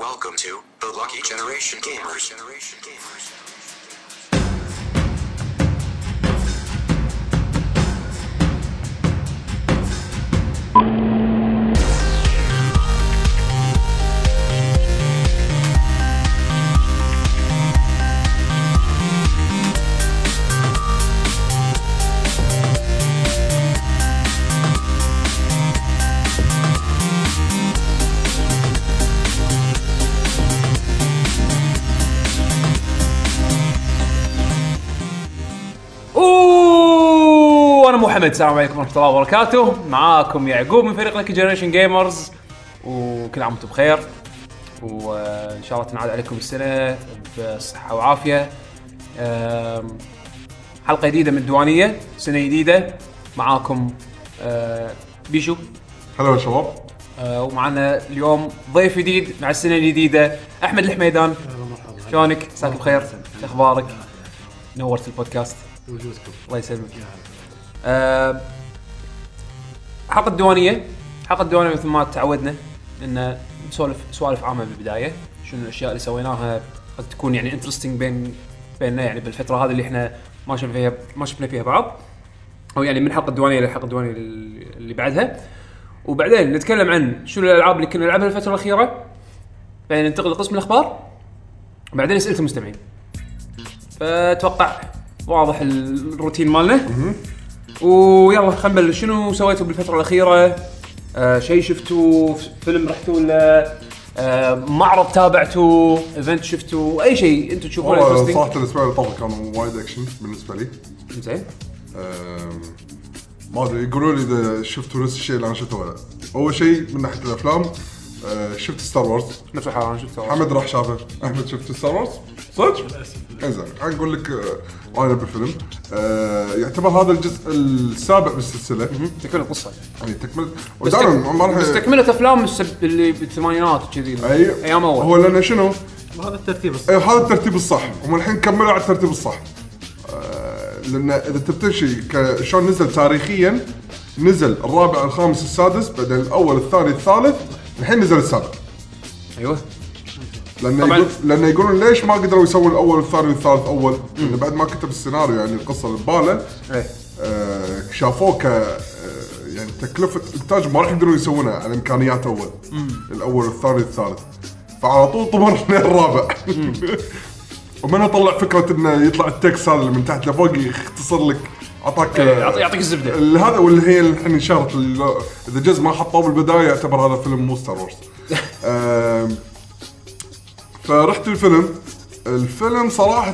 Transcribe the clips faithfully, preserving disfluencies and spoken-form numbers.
Welcome to the Lucky Generation Gamers. Generation Gamers. محمد، السلام عليكم ورحمة الله وبركاته. معاكم يعقوب من فريق لكي جنريشن جيمرز، وكل عام وانتم بخير، وإن شاء الله تنعاد عليكم السنة بصحة وعافية. حلقة جديدة من الديوانية، سنة جديدة معاكم بيشو. هلا يا شباب. ومعنا اليوم ضيف جديد مع السنة الجديدة، أحمد الحميدان. شلونك؟ مساك بخير، شو أخبارك؟ نورت البودكاست. الله يسلمك. أه حلقة الديوانية حلقة الديوانية مثل ما تعودنا إن نسولف سوالف عامة بالبداية، شنو الأشياء اللي سويناها قد تكون يعني انترستينج بين بيننا، يعني بالفترة هذه اللي إحنا ما شفنا فيها ما شفنا فيها بعض، أو يعني من حلقة الديوانية لحلقة الديوانية اللي بعدها. وبعدين نتكلم عن شنو الألعاب اللي كنا نلعبها الفترة الأخيرة، بعدين ننتقل لقسم الأخبار، بعدين أسئلة المستمعين. فتوقع واضح الروتين مالنا. ويلا خلينا نبلش. شنو سويتوا بالفترة الأخيرة؟ آه شيء شفتوا؟ فيلم رحتوا ولا آه معرض تابعتوا؟ إيفنت شفتوا؟ أي شيء أنتوا تشوفونه انترستينج؟ صراحة الأسبوع اللي طاف كانوا وايد أكشن بالنسبة لي. زين. ما أدري، يقولوا لي إذا شفتوا نفس الشيء اللي أنا شفته ولا. أول شيء من ناحية الأفلام، آه شفت ستار وورز. نفس الحال أنا شفت. حمد راح شافه. أحمد شفت ستار وورز؟ صدق؟ إنزين، خلينا نقول لك آه أنا بالفيلم. آه يعتبر هذا الجزء السابع بالسلسلة. تكمل القصة. يعني تكمل. ودائما ما راح. بس تكملة أفلام اللي بالثمانينات كذي. أي. أيام أول. هو لأنه شنو؟ هذا الترتيب الصح. إيه هذا الترتيب الصح. هم الحين كملوا على الترتيب الصح. آه لأن إذا تبتشي كشون نزل تاريخيا، نزل الرابع الخامس السادس، بعدين الأول الثاني الثالث، الحين نزل السابع. أيوه. لأن يقول لأن يقولون ليش ما قدروا يسوون الأول والثاني والثالث أول؟ لأن بعد ما كتب السيناريو يعني القصة البالة. إيه. آه شافوه ك آه يعني تكلفة إنتاج ما راح يقدروا يسوونها على إمكانيات أول. الأول والثاني والثالث، فعلى طول طمرنا الرابع. ومنها طلع فكرة إنه يطلع التكست هذا اللي من تحت لفوق يختصر لك، عطاك يعطيك الزبدة. هذا واللي هي الحين انشرت. إذا جزء ما حطوه بالبداية يعتبر هذا فيلم مو ستار وورز. آه فرحت الفيلم الفيلم صراحة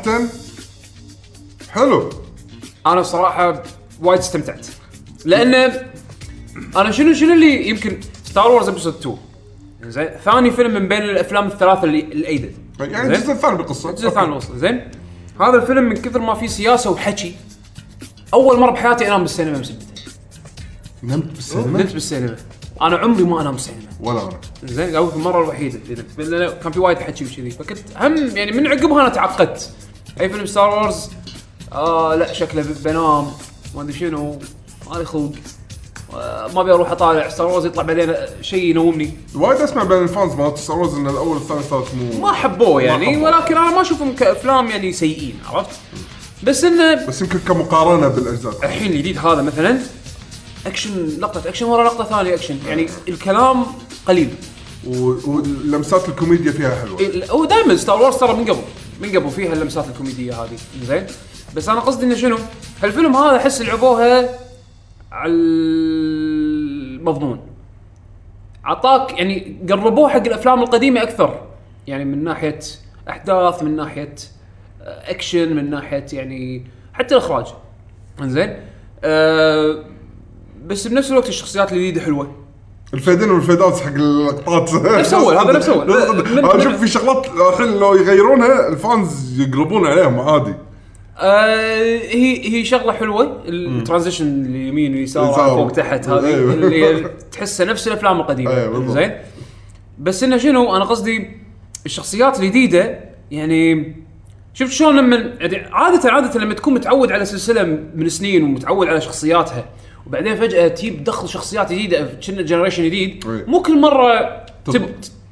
حلو. أنا صراحة وايد استمتعت، لأن أنا شنو شنو اللي يمكن ستار وورز إبيسود اثنين زين، ثاني فيلم من بين الأفلام الثلاثة اللي الأيدد، يعني الجزء الثاني بالقصة، الجزء الثاني وصل زين. هذا الفيلم من كثر ما فيه سياسة وحكي، أول مرة بحياتي أنام بالسينما مسبتة. نمت بالسينما؟ نمت بالسينما. أنا عمري ما أنام بالسينما ولا أنا. زين، أول المرة الوحيدة اللي نمت، لأن كان في وايد حكي وشذي، فكنت هم يعني من عقبها أنا تعقدت. أي فيلم ستار وورز آه لا شكله بنام ما أدري شنو، ما لي خلق، ما ابي اروح اطالع ستار وورز يطلع بعدين شيء ينومني. وايد اسمع بين الفانز مالت ستار وورز ان الاول والثاني والثالث مو ما حبوه يعني، ما ولكن انا ما اشوفهم كافلام يعني سيئين، عرفت؟ بس انه بس يمكن كمقارنه بالاجزاء. الحين الجديد هذا مثلا اكشن، لقطه اكشن ورا لقطه ثانيه اكشن، يعني الكلام قليل ولمسات الكوميديا فيها حلوه. هو دائما ستار وورز ترى من قبل من قبل فيها اللمسات الكوميديه هذه زين. بس انا قصدي انه شنو هالفيلم هذا احس لعبوها على المضمون، عطاك يعني قربوه حق الافلام القديمه اكثر، يعني من ناحيه احداث، من ناحيه اكشن، من ناحيه يعني حتى الاخراج انزين. أه بس بنفس الوقت الشخصيات الجديده حلوه، الفيدين والفيدات حق اللقطات نفس اول هذا نفس اول. انا اشوف في شغلات الحين لو يغيرونها الفانز يقلبون عليهم عادي. آه هي هي شغله حلوه، الترانزيشن اليمين ويسار فوق تحت هذه اللي تحسها نفس الافلام القديمه زين. بس انه شنو انا قصدي الشخصيات الجديده، يعني شفت شلون لما عاده عاده لما تكون متعود على سلسله من سنين ومتعود على شخصياتها، وبعدين فجاه تجيب دخل شخصيات جديده كنا جنريشن جديد، مو كل مره تب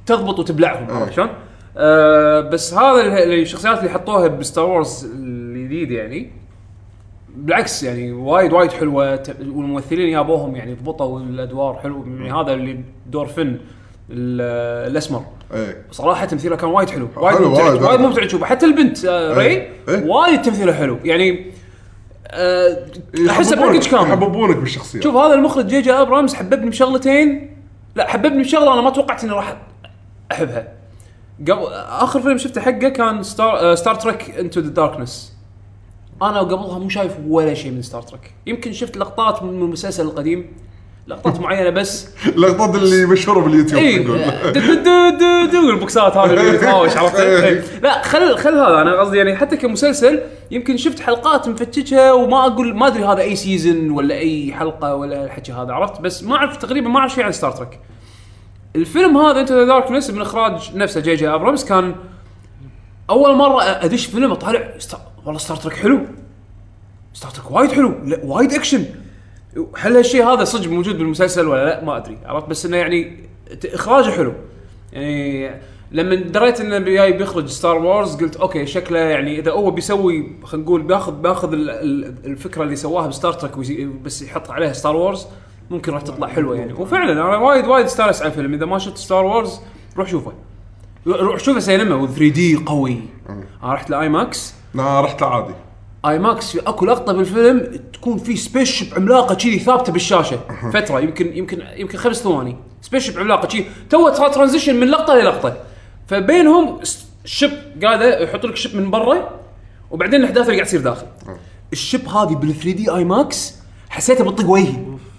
تضبط وتبلعهم عرفت شلون؟ أه بس هذا ال- الشخصيات اللي حطوها بستار وورز الجديد يعني بالعكس يعني وايد وايد حلوه ت- والممثلين يابوهم يعني ضبطوا الادوار حلو يعني هذا اللي دور فن ال- الاسمر ايه صراحه تمثيله كان وايد حلو وايد حلو، ممتع وايد، وايد وايد. ممتع تشوفه حتى البنت آه ري إيه. وايد تمثيله حلو يعني أه احس يحببونك- باكج كامل يحببونك بالشخصيه. شوف هذا المخرج جي جي ابرامز حببني بشغلتين لا حببني بشغله انا ما توقعت اني راح احبها قبل اخر فيلم شفته حقه كان ستار ستار تريك انتو ذا داركنس انا قبلها مو شايف ولا شيء من ستار تريك يمكن شفت لقطات من المسلسل القديم لقطات معينه بس اللقطات اللي مشهوره باليوتيوب اي تقول. دو دو دو دو البوكسات هذا اللي يتهاوش عرفت إيه. لا خل خل هذا انا قصدي يعني حتى كمسلسل يمكن شفت حلقات مفتشها وما اقول ما ادري هذا اي سيزن ولا اي حلقه ولا الحكي هذا عرفت بس ما اعرف تقريبا ما اعرف شيء عن ستار تريك الفيلم هذا انتو ذا داركنس من اخراج نفسه جي جي ابرامز كان اول مره ادش فيلم اطالع ستار... والله ستار تريك حلو ستار تريك وايد حلو لا وايد اكشن هل هالشيء هذا صدق موجود بالمسلسل ولا لا ما ادري عرفت بس انه يعني اخراجه حلو يعني لما دريت انه جاي بيخرج ستار وورز قلت اوكي شكله يعني اذا هو بيسوي خلينا نقول بياخذ بياخذ الفكره اللي سواها بستار تريك بس يحط عليها ستار وورز ممكن راح تطلع حلوه يعني وفعلا انا وايد وايد استانس على الفيلم اذا ما شفت ستار وورز روح شوفه روح شوفه سينما و3 دي قوي انا رحت لاي ماكس لا رحت عادي اي ماكس في اكو لقطه بالفيلم تكون في سبيس شيب عملاقه كذي ثابته بالشاشه فتره يمكن يمكن يمكن خمس ثواني سبيس شيب عملاقه كذي تو ترانزيشن من لقطه للقطه فبينهم الشيب قاعده يحط لك الشيب من برا وبعدين الاحداث اللي قاعد تصير داخل الشيب هذه بال3 دي اي ماكس حسيتها بتطق وجهي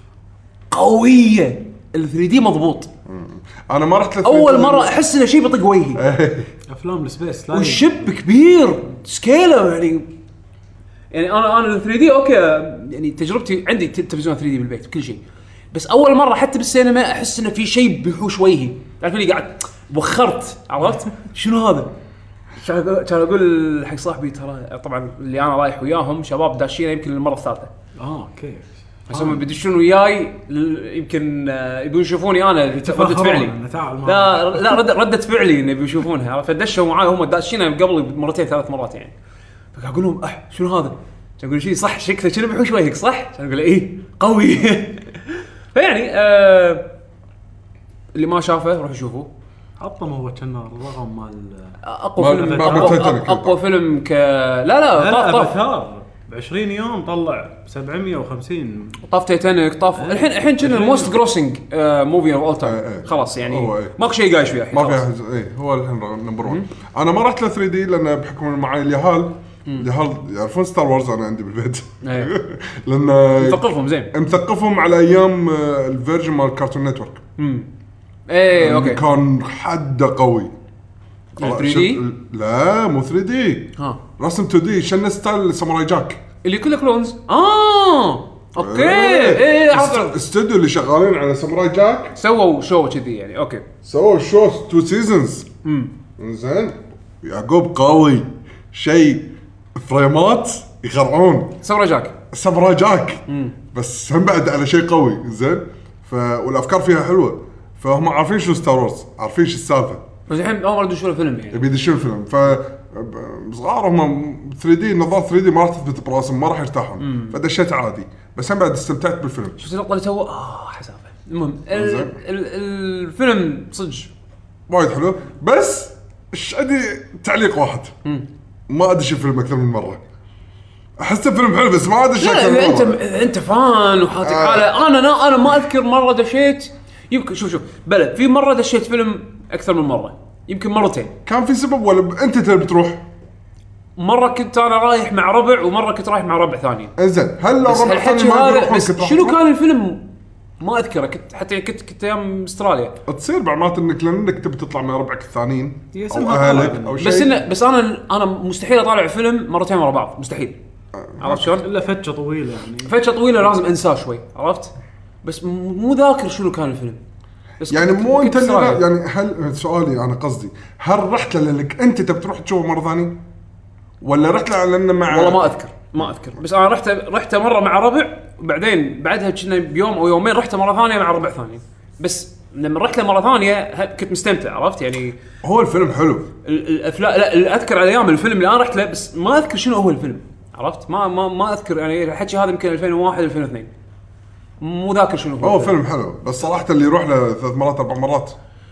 قويه ال3 دي مضبوط انا ما رحت اول مره احس انه شيء بيطق وجهي افلام السبيس لا والشب كبير سكيله يعني يعني انا انا ثري دي اوكي يعني تجربتي عندي تلفزيون ثري دي بالبيت كل شيء بس اول مره حتى بالسينما احس انه في شيء بيحوش وجهي تعرف اللي قاعد وخرت عرفت شنو هذا كان اقول حق صاحبي ترى طبعا اللي انا رايح وياهم شباب داشين يمكن المره الثالثه اه اوكي بس هم بيدشون وياي يمكن يبون يشوفوني انا ردة فعلي لا لا ردة ردة فعلي انه بيشوفونها فدشوا معاي هم داشين قبل مرتين ثلاث مرات يعني فقاعد اقول لهم اح شنو هذا اقول شيء صح شكله شنو بيحوش وجهك صح اقول ايه قوي فيعني آه اللي ما شافه روح يشوفه عطم هو كان الرقم مال اقوى فيلم اقوى فيلم ك لا لا طاف طاف بعشرين يوم طلع سبعمية وخمسين طاف تايتانيك طاف الحين الحين كنا الموست جروسنج موفي اوف اول تايم خلاص يعني ماكو شيء قايش فيه ما فيها اي هو الحين نمبر واحد انا ما رحت ل ثري دي لان بحكم معي اليهال اليهال يعرفون ستار وورز انا عندي بالبيت لان مثقفهم زين مثقفهم على ايام الفيرجن مال كارتون نتورك امم ايه اوكي كان حده قوي ثري دي لا مو ثري دي ها رسم تو دي شن ستايل ساموراي جاك اللي كله كلونز اه اوكي ايه ايه عرفت استوديو اللي شغالين على ساموراي جاك سووا شو كذي يعني اوكي سووا شو تو سيزونز امم زين يعقوب قوي شيء فريمات يخرعون ساموراي جاك ساموراي جاك بس هم بعد على شيء قوي زين ف والافكار فيها حلوه فهم عارفين شو ستار وورز عارفين شو السالفه بس الحين اول مره يدشون الفيلم يعني يبي يدشون الفيلم ف صغار هم ثري دي نظام ثري دي ما راح تثبت براسهم ما راح يرتاحون فدشيت عادي بس هم بعد استمتعت بالفيلم شفت اللقطه اللي تو اه حسافه المهم ال... ال... الفيلم صدق وايد حلو بس ايش عندي تعليق واحد مم. ما ادش الفيلم اكثر من مره احس الفيلم حلو بس ما ادش اكثر من مره انت مرة. انت فان وحاطك آه. حاله انا انا انا ما اذكر مره دشيت يمكن شوف شوف بلد في مره دشيت فيلم اكثر من مره يمكن مرتين كان في سبب ولا انت تبي تروح مره كنت انا رايح مع ربع ومره كنت رايح مع ربع ثاني انزين هل لو ربع ثاني ما يروحون بس شنو كان الفيلم ما اذكره كنت حتى كنت كنت ايام استراليا تصير بعمات انك لانك تبي تطلع مع ربعك الثانيين او اهلك او شيء بس إن بس انا انا مستحيل اطالع فيلم مرتين ورا بعض مستحيل عرفت شلون الا فتره طويله يعني فتره طويله لازم انساه شوي عرفت بس مو ذاكر شنو كان الفيلم بس يعني مو انت اللي يعني هل سؤالي انا قصدي هل رحت لانك انت تبي تروح تشوفه مره ثانيه ولا رحت لانه مع والله ما اذكر ما اذكر بس انا رحت رحت مره مع ربع وبعدين بعدها كنا بيوم او يومين رحت مره ثانيه مع ربع ثاني بس لما رحت له مره ثانيه ه- كنت مستمتع عرفت يعني. هو الفيلم حلو. ال- الافلام لا ال- اذكر على ايام الفيلم اللي انا رحت له بس ما اذكر شنو هو الفيلم عرفت. ما ما ما اذكر يعني الحكي هذا يمكن ألفين وواحد ألفين واثنين مو ذاكر شنو هو. هو فيلم حلو بس صراحه اللي يروح له ثلاث مرات اربع مرات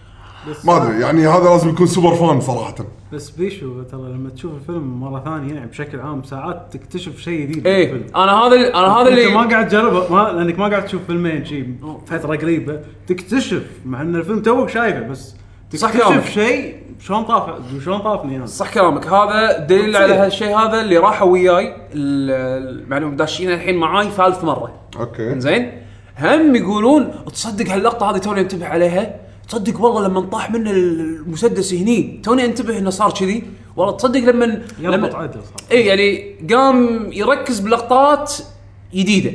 ما ادري يعني هذا لازم يكون سوبر فان صراحه. بس بيشو ترى لما تشوف الفيلم مره ثانيه يعني بشكل عام ساعات تكتشف شيء جديد ايه بالفيلم. انا هذا ال- انا هذا انت اللي ما قاعد تجربه ما لانك ما قاعد تشوف فيلمين شيء فتره قريبه تكتشف مع ان الفيلم توك شايفه بس صح كلامك. تكتشف شيء شلون طاف شلون طافني انا. صح كلامك. هذا دليل على هالشيء هذا اللي راحوا وياي المعلومه داشين الحين معاي ثالث مره. اوكي زين هم يقولون تصدق هاللقطه هذه توني انتبه عليها. تصدق والله لما طاح منه المسدس هني توني انتبه انه صار كذي. والله تصدق لما يربط عدل صار اي يعني قام يركز بلقطات جديده.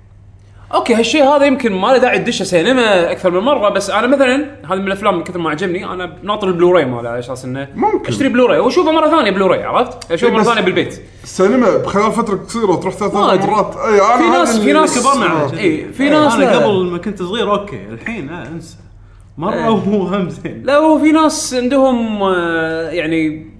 اوكي هالشيء هذا يمكن ما له داعي تدشه سينما اكثر من مره بس انا مثلا هذا من الافلام من كثر ما عجبني انا ناطر البلوراي ماله على اساس انه ممكن اشتري بلوراي واشوفه مره ثانيه بلوراي عرفت اشوفه مره بس- ثانيه بالبيت. السينما بخلال فتره قصيره تروح ثلاث ما أدري. مرات. اي انا في هذا ناس- اللي- في ناس كبرنا على آه. كذي. اي في ناس انا لا. قبل ما كنت صغير اوكي الحين آه انسى مره إيه. وهو هم زين. لا هو في ناس عندهم آه، يعني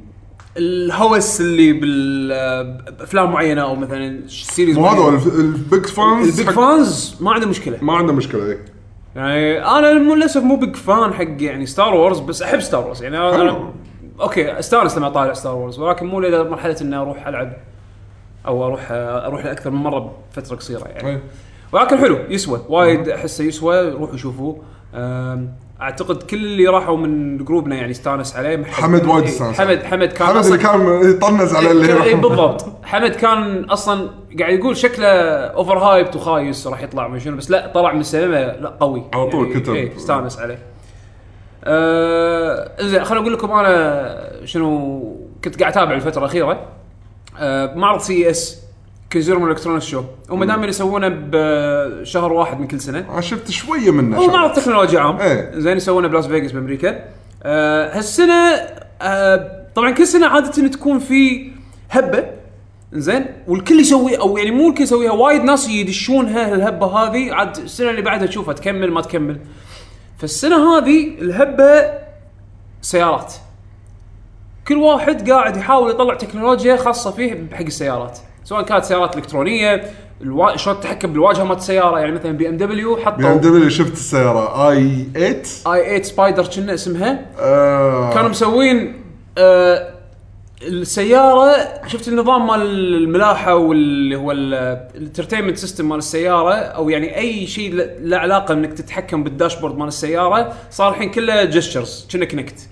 الهوس اللي بالافلام معينه او مثلا سيريز مو هذا الف- البيج فانز البيج حق- فانز ما عنده مشكله. ما عنده مشكله. اي يعني انا للاسف مو بيج فان حق يعني ستار وورز بس احب ستار وورز يعني انا حلو. أنا- اوكي استانس لما اطالع ستار وورز ولكن مو الى مرحله اني اروح العب او اروح اروح لاكثر من مره بفتره قصيره يعني. أي. ولكن حلو يسوى وايد احسه يسوى روحوا شوفوه. أم، اعتقد كل اللي راحوا من جروبنا يعني استانس عليه. محمد- حمد وايد إيه، استانس. حمد حمد كان حمد اللي أصلاً- كان يطنز على اللي إيه يروح. بالضبط. حمد كان اصلا قاعد يقول شكله اوفر هايبت وخايس وراح يطلع من شنو بس لا طلع من السينما لا قوي على طول يعني كتب. ايه استانس عليه. آه زين خليني اقول لكم انا شنو كنت قاعد اتابع الفتره الاخيره. آه معرض سي اس كونسيومر الكترونيكس شو وما دام يسوونه بشهر واحد من كل سنه. انا شفت شويه منه. هو معرض تكنولوجيا عام إيه. زين يسوونه بلاس فيغاس بامريكا. آه هالسنه آه طبعا كل سنه عاده تكون في هبه زين والكل يسوي او يعني مو الكل يسويها وايد ناس يدشونها الهبه هذه عاد السنه اللي بعدها تشوفها تكمل ما تكمل. فالسنه هذه الهبه سيارات كل واحد قاعد يحاول يطلع تكنولوجيا خاصه فيه بحق السيارات سواء كانت سيارات الكترونيه الوا... شلون تتحكم بالواجهه مالت السياره يعني مثلا بي ام دبليو بي ام حطوا دبليو شفت السياره اي ثمانية اي ثمانية سبايدر كنا اسمها. آه. كانوا مسوين آه السياره شفت النظام مال الملاحه واللي هو الانترتينمنت سيستم مال السياره او يعني اي شيء له علاقه انك تتحكم بالداشبورد مال السياره صار الحين كله جيستشرز كنا كونكت.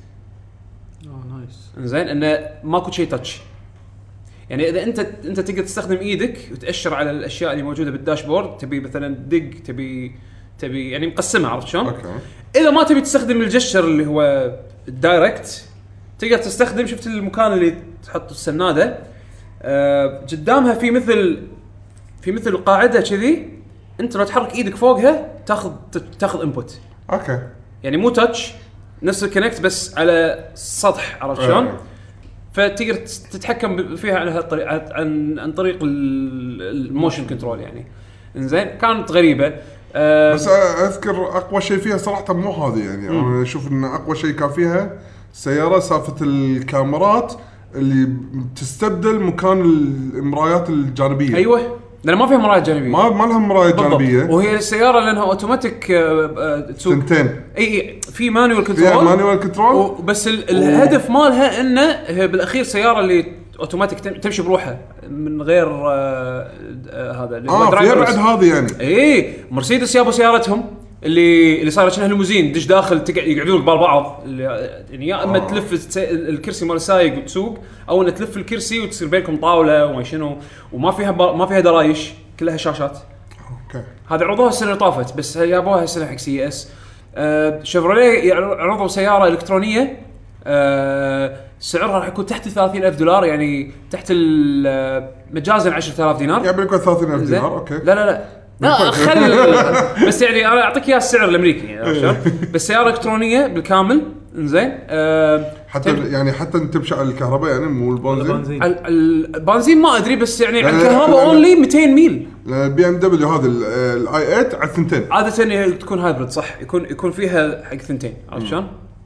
اه نايس. زين انه ماكو شيء تاتش يعني اذا انت انت تقدر تستخدم ايدك وتاشر على الاشياء اللي موجوده بالداشبورد تبي مثلا دق تبي تبي يعني مقسمه عرفت شلون. اوكي. اذا ما تبي تستخدم الجشر اللي هو الدايركت تقدر تستخدم شفت المكان اللي تحط السناده أه قدامها في مثل في مثل قاعده كذي انت لو تحرك ايدك فوقها تاخذ تاخذ انبوت اوكي. يعني مو تاتش نفس الكونكت بس على سطح عرفت شلون. أه. فتقدر تتحكم فيها على هالطريقه عن عن طريق الموشن كنترول يعني. انزين كانت غريبه. أه بس اذكر اقوى شيء فيها صراحه مو هذه يعني مم. انا اشوف ان اقوى شيء كان فيها سياره سالفه الكاميرات اللي تستبدل مكان المرايات الجانبيه. ايوه لان ما فيها مرايات جانبيه ما ما لها مرايات جانبيه وهي السياره لانها اوتوماتيك تسوق سنتين اي اي في مانوال فيها كنترول مانوال كنترول بس ال- الهدف مالها انه هي بالاخير سياره اللي اوتوماتيك تم- تمشي بروحها من غير آه آه هذا اللي اه فيها بعد هذه يعني اي مرسيدس جابوا سيارتهم اللي اللي صارت شنها ليموزين دش داخل تقعد يقعدون قبال بعض اللي- يعني يا اما آه. تلف الس- الكرسي مال السايق وتسوق او ان تلف الكرسي وتصير بينكم طاوله وما شنو وما فيها ب- ما فيها درايش كلها شاشات. اوكي. هذا عرضوها السنه اللي طافت بس جابوها السنه حق سي اس. آه شيفروليه عرضوا سياره الكترونيه آه سعرها راح يكون تحت ثلاثين ألف دولار يعني تحت ال- مجازا عشرة آلاف دينار. يعني بيكون ثلاثين ألف زين؟ دينار. اوكي. لا لا لا لا خل بس يعني انا اعطيك اياه السعر الامريكي يعني عرفت شلون؟ بس سياره الكترونيه بالكامل انزين آه حتى يعني حتى انت تمشي على الكهرباء يعني مو البنزين. ال- ال- البنزين ما ادري بس يعني على لا، لا، الكهرباء لا، لا. اونلي مئتين ميل. البي ام دبليو هذا الاي ثمانية على ثنتين. عاده هي تكون هايبرد صح يكون يكون فيها حق ثنتين عرفت شلون؟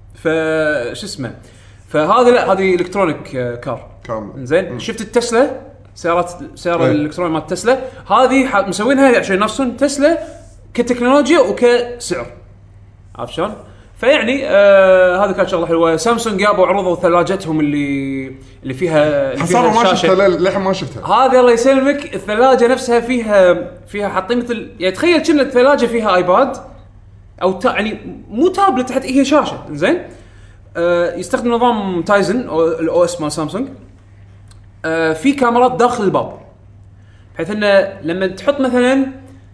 فش اسمه فهذا لا هذه الكترونيك كار كامل. زين. شفت التسلا سيارات سياره أي. الالكترونيه مال تسلا هذه ح- مسوينها عشان ينافسون تسلا كتكنولوجيا وكسعر عرفت شلون؟ فيعني آه هذا كان شغله حلوه. سامسونج جابوا عرضوا ثلاجتهم اللي اللي فيها اللي حصار فيها ما الشاشة. شفتها للحين ما شفتها. هذا الله يسلمك الثلاجه نفسها فيها فيها حاطين مثل يعني تخيل كأن الثلاجه فيها ايباد او تا يعني مو تابلت حتى هي شاشه زين. آه يستخدم نظام تايزن او الاو اس مال سامسونج. آه في كاميرات داخل الباب بحيث انه لما تحط مثلا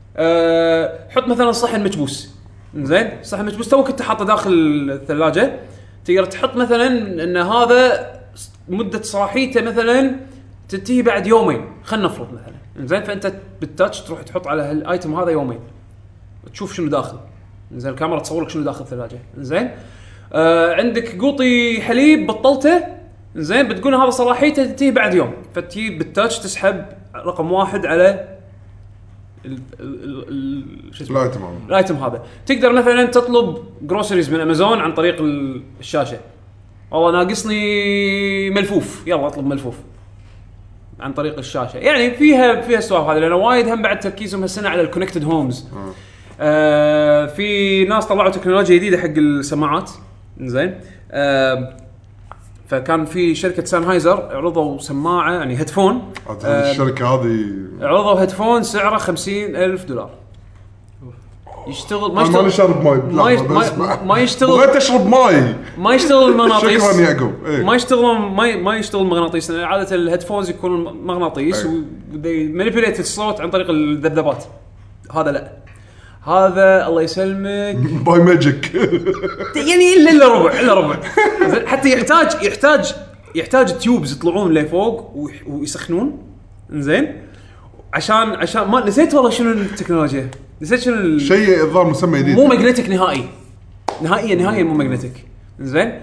آه حط مثلا صحن مكبوس زين. صحن مكبوس تو كنت حاطه داخل الثلاجه تقدر تحط مثلا ان هذا مده صلاحيته مثلا تنتهي بعد يومين خلينا نفرض مثلا زين. فانت بالتاتش تروح تحط على هالايتم هذا يومين تشوف شنو داخل زين. الكاميرا تصور لك شنو داخل الثلاجه زين. آه عندك قوطي حليب بطلته زين بتقول هذا صلاحيته تنتهي بعد يوم فتجي بالتاتش تسحب رقم واحد على ال ال ال شو اسمه لا تمام. الايتم هذا. تقدر مثلا تطلب جروسريز من امازون عن طريق الشاشه. والله ناقصني ملفوف يلا اطلب ملفوف عن طريق الشاشه. يعني فيها فيها السوالف هذه لان وايد هم بعد تركيزهم هالسنه على الكونكتد هومز. آه في ناس طلعوا تكنولوجيا جديده حق السماعات زين. آه فكان في شركه سانهايزر عرضوا سماعه يعني هيدفون. آه الشركه هذه عرضوا هيدفون سعره خمسين ألف دولار يشتغل ما ما يشتغل نشرب ماي. ما, يش... ما, ما يشتغل بغيت اشرب ماي. ما يشتغل المغناطيس. شكرا يعقوب. إيه. ما يشتغل ما ما يشتغل المغناطيس. عاده الهيدفونز يكون مغناطيس أي. ودي مانيبيوليت الصوت عن طريق الذبذبات. هذا لا هذا الله يسلمك باي ماجيك. يعني الا الا ربع الا ربع حتى يحتاج يحتاج يحتاج تيوبز يطلعون لفوق ويسخنون زين عشان عشان ما نسيت والله شنو التكنولوجيا نسيت شنو ال... شيء الظاهر مسمى جديد مو ماجنتيك نهائي نهائيا نهائيا مو ماجنتيك زين.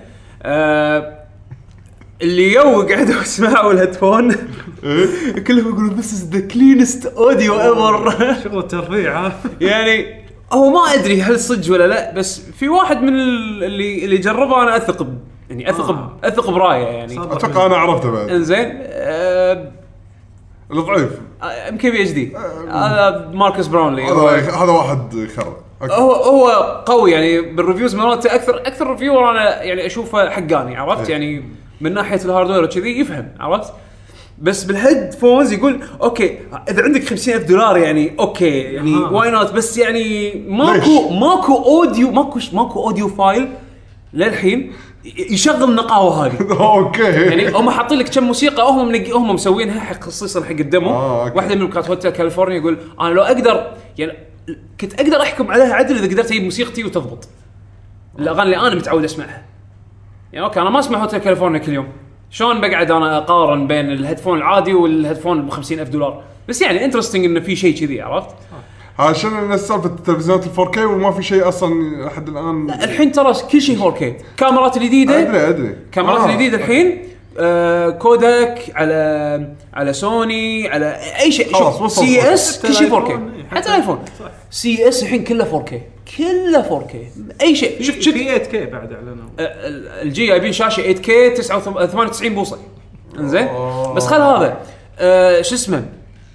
آه اللي يوق قاعدوا يسمعوا الهيدفون كلهم يقولوا this is the cleanest audio ever. شغل الترفيع ها يعني هو ما ادري هل صدق ولا لا بس في واحد من اللي اللي جربه انا اثق ب... يعني اثق ب... اثق برايه يعني. اتوقع انا عرفته بعد. انزين آه الضعيف ام كي بي اتش دي هذا ماركوس براونلي. هذا هذا واحد خرا. هو هو قوي يعني بالريفيوز مالته اكثر اكثر ريفيور انا يعني اشوفه حقاني عرفت. يعني من ناحيه الهاردوير وكذي يفهم عرفت. بس بالهيدفونز يقول اوكي اذا عندك خمسين ألف دولار يعني اوكي يعني واي نوت بس يعني ماكو ماكو اوديو ماكو ماكو اوديو فايل للحين يشغل نقاوه هذه. اوكي يعني هم حاطين لك كم موسيقى هم منق... هم مسوينها حق خصيصا حق الدمو. آه، واحده منهم كانت هوتيل كاليفورنيا يقول انا لو اقدر يعني كنت اقدر احكم عليها عدل اذا قدرت اجيب موسيقتي وتضبط الاغاني اللي انا متعود اسمعها. يعني اوكي انا ما اسمع هوتيل كاليفورنيا كل يوم شلون بقعد انا اقارن بين الهيدفون العادي والهيدفون ب خمسين ألف دولار. بس يعني انترستينج انه في شيء كذي عرفت. عشان نسالفه التلفزيونات الفور كي وما في شيء اصلا لحد الان. الحين ترى كل شيء فور كي. كاميرات الجديده ادري ادري كاميرات آه. الجديده الحين آه كوداك على على سوني على اي شيء. شوف سي اس كل شيء فور كي حتى الايفون سي اس الحين كله فور كي كله فور كي اي شيء. شفت شفت في ثمانية كي بعد اعلنوا الجي جايبين شاشه ثمانية كي ثمانية وتسعين بوصه انزين. بس خل هذا آه شو اسمه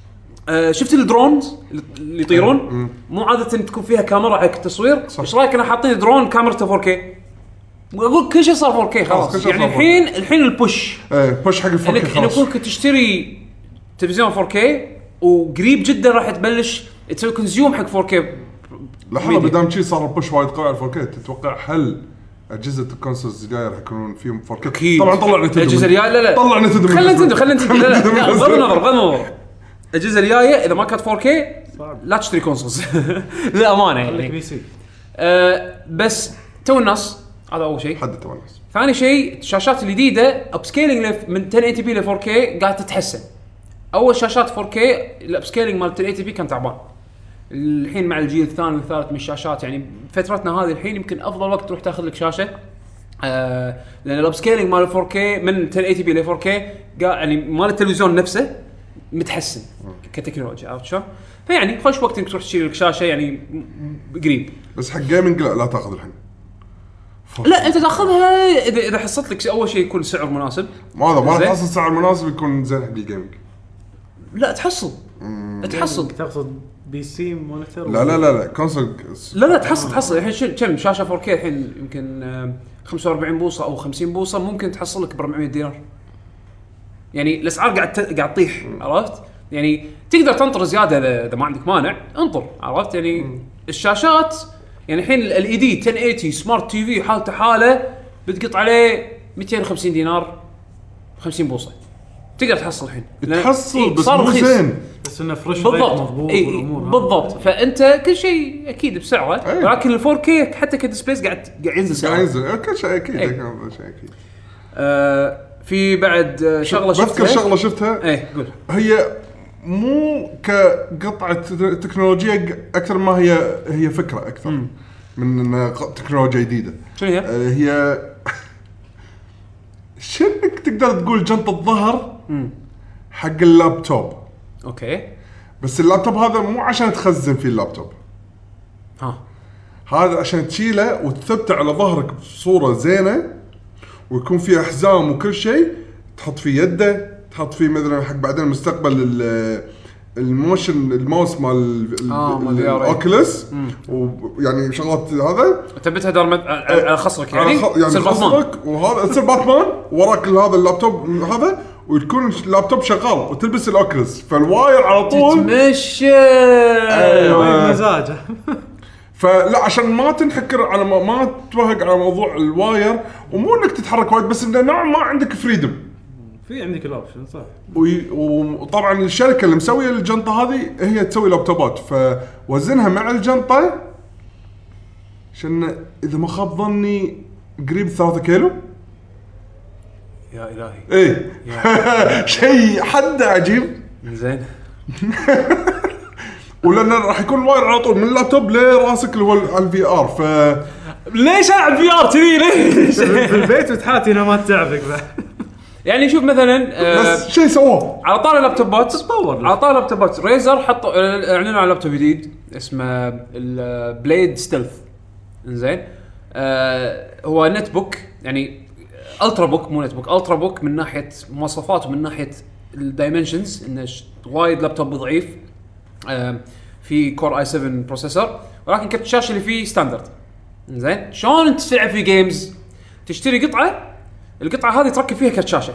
آه شفت الدرونز اللي يطيرون مو عاده تكون فيها كاميرا حق التصوير. ايش رايك انا حاطين درون كاميرته فور كي واقول كل شيء صار فور كي خلاص. يعني الحين الحين البوش ايه بوش حق الفور كي انك خلاص. انك كنت تشتري تلفزيون فور كي وقريب جدا راح تبلش تسوي كونسيوم حق فور كي. لحظه بدام شيء صار البوش وايد قوي على الفور كي تتوقع هل اجهزه الكونسولز الجايه راح يكونون فيهم فور كي؟ طبعا طلع نتندو الاجهزه الجايه لا لا طلع نتندو خلينا نتندو خلينا نتندو لا لا بغض النظر بغض النظر الاجهزه الجايه اذا ما كانت فور كي لا تشتري كونسولز للامانه يعني بي سي. أه بس تو الناس هذا اول شيء. حد تونس. ثاني شيء الشاشات الجديده اب سكيلينج من عشرة إيه تي بي ل فور كي قاعد تتحسن. اول شاشات فور كي الاب سكيلينج مال عشرة إيه تي بي كان تعبان. الحين مع الجيل الثاني والثالث من الشاشات يعني فترتنا هذه الحين يمكن افضل وقت تروح تاخذ لك شاشه آه لان الاب سكيلينج مال فور كي من ألف وثمانين بي ل فور كي يعني مال التلفزيون نفسه متحسن كتكنولوجيا عرفت شلون؟ فيعني خوش وقت انك تروح تشيل لك شاشه يعني قريب. بس حق جيمنج لا, لا تاخذ الحين. لا انت تاخذها اذا اذا حصلت لك اول شيء يكون سعر مناسب. ما هذا ما تحصل سعر مناسب يكون زين حق الجيمنج. لا تحصل تحصل تقصد بي سي مونيتور. لا لا لا لا كونسول. لا لا تحصل تحصل الحين كم شاشه فور كي الحين يمكن خمسة وأربعين بوصه او خمسين بوصه ممكن تحصل لك ب أربعمية دينار. يعني الاسعار قاعد قاعد تطيح عرفت؟ يعني تقدر تنطر زياده اذا ما عندك مانع انطر عرفت؟ يعني م. الشاشات يعني الحين ال إي دي ألف وثمانين سمارت تي في حالته حاله بتقط عليه مئتين وخمسين دينار خمسين بوصه تقدر تحصل الحين تحصل إيه بس مو زين بس انه فريش مضبوط إيه بالضبط. فانت كل شيء اكيد بسعره أيه. ولكن ال فور كي حتى كديسبليس قاعد قاعد ينزل قاعد ينزل كل شيء اكيد أيه. كل شيء اكيد. آه في بعد شغله شفتها بذكر شغله شفتها ايه قول. هي مو كقطعه تكنولوجيا اكثر ما هي هي فكره اكثر م. من تكنولوجيا جديده. شنو هي؟ آه هي شنك تقدر تقول جنطه الظهر حق اللابتوب. اوكي بس اللابتوب هذا مو عشان تخزن فيه اللابتوب ها هذا عشان تشيله وتثبته على ظهرك بصوره زينه ويكون فيه احزام وكل شيء تحط فيه يده تحط فيه مثلا حق بعدين المستقبل الموشن الماوس مال الاوكيلس ويعني شغلات هذا ثبتها دار على خصرك يعني يعني خصرك وهذا تصير باتمان وراك هذا اللابتوب هذا ويكون اللابتوب شغال وتلبس الاوكيلس فالواير على طول تتمشى. ايوه مزاجه. فلا عشان ما تنحكر على ما, ما توهق على موضوع الواير ومو انك تتحرك وايد بس انه نوع ما عندك فريدم في عندك الاوبشن صح. وطبعا الشركه اللي مسويه الجنطه هذه هي تسوي لابتوبات فوزنها مع الجنطه عشان اذا ما خاب ظني قريب ثلاثة كيلو. يا الهي ايه شيء حد عجيب زين. ولأنه راح يكون الواير على طول من اللابتوب لراسك اللي هو على الفي ار. ف ليش على الفي ار تبي ليش في البيت وتحاتي هنا ما تعبك يعني شوف مثلا آه بس شيء سووه على طار اللابتوبات تطور على طار اللابتوبات ريزر حطوا اعلنوا على لابتوب جديد اسمه البليد ستيلث. انزين آه هو نت بوك يعني الترا بوك مو نت بوك الترا بوك من ناحيه مواصفات ومن ناحيه الدايمنشنز انه وايد لابتوب ضعيف. آه في كور اي سفن بروسيسور ولكن كرت الشاشه اللي فيه ستاندرد. زين شلون انت تلعب في جيمز تشتري قطعه القطعه هذه تركب فيها كرت شاشه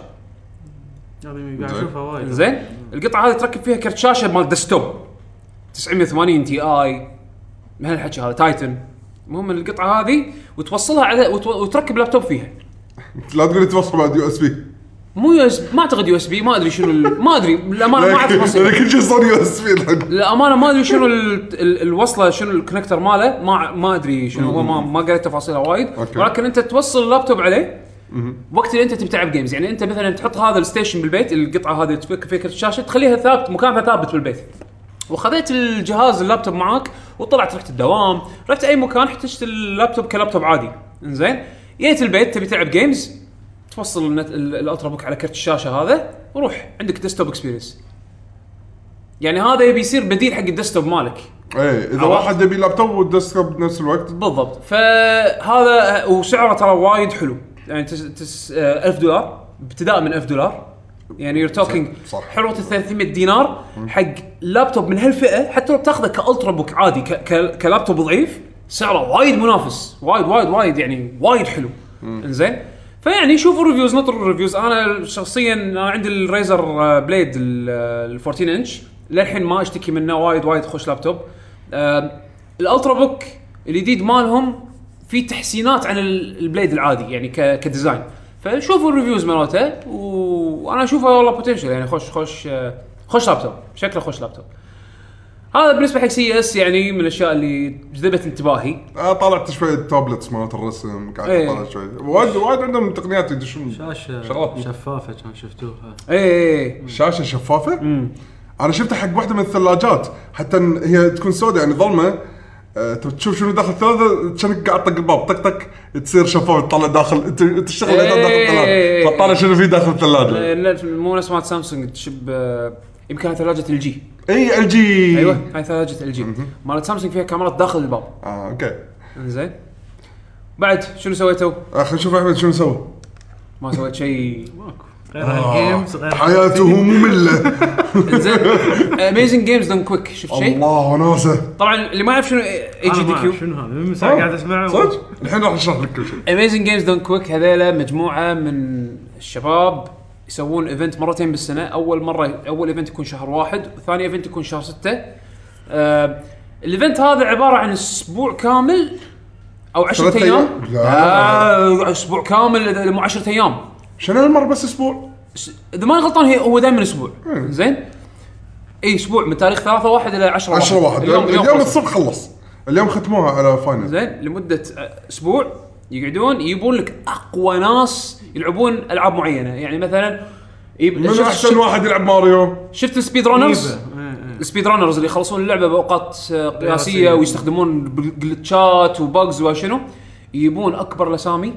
يعني قاعد اشوفها وايد. زين القطعه هذه تركب فيها كرت شاشه مال ديسكتوب تسعمية وثمانين تي اي من هالحكي هذا تايتن. المهم القطعه هذه وتوصلها على وتركب لابتوب فيها. لا تقول توصل بعد يو اس بي مو يو اس ما اعتقد يو اس بي ما ادري شنو ما ادري الامانه ما اعرف تفاصيل كل شيء صار يو اس بي الامانه ما ادري شنو الوصله شنو الكونكتور ماله ما ما ادري شنو هو ما ما قريت تفاصيلها وايد ولكن انت توصل اللابتوب عليه وقت اللي انت تبي تلعب جيمز. يعني انت مثلا تحط هذا الستيشن بالبيت القطعه هذه تفك فيها كرت الشاشه تخليها ثابت مكانها ثابت بالبيت وخذيت الجهاز اللابتوب معاك وطلعت رحت الدوام رحت اي مكان احتجت اللابتوب كلابتوب عادي. انزين جيت البيت تبي تلعب جيمز توصل الالترا بوك على كرت الشاشه هذا وروح عندك ديسكتوب اكسبيرينس. يعني هذا يبي يصير بديل حق الديسكتوب مالك. ايه اذا واحد يبي لابتوب والديسكتوب بنفس الوقت بالضبط. فهذا وسعره ترى وايد حلو يعني تس, تس ألف دولار ابتداء من ألف دولار يعني يور توكينج حلوه ثلاثمية دينار حق لابتوب من هالفئه حتى لو بتاخذه كالترا بوك عادي كلابتوب ضعيف سعره وايد منافس وايد وايد وايد يعني وايد حلو. انزين فيعني شوفوا ريفيوز نطر الريفيوز. انا شخصيا انا عندي الريزر بليد ال أربعتاشر انش للحين ما اشتكي منه وايد وايد خوش لابتوب. الالترا بوك الجديد مالهم في تحسينات عن البليد العادي يعني كديزاين فشوفوا الريفيوز مالته وانا اشوفه والله بوتنشل يعني خوش خوش خوش لابتوب شكله خوش لابتوب. هذا بالنسبه حق سي اس يعني من الاشياء اللي جذبت انتباهي. اه طلعت شويه تابلتس مالت الرسم قاعد ايه. طلعت شويه وايد وايد عندهم تقنيات يدشون شاشه شفافه كان شفتوها. ايه شاشه شفافه. امم انا شفتها حق واحده من الثلاجات حتى هي تكون سوداء يعني ظلمه أه تشوف شنو داخل الثلاجه كأنك قاعد طق الباب طق طق تصير شفاف تطلع داخل انت تشتغل إيه داخل الثلاجه تطلع شنو في داخل الثلاجه. لا مو نفس مال سامسونج تشب يمكن ثلاجه الجي. اي ال جي ايوه هاي ثلاجه الجي مال سامسونج فيها كاميرات داخل الباب. اه اوكي انزين بعد شنو سويتوا؟ خلينا نشوف احمد شنو سوى. ما سويت شيء غير الجيمز غير حياته ممله. انزين اميزنج جيمز دون كويك شفت شيء؟ الله وناسه. طبعا اللي ما يعرف شنو اي جي دي كيو شنو هذا من ساعه قاعد اسمعه صدق الحين راح اشرح لك كل شيء. اميزنج جيمز دون كويك هذيلا مجموعه من الشباب يسوون ايفنت مرتين بالسنه. اول مره اول ايفنت يكون شهر واحد وثاني ايفنت يكون شهر ستة. آه الايفنت هذا عباره عن اسبوع كامل او عشرة ايام. لا اسبوع كامل مو عشرة ايام. شنو هالمره بس اسبوع اذا ما غلطان هي هو دائما اسبوع. زين اي اسبوع من تاريخ ثلاثة واحد الى عشرة واحد. عشرة واحد اليوم, اليوم الصبح خلص. اليوم ختموها على فاينل. زين لمده اسبوع يقعدون يجيبون لك اقوى ناس يلعبون العاب معينه. يعني مثلا من احسن واحد يلعب ماريو. شفت السبيد رانرز السبيد رانرز اللي يخلصون اللعبه باوقات قياسيه ويستخدمون جلتشات وباجز وشنو يجيبون اكبر الاسامي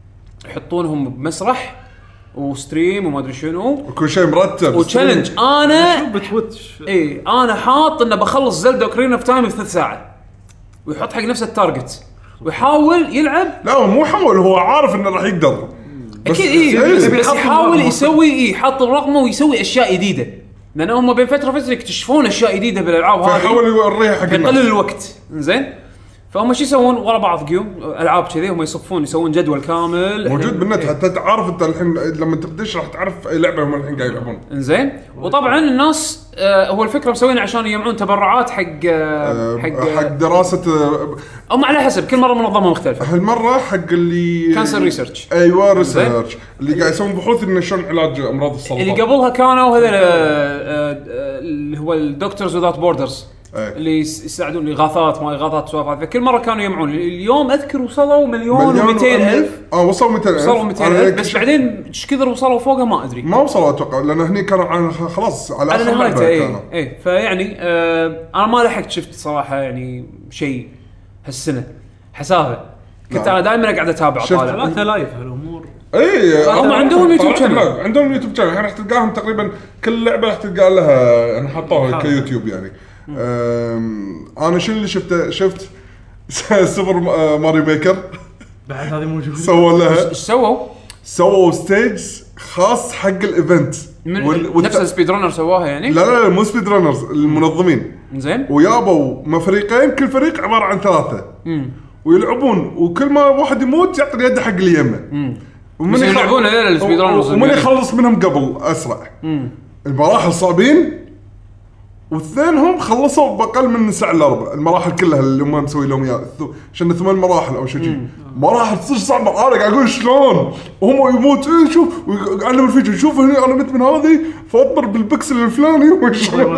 يحطونهم بمسرح وستريم وما ادري شنو وكل شيء مرتب وتشالنج. انا بتويتش اي انا حاط انه بخلص زلدا اوكرين اوف تايم في ثلاث ساعات ويحط حق نفسه التارجت ويحاول يلعب. لا هو مو حاول هو عارف انه راح يقدر اكيد اي بس, بس يحاول يسوي اي يحط رقمه ويسوي اشياء جديده لان هم بين فتره فتره يكتشفون اشياء جديده بالالعاب هذه فيحاول يوريها حق الناس يقلل الوقت. زين فهم شو يسوون ورا بعض جيوم العاب كذي هم يصفون يسوون جدول كامل موجود بالنت حتى تعرف انت الحين لما تبدش راح تعرف اي لعبه هم الحين قاعد يلعبون. زين وطبعا الناس آه هو الفكره مسوينها عشان يجمعون تبرعات حق آه حق حق دراسه آه او على حسب كل مره منظمه مختلفه. هالمره حق اللي كانسر ريسيرش. ايوه ريسيرش اللي قاعد يسوون بحوث انه شلون علاج امراض السرطان. اللي قبلها كانوا هذول اللي هو الدكتورز وذات بوردرز اللي يساعدون اغاثات ما اغاثات سوالف. فكل مره كانوا يجمعون. اليوم اذكر وصلوا مليون ومئتين الف. اه وصلوا مئتين الف وصلوا مئتين الف بس بعدين ايش كثر وصلوا فوقها ما ادري. ما وصلوا اتوقع لان هني كانوا خلاص على اخر نهايته. اي اي فيعني آه انا ما لحقت شفت صراحه يعني شيء هالسنه حسافه. كنت انا دائما قاعد اتابع طالع ثلاثه لايف هالامور. اي هم عندهم يوتيوب شانل عندهم يوتيوب شانل راح تلقاهم تقريبا كل لعبه راح تلقى لها انا حطوها كيوتيوب يعني. انا شو اللي شفته شفت سوبر ماريو ميكر بعد هذه موجوده. سووا لها ايش سووا سووا ستيج خاص حق الايفنت وال... نفس السبيد رانر سواها يعني. لا لا مو سبيد رانرز المنظمين. زين ويابوا مفريقين كل فريق عباره عن ثلاثه امم ويلعبون وكل ما واحد يموت يعطي يده حق اليمه امم ومن يلعبون هذول السبيد رانرز ومن يخلص منهم قبل اسرع. امم المراحل صعبين واثنينهم خلصوا باقل من ساعه الا ربع. المراحل كلها اللي هم مسوي لهم اياها عشان ثمان مراحل او شيء مراحل تصير صعبه. انا قاعد اقول شلون وهم يموت ايه شوف ويعلم الفيديو شوف هنا انا مت من هذه فاضطر بالبكسل الفلاني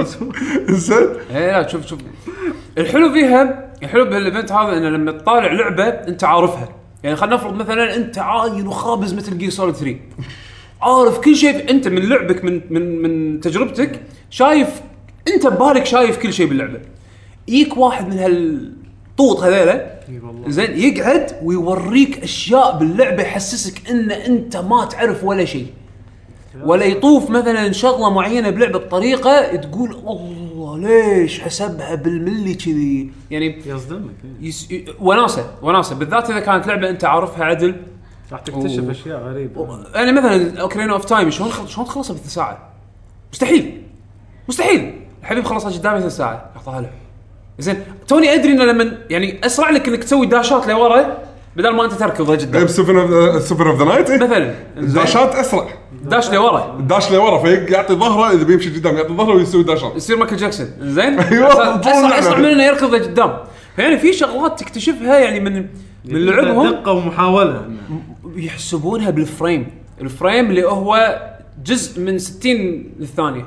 زين. ايه لا شوف شوف الحلو فيها الحلو بالايفنت هذا انه لما تطالع لعبه انت عارفها. يعني خلينا نفرض مثلا انت عاين وخابز مثل جير سوليد ثري عارف كل شيء. انت من لعبك من من من تجربتك شايف انت ببالك شايف كل شيء باللعبه. يجيك واحد من هالطوط هذيله زين يقعد ويوريك اشياء باللعبه يحسسك ان انت ما تعرف ولا شيء ولا يطوف مثلا شغله معينه بلعبه بطريقه تقول الله ليش حسبها بالملي كذي يعني يصدمك. يس... وناسه وناسه بالذات اذا كانت لعبه انت عارفها عدل راح تكتشف و... اشياء غريبه. و... يعني مثلا اوكرين اوف تايم شلون خل... شلون تخلصها بثلاث ساعات مستحيل مستحيل. الحبيب خلصها قدامي ثلاث ساعات اعطاها له. زين توني ادري انه لما يعني اسرع لك انك تسوي داشات لورا بدل ما انت تركض لقدام. سوبر سوبر اوف ذا نايت مثلا داشات اسرع داش لورا داش لورا فيعطي ظهره اذا بيمشي قدام يعطي ظهره ويسوي داشات يصير مايكل جاكسون. زين اسرع اسرع من انه يركض لقدام. فيعني في شغلات تكتشفها يعني من من لعبهم دقه ومحاوله يحسبونها بالفريم. الفريم اللي هو جزء من ستين للثانيه.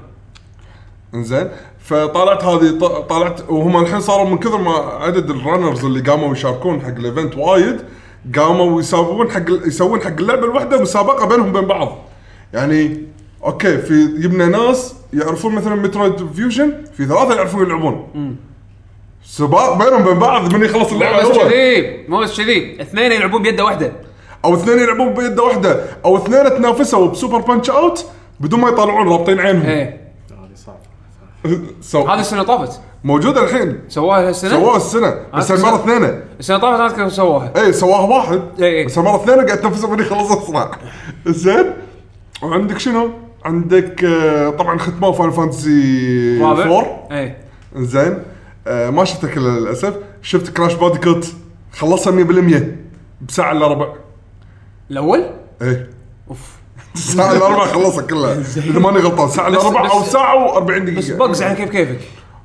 انزين فطلعت هذه طلعت وهم الحين صاروا من كثر ما عدد الرانرز اللي قاموا يشاركون حق الايفنت وايد قاموا يسوون حق يسوون حق اللعبه الواحده مسابقه بينهم بين بعض. يعني اوكي في يبنى ناس يعرفون مثلا مترويد فيوجن في ثلاثه يعرفون يلعبون سباق بينهم وبين بعض من يخلص اللعبه مو بس اول، كذي مو بس كذي اثنين يلعبون بيده واحده او اثنين يلعبون بيده واحده، او اثنين تنافسوا بسوبر بانش اوت بدون ما يطلعون رابطين عينهم. ايه هذه صعبه. سو هذه السنه طافت موجوده الحين، سواها هالسنه سووها السنه بس آه، المره سنة. اثنين. السنه طافت انا كيف سووها اي سواها واحد إي إي. بس المره اثنين قاعد تنافسوا من يخلص اسرع. زين وعندك شنو؟ عندك آه، طبعا ختموا فاينل فانتسي رابع فور. ايه زين آه ما شفته كله للاسف. شفت كراش بادي كوت خلصها مية بالمية بساعه الا ربع. الاول ايه اوف ساعه الا ربع خلصها كلها اذا ماني غلطان، ساعه الا بس- ربع او بس- ساعه و40 دقيقه. بس بقز على كيف كيفك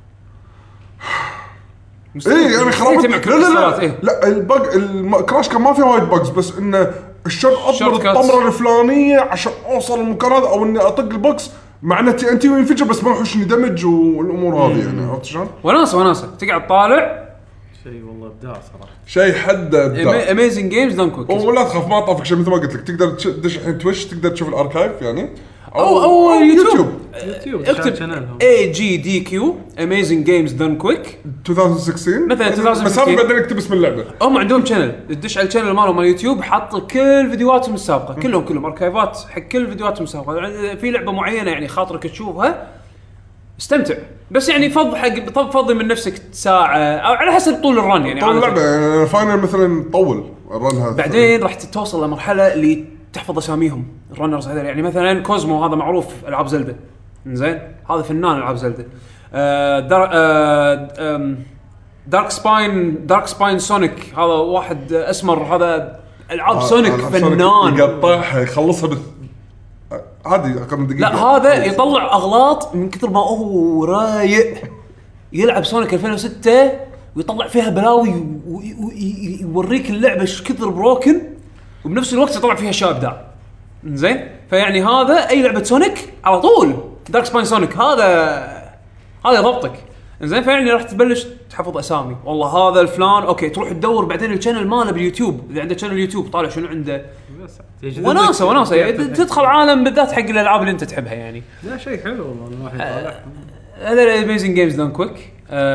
ايه يعني خرابط. تجمع لا كل لا القصات، لا, إيه. لا البق الكراش كان ما فيه وايد بقز، بس انه الشر اطلب Shortcuts. الطمره الفلانيه عشان اوصل المكان هذا، او اني اطق البوكس مع انه تي ان تي وينفجر بس ما يحوشني دمج والامور هذه يعني. عرفت شلون؟ وناسه وناسه تقعد طالع شيء والله ابداع صراحه. شيء حد ابداع. اميزنج جيمز دون كويك ولا تخاف ما طافك شيء مثل ما قلت لك، تقدر تدش الحين تويتش تقدر تشوف الاركايف يعني، او او يوتيوب يوتيوب اكتب شانلهم. اي جي دي كيو اميزنج جيمز دون كويك ألفين وستة عشر مثلاً ألفين وستة عشر. بس هم بعدين اكتب اسم اللعبه. هم عندهم شانل تدش على الشانل مالهم مال يوتيوب حط كل فيديوهاتهم السابقه كلهم كلهم اركايفات حق كل فيديوهاتهم السابقه. في لعبه معينه يعني خاطرك تشوفها استمتع، بس يعني فض حق طب فضي من نفسك ساعه او على حسب طول الرن يعني. طول عادة. اللعبه يعني فاينل مثلا طول الرن هذا. بعدين راح توصل لمرحله اللي تحفظ اساميهم الرنرز هذول. يعني مثلا كوزمو هذا معروف العاب زلده زين، هذا فنان العاب زلده. آه دار آه آم، دارك سباين دارك سباين سونيك هذا واحد اسمر، هذا العاب سونيك فنان يقطعها يخلصها بس عادي اقل من دقيقه. لا هذا يطلع اغلاط من كثر ما هو رايق. يلعب سونيك ألفين وستة ويطلع فيها بلاوي ويوريك اللعبه ايش كثر بروكن، وبنفس الوقت يطلع فيها اشياء ابداع. زين فيعني هذا اي لعبه سونيك على طول دارك سباين سونيك هذا هذا يضبطك. زين فيعني راح تبلش تحفظ اسامي، والله هذا الفلان اوكي، تروح تدور بعدين الشانل ماله باليوتيوب اذا عنده شانل يوتيوب طالع شنو عنده. وناسه وناسه يعني تدخل عالم بالذات حق الالعاب اللي انت تحبها يعني. لا شيء حلو والله الواحد يطالع. هذا الاميزنج جيمز دون كويك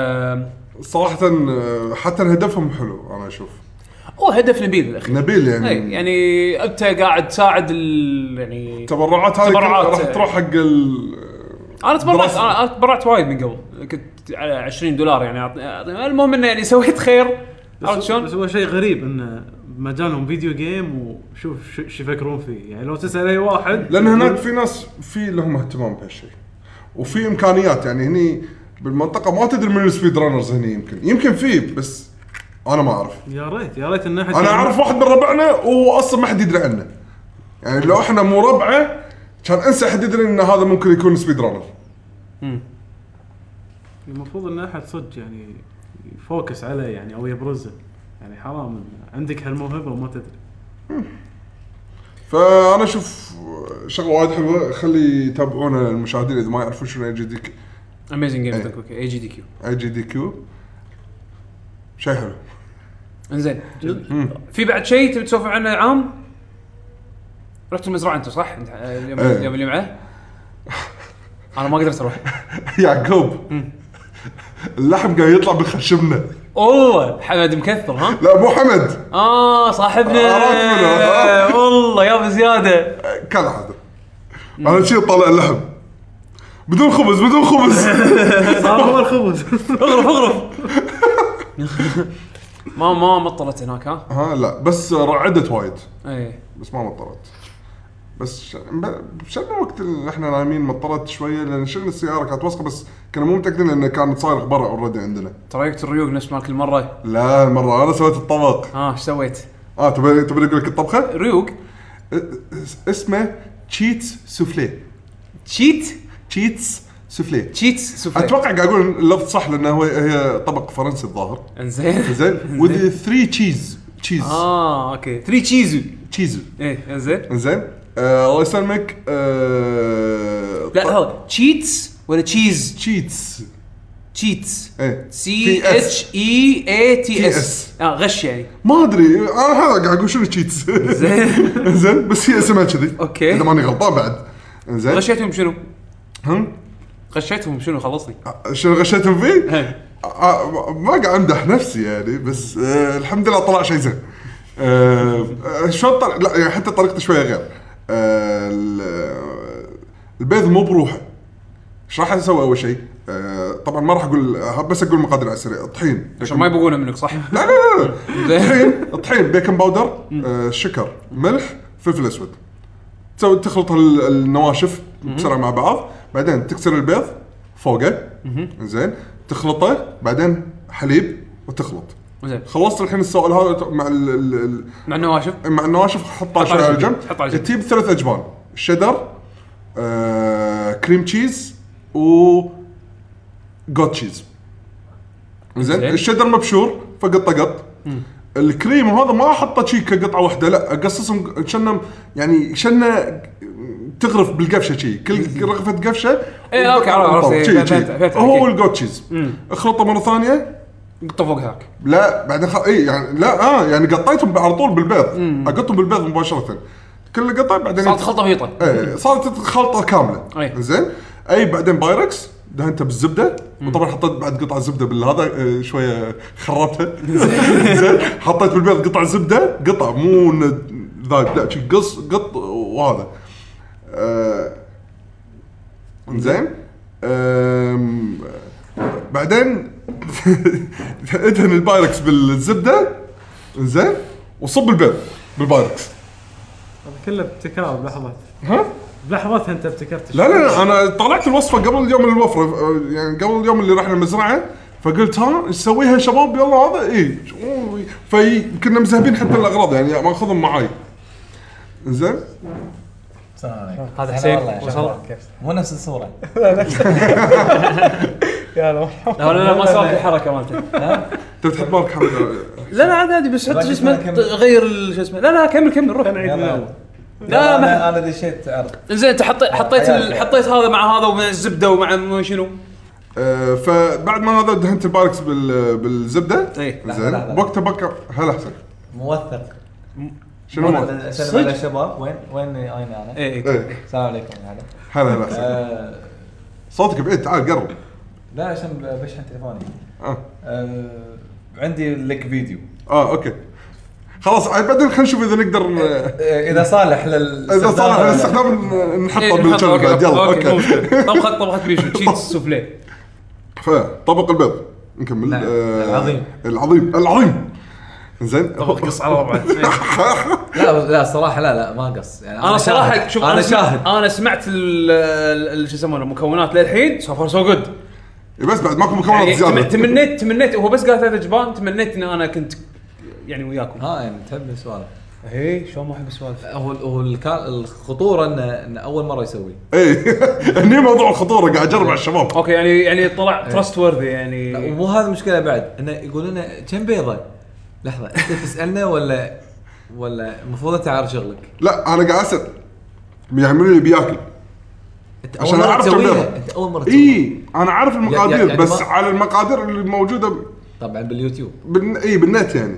صراحه حتى هدفهم حلو انا اشوف. هو هدف نبيل بالاخير نبيل يعني. أي يعني انت قاعد تساعد ال يعني التبرعات هذه تبرعات. راح تروح حق ال انا تبرعت دراسة. انا تبرعت وايد من قبل، كنت على عشرين دولار يعني أعطني- المهم انه يعني سويت خير. عرفت بس, شلون؟ بس هو شيء غريب انه مجالهم فيديو جيم وشوف ايش يفكرون فيه. يعني لو تسال اي واحد لان هناك في ناس في لهم اهتمام بهالشيء وفي امكانيات يعني هني بالمنطقه ما تدري من السبيد رانرز هني يمكن يمكن فيه بس انا ما اعرف. يا ريت يا ريت ان احد انا اعرف واحد من ربعنا وهو اصلا ما حد يدري عنه، يعني لو احنا مو ربعه كان انسى حد يدري ان هذا ممكن يكون سبيد رانر. المفروض ان احد صدق يعني يفوكس عليه يعني او يبرزه. يعني حرام إن عندك هالموهبه وما تدري. فانا اشوف شغله وايد حلوه، خلي يتابعونا المشاهدين اذا ما يعرفون شنو اي جي دي كيو. اميزنج جيمز دون كويك اي جي دي كيو اي جي دي كيو شيء حلو. انزين في بعد شيء تبي تسولف عنه عام؟ رحت المزرعه انت صح؟ انت اليوم ايه. اليوم اللي معه انا ما قدرت اروح. يعقوب اللحم قاعد يطلع بخشمنا. والله حمد مكثر ها؟ لا مو حمد اه صاحبنا عرفت منه. والله يا بزياده كالعاده انا شي طالع اللحم بدون خبز بدون خبز. صار هو الخبز. اغرف اغرف ما ما مطلت هناك ها؟ ها لا بس رعدت وايد اي بس ما مطرت. بس ش... بشأن وقت اللي احنا نايمين مطرت شويه لان شغل السياره كانت واثقه بس كنا مو متاكدين انه كانت صاير برا اوريدي عندنا. طريقة الريوق نفس مال كل مره. لا المره انا سويت الطبق. ها ايش سويت؟ اه تبي تبي اقول لك الطبخه؟ ريوق اسمه تشيتس سوفليه. تشيت تشيتس سوفليه. تشيتس سوفلي. اتوقع قاعد اقول اللفظ صح لانه هو هي طبق فرنسي الظاهر. انزين زين وذ ثري تشيز تشيز اه اوكي ثري تشيزو تشيزو. ايه انزين زين آه الله يسلمك. آه لا هو تشيتس ولا تشيز؟ تشيتس تشيتس ايه سي اتش اي اي تي اس اس. اه غش يعني ما ادري انا هذا قاعد اقول شنو تشيتس. زين زين بس هي اسمها كذي اوكي. اذا ماني غلطان بعد. زين غشيتهم شنو؟ هم غشيتهم شنو خلصني؟ شنو غشيتهم فيه؟ إيه. آه ما قاعد امدح نفسي يعني، بس آه الحمد لله طلع شيء زين. آه شلون طلع؟ لا يعني حتى طريقته شويه غير. آه البيض مو بروحه. ايش راح نسوي اول شيء؟ آه طبعا ما راح اقول، بس اقول مقادير على السريع. طحين عشان ما يبغونه منك صح. لا لا لا طحين طحين بيكنج باودر، آه شكر، ملح، فلفل اسود. تسوي تخلط النواشف بسرعه مع بعض، بعدين تكسر البيض فوقه زين، تخلطه، بعدين حليب وتخلط. زين خلصت الحين السوائل هذا مع ال ال مع النواشف مع النواشف حطها شوي على جنب. حط على جنب. تجيب ثلاث اجبان شيدر، آه، كريم تشيز و جوت تشيز. زين الشيدر مبشور فقطه قط. الكريم وهذا ما احطه شيء كقطعه واحده، لا اقصصهم شنه يعني شنه تغرف بالقفشه شيء، كل رغفه قفشه. اي اوكي عرفت. هو الجوت تشيز اخلطه مره ثانيه قطه فوق هاك. لا بعدين خ... اي يعني لا اه يعني قطيتهم على طول بالبيض، اقطهم بالبيض مباشره كل قطعه، بعدين صارت خلطه بيضه. اي صارت خلطه كامله. زين اي بعدين بايركس دهنته بالزبده، وطبعا حطيت بعد قطعه زبده بالهذا آه شويه خربتها. زين حطيت بالبيض قطع زبده، قطع مو ذايب لا شي قص قط وهذا آه زين. بعدين ادهن البايركس بالزبده زين، وصب البيض بالبايركس. هذا كله ابتكار بلحظات. ها بلحظات انت ابتكرت. لا لا انا طلعت الوصفه قبل اليوم الوفره، يعني قبل اليوم اللي رحنا المزرعه، فقلت ها نسويها شباب يلا هذا ايه. في كنا مذهبين حتى الاغراض يعني ما اخذهم معاي. زين هذا حسين وصل مو نفس الصوره. يا لا لا لا ما صار الحركه مالته. انت تحط مارك حمد؟ لا لا عادي بس حط شو اسمه غير شو اسمه. لا لا كمل كمل روح نعيد من الاول. لا انا انا دشيت عرض. زين انت حطيت حطيت حطيت هذا مع هذا ومع الزبده ومع شنو. آه فبعد ما هذا دهنت الباركس بال بالزبده. زين وقتها بكر هلا حسن موثق. شنو موثق؟ سلام على الشباب. وين وين اين انا؟ اي السلام عليكم هذا. هلا هلا صوتك بعيد تعال قرب. لا عشان بشحن تليفوني. اه, آه عندي لك فيديو. اه اوكي خلاص بعدين خلينا نشوف اذا نقدر اذا صالح لل اذا صالح للاستخدام نحطه بالشغل بعد. يلا اوكي طبخه طبخه بيشو تشيز سوفلي. فطبق البيض نكمل. آه العظيم العظيم العظيم زين طبق قص على ربعه. لا لا صراحه لا لا ما قص يعني. انا صراحه شوف انا شاهد. انا سمعت ال شو يسمونه المكونات للحين سو فار سو جود. بس بعد ماكو مكونات يعني زياده. تمنيت تمنيت هو بس قال ثلاث جبان، تمنيت ان انا كنت يعني وياكم. ها يعني تحب السوالف. اي شو ما احب السوالف. هو هو الخطوره انه إن اول مره يسوي. اي هني موضوع الخطوره قاعد اجرب على الشباب. اوكي يعني يعني طلع تراست وورثي يعني. ومو هذا المشكله بعد انه يقول لنا كم بيضه. لحظه انت تسالنا ولا ولا المفروض انت عارف شغلك؟ لا انا قاعد اسال يعملوا لي بياكل عشان اعرف كم بيضه. انت اول مره اي انا عارف المقادير يعني بس ما... على المقادير اللي موجوده ب... طبعا باليوتيوب بال... اي بالنت يعني.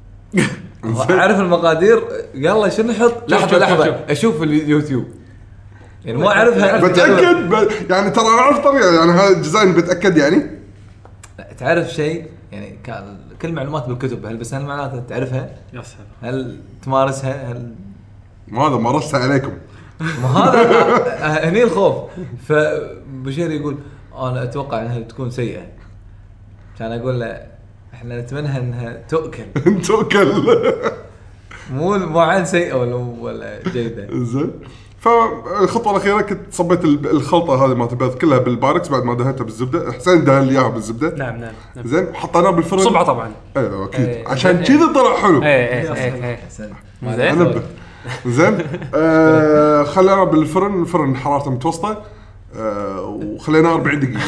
اعرف المقادير يلا شنو نحط. لحظه لحظه اشوف اليوتيوب يعني ما اعرفها. بتاكد ب... يعني ترى انا اعرف طريقه يعني هذا الديزاين بتاكد يعني. لا تعرف شيء يعني كل معلومات بالكتب هل بس هل معناتها تعرفها؟ يسهل. هل تمارسها؟ هل ما هذا مارسها عليكم. ما هذا هني الخوف. فبشير يقول انا اتوقع انها تكون سيئه كان اقول له احنا نتمنى انها تؤكل. تؤكل مو مو عن سيئه ولا ولا جيده. زين فالخطوه الاخيره كنت صبيت الخلطه هذه مالت البيض كلها بالباركس بعد ما دهنتها بالزبده. حسين دهن لي اياها بالزبده. نعم نعم, نعم. زين حطيناه بالفرن صبعه طبعا. ايوه اكيد ايه عشان كذا طلع حلو. ايه ايه ايه زين زين آه خلينا بالفرن. الفرن حرارته متوسطه آه وخليناه أربعين دقيقه.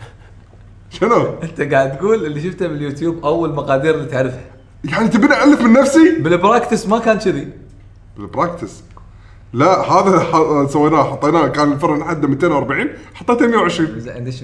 شنو انت قاعد تقول اللي شفته باليوتيوب او المقادير اللي تعرفها يعني تبيني الف من نفسي؟ بالبراكتس ما كان كذي. بالبراكتس لا هذا سويناه حطيناه كان الفرن حده مئتين وأربعين حطيته مئة وعشرين. زين دش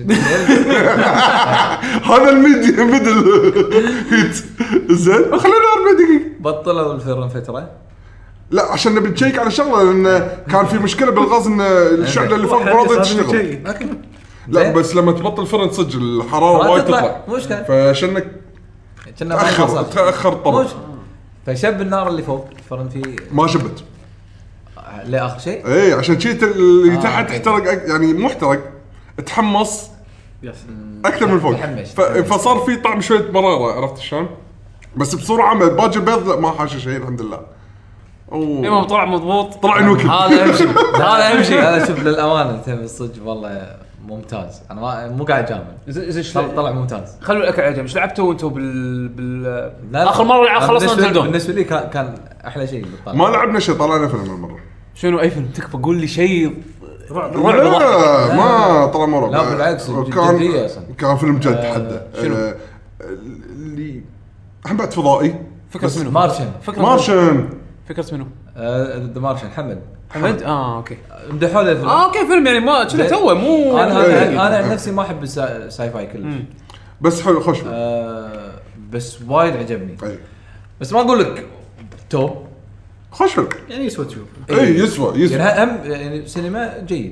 هذا الميدي ميدل هيت. زين خلينا أربع دقائق. بطلوا الفرن فتره لا عشان نبي نشيك على شغله لان كان في مشكله بالغاز ان الشعله اللي فوق ما راضيه تشتغل. لا زين. بس لما تبطل الفرن صدق الحراره حرارة وايد تطلع. تطلع مو مشكلة. فشنك كنا ما تاخر يوصل. تاخر مو طبخ مشكلة. فشب النار اللي فوق الفرن فيه ما شبت. لاخر شيء. اي عشان شيء اللي آه، تحت أوكي. احترق أك- يعني مو احترق تحمص يس اكثر من فوق تحمش. ف- فصار في طعم شويه مراره عرفت شلون؟ بس بصوره عامه باقي البيض لا ما حاشي شيء الحمد لله. المهم اوه طلع مضبوط طلع انوكل هذا اهم شيء هذا اهم شيء انا شوف للامانه انت بالصدق والله ممتاز. انا ما مو قاعد اجامل. زين طلع, طلع ممتاز. خلوا الاكل عجب. ايش لعبتوا انتم بال بال لا لا. اخر مره خلصنا بالنسبة- زلدون؟ بالنسبه لي كان, كان احلى شيء بالطاقة. ما لعبنا شيء طلعنا فيلم المره. شنو اي فيلم تكفى قول لي شيء رعب رعب ضحك. لا ما طلع مو رعب. لا، بالعكس، جد- كان جدية أصلاً. كان فيلم جد حده شنو؟ آه، اللي حبات فضائي فكرة منو؟ مارشن. فكرة مارشن فكرة منو؟ ذا مارشن حمد حمد اه اوكي مدحوا له الفيلم. اه اوكي فيلم يعني ما كذا توه مو انا إيه. انا انا عن نفسي ما احب السا- الساي فاي كلش. بس حلو خوش فيلم. آه، بس وايد عجبني. اي بس ما اقول لك توب. خوش فيلم يعني يسوى تشوف. اي يسوى يعني يسوى هم يعني سينما جيد.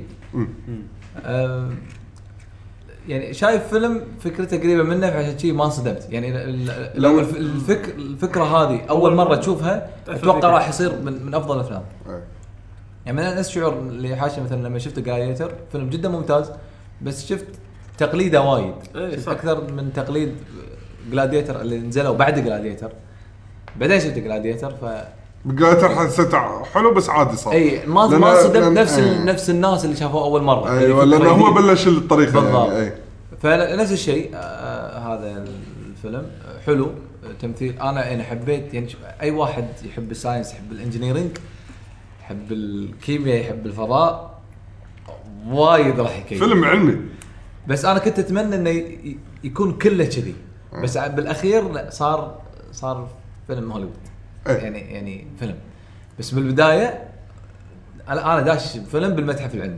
آه، يعني شايف فيلم فكرته قريبه منه فعشان شيء ما انصدمت. يعني ال- ال- لو الف- الفكر الفكره هذه اول مره تشوفها اتوقع راح يصير من, من افضل الافلام. إيه. يعني من نفس الشعور اللي حاشا مثلا لما شفت جلاديتر فيلم جدا ممتاز بس شفت تقليده وايد. إيه، شفت صح. اكثر من تقليد جلاديتر اللي نزلوا بعد جلاديتر. بعدين شفت جلاديتر ف جلاديتر حسيته حلو بس عادي صار. اي ما لأن- ما صدمت لأن- نفس إيه. ال... نفس الناس اللي شافوه اول مره. اللي ايوه في لانه هو التريلر. بلش الطريقه بالضبط. يعني اي فنفس الشيء آه هذا الفيلم حلو تمثيل. انا انا حبيت يعني شوف، اي واحد يحب الساينس يحب الانجينيرينج يحب الكيمياء يحب الفضاء وايد راح يكيف. فيلم علمي. بس انا كنت اتمنى انه ي- يكون كله كذي بس بالاخير لا صار صار فيلم هوليوود. إيه. يعني يعني فيلم بس بالبدايه انا انا داش فيلم بالمتحف العلمي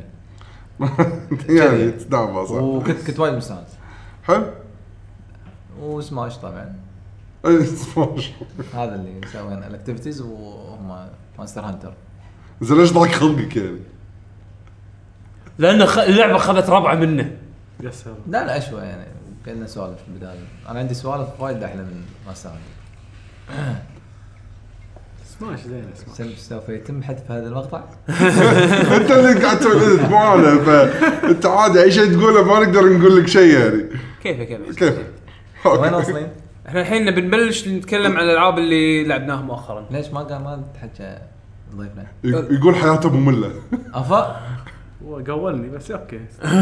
يعني تدعم صح. وكنت كنت وايد مستانس. حلو وسماش طبعا اي سماش. هذا اللي يسوون الاكتيفيتيز وهم ماستر هانتر. زين ليش ضاق خلقك يعني؟ لان خ... اللعبه اخذت ربعه منه. يس هذا. لا لا اشوى يعني كنا سوالف في البدايه. انا عندي سوالف وايد احلى من ماستر هانتر. سماش زين سماش. سم- سوف يتم حذف هذا المقطع. انت اللي قاعد تسوي إذن مو انا فانت عادي اي شيء تقوله ما نقدر نقول لك شيء يعني. كيف كيف كيف؟ وين واصلين؟ احنا الحين نبي نبلش نتكلم عن الالعاب اللي لعبناها مؤخرا. ليش ما قال ما تحكي ضيفنا؟ يقول حياته ممله. افا هو قولني بس اوكي.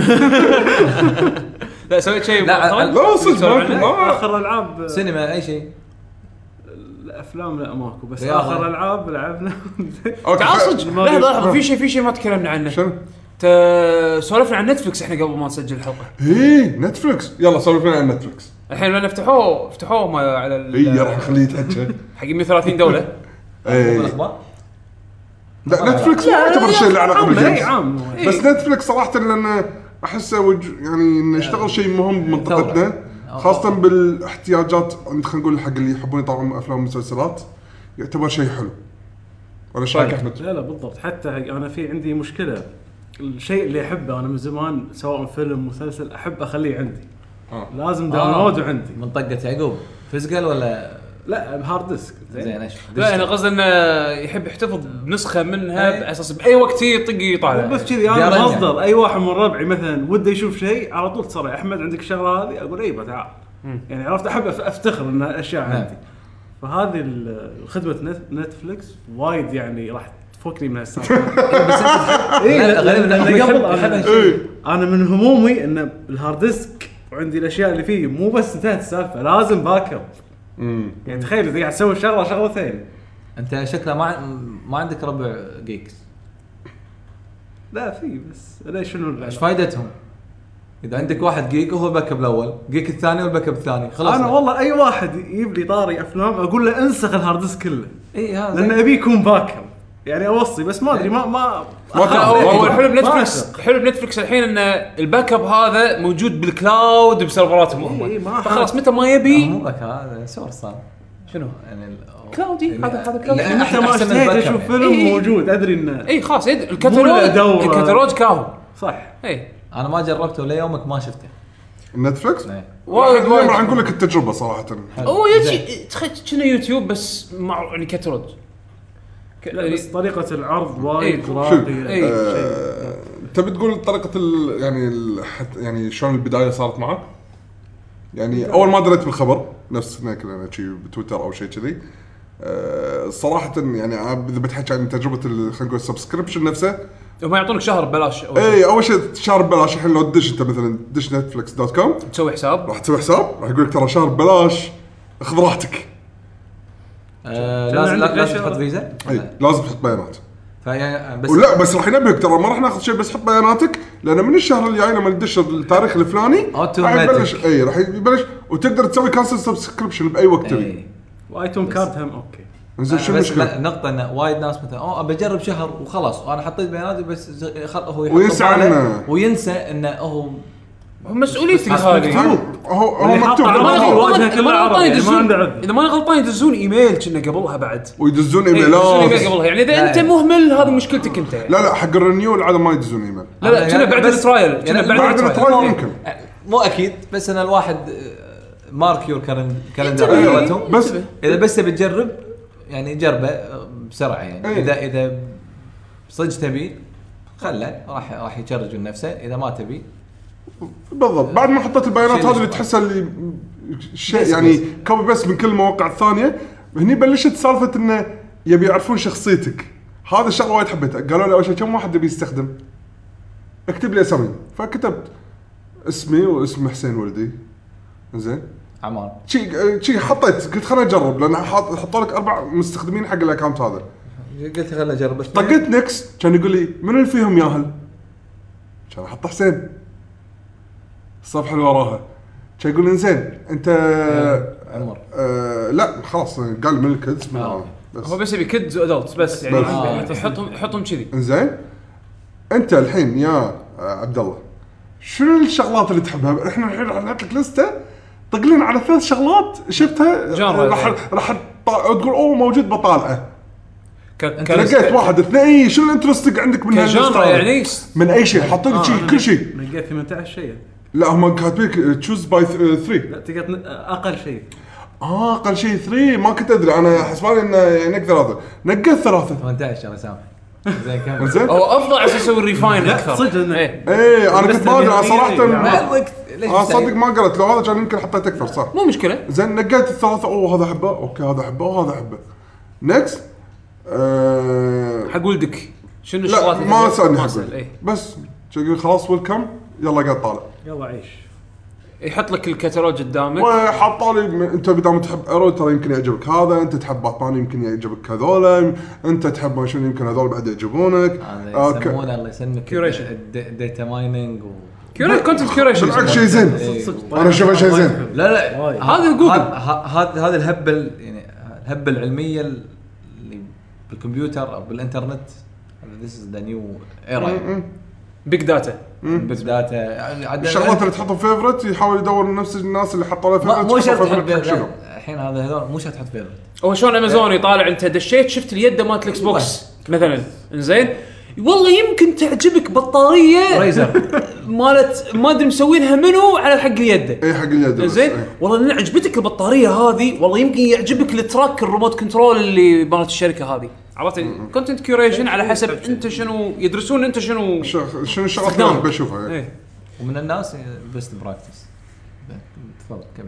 لا سويت شيء لا، مؤخراً؟ لا صدق سوي ما عنه؟ ما اخر العاب سينما اي شيء. الافلام لا ماكو بس رياضة. اخر العاب لعبنا. أوكي، تعال ف- صدق لحظه لحظه في شيء في شيء ما تكلمنا عنه. شنو؟ ت- سولفنا عن نتفلكس احنا قبل ما نسجل الحلقه. ايه نتفلكس يلا سولفنا عن نتفلكس. الحين لان فتحوه فتحوه ما على ال- اي راح نخليه يتحكى. حق مية وثلاثين دوله. اي الاخبار لا نتفلكس ما يعتبر شيء له علاقه عام اي بالجيمز عام. بس نتفلكس صراحه لانه احسه وج... يعني انه يشتغل شيء مهم بمنطقتنا خاصه بالاحتياجات عند خلينا نقول حق اللي يحبون يطالعون افلام ومسلسلات يعتبر شيء حلو. ولا ايش رايك احمد؟ لا لا بالضبط. حتى انا في عندي مشكله الشيء اللي احبه انا من زمان سواء فيلم مسلسل احب اخليه عندي. آه. لازم داونلود آه. عندي. من طقه يعقوب فيزيكال ولا لا بهارد ديسك زين ايش؟ لا انا قصدي انه يحب يحتفظ بنسخه منها أي. على اساس باي وقت يطق يطالع. بس كذي انا ديارين مصدر اي واحد من ربعي مثلا وده يشوف شيء على طول تصري احمد عندك الشغله هذه اقول ايوه تعال. يعني عرفت احب أف- افتخر ان اشياء نعم. عندي. فهذه ال- الخدمه نت- نتفليكس وايد يعني راح تفكني من هالسالفه. بس انت إيه، غالبا لأن انه قبل يحب أنا- يحب ايه هالشيء. انا من همومي ان الهارد ديسك وعندي الاشياء اللي فيه مو بس انتهت السالفه لازم باك اب. امم يعني تخيل اذا قاعد تسوي شغله شغله ثانيه. انت شكله ما ما عندك ربع جيكس. لا في بس ليش شنو ايش فائدتهم؟ اذا عندك واحد جيك وهو الباك اب الاول جيك الثاني والباك اب الثاني خلاص. انا والله اي واحد يجيب لي طاري افلام اقول له انسخ الهارد ديسك كله اي هذا لان ابي يكون باك اب. يعني اوصي بس ما ادري ما ما ما لا هو تعرف. هو الحلو ما بنتفلكس أعرف. حلو بنتفلكس الحين ان الباك اب هذا موجود بالكلاود بسيرفراتهم إيه، هم. ما فخلاص متى ما يبي مو باك هذا سورس صار شنو يعني ال- كلاودي يعني هذا هذا كلاودي. لا، متى أحسن- ما أحسن اشتهيت الباك اشوف اب. فيلم إيه. موجود ادري انه اي خلاص يد- مو له الكتالوج دورة. الكتالوج كاهو صح. اي انا ما جربته ليومك ما شفته. نتفلكس إيه. وايد اليوم وايد راح نقول لك التجربه صراحه. هو يجي تخيل كنا يوتيوب بس مع يعني كترج لا بس طريقه العرض وايد إيه. راقيه. إيه. آه، تبي تقول طريقه ال... يعني ال... حت- يعني شلون البدايه صارت معك؟ يعني اول ما دريت بالخبر نفس هناك انا شيء بتويتر او شيء كذي. أه صراحه يعني اذا بتحكي عن تجربه ال- خلينا نقول السبسكريبشن نفسه. وما يعطونك شهر ببلاش أول شيء. اي اول شيء شهر ببلاش. الحين لو تدش انت مثلا تدش نتفلكس دوت كوم تسوي حساب راح تسوي حساب راح يقول لك ترى شهر ببلاش خذ راحتك. آه كان لازم عندك لازم ليش- تحط فيزا. اي لازم تحط بيانات. فيعني بس ولا بس راح ينبهك ترى ما راح ناخذ شيء بس حط بياناتك لان من الشهر الجاي لما تدش التاريخ الفلاني راح Automatic. يبلش اي راح يبلش وتقدر تسوي كانسل سبسكريبشن باي وقت تبي. إيه. وايتون كارد هم اوكي. زين شو بس المشكله؟ النقطة ان وايد ناس مثلا اوه بجرب شهر وخلاص وانا حطيت بياناتي بس زي- خل هو يحط وينسى بباله عنه. وينسى انه هو مسؤوليتك بس هذه. هو هو واللي مكتوب حاطه على بالمقال. الواجهة غلطان- كلها إذا ما عربي، غلطان يعني ما يدزون- عنده عذر. اذا ما غلطان يدزون ايميل كنا قبلها بعد. ويدزون إيه، يدزون ايميل ايميلات. قبلها يعني اذا لا، انت يعني. مهمل هذه مشكلتك انت يعني. لا لا حق الرينيو العاده ما يدزون ايميل. لا لا أنا كنا يعني بعد بس- الترايل يعني كنا بعد بعد الترايل الترايل ممكن. مو اكيد بس ان الواحد مارك يور كالندر انتبه. مالتهم بس اذا بس تبي تجرب يعني جربه بسرعه يعني إيه. اذا اذا صدق تبي خله راح راح يشرج من نفسه اذا ما تبي بالضبط بعد ما حطيت البيانات شيء هذه اللي بس. تحسها اللي شيء بس يعني بس. كوبي بس من كل المواقع الثانيه. هني بلشت سالفه انه يبي يعرفون شخصيتك. هذا الشغله وايد حبيتها. قالوا لي اول شيء كم واحد يبي يستخدم اكتب لي اسامي فكتبت اسمي واسم حسين ولدي زين عمان شي شي حطيت قلت خليني اجرب لان حاط حطوا لك اربع مستخدمين حق الاكونت هذا. قلت خلنا نجرب بس طقيت نكست كان يقول لي من اللي فيهم ياهل كان احط حسين الصفحه اللي وراها كان يقول لي زين انت عمر آه لا خلاص قال من الكيدز من آه. بس هو بس يبي كيدز وادلتس بس يعني بس. آه. آه. يحطهم يحطهم كذي. انزين انت الحين يا آه، عبد الله شنو الشغلات اللي تحبها؟ احنا الحين راح نحط لك لسته طق لنا على ثلاث شغلات شفتها جنرال. راح راح تط- تقول اوه موجود بطالعه. ك- أنت ك- لقيت واحد اثنين شنو الانترستنج عندك من كجانرا هاللستة هذه؟ يعني من اي شيء حاطين لك شيء كل شيء. لقيت ثمانية عشر شيء. لا هم كاتبين تشوز باي ثلاثة. لا تقدر اقل شيء. اه اقل شيء ثلاثة ما كنت ادري انا حسباني انه يعني اكثر هذا نقيت ثلاثه. ثمانية عشر انا سامح زين كمل زين هو افضل على اساس يسوي الريفاين اكثر. صدق إنه- إيه. ايه انا كنت ما ادري أنا صراحه مع ما- الوقت ليش اه صدق مستعجل؟ ما قرأت لو هذا كان يمكن حطيت اكثر صح. مو مشكله. زين نقيت الثلاثه اوه هذا احبه اوكي هذا احبه وهذا احبه. نكست أه حق ولدك شنو لا الشغلات اللي ما تحبها؟ سالني ما حق سأل، إيه. بس يقول خلاص ويلكم يلا قاعد طالع يلا عيش. يحط لك الكتالوج قدامك. وحط لي م- انت بدام تحب ايرو ترى يمكن يعجبك هذا انت تحب باتمان يمكن يعجبك هذول انت تحب ما شنو يمكن هذول بعد يعجبونك. هذا أوكي. يسمونه الله يسلمك Curation. داتا مايننج و كيوريت كونتنت كيوريشن. بالعكس شيء زين إيه. انا اشوفه شيء زين. لا لا وايد. هذا جوجل. هذا هذا الهبه ال- يعني الهبه العلميه اللي بالكمبيوتر او بالانترنت this is the new era بيج داتا. بس داتا عاد الشغلات اللي تحطهم فيفرت يحاول يدور نفس الناس اللي حطوا له ما- فيفرت مو شرط يحطوا تحط فيفرت حق شنو. الحين هذا هذول مو شرط تحط فيفرت هو شلون امازون يطالع انت دشيت شفت اليد مالت الاكس بوكس مثلا انزين والله يمكن تعجبك بطاريه ريزر مالت ما ادري مسوينها منو على حق اليد اي حق اليد بس، زين إيه. والله ان عجبتك البطاريه هذه والله يمكن يعجبك التراك الريموت كنترول اللي مالت الشركه هذه عرفت كونتنت كيوريشن على حسب انت شنو يدرسون انت شنو شغ- شنو الشغلات اللي استخدامك. أحب اشوفها إيه. ايه ومن الناس بيست براكتس تفضل كمل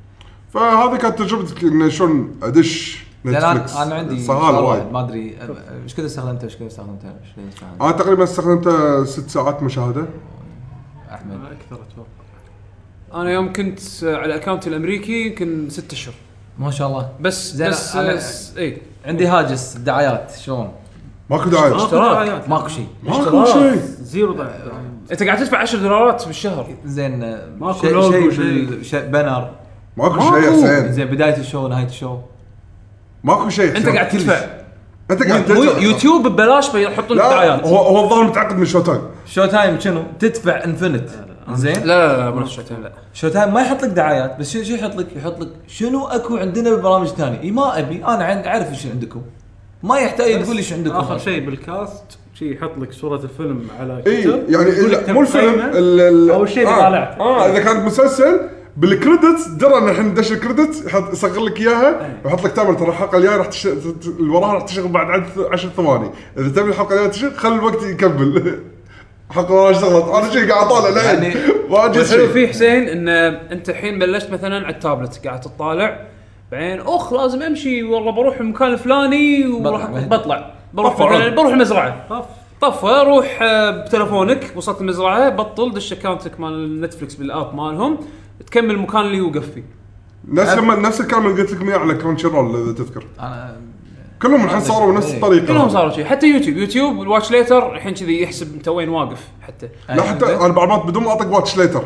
فهذه كانت تجربتك ان شلون ادش زين نتفلكس. انا أنا عندي صغار سؤال وايد. واحد ما ادري ايش كذا استخدمته ايش كذا استخدمته ايش كذا استخدمته انا تقريبا استخدمته ست ساعات مشاهده. احمد اكثر اتوقع. انا يوم كنت على الاكونت الامريكي يمكن ستة اشهر ما شاء الله بس زين، بس أنا- آه، اي عندي هاجس الدعايات شلون ماكو داعي اشتراك. ماكو شيء ماكو شيء. زيرو ضعف. انت قاعد تدفع عشر دولارات بالشهر زين ماكو شيء لوجو، شيء شيء. بالش- بانر ماكو شيء يا حسين. زين بدايه الشو نهايه الشو ماكو شيء انت قاعد تدفع انت قاعد مو تدفع. يوتيوب ببلاش بيحطون لك لا دعايات. هو هو الظاهر متعقد من شو تايم. شو تايم شنو تدفع انفنت زين لا لا لا مو نفس الشيء، لا شو تايم ما يحط لك دعايات بس شو شو يحط لك يحط لك شنو اكو عندنا بالبرامج ثانيه اي ما ابي انا عند اعرف ايش عندكم ما يحتاج تقول لي ايش عندكم اخر شيء بالكاست شيء يحط لك صوره الفيلم على اي كتب يعني يقول لك لا مو الفيلم تقييمه ال- ال- أو الشيء اللي آه طالعته. اه اذا كان مسلسل بالكريدتس درى ان الحين دش الكريدتس يحط يصغر لك اياها ويحط لك تامر ترى الحلقه الجايه راح تش... اللي وراها راح تشتغل بعد عد عشر ثواني، اذا تبي الحلقه الجايه تشتغل خلي الوقت يكمل. حلقه وراها اشتغلت انا شيء قاعد اطالع لا يعني يعني واجد الحلو شيء فيه حسين ان انت الحين بلشت مثلا على التابلت قاعد تطالع بعدين اخ لازم امشي والله بروح المكان الفلاني وراح بطلع. بطلع بروح طفى مثلا عاد. بروح المزرعه طف طفى روح آه، بتلفونك وصلت المزرعه بطل دش اكونتك مال نتفلكس بالاب مالهم تكمل المكان اللي يوقف فيه. نفس لما نفس الكلام اللي قلت لكم اياه على كرانشي رول اذا تذكر انا كلهم الحين صاروا نفس إيه. الطريقه. كلهم صاروا شيء حتى يوتيوب يوتيوب الواتش ليتر الحين كذي يحسب انت وين واقف حتى. لا حتى انا بعض المرات بدون ما اطق واتش ليتر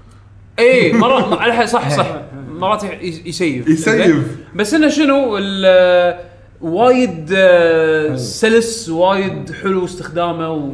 اي مرات على حق صح صح مرات يس- يسيف يسيف. بس انه شنو ال- وايد آه، سلس وايد حلو استخدامه و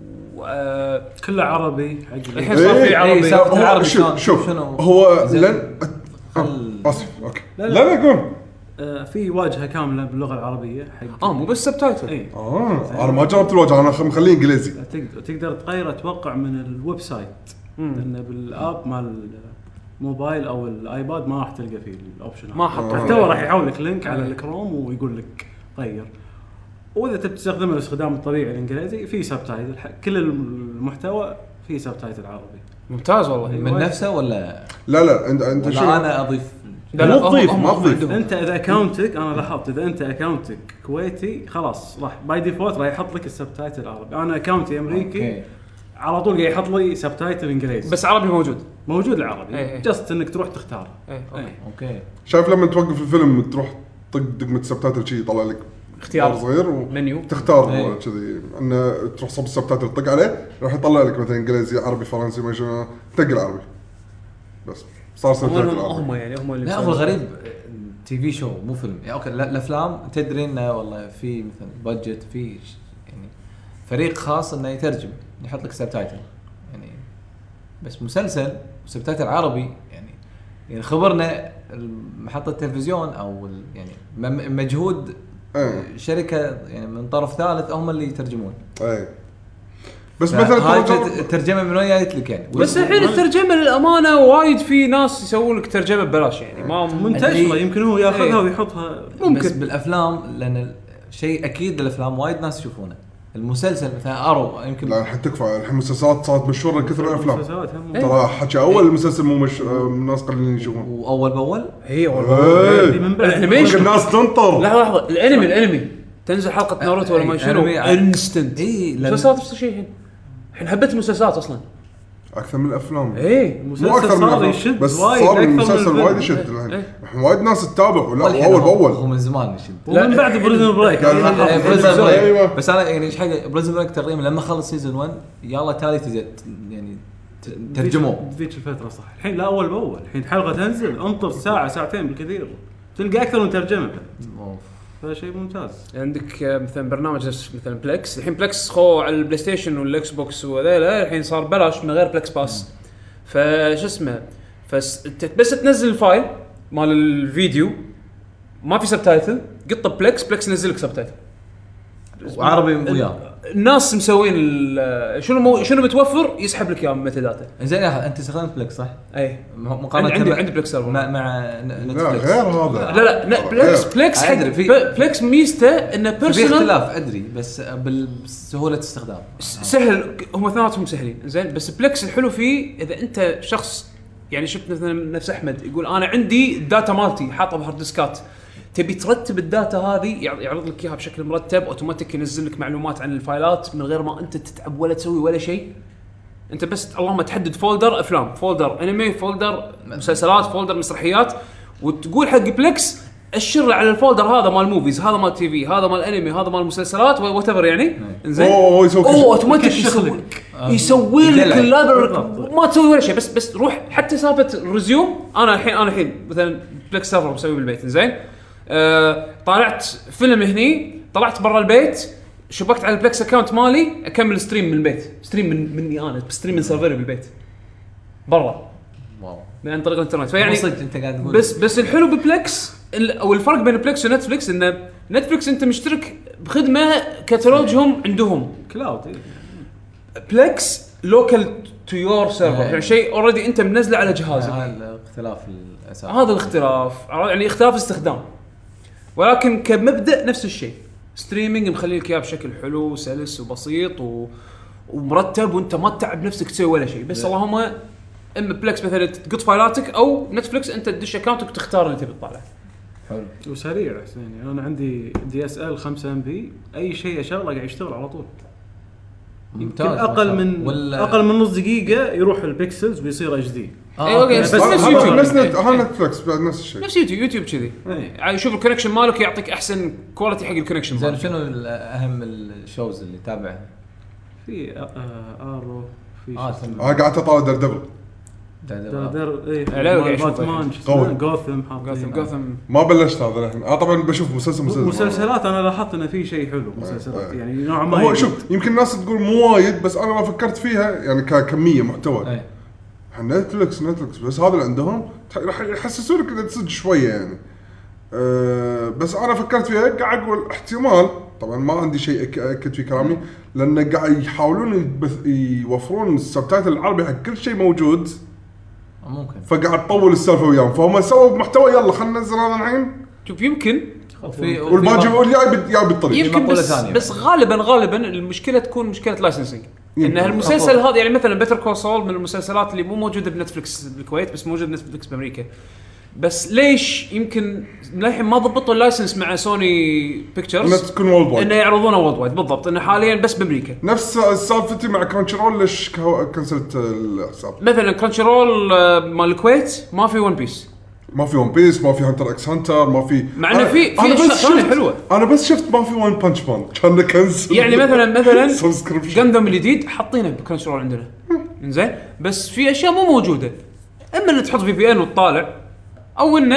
آه، كله عربي حق الحين صار في إيه، عربي صار- هو العربي شوف كان- شوف شنو؟ هو زين. لن خل- آه، اسف اوكي لا، لا لا. لا قول آه في واجهه كامله باللغه العربيه حق اه مو بس سبتايتل اي اه انا ما جربت الواجهه انا خ- مخليه انجليزي. تقدر تقدر تغير اتوقع من الويب سايت لان بالاب مال الموبايل او الايباد ما راح تلقى فيه الاوبشن ما حطوا حتى هو راح يحول لك لينك على الكروم ويقول لك غير. واذا تبي تستخدمه الاستخدام الطبيعي الانجليزي في سبتايتل كل المحتوى في سبتايتل عربي ممتاز والله. من نفسه ولا لا لا انت انت شو ولا انا اضيف لا لا مو تضيف، هم- ما هم تضيف. عندهم. انت اذا اكونتك انا لاحظت اذا انت اكونتك كويتي خلاص راح باي ديفولت راح يحط لك السبتايتل عربي. انا اكونتي امريكي أوكي. على طول قاعد يحط لي سبتايتل انجليزي بس عربي موجود. موجود العربي إيه. جست انك تروح تختار. ايه اوكي اوكي شايف لما توقف الفيلم تروح طق دقمه سبتايتل شيء يطلع لك اختيار. بار صغير منيو. وتختار إيه. كذي انه تروح صوب السبتايتل تطق عليه راح يطلع لك مثلا انجليزي عربي فرنسي ما شنو تقل عربي بس صار هم سبتايتل هم عربي. يعني هم اللي لا هو مسوين. الغريب تي في شو مو فيلم يعني اوكي لا- الافلام تدري انه والله في مثلا بادجت في ش- يعني فريق خاص انه يترجم يحط لك سبتايتل يعني بس مسلسل سبتايتل عربي يعني يعني خبرنا محطة التلفزيون او ال- يعني م- مجهود إيه. شركة يعني من طرف ثالث هم اللي يترجمون اي بس هاي مثلا ترى الت- الترجمة من وين جايت لك يعني بس الحين الترجمه للامانه وايد في ناس يسوون لك ترجمه ببلاش يعني ما منتشره أدري. يمكن هو ياخذها إيه. ويحطها. ممكن. بس بالافلام لان شيء اكيد الافلام وايد ناس يشوفونه المسلسل مثلا ارو يمكن لا الحين تكفى الحين مسلسلات صارت مشهوره كثر الافلام مسلسلات هم ترى حكى اول المسلسل مو مش آه، الناس قليلين يشوفون واول باول هي والله إيه. من بعد الانيميشن الناس تنطر لحظه لحظه الانمي الانمي تنزل حلقه ناروتو ولا ما إيه، شنو أنمي. انستنت. إيه، لأن- مسلسلات نفس الشيء الحين الحين هبت المسلسلات اصلا. اكثر من الافلام ايه مو المسلسل اكثر من صار الافلام يشد بس وايد صار أكثر من المسلسل الفيلم. وايد يشد الحين إيه. الحين وايد ناس تتابع ولا والحين اول هو- باول هو من زمان يشد ومن بعد بريزن بريك لا، لا، إيه، لا. بريزن بريك. أيوة. بس انا يعني ايش حاجه بريزن بريك تقريبا لما خلص سيزون واحد يلا تالي تزت يعني ت- ترجموه ذيك الفتره صح. الحين لا اول باول الحين حلقه تنزل انطر ساعه ساعتين بالكثير تلقى اكثر من ترجمه. أوف. فشيء ممتاز. عندك آه، مثلا برنامج نفس مثلا بلكس الحين بلكس خو على البلاي ستيشن والاكس بوكس وهذا الحين صار بلاش من غير بلكس باس. فش اسمه فس ت- بس تنزل الفايل مال الفيديو ما في سبتايتل قطه بلكس بلكس ينزل لك سبتايتل وعربي وياه الناس مسوين ال- شنو مو شنو متوفر يسحب لك اياه من ميتا داتا. زين يا انت استخدمت بلك صح؟ اي م- مقارنه عندي مع- عندي بلكس سيرفر. مع مع ن- لا نتفلكس غير هذا لا لا لا بلكس غير. بلكس حق أدري، في- ب- بلكس ميزته انه في بيرسونال اختلاف ادري بس بسهوله استخدام سهل هم اثنيناتهم سهلين زين بس بلكس الحلو فيه اذا انت شخص يعني شفت مثلا نفس احمد يقول انا عندي الداتا مالتي حاطه بهارد ديسكات تبي ترتب الداتا هذه يع- يعرض لك اياها بشكل مرتب اوتوماتيك ينزل لك معلومات عن الفايلات من غير ما انت تتعب ولا تسوي ولا شيء. انت بس اللهم تحدد فولدر افلام فولدر انمي فولدر مسلسلات فولدر مسرحيات وتقول حق بلكس اشر على الفولدر هذا مال موفيز هذا مال تي في هذا مال انمي هذا مال مسلسلات وات ايفر يعني انزين اوه يسوي كل اوه شيء. اوتوماتيك يكشخ يسوي لك. يسوي لك يدلعك. اللابر ما تسوي ولا شيء بس بس روح حتى سالفه الريزيوم انا الحين انا الحين مثلا بلكس سيرفر مسوي بالبيت زين آه طالعت فيلم هني طلعت برا البيت شبكت على البلكس اكاونت مالي اكمل ستريم من البيت ستريم من مني انا ستريم من سيرفري بالبيت برا واو من عن طريق الانترنت فيعني يعني صدق انت قاعد تقول بس بس الحلو ببلكس ال- او الفرق بين بلكس ونتفلكس ان نتفلكس انت مشترك بخدمه كتالوجهم عندهم كلاود إيه. بلكس لوكال تو يور سيرفر، يعني شيء اوريدي انت منزله على جهازك. هذا الاختلاف الاساسي، هذا الاختلاف يعني اختلاف استخدام، ولكن كمبدا نفس الشيء. ستريمينج مخلي لك اياه بشكل حلو وسلس وبسيط و... ومرتب، وانت ما تتعب نفسك تسوي ولا شيء، بس اللهم اما بلكس مثلا تقط فايلاتك، او نتفلكس انت تدش اكونتك وتختار اللي تبي تطالع. حلو وسريع يعني. انا عندي دي اس ال خمسة ام بي، اي شيء اشغله قاعد يشتغل على طول. يمكن اقل من ولا... اقل من نص دقيقه يروح البكسلز ويصير اتش دي. اه اوكي، بس نفس يوتيوب، نفس نتفلكس نفس الشيء، نفس يوتيوب يوتيوب كذي. يعني شوف الكونكشن مالك يعطيك احسن كواليتي حق الكونكشن مالك. مالك. شنو اهم الشوز اللي تابعها؟ في ارو، في اه اه قاعد اطالع دير دبل دردر ايه باتمان جوثم جوثم جوثم ما بلشت هذا الحين. اه طبعا بشوف مسلسل مسلسل مسلسلات. انا لاحظت انه في شيء حلو مسلسلات يعني نوعا ما. هو شوف يمكن الناس تقول مو وايد، بس انا ما فكرت فيها يعني ككميه محتوى. نتفلكس نتفلكس بس هذا اللي عندهم راح يحسسونك انك تصج شويه يعني. أه بس انا فكرت فيها قاعد اقول احتمال، طبعا ما عندي شيء اكد في كلامي، لان قاعد يحاولون يوفرون السبتايتل العربي حق كل شيء موجود ممكن، فقاعد تطول السالفه وياهم، فهم سووا محتوى يلا خلينا ننزل هذا الحين. شوف يمكن في والباقي يقول جاي جاي بالطريق يمكن، بس, بس غالبا غالبا المشكله تكون مشكله لايسنسنج. ان هالمسلسل هذا يعني مثلا بيتر كول سول من المسلسلات اللي مو موجوده بنتفلكس بالكويت، بس موجود بنتفلكس بامريكا. بس ليش يمكن للحين ما ضبطوا اللايسنس مع سوني بيكتشرز انه تكون وورلد وايد، انه يعرضونه وورلد وايد؟ بالضبط، انه حاليا بس بامريكا. نفس سالفتي مع كرانشي رول. ليش كنسلت الحساب؟ مثلا كرانشي رول مال الكويت ما في ون بيس، ما في ون بيس، ما في هانتر اكس هانتر، ما في، مع انه في في اشياء حلوه. انا بس شفت ما في ون بانش مان كان كنسل. يعني مثلا مثلا جاندم الجديد حاطينه بكرانشي رول عندنا انزين، بس في اشياء مو موجوده. اما اللي تحط في بي ان وتطالع، او انه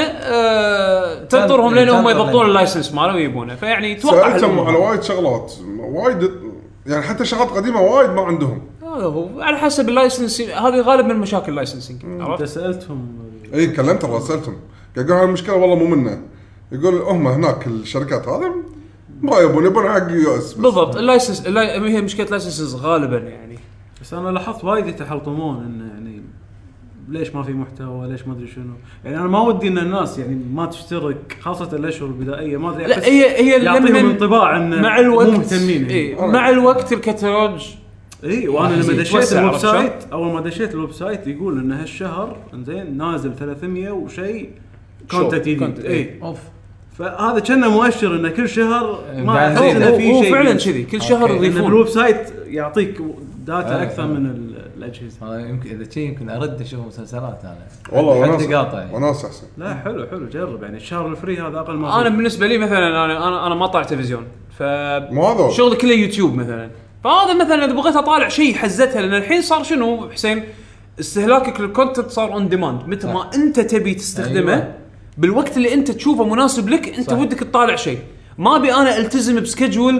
آه تنطرهم لين هم يضبطون اللايسنس ماله ويبونه. فيعني توقع سألتهم على وايد شغلات وايد، يعني حتى شغلات قديمه وايد ما عندهم. هذا هو على حسب اللايسنس. هذه غالب من مشاكل اللايسنسنج. انت سالتهم؟ اي كلمت راسلتهم قاعد يقول المشكله والله مو منه. يقول هم هناك الشركات هذا ما يبون يبون حق يو اس. بالضبط، اللايسنس هي مشكله لايسنسز غالبا يعني. بس انا لاحظت وايد يتحلطمون انه يعني ليش ما في محتوى، ليش ما ادري شنو. يعني انا ما ودي ان الناس يعني ما تشترك، خاصه الاشهر البدائيه ما ادري. لا هي هي يعطيهم انطباع ان مع الوقت مو مهتمين. إيه مع الوقت الكتالوج. اي وانا لما دشيت الويب سايت، اول ما دشيت الويب سايت يقول ان هالشهر انزين نازل ثلاثمية وشيء كونتنت جديد. اي اوف، فهذا كنا مؤشر ان كل شهر ما حسنا في شيء. فعلا كذي كل شهر يضيفون. الويب سايت يعطيك داتا آه اكثر آه. من الاجهزه. هذا يمكن اذا شيء يمكن ارد اشوف مسلسلات انا والله وناس قاطع يعني. وناس احسن. لا حلو حلو جرب يعني الشهر الفري هذا اقل ما انا بالنسبه لي مثلا انا انا, أنا ما طالع تلفزيون، ف هذا شغلي كله يوتيوب مثلا. فهذا مثلا اذا بغيت اطالع شيء حزتها، لان الحين صار شنو حسين استهلاكك للكونتنت صار اون ديماند، متى ما انت تبي تستخدمه أيوة. بالوقت اللي انت تشوفه مناسب لك انت صح. ودك تطالع شيء، ما ابي انا التزم بسكجول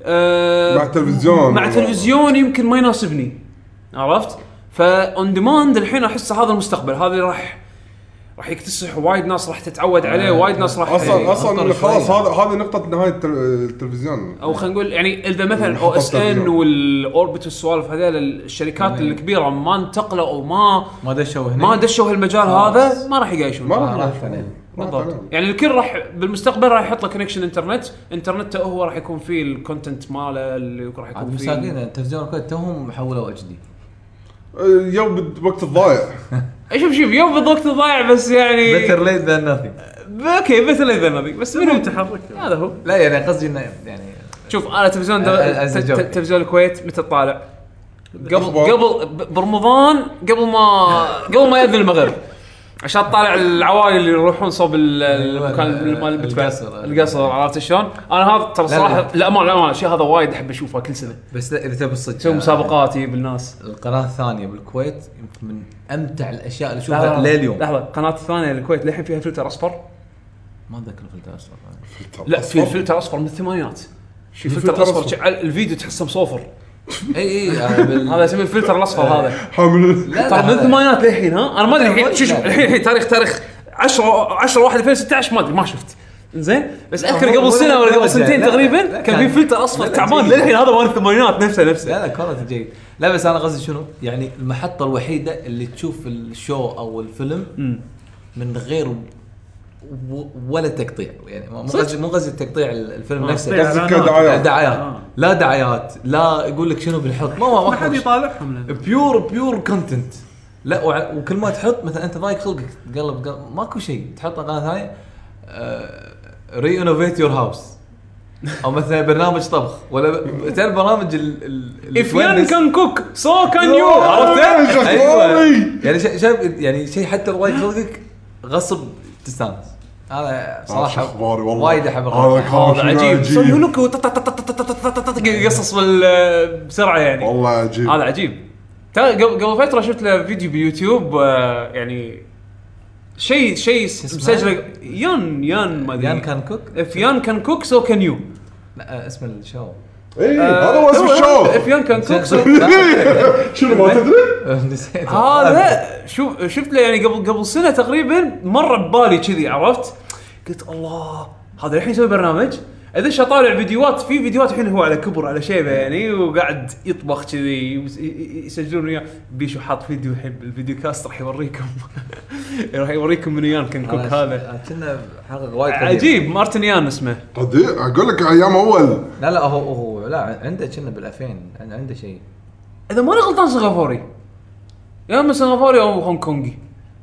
آه مع التلفزيون مع التلفزيون يمكن ما يناسبني، عرفت؟ فاون ديماند الحين احس هذا المستقبل، هذا راح راح يكتسح وايد ناس راح تتعود عليه، وايد ناس راح اصلا اصلا خلاص هذا هذه نقطه نهايه التلفزيون. او خلينا نقول يعني اذا مثلا او اس ان والاوربت والسوالف هذول الشركات الكبيره ما انتقلوا او ما ما دشوا هنا ما دشوا هالمجال هذا ما راح يعيشون. ما راح بالضبط، يعني الكل راح بالمستقبل راح يحط له كونكشن انترنت، انترنت هو راح يكون فيه الكونتنت ماله اللي راح يكون فيه. مساكين التلفزيون كله توهم حولوا اتش دي يوم بالوقت الضايع. شوف شوف يوم بالوقت الضايع، بس يعني better late than nothing. اوكي better late than nothing، بس منو متحرك هذا هو. لا يعني قصدي انه يعني شوف انا تلفزيون تلفزيون الكويت متى طالع؟ قبل قبل برمضان، قبل ما قبل ما يأذن المغرب، عشان طالع العوائل اللي يروحون صوب المكان مال القصر القصر عرفت شلون؟ انا هذا ترى صراحه لا ما لا الشيء هذا وايد احب اشوفه كل سنه. بس اذا تبي الصدق سوي مسابقاتي بالناس. القناه الثانيه بالكويت يمكن من امتع الاشياء اللي اشوفها لليوم. لحظه، القناه الثانيه بالكويت للحين فيها فلتر اصفر؟ ما اتذكر فلتر اصفر. لا في فلتر اصفر من الثمانينات. شوف فلتر اصفر الفيديو تحسه مصوفر. اي اي هذا اسمه الفلتر الاصفر هذا حامل ترى من الثمانينات للحين. ها انا ما ادري الحين شوف شوف الحين تاريخ تاريخ عشرة عشرة واحد ألفين وستة عشر ما ادري ما شفت زين بس اذكر قبل سنه ولا قبل سنتين تقريبا كان في فلتر اصفر تعبان للحين هذا مال الثمانينات نفسه نفسه. لا لا كواليتي جيد. لا بس انا قصدي شنو يعني المحطه الوحيده اللي تشوف الشو او الفيلم من غير ولا تقطيع يعني مو قصدي مو قصدي تقطيع الفيلم آه نفسه دعايات دعايات آه. لا دعايات لا يقول لك شنو بنحط ما ما ما حد يطالعهم بيور بيور كونتنت. لا وع- وكل ما تحط مثلا انت ضايق خلقك تقلب قلب ماكو شيء تحط قناه ثانيه ري انوفيت يور هاوس او مثلا برنامج طبخ ولا ب- تعرف برامج ال ال If Yan can cook so can you عرفت؟ أيوة. يعني شيء شيء يعني شيء حتى ضايق خلقك غصب تستانس. هذا صراحه اخباري والله وايد احب هذا هذا عجيب عجيب يسوي لك يقصص بال- بسرعه يعني والله عجيب. هذا عجيب. تا- قبل قبل فتره شفت له فيديو بيوتيوب آه، يعني شيء شيء مسجله يان يان ما ادري يان كان كوك If Yan can cook so can you. لا اسم الشو اي هذا هو اسم الشو. If Yan can cook so شنو ما تدري نسيت هذا شوف شفت له يعني قبل قبل سنه تقريبا مر ببالي كذي عرفت قلت الله هذا الحين يسوي برنامج اذا طالع فيديوهات في فيديوهات الحين هو على كبر على شيبه يعني وقاعد يطبخ كذي يسجلون وياه بيشو حاط فيديو الحين الفيديو كاست راح يوريكم راح يوريكم من يان كان كوك هذا كنا حلقه وايد عجيب مارتن يان اسمه قديم اقول لك ايام اول. لا لا هو هو لا عنده كنا بالألفين عنده شيء اذا ماني غلطان سنغافوري يا اما سنغافوري او هونغ كونغي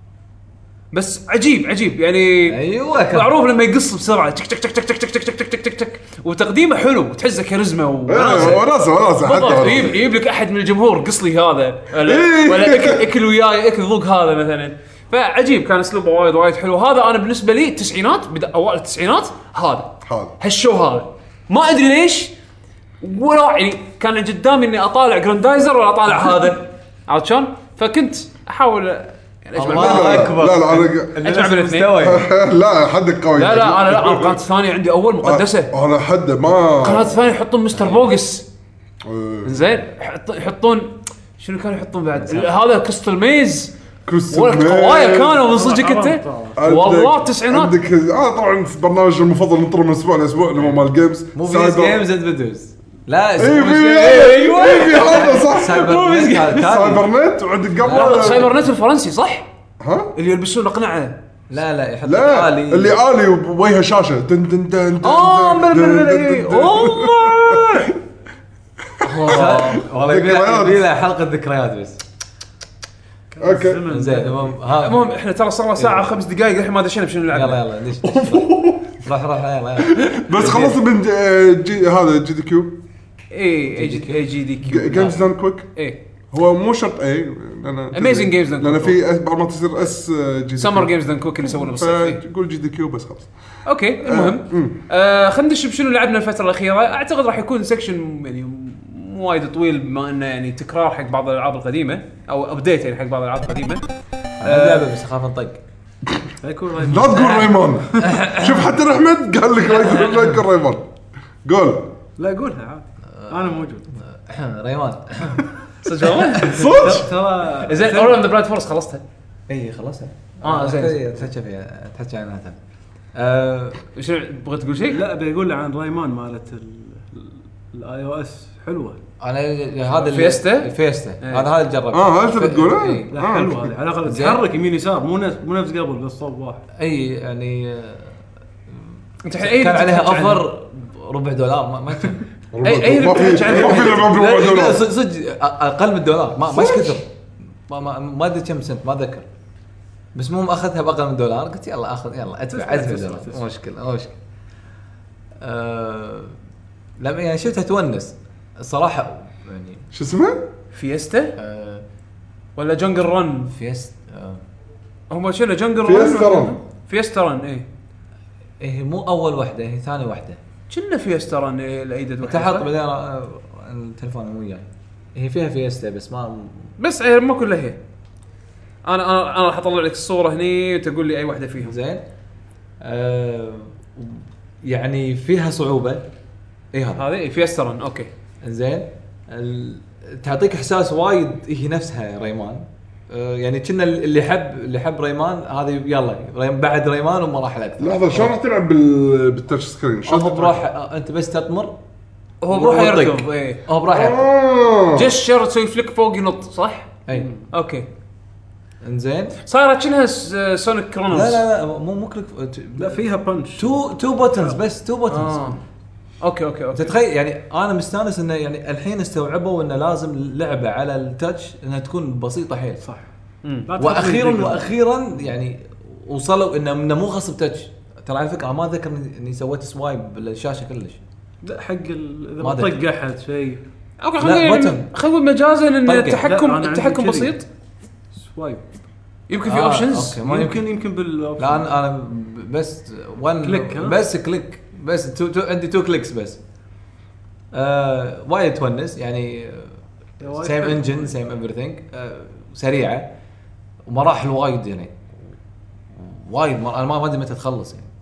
بس عجيب عجيب يعني ايوه معروف لما يقص بسرعه تك تك تك تك تك تك تك تك تك تك وتقديمه حلو تحسه كاريزما وناسه وناسه بالضبط حتى يجيب يجيب لك احد من الجمهور قص لي هذا ولا, إيه. ولا اكل اكل وياي اكل ذوق هذا مثلا فعجيب كان اسلوبه وايد وايد حلو. هذا انا بالنسبه لي التسعينات بدا اوائل التسعينات هذا هذا هالشو هذا ما ادري ليش ولا يعني كان قدامي اني اطالع جراندايزر ولا اطالع هذا عرفت شلون فكنت احاول يعني اجمع الله أكبر. لا لا انا اجمع بين الاثنين لا حدك قوي. لا لا انا لا انا قناه ثانيه عندي اول مقدسه انا حد ما قناه ثانيه يحطون مستر بوغس إيه. زين يحطون شنو كانوا يحطون بعد هذا كريستال ميز كريستال ولك ميز. قوايا كانوا من صدق انت والله التسعينات عندك اه طبعا البرنامج المفضل ننطره من اسبوع لاسبوع اللي هو مال جيمز موفيز جيمز اند فيديوز لا اي أيوة. في هذا صح سايبر سايبر نت وعندك قبل سايبر نت الفرنسي صح ها اللي يلبسون اقنعه لا لا يحط لا آلي. اللي آلي ووجهه شاشه دن دن دن اه والله والله يبي له حلقه ذكريات بس اوكي زين المهم ها المهم احنا ترى صار ساعه خمس دقائق الحين ما دشينا بشنو نلعب يلا يلا ليش راح راح يلا بس خلصت من جي هذا جي دي كيو اي اي جي اي جي دي كيو جيمز دان كويك اي هو مو شرط اي لان Amazing Games Done لان Quick. في بعد ما تصير اس جي سمر جيمز دان كوك اللي يسوونه بالصيف تقول جي دي كيو بس خلاص اوكي المهم آه خلينا ندش بشنو لعبنا الفتره الاخيره. اعتقد راح يكون سكشن يعني مو وايد طويل بما انه يعني تكرار حق بعض الالعاب القديمه او ابديت يعني حق بعض الالعاب القديمه. اللعبه بس اخاف انطق لا تقول ريمان شوف حتى احمد قال لك لا تقول ريمان قول لا قولها عاد انا موجود ريمان صدق والله صدق ترى زين اورلاند ذا برايد فورس خلصتها اي خلصها اه زين تحكي فيها تحكي عنها أه شنو بغيت تقول شيء؟ لا بيقول لي عن ريمان مالت الاي او اس حلوه انا هذا فيستا؟ فيستا ايه. هذا هذا جربته اه انت بتقوله اي لا حلوه هذه على الاقل تتحرك يمين يسار مو نفس مو نفس قبل بس صوب واحد اي يعني انت الحين كان عليها اوفر ربع دولار ما ما كان اي اي ما في ما في لعبه بربع دولار صدق صدق اقل من الدولار ما ما كثر ما ما ما ادري كم سنت ما اتذكر بس مو اخذها باقل من دولار قلت يلا اخذ يلا ادفع ادفع دولار مو مشكله مو مشكله أه لما يعني شفتها تونس الصراحه يعني شو اسمه فيستا أه ولا جنجل رن فيست أه هم شنو جنجل فيستا رن. فيستا رن اي هي مو اول واحده هي ثاني واحده كنا فيستا رن الايدد تحط بعدين آه، التليفون مو وياي هي فيها فيستا بس ما بس غير ما كلها هي انا انا انا راح اطلع لك الصوره هني وتقول لي اي واحده فيهم زين أه يعني فيها صعوبه اي هذا هذه فيستا رن اوكي زين ال... تعطيك احساس وايد هي نفسها ريمان آه يعني كنا اللي يحب اللي يحب ريمان هذا يلا ريم بعد ريمان ومراحل اكثر. لحظه شلون راح تلعب بال بالتاتش سكرين؟ هو بروح انت بس تطمر هو بروح يركض اي هو بروح يركض آه. جشر تسوي فليك فوق ينط صح؟ اي اوكي انزين. صايره كأنها سونيك كرونوس. لا لا لا مو مو كليك لا فيها بنش تو تو بوتنز بس تو بوتنز. آه. اوكي اوكي اوكي تتخيل يعني انا مستانس انه يعني الحين استوعبوا انه لازم اللعبه على التاتش انها تكون بسيطه حيل صح. واخيرا واخيرا يعني وصلوا انه إنه مو غصب تاتش. ترى على فكره ما ذكر اني سويت سوايب بالشاشه كلش. لا حق اذا طق احد شيء اوكي خلينا نخوي مجازا ان التحكم التحكم بسيط سوايب يمكن في اوبشنز آه يمكن يمكن بال لا انا انا بس وان كليك بس كليك بس تو تو عندي تو كليكس بس. آه وايد تونس يعني سيم انجن سيم ايفريثينج سريعه ومراحل وايد يعني وايد مر... انا ما ادري متى تخلص يعني.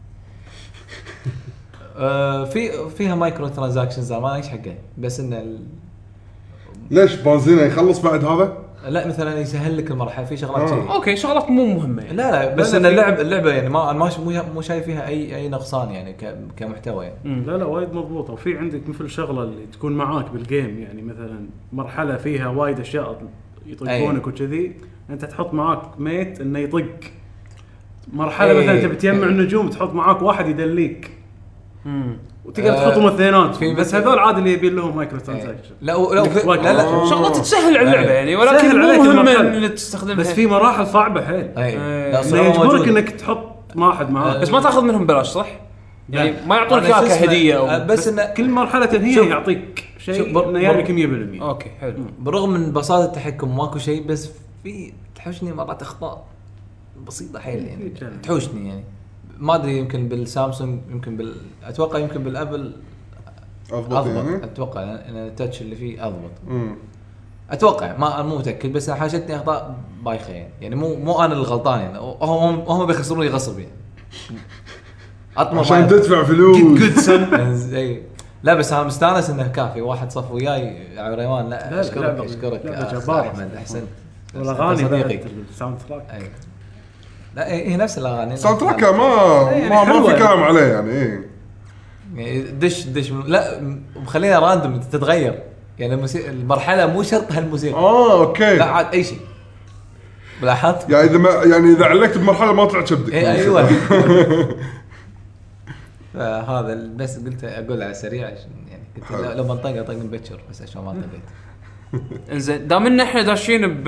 آه في فيها مايكرو ترانزاكشنز ما ايش حقه بس ان ال... ليش بنزينه يخلص بعد هذا؟ لا مثلا يسهل لك المرحله في شغلات كذي. آه. اوكي شغلات مو مهمه يعني. لا لا بس ان اللعب اللعبه يعني ما ما مو شايف فيها اي اي نقصان يعني كمحتوى يعني. لا لا وايد مضبوطه. وفي عندك مثل شغله اللي تكون معاك بالجيم يعني مثلا مرحله فيها وايد اشياء يطقونك وكذي انت تحط معاك ميت انه يطق مرحله أي. مثلا تبي تجمع النجوم تحط معاك واحد يدليك امم وتقدر آه تحطهم اثنينات بس هذول عادي اللي يبي لهم مايكرو ترانزاكشن. لا لا لا, لا شغلات تسهل على اللعبه يعني ولكن مو مهم ان تستخدمها بس في مراحل صعبه حيل لا يجبرك انك تحط واحد معاك بس ما تاخذ منهم بلاش صح يعني ما يعطونك اياها كهديه أو بس ان كل مرحله تنهي يعطيك شيء انه يجيك مية بالمية. اوكي حلو. بالرغم من بساطه التحكم ماكو شيء بس في تحوشني مرات اخطاء بسيطه حيل يعني تحوشني يعني ما ادري يمكن بالسامسونج يمكن بال اتوقع يمكن بالابل اضبط, أضبط. يعني اتوقع ان التاتش اللي فيه اضبط امم اتوقع ما مو متاكد بس حاشتني اخطاء بايخه يعني يعني مو مو انا الغلطان يعني هم هم بيخسروني غصب يعني عشان تدفع فلوس جود سن زي لا بس انا مستانس انه كافي واحد صف وياي يا ريوان لا اشكرك اشكرك احمد احسنت والاغاني صديقي الساوند تراك لا هي نفس الاغاني ساوند تراك ما يعني ما, ما في كلام عليه يعني ايه يعني دش دش لا مخلينا راندوم تتغير يعني الموسيقى المرحله مو شرط هالموسيقى اه اوكي لا عاد اي شيء بلاحظت يعني اذا ما يعني اذا علقت بمرحله ما طلعت شبدك إيه ايوه فهذا بس قلت اقول على سريع يعني قلت لو بنطق اطق من بكر بس عشان ما طقيت. انزين دام ان احنا داشين ب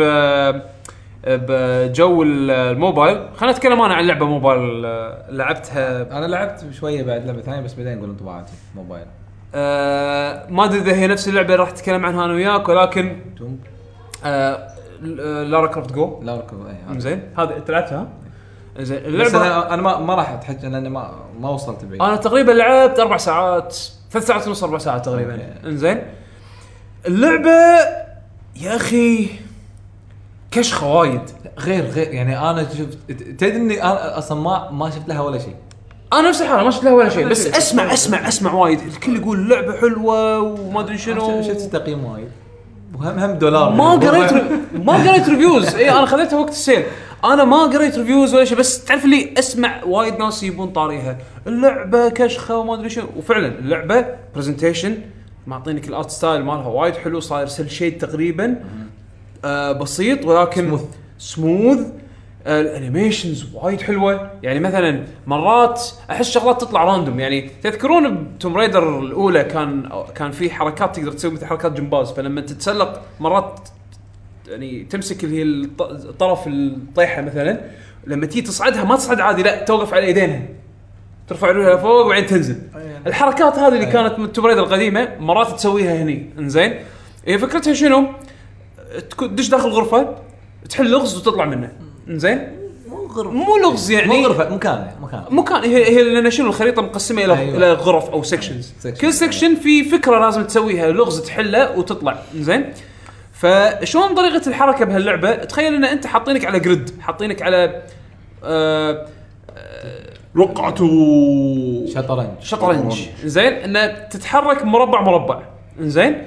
بجو الموبايل خلينا نتكلم انا عن لعبه موبايل لعبتها. انا لعبت شويه بعد لعبه ثانيه بس بعدين نقول انطباعاتي موبايل. أه ما ادري اذا هي نفس اللعبه راح اتكلم عنها انا وياك ولكن أه لارا كرافت جو لارا كرافت اي زين هذا انت لعبتها زين اللعبه انا انا ما ما راح اتحكي لان ما ما وصلت بعيد. انا تقريبا لعبت اربع ساعات ثلاث ساعات ونص اربع ساعات تقريبا. انزين اللعبه يا اخي كشخه وايد غير غير يعني انا شفت تدري اني انا اصلا ما ما شفت لها ولا شيء. انا نفس الحاله ما شفت لها ولا شيء بس اسمع اسمع اسمع وايد الكل يقول اللعبه حلوه وما ادري شنو. شفت التقييم وايد وهم هم دولار ما قريت ما قريت ريفيوز. اي انا خذيتها وقت السيل انا ما قريت ريفيوز ولا شيء بس تعرف لي اسمع وايد ناس يبون طاريها اللعبه كشخه وما ادري شنو. وفعلا اللعبه برزنتيشن معطينك الارت ستايل مالها وايد حلو صاير سيل شيد تقريبا آه بسيط ولكن سموث سموث آه الانيميشنز وايد حلوه يعني مثلا مرات احس شغلات تطلع راندوم يعني تذكرون بتوم رايدر الاولى كان كان في حركات تقدر تسوي مثل حركات جمباز فلما تتسلق مرات يعني تمسك اللي هي الطرف الطيحه مثلا لما تيجي تصعدها ما تصعد عادي لا توقف على ايدينها ترفع رجلها فوق وبعدين تنزل. الحركات هذه اللي كانت من توم رايدر القديمه مرات تسويها هني. انزين هي فكرتها شنو تدش داخل غرفه تحل لغز وتطلع منه. انزين مو غرفه مو لغز يعني مو غرفه مكان مكان مكان هي هي لان شنو الخريطه مقسمه الى أيوة. الى غرف او سيكشنز كل سيكشن في فكره لازم تسويها لغز تحله وتطلع. انزين فشلون طريقه الحركه بهاللعبه تخيل ان انت حاطينك على جريد حاطينك على آه رقعه شطرنج شطرنج. زين ان تتحرك مربع مربع. زين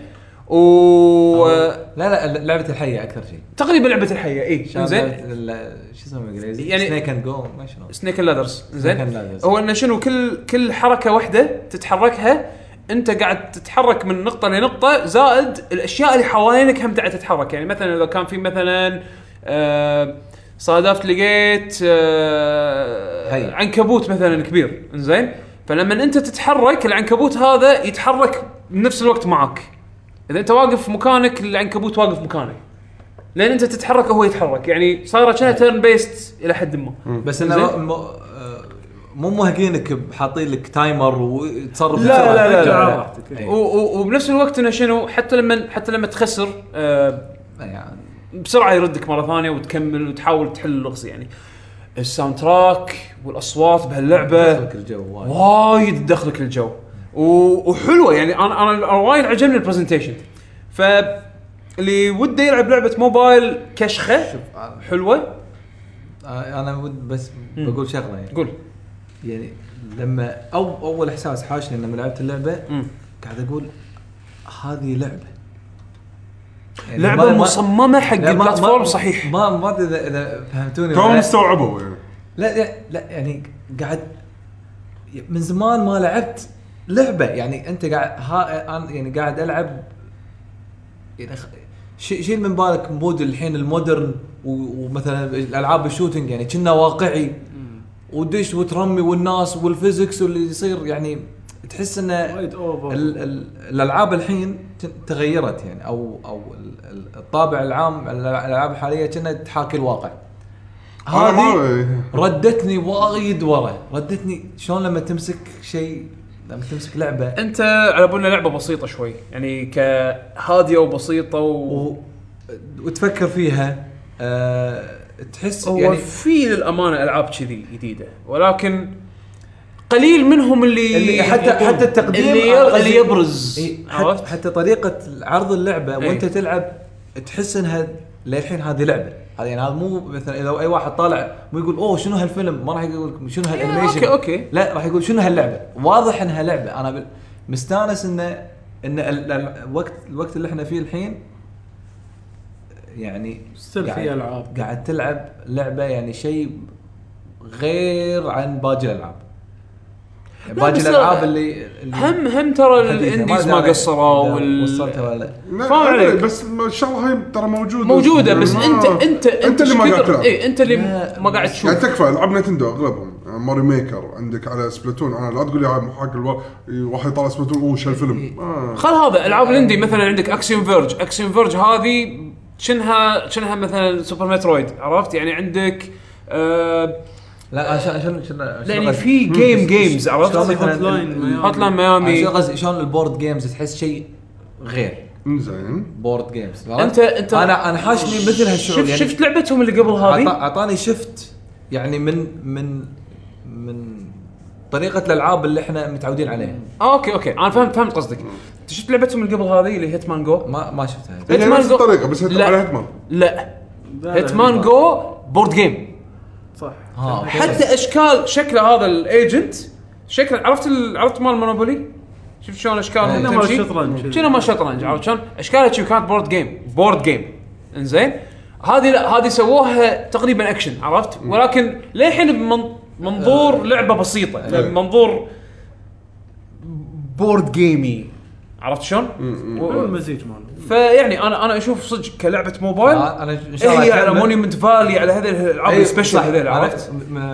و لا لا لعبه الحيه اكثر شيء تقريبا لعبه الحيه اي زين شو اسمه بالانجليزي يعني سنيك اند جو ما شلون سنيك لادرز زين Ladders. هو انه شنو كل كل حركه واحده تتحركها انت قاعد تتحرك من نقطه لنقطه زائد الاشياء اللي حوالينك هم قاعده تتحرك يعني مثلا اذا كان في مثلا آه صادفت لقيت آه عنكبوت مثلا كبير زين فلما انت تتحرك العنكبوت هذا يتحرك بنفس الوقت معك اذا انت واقف مكانك العنكبوت واقف مكانه لان انت تتحرك وهو يتحرك يعني صايره كأنها تيرن بيست الى حد ما بس انه مو موهقينك بحاطين لك تايمر وتصرف لا لا لا, لا, لا. وبنفس الوقت انه شنو حتى لما حتى لما تخسر آه يعني بسرعه يردك مره ثانيه وتكمل وتحاول تحل اللغز يعني الساوند تراك والاصوات بهاللعبه دخلك الجو وايد دخلك الجو وحلوه يعني انا انا وايد عجبني البرزنتيشن فاللي وده يلعب لعبه موبايل كشخه حلوه انا ود بس بقول شغله يعني قول يعني لما او اول احساس حاشني لما لعبت اللعبه م. قاعد اقول هذه لعبه يعني لعبه ما مصممه حق البلاتفورم صحيح ما ما ادري اذا اذا فهمتوني كم استوعبوا يعني لا لا يعني قاعد من زمان ما لعبت لعبه يعني انت قاعد ها يعني قاعد العب يعني شيل من بالك مود الحين المودرن ومثلا الالعاب الشوتينج يعني كنا واقعي ودش وترمي والناس والفيزيكس واللي يصير يعني تحس ان الالعاب الحين تغيرت يعني او او الطابع العام الالعاب الحاليه كنا تحاكي الواقع هذه ردتني وايد ورا ردتني شلون لما تمسك شيء لما تمسك لعبه انت على بالنا لعبه بسيطه شوي يعني كهاديه وبسيطه و... و... وتفكر فيها أه... تحس هو يعني في للامانه العاب كذي جديده ولكن قليل منهم اللي, اللي حتى حتى التقديم اللي, اللي يبرز حتى, حتى طريقه عرض اللعبه ايه؟ وانت تلعب تحس انها للحين هذه لعبه هذا يعني هذا مو مثلا اذا اي واحد طالع مو يقول اوه شنو هالفيلم ما راح يقول شنو هالانيميشن اوكي اوكي لا راح يقول شنو هاللعبه واضح انها لعبه انا مستانس ان ان الوقت الوقت اللي احنا فيه الحين يعني في العاب قاعد تلعب لعبه يعني شيء غير عن باقي الالعاب يعني باقي الالعاب اللي, اللي هم هم ترى الانديز ما قصروا وال... وصلتها ولا لا بس الشغله هي ترى موجوده موجوده بس انت انت انت اللي ما قاعد تلعب اي انت اللي ما قاعد تشوف يعني تكفى العاب نينتندو اغلبهم ماري ميكر عندك على سبلاتون انا لا تقول لي هاي حق الواحد واحد يطلع سبلاتون اوه شو الفيلم آه. خل هذا العاب الاندي مثلا عندك اكسيون فيرج اكسيون فيرج هذه شنها شنها مثلا سوبر مترويد عرفت يعني عندك آه لا عشان عشان عشان يعني في جيم جيمز عرفت هوت لاين هوت لاين ميامي شلون البورد جيمز تحس شيء غير زين بورد جيمز انت انت انا انا حاشني مثل هالشعور يعني شفت لعبتهم اللي قبل هذه اعطاني شفت يعني من من من طريقه الالعاب اللي احنا متعودين عليها آه اوكي اوكي انا فهمت فهمت قصدك انت شفت لعبتهم اللي قبل هذه اللي هيتمان جو ما ما شفتها هيتمان جو طريقه بس على هيتمان لا هيتمان جو بورد جيم صح حتى اشكال شكله هذا الايجنت شكل عرفت عرفت مال مونوبولي شفت شلون اشكالهم تمشي شنو ما شطرنج عرفت شلون اشكالها شي كانت بورد جيم بورد جيم انزين هذه لا هذه سووها تقريبا اكشن عرفت ولكن للحين بمنظور لعبه بسيطه يعني منظور بورد جيمي عرفت شلون والمزيج ماله فيعني انا انا اشوف صدق كلعبه موبايل آه انا ان شاء الله هي على مونيمنت فالي على هذه الالعاب السبيشل هذول عرفت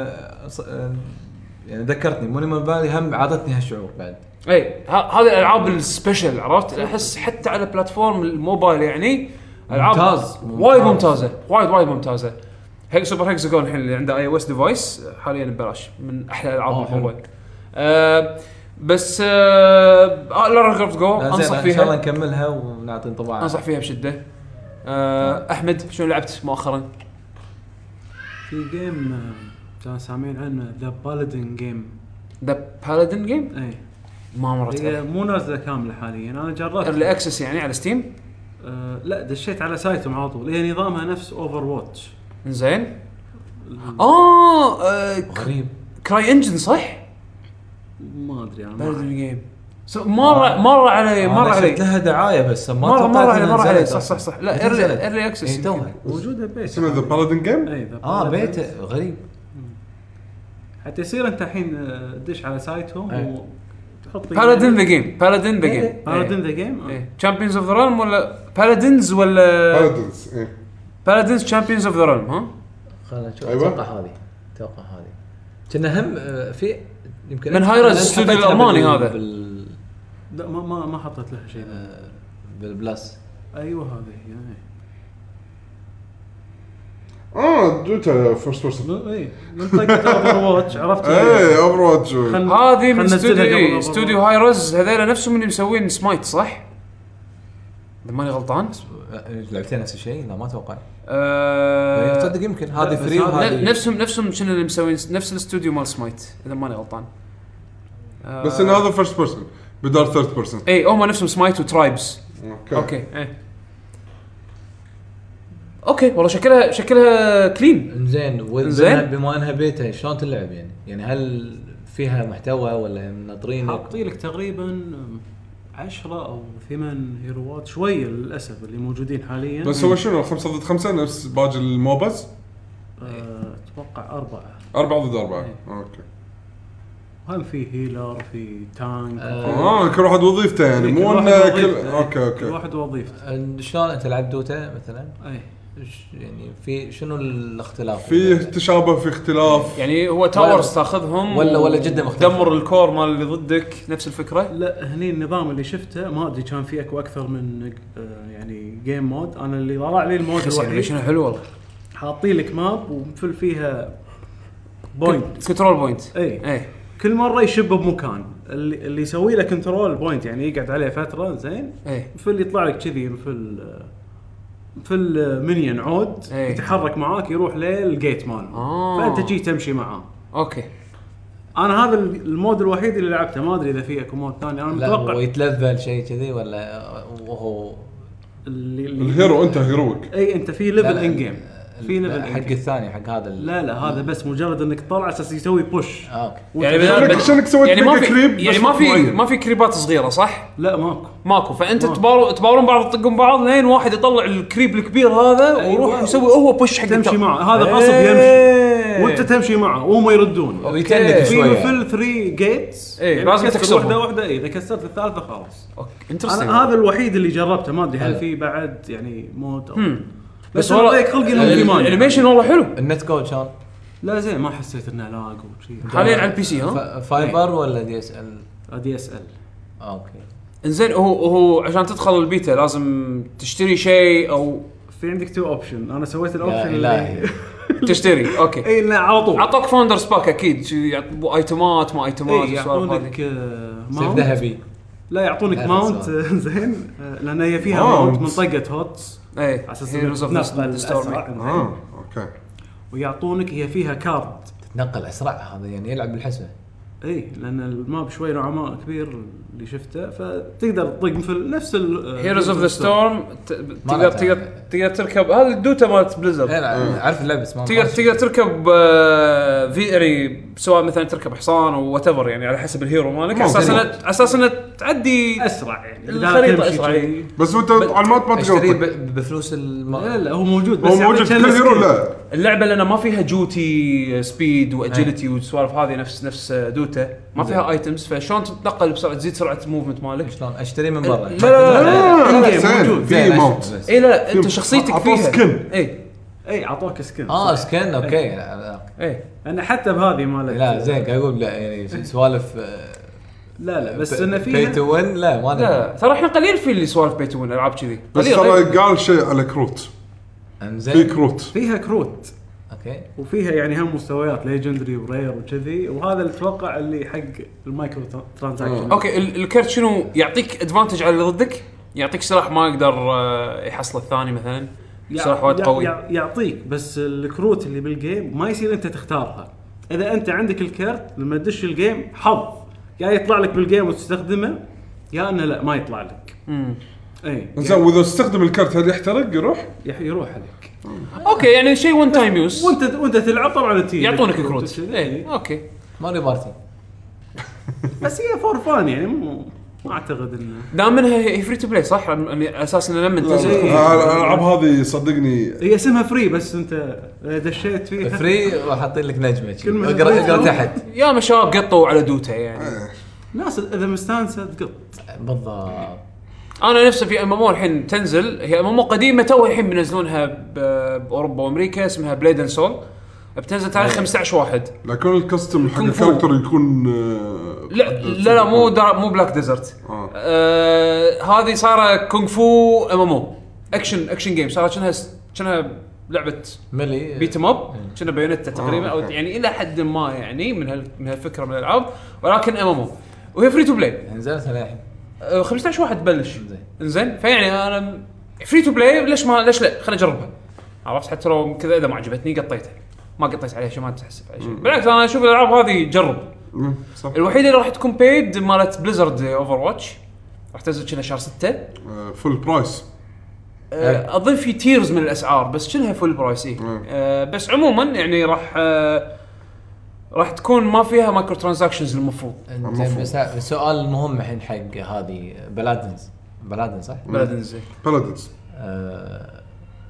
يعني ذكرتني مونيمنت فالي هم عطتني هالشعور بعد اي هذه الالعاب السبيشل عرفت احس حتى على بلاتفورم الموبايل يعني العاب ممتاز وايد ممتازه وايد وايد ممتازه هيك سوبر هيكساغون الحين اللي عنده اي او اس ديفايس حاليا ببلاش من احلى العاب الموبايل آه بس آه لارا كرافت جو انصح فيها ان شاء الله نكملها ونعطي انطباع انصح فيها بشده آه احمد شنو لعبت مؤخرا في جيم كان سامعين عنه ذا بالادين جيم ذا بالادين جيم اي ما مرت هي مو نازله كامله حاليا انا جربت ايرلي اكسس يعني على ستيم أه لا دشيت على سايتهم على طول هي نظامها نفس اوفر واتش زين اه, آه غريب كراي انجن صح ما ادري انا بالادين جيم مره مره علي مره علي لها دعايه بس ما مره مره علي إنها مره علي نزلت صح صح أصلاً. صح لا متى ايرلي نزلت؟ ايرلي اكسس إيه توها موجوده ببيت اسمه ذا بالادين جيم. اي ذا اه Paladin. بيت غريب. حتى يصير انت الحين آه، تدش على سايتهم أي. وتحط بالادين ذا جيم بالادين ذا جيم بالادين ذا جيم تشامبيونز اوف ذا ريلم ولا بالادينز ولا بالادينز ايه بالادينز تشامبيونز اوف ذا ريلم ها خلنا نشوف. أيوة. اتوقع هذه اتوقع هذه كنا هم آه، في يمكن من هايرز استوديو الالماني هذا. بال... لا ما ما ما حطيت لها شيء. آه، بالبلس. ايوه هذه يعني اه دوتا فيرست بيرسون. اي من طقت اوفر واتش عرفت. ايه اوفر واتش. هذه من خلنا استوديو ننزلها إيه، قبل استوديو هايرز هذول نفسهم اللي مسوين سمايت صح؟ اذا ماني غلطان لعبتين نفس الشيء؟ لا ما اتوقع. أه... تصدق يمكن هذه بس فري هذا وهذه نفسهم نفسهم شنو اللي مسوين نفس الاستوديو مال سمايت اذا ماني غلطان. أه... بس ان هذا فيرست بيرسون بدال ثيرد بيرسون. اي هم نفسهم سمايت وترايبس. اوكي اوكي ايه اوكي والله شكلها شكلها كلين. زين. زين. بما انها بيتها شلون تلعب يعني؟ يعني هل فيها محتوى ولا مناطرينك؟ حاطي لك تقريبا عشرة او ثمان هيروات شويه للاسف اللي موجودين حاليا. بس هو شنو خمسة ضد خمسة نفس باقي الموبز؟ آه، اتوقع اربعه. أربعة ضد أربعة. اوكي. هم في هيلر في تانك. اه كل واحد وظيفته يعني كل مو واحد انه كل وظيفته. اوكي كل اوكي. واحد وظيفته. أه، شلون انت لعبت دوتا مثلا؟ اي إيش- يعني في شنو الاختلاف؟ في تشابه في اختلاف. يعني هو تاورز تاخذهم ولا- ولا جدا مختلف. دمر الكور مال اللي ضدك نفس الفكره. لا هني النظام اللي شفته ما ادري كان في اكو اكثر من آه، يعني جيم مود. انا اللي طلع لي المود بس الوحيد شنو حلو والله. حاطين لك ماب ومفل فيها بوينت. كنترول بوينت. اي اي كل مره يشب بمكان اللي اللي يسوي له كنترول بوينت يعني يقعد عليه فتره زين. اي مثل يطلع لك كذي مثل مثل منين عود أي. يتحرك معاك يروح للجيت مال. آه. فانت جي تمشي معاه. اوكي. انا هذا المود الوحيد اللي لعبته ما ادري اذا في اكو مود ثاني. انا لا هو متوقع يتلفل شيء كذي ولا وهو اللي اللي الهيرو انت هيروك. اي انت في ليفل لا، ان جيم في لا، ليفل حق حق الثاني حق هذا ال- لا لا هذا بس مجرد انك تطلع اساس يسوي بوش. آه، اوكي. يعني شلونك- بدل- شلونك سويت يعني ما ميجا في كريب يعني بس ما في معين. ما في كريبات صغيره صح؟ لا ماكو. ماكو فانت ماكو. تبارون تبارون بعض تطقون بعض لين واحد يطلع الكريب الكبير هذا أيوة. ويروح يسوي هو بوش حق تمشي التو- معه هذا غصب إيه. يمشي وانت تمشي معه وهم يردون. ويتنك في شويه. مثل ثري جيتس إيه، لازم تكسر تكسرهم. واحده واحده. اذا كسرت الثالثه خلاص. اوكي انترستنج. انا هذا الوحيد اللي جربته ما ادري هل هلا. في بعد يعني مود أو بس بس والله والله خلق انهم في مانع. الانيميشن والله حلو. النت كود شلون؟ لا زين ما حسيت انه لاج وشيء. حاليا على البي سي ها. ف- فايبر ولا دي اس ال؟ دي اس ال. اوكي. انزين هو هو عشان تدخل البيتا لازم تشتري شيء او في عندك تو اوبشن. انا سويت يا الاوبشن الهي. تشتري. اوكي. اي لا على طول اعطوك فاوندر سباك اكيد شي يعطوا ايتمات ما ايتمات اي والسوالف يعطونك هذه. آه، سيف ماونت. ذهبي. لا يعطونك لا، ماونت لا، زين آه، لان هي فيها ماونت. ماونت منطقه هوتس اي على اساس Heroes of انك the تنقل Storm. اسرع زين. اه اوكي. ويعطونك هي فيها كارد. تنقل اسرع هذا يعني يلعب بالحسبه. اي لان الماب شوي نوعا ما كبير اللي شفته فتقدر تطق مثل نفس ال هيروز اوف ذا ستورم تقدر لعبت تقدر أنا. تقدر تركب هذا الدوتا مالت بليزرد. لا لا عارف اللعبه بس ما تقدر ما- تقدر تركب آه، في يعني سواء مثلا تركب حصان او وات ايفر يعني على حسب الهيرو مالك على اساس انه على اساس انه تعدي اسرع يعني الخريطة بدال تمشي أسرع. شي. بس انت علامات ما تقدر اشتري تطق. ب- بفلوس الم... لا لا هو موجود بس هو يعني موجود كان كل هيرو سكيل. لا. اللعبه لان ما فيها جوتي سبيد واجيلتي والسوالف هذه نفس نفس دوتا ما فيها ايتمز فشلون تتنقل بسرعه تزيد سرعه الموفمنت مالك. شلون اشتري من برا؟ لا لا لا, لا. آه، إن-جيم زين. موجود. في زين، ماونت. بس. اي لا, لا انت في- شخصيتك عطوه فيها سكن. اي اي اعطوك سكن اه صح. سكن اوكي. لا, اي انا حتى بهذه مالت لا زين قاعد اقول لا يعني سوالف لا لا بس انه بي فيها تو وين لا ما ندري. لا ترى احنا قليل في اللي سوالف بيت وين العاب كذي بس قليل ترى غير- قال شيء على كروت. في انزين كروت. فيها كروت اوكي. وفيها يعني هم مستويات ليجندري ورير وكذي وهذا اللي اتوقع اللي حق المايكرو ترانزاكشن. اوكي ال- الكرت شنو يعطيك ادفانتج على اللي ضدك يعطيك سلاح ما يقدر آه، يحصل الثاني مثلا يع- سلاح وايد يع- قوي. يع- يعطيك بس الكروت اللي بالجيم ما يصير انت تختارها. اذا انت عندك الكرت لما تدش الجيم حظ يا يطلع لك بالجيم وتستخدمه يا انه لا ما يطلع لك. امم اي زين واذا استخدم الكرت هل يحترق يروح؟ يح- يروح عليك اوكي يعني شيء وان تايم يوز وانت وانت تلعب طبعا تجي يعطونك كروت وكذي. اي اوكي ماري بارتي. بس هي فور فان يعني مو ما اعتقد انه دام منها هي فري تو بلاي صح يعني اساسا لما تنزل الالعاب هذه صدقني هي اسمها فري بس انت دشيت فيها فري وحاطين لك نجمه كلمة اقرا فري. اقرا تحت يا مشاب قطوا على دوتا يعني. ناس اذا مستانسه تقط. بالضبط. انا نفسي في ام ام او الحين تنزل هي ام ام او قديمه تو الحين بينزلونها باوروبا وامريكا اسمها بليد اند سول بتنزل تاريخ خمسة عشر واحد لكن الكاستم حق كونغ فو. الكاركتر يكون آه، لا لا لا مو دا مو بلاك ديزرت آه. آه هذه صار كونغ فو ام ام او اكشن اكشن جيم صارت كأنها كأنها لعبه ملي بيت ام اب كأنها بايونيتا تقريبا او أوكي. يعني الى حد ما يعني من هال من هالفكره من الالعاب ولكن ام ام او وهي فري تو بلاي نزلت الحين آه خمسة عشر واحد تبلش زين. انزين فيعني انا فري تو بلاي ليش ما ليش لا خلينا نجربها عرفت حتى لو كذا اذا ما عجبتني قطيتها ما قطيت عليها شيء ما تحسب على شيء بالعكس انا اشوف الالعاب هذه جرب مم، صح. الوحيده اللي راح تكون بيد مالت بليزرد اوفر واتش راح تنزل كنا شهر ستة آه، فول برايس. أه اظن في تيرز من الاسعار بس كلها فول برايس إيه. مم. أه بس عموما يعني راح أه راح تكون ما فيها مايكرو ترانزاكشنز المفروض زين بس السؤال المهم الحين حق هذه بلادنز بلادن صح؟ بلدنز بلادنز أه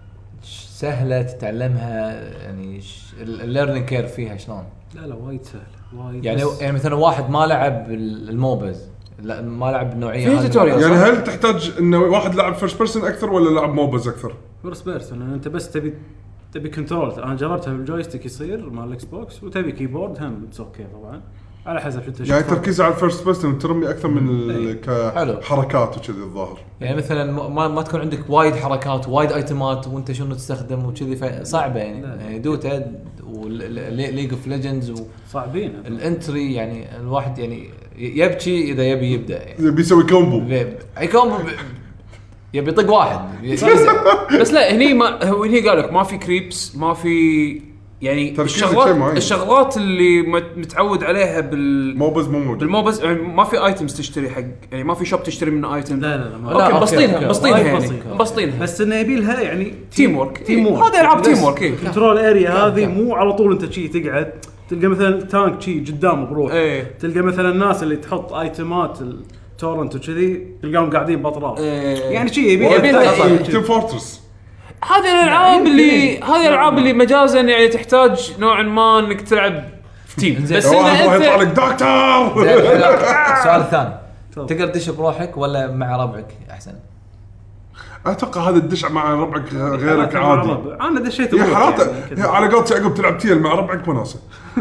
سهله تتعلمها يعني الليرنينج كير فيها شلون؟ لا لا وايد سهل وايد يعني بس- يعني مثلا واحد ما لعب الموبز لا ما لعب النوعيه فيها هذه. توتوريال. يعني هل تحتاج انه واحد لاعب فيرست بيرسون اكثر ولا لاعب موبز اكثر؟ فيرست بيرسون انت بس تبي تبي كنترول. انا جربتها بالجويستيك يصير مع الاكس بوكس وتبي كيبورد هم اوكي طبعا على حسب شو انت يعني تركيز على الفيرست بيرسون ترمي اكثر من ال- حلو. كحركات وكذي الظاهر. يعني مثلا ما ما تكون عندك وايد حركات وايد ايتمات وانت شنو تستخدم وكذي صعبه يعني, لا. يعني دوتا وليج اوف ليجندز صعبين والانتري يعني الواحد يعني يبكي اذا يبي يبدا يعني بيسوي كومبو. اي كومبو يبي يطق واحد بس لا هني ما هو هني قال لك ما في كريبس ما في يعني تركيز شيء الشغلات معين. الشغلات اللي مت- متعود عليها بال موبز مو موجود. بالموبز يعني ما في ايتمز تشتري حق يعني ما في شوب تشتري منه ايتم لا لا لا ما- اوكي أوكي، بسطينها أوكي. بسطينها وايد يعني بسيط. بسطينها بس انه يبي لها يعني تيم وورك تيم وورك. هذا العاب بس تيم وورك إيه. كنترول اريا هذه كم. مو على طول انت شي تقعد تلقى مثلا تانك شي قدامه بروح إيه. تلقى مثلا الناس اللي تحط ايتمات التورنت وكذي تلقاهم قاعدين باطراف إيه. يعني شي يبي يبي لها- لها- إيه. تيم فورترس. هذه الالعاب يمكن. اللي هذه الالعاب اللي مجازا يعني تحتاج نوعا ما انك تلعب في تيم زين. بس واحد راح يطلع لك انت دكتور. السؤال الثاني تفضل. تقدر تدش بروحك ولا مع ربعك احسن؟ اتوقع هذا الدش مع ربعك غيرك مع عادي. ربع. انا دشيت هي بروحي حالاته يعني هي كذا. على قولت يعقوب تلعب تيل مع ربعك وناسه.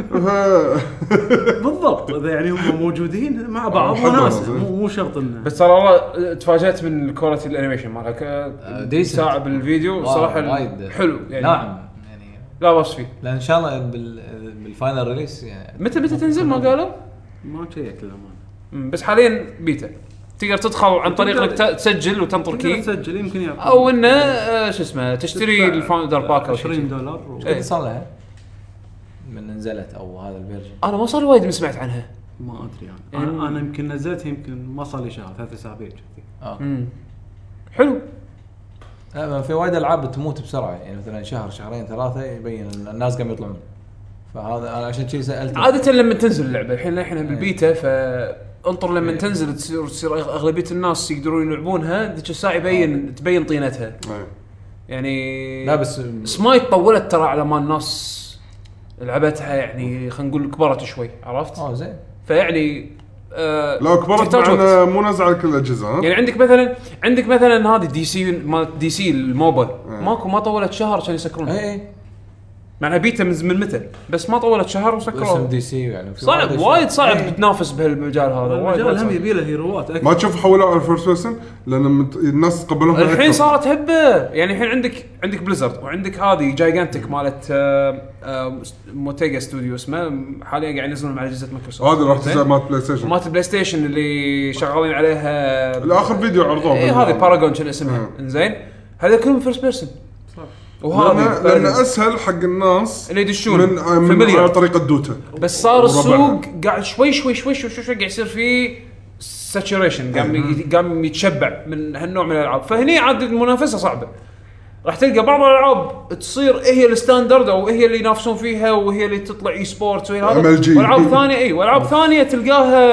بالضبط اذا يعني هم موجودين مع بعض حلو وناس زين. مو مو شرط انه بس ترى والله تفاجأت من الكواليتي الانيميشن مالك decent. ساعة بالفيديو صراحة وايد. حلو يعني نعم يعني لا باس فيه لان ان شاء الله بال بالفاينل ريليس يعني متى متى تنزل ما قالوا ما شيك للامانه. مم، بس حاليا بيتا تقدر تدخل عن طريق انك ت- تسجل وتنطر تقدر كي تسجل يمكن يعطيك او انه آه، شو اسمه تشتري الفاوندر باك او عشرين شيء دولار و- إيه. قد صار لها من نزلت او هذا الفيرجن انا ما صار لي وايد من سمعت عنها ما ادري انا انا, أنا يمكن نزلتها يمكن ما صار لي شهر ثلاث اسابيع كذي. اه مم. حلو لا، ما في وايد العاب تموت بسرعه يعني مثلا شهر شهرين ثلاثه يبين إن الناس قاموا يطلعون فهذا انا عشان كذي سالت عادة لما تنزل اللعبة الحين احنا بالبيتا فانطر لما تنزل تصير تصير اغلبية الناس يقدرون يلعبونها ذيك الساعة يبين تبين طينتها إيه. يعني لا بس سمايت طولت ترى على ما الناس لعبتها يعني خلينا نقول كبرت شوي عرفت اه زين فيعني آه لو كبرت تحتاج وقت. معنا مو نازل على كل الاجهزه ها. يعني عندك مثلا عندك مثلا هذه دي سي مال دي سي الموبايل ماكو ما طولت شهر عشان يسكرونها اي اي معناها بيتا من من متى بس ما طولت شهر اسم وسكروها دي سي يعني في صعب أشياء. وايد صعب إيه. تنافس بهالمجال هذا وايد المجال وايد هم صعب. يبي له هيروات اكثر. ما تشوف حولوا على الفيرست بيرسون لان مت- الناس تقبلونها الحين أكثر. صارت هبه يعني الحين عندك عندك بليزرد وعندك هذه جايجانتك مالت آه، آه، موتيجا ستوديو اسمه حاليا قاعد ينزلون على اجهزه مايكروسوفت هذا راح تنزل مال بلاي ستيشن. مالت بلاي ستيشن اللي شغالين عليها الاخر فيديو عرضوه اي هذه باراجون كان اسمها انزين هذا كلهم فيرست بيرسون وهذا لان لأن اسهل حق الناس اللي يدشون من من familiar. على طريقه دوتا. بس صار وربعها. السوق قاعد شوي شوي شوي شوي شوي, شوي قاعد يصير فيه ساتوريشن قام قام يتشبع من هالنوع من الالعاب فهني عاد المنافسه صعبه راح تلقى بعض الالعاب تصير إيه هي الستاندرد او إيه هي اللي ينافسون فيها وهي اللي تطلع اي سبورتس وهي هذا إم إل جي. والعاب ثانيه اي والعاب ثانيه تلقاها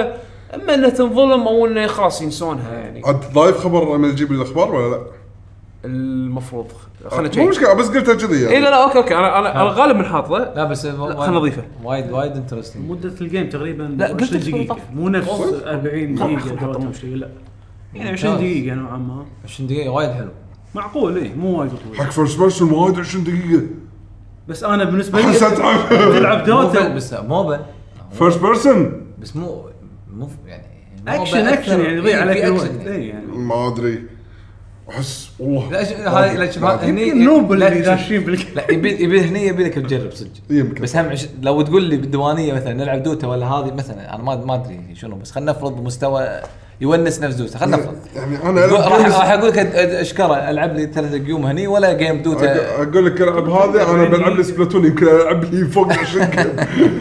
اما انه تنظلم او انه خلاص ينسونها يعني. عاد ضايف خبر من تجيب لي الاخبار ولا لا؟ المفروض خلنا مو نشيك. مشكله بس قلتها كذي يعني. اي لا لا اوكي اوكي انا انا, أنا غالب من حاطه. لا بس خلنا نضيفه. وايد وايد انترستنج. مدة الجيم تقريبا لا، قلت عشرين لك دقيقة، طف. مو نفس طف. أربعين دقيقة دوت أو شيء، لا يعني عشرين دقيقة نوعا ما عشرين دقيقة وايد حلو. معقول. ايه مو وايد طويل. حق فيرست بيرسون وايد عشرين دقيقه. بس انا بالنسبة حس لي اتعب. تلعب موبا دوتا بس موبا فيرست بيرسون بس مو مو يعني اكشن اكشن يعني يضيع عليك الوقت. اي يعني ما ادري احس والله لا ش- هاي لا شوف هني يمكن نوب لا، اللي شوف. داشين بالك. لا يبي يبي هني يبي لك تجرب صدق. يمكن. بس هم عش... لو تقول لي بالديوانيه مثلا نلعب دوتا ولا هذه مثلا انا ما ما ادري شنو بس خلينا نفرض مستوى يونس نفس دوتا خلينا نفرض. يعني انا راح ألعب راح اقول لك اشكره العب لي ثلاث جيوم هني ولا جيم دوتا. أق- اقول لك العب هذه انا بلعب لي سبلاتون يمكن العب لي فوق عشرين جيم.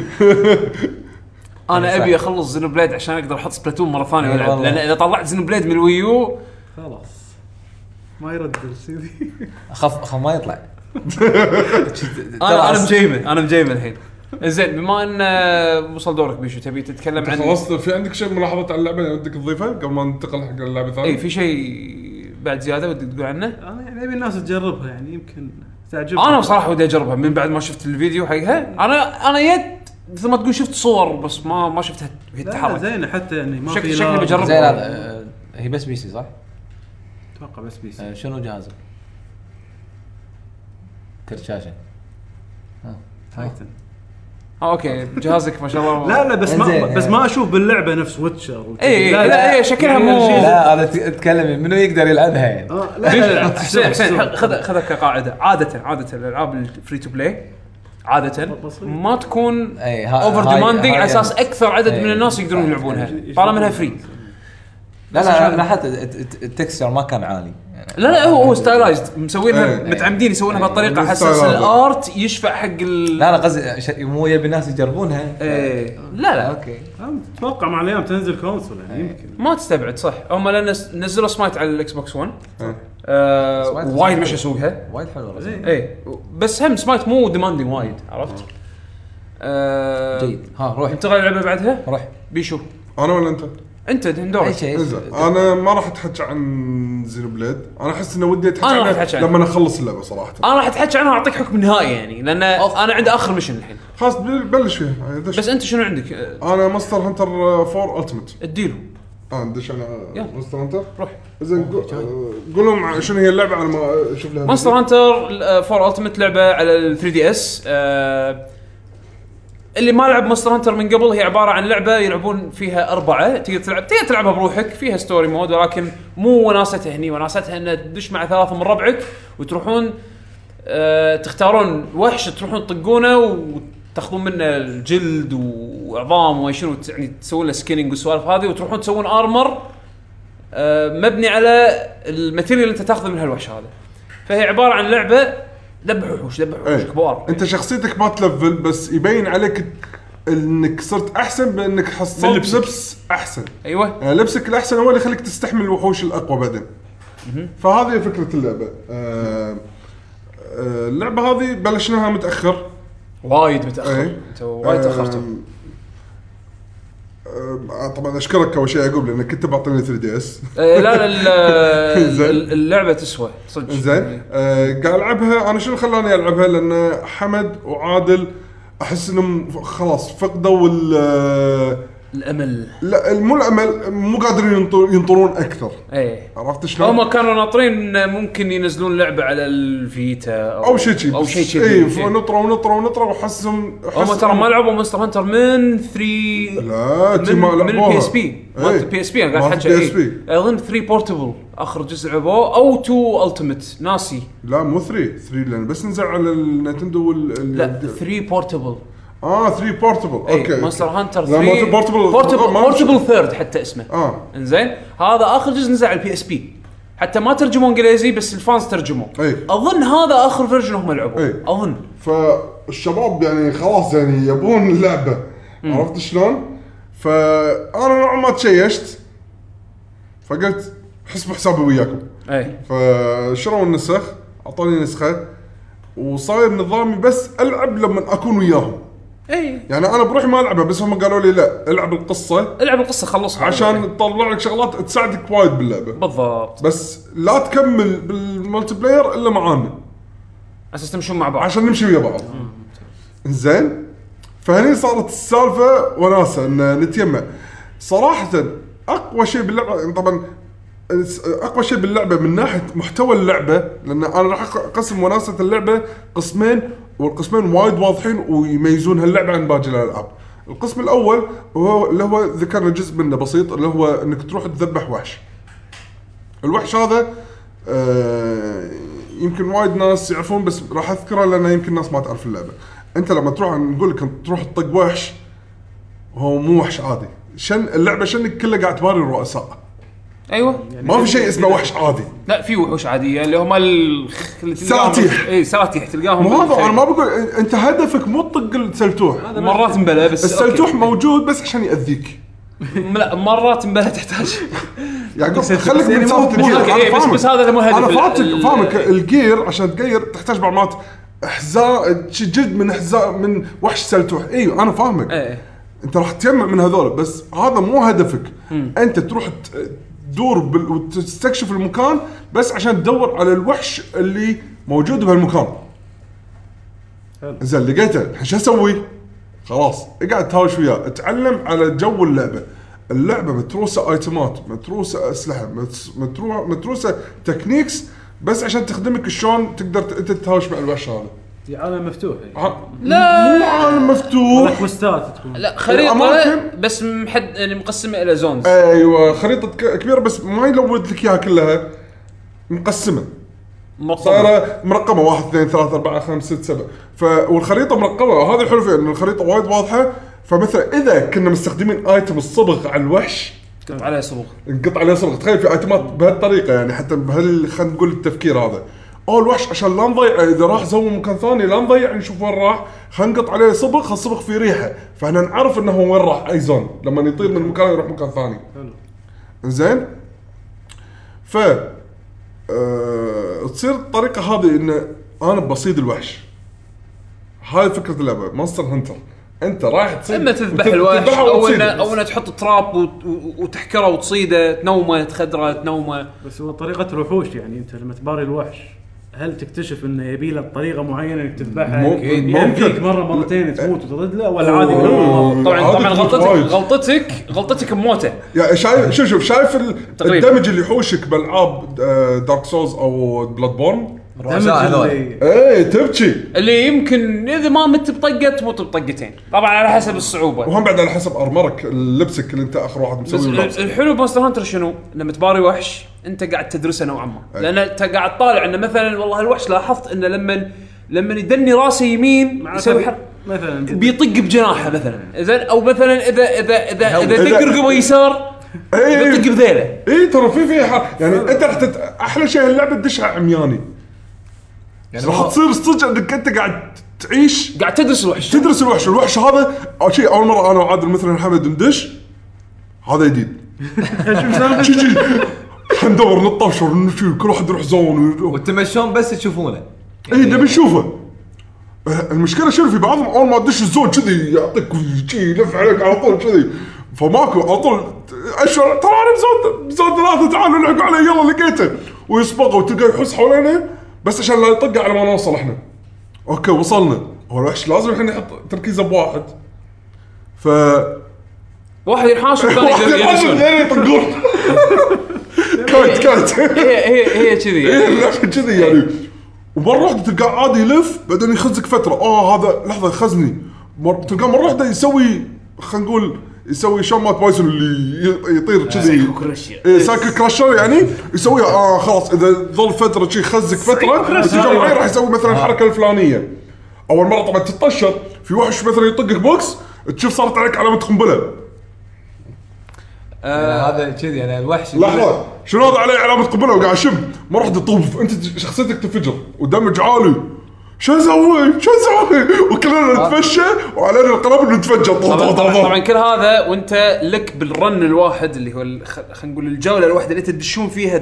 انا صح. ابي اخلص زينو بليد عشان اقدر احط سبلاتون مره ثانيه إي والعب. والله. لان اذا طلعت زينو بليد من الويو خلاص ما يرد السيدي. اخاف اخاف ما يطلع. انا انا مجيبه انا مجيبه الحين. زين بما ان وصل دورك بيشو تبي تتكلم عن خلصت في عندك شيء ملاحظات على اللعبه ودك تضيفها قبل ما ننتقل حق اللعبه الثانيه؟ اي في شيء بعد زياده ودك تقول عنه؟ انا يعني ابي الناس تجربها يعني يمكن تعجبهم. انا بصراحه ودي اجربها من بعد ما شفت الفيديو حقها. انا انا يد مثل ما تقول شفت صور بس ما ما شفتها وهي لا تتحرك. زين حتى يعني ما شك- في شكلي لا- بجرب. زين هذا آه، هي بس بي سي صح؟ اتوقع بس بي سي. آه، شنو جهازك؟ كرت شاشه. ها تايتن. اه اوكي جهازك ما شاء الله. لا لا بس ما إنزين، بس يعني. ما اشوف باللعبه نفس ويتشر. اي لا لا هي شكلها مو لا هذا تتكلم منو يقدر يلعبها يعني. آه لا لا لا حسين حسين خذ خذها كقاعده. عاده عاده الالعاب الفري تو بلاي عاده بسيط. ما تكون اي ها- اوفر هاي- ديماندينج هاي على اساس يعني. اكثر عدد إيه. من الناس يقدرون يلعبونها طالما انها فري. لا لا لا حتى التكستشر ما كان عالي يعني. لا لا هو هو ستايلايزد مسوينها إيه. متعمدين يسوونها إيه. بهالطريقه على اساس ستايلايزد. الارت يشفع حق ال لا لا قصدي ش- مو يبي الناس يجربونها. إيه. لا لا اوكي. اتوقع مع الايام تنزل كونسول يعني يمكن. ما تستبعد صح. هم لان نزلوا سمايت على الاكس بوكس ون إيه. آه سمايت وايد حلو. مش اسوقها. وايد حلو رسم. اي بس هم سمايت مو ديماندينج وايد عرفت. آه جيد ها روح انتقل اللعبه بعدها روح بيشو. انا ولا انت؟ انت دورك. اي شيء. انزين انا ما راح اتحكى عن زيرو بليد. انا احس انه ودي اتحكى أنا راح عنها أتحكى عنها. لما اخلص اللعبه صراحه. انا راح اتحكى عنها واعطيك حكم نهائي يعني لان انا عندي اخر ميشن الحين. خلاص بلش فيها. دش. بس انت شنو عندك؟ آه، انا ماستر هانتر فور التيمت. اديله اه ندش انا يلا. ماستر هانتر. روح. زين قول لهم شنو هي اللعبه على ما اشوف لها. مونستر هانتر فور التيمت لعبه على ال ثري دي اس. اللي ما لعب مونستر هانتر من قبل هي عباره عن لعبه يلعبون فيها اربعه. تقدر تلعب تقدر تلعبها بروحك فيها ستوري مود ولكن مو وناستها هني. وناستها ان تدش مع ثلاثه من ربعك وتروحون أه تختارون وحش تروحون تطقونه وتاخذون منه الجلد وعظام وشنو يعني تسوون له سكيننج والسوالف هذه وتروحون تسوون ارمر أه مبني على الماتيريال اللي انت تاخذه من هالوحش هذا. فهي عباره عن لعبه ذبح وحوش ذبح وحوش ايه. كبار. انت شخصيتك ما تلفل بس يبين عليك انك صرت احسن بانك حصلت لبسك. لبس احسن. ايوه يعني لبسك الاحسن هو اللي يخليك تستحمل الوحوش الاقوى بعدين. فهذه فكره اللعبه. آه آه اللعبه هذه بلشناها متاخر. وايد متاخر. ايه. انت وايد تاخرتوا. آه طبعا اشكرك اول شيء يعقوب لانك كنت بعطيني ثري دي اس. إيه لا لا ال- زين. ال- اللعبه تسوى صدق. زين آه قاعد العبها انا. شنو خلاني العبها؟ لان حمد وعادل احس انهم خلاص فقدوا ال الامل. لا مو الامل مو قادرين ينطر ينطرون اكثر. ايه عرفت شلون؟ هم كانوا ناطرين إن ممكن ينزلون لعبه على الفيتا او او شيء شيء او شيء اي كذي. فنطروا ونطروا ونطروا وحسهم هم ترى ما لعبوا مونستر هانتر من ثري لا تي من, ما من لعبوها. البي اس بي مالت البي اس بي انا قاعد احكي. بي اس بي اظن ثري بورتبل اخر جزء لعبوه او تو التيمت ناسي. لا مو ثري ثري لان بس نزل على النينتندو وال لا ثري بورتبل. اه ثري بورتبل اوكي مونستر هانتر لا، ثري بورتبل بورتبل ما- بورتبل ثيرد حتى اسمه. اه انزين هذا اخر جزء نزل على البي اس بي حتى ما ترجموا انجليزي بس الفانز ترجموا. اي اظن هذا اخر فيرجن هم لعبوا. أي. اظن فالشباب يعني خلاص يعني يبون اللعبه. عرفت شلون؟ فانا نوعا ما تشيشت فقلت حسبوا حسابي وياكم. اي فشروا النسخ اعطوني نسخه وصاير نظامي بس العب لما اكون وياهم. اي يعني انا بروحي ما العبها، بس هم قالوا لي لا العب القصه، العب القصه خلصها عشان تطلع لك شغلات تساعدك وايد باللعبه. بالضبط، بس لا تكمل بالمالتي بلاير الا معانا اساس تمشون مع بعض عشان نمشي ويا بعض. زين، فهني صارت السالفه وناسه ان نتيمع. صراحه اقوى شيء باللعبه طبعا اقوى شيء باللعبه من ناحيه محتوى اللعبه، لان انا راح اقسم وناسه اللعبه قسمين، والقسمين وايد واضحين ويميزون هاللعبه عن باقي الالعاب. القسم الاول وهو اللي هو ذكرنا جزء منه بسيط، اللي هو انك تروح تذبح وحش. الوحش هذا آه يمكن وايد ناس يعرفون، بس راح اذكره لان يمكن الناس ما تعرف اللعبه. انت لما تروح نقول لك تروح تطق وحش، هو مو وحش عادي، شن اللعبه شنك كله قاعد تباري الرؤساء. ايوه يعني ما في شيء اسمه وحش عادي، لا في وحوش عاديه اللي هم ساتيح. اي ساتيح تلقاهم. مو هذا انا ما بقول انت هدفك مو تطق السلتوح، مرات مبلا بس السلتوح موجود بس عشان ياذيك. لا مرات مبلا تحتاج يعني خليك من سالفه الجير. إيه بس بس هذا مو هدف. انا فاهمك فاهمك الجير عشان تغير تحتاج بعض احزاء جلد من احزاء من وحش سلتوح. ايوه انا فاهمك. ايه انت راح تجمع من هذول، بس هذا مو هدفك. م. انت تروح تدور بال... وتستكشف المكان بس عشان تدور على الوحش اللي موجود بهالمكان. زين لقيته شو اسوي؟ خلاص اقعد تهاوش وياه، اتعلم على جو اللعبه. اللعبه متروسه ايتمات، متروسه اسلحه، متروسه متروسه تكنيكس بس عشان تخدمك شلون تقدر انت تتهاوش مع الوحش هذا. عالم مفتوح يعني. لا مو عالم مفتوح، كوستات تكون. لا خريطه بس محد يعني مقسمه الى زونز. ايوه خريطه كبيره بس ما يلود لك اياها كلها، مقسمه صايره مرقمه واحد اثنين ثلاثة أربعة خمسة ستة سبعة. ف والخريطه مرقمه، وهذا الحلو فيها ان الخريطه وايد واضحه. فمثلا اذا كنا مستخدمين ايتم الصبغ على الوحش نقط عليه صبغ، نقط عليه صبغ. تخيل في ايتمات بهالطريقه، يعني حتى بهال خلينا نقول التفكير هذا. او الوحش عشان لا نضيع، اذا راح زوم مكان ثاني لا نضيع نشوف وين راح، خلينا نقط عليه صبغ. الصبغ فيه ريحه فاحنا نعرف انه وين راح، اي زون لما يطير من مكان يروح مكان ثاني. زين ف أه... تصير الطريقه هذه ان انا بصيد الوحش. هاي فكره اللعبه مونستر هانتر. انت رايح تصيد، اما تذبح الوحش او انه او انه تحط تراب وتحكره وتصيده، تنومه تخدره تنومه. بس هو طريقه الوحوش، يعني انت لما تباري الوحش هل تكتشف انه يبي له بطريقه معينه انك تذبحها؟ ممكن مره مرتين تموت وترد له، ولا عادي؟ طبعا طبعا غلطتك غلطتك غلطتك بموته. يا شايف شوف شوف شايف الدمج اللي يحوشك بالعاب دارك سولز او بلاد بورن، ايه تبكي اللي يمكن اذا ما مت بطقه تموت بطقتين، طبعا على حسب الصعوبه، وهم بعد على حسب ارمرك لبسك اللي انت اخر واحد مسوي. الحلو بمونستر هانتر شنو؟ لما تباري وحش انت قاعد تدرسه نوعا ما، لان انت قاعد طالع انه مثلا والله الوحش لاحظت انه لما لما يدني راسه يمين يسوي حركه مثلا بيطق بجناحه مثلا، زين، او مثلا اذا اذا اذا اذا تقرقبه يسار بيطق بذيله. اي ترى في في يعني انت راح احلى شيء اللعبه تدشها عمياني، يعني راح تصير صدق انك انت قاعد تعيش، قاعد تدرس الوحش تدرس الوحش الوحش هذا او شيء. اول مره انا وعادل مثلا محمد ندش هذا جديد حندور نطفشر نمشي كل واحد يروح زون وتمشون بس تشوفونه. اي نبي نشوفه. المشكله شنو في بعضهم اول ما تدش الزون كذي يعطيك شيء يلف عليك على طول كذي، فماكو على طول اشهر ترى انا بزود بزود ثلاثه تعالوا نلحقوا عليه يلا لقيته ويسبقه وتلقاه يحس حوالينا بس عشان لا يطق على ما نوصل احنا. اوكي وصلنا، هو الوحش لازم الحين يحط تركيزه بواحد، ف واحد ينحاش والثاني يدشون يطقون كات كات هي هي هي كذي هي كذي يعني. ومره واحده تلقاه عادي يلف بعدين يخزك فتره، اه هذا لحظه خزني، تلقاه مره واحده يسوي خلينا نقول يسوي شومات بايسون اللي يطير كذي إيه سايكل كراشر يعني يسويها. اه خلاص اذا ظل فتره شيء خزك فتره تجي معي راح يسوي مثلا الحركه الفلانيه. اول مره طبعا تتطشر في وحش مثلا يطقك بوكس تشوف صارت عليك علامه قنبله. آه هذا كذي يعني الوحش لحظه شنو هذا عليه علامه قنبله وقاعد اشم مره واحده طوف انت شخصيتك تنفجر ودمج عالي. شو اسوي شو اسوي وكلنا نتفشى وعلينا القنابل نتفجر. طبعا, طبعا, طبعا كل هذا وانت لك بالرن الواحد اللي هو خلينا نقول الجوله الواحده اللي تدشون فيها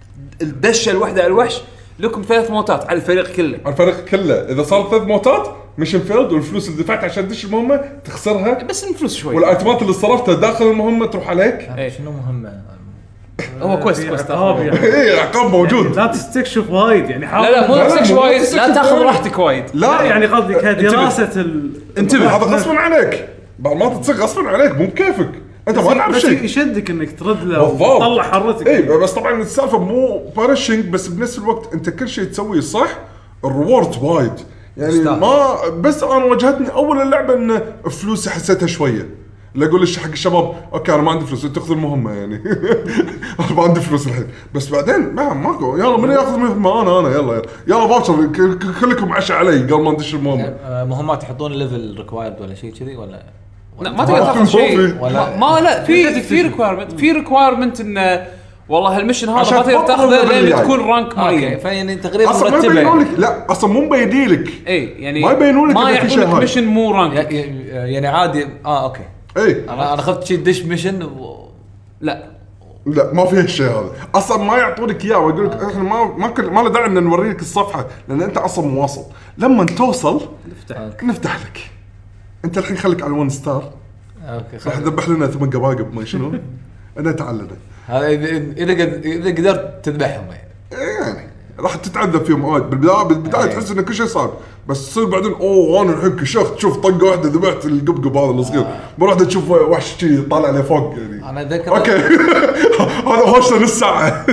الدشه الواحده على الوحش، لكم ثلاث موتات على الفريق كله. على الفريق كله اذا صار ثلاث موتات ميشن فيلد والفلوس اللي دفعت عشان تدش المهمه تخسرها، بس الفلوس شوي والايتمات اللي صرفتها داخل المهمه تروح عليك. إيه. شنو مهمه؟ هو كويست كويست عقاب يعني. اي عقاب موجود. لا تستكشف وايد يعني حاول. لا لا مو لا، لا، تستكشف مو وايد، تستكشف لا تاخذ وايد. راحتك وايد. لا يعني قصدي كدراسه ال انتبه، هذا غصبا عليك، بعد ما تصير غصبا عليك مو بكيفك، انت ما تعرف بس شيء. يشدك انك ترد له بالضبط. وتطلع حرتك. اي بس طبعا السالفه مو بارشنج، بس بنفس الوقت انت كل شيء تسويه صح الريورد وايد يعني. استاهل. ما بس انا واجهتني اول اللعبه ان فلوسي حسيتها شويه، لا اقول ليش حق الشباب اوكي انا ما عندي فلوس، انت تاخذ المهمه يعني انا ما عندي فلوس الحين، بس بعدين ما ماكو يلا من ياخذ المهمه، انا انا يلا يلا, يلا باكر ك- كلكم عشاء علي قبل ما ندش المهمه. آه، مهمات يحطون ليفل ريكوايرد ولا شيء كذي ولا؟ لا ما تقدر تاخذ شيء ولا- ما, ما لا في في ريكوايرمنت في ريكوايرمنت انه والله هالمشن هذا عشان ما تقدر تبطل تاخذه الليفل لين الجاي. تكون رانك اوكي معين. فيعني تقريبا اصلا ما مرتبه يبينون يعني. لك، لا اصلا مو مبينين لك. اي يعني ما يبينون لك ما إذا في شيء يعطونك هاي. مشن مو رانك. ي- ي- يعني عادي اه اوكي. اي انا انا اخذت شيء دش ميشن و... لا لا ما فيها الشيء هذا اصلا، ما يعطونك اياه ويقول لك احنا ما ما كل ما له داعي ان نوريك الصفحه لان انت اصلا مواصل. لما توصل نفتح نفتح لك. انت الحين خليك على ون ستار، اوكي راح خلاص. تذبح لنا ثمان قباقب ما شنو انا تعلنا هذا اذا اذا قد- اذا قدرت تذبحهم يعني. يعني راح تتعذب فيهم وايد بالبدايه. بالبدايه تحس ان كل شيء صار، بس تصير بعدين اوه انا الحين كشخت تشوف طقه واحده ذبحت القبقب هذا الصغير، ما راح تشوف وحش شي طالع لفوق يعني. انا اتذكر اوكي هذا هوش نص ساعه.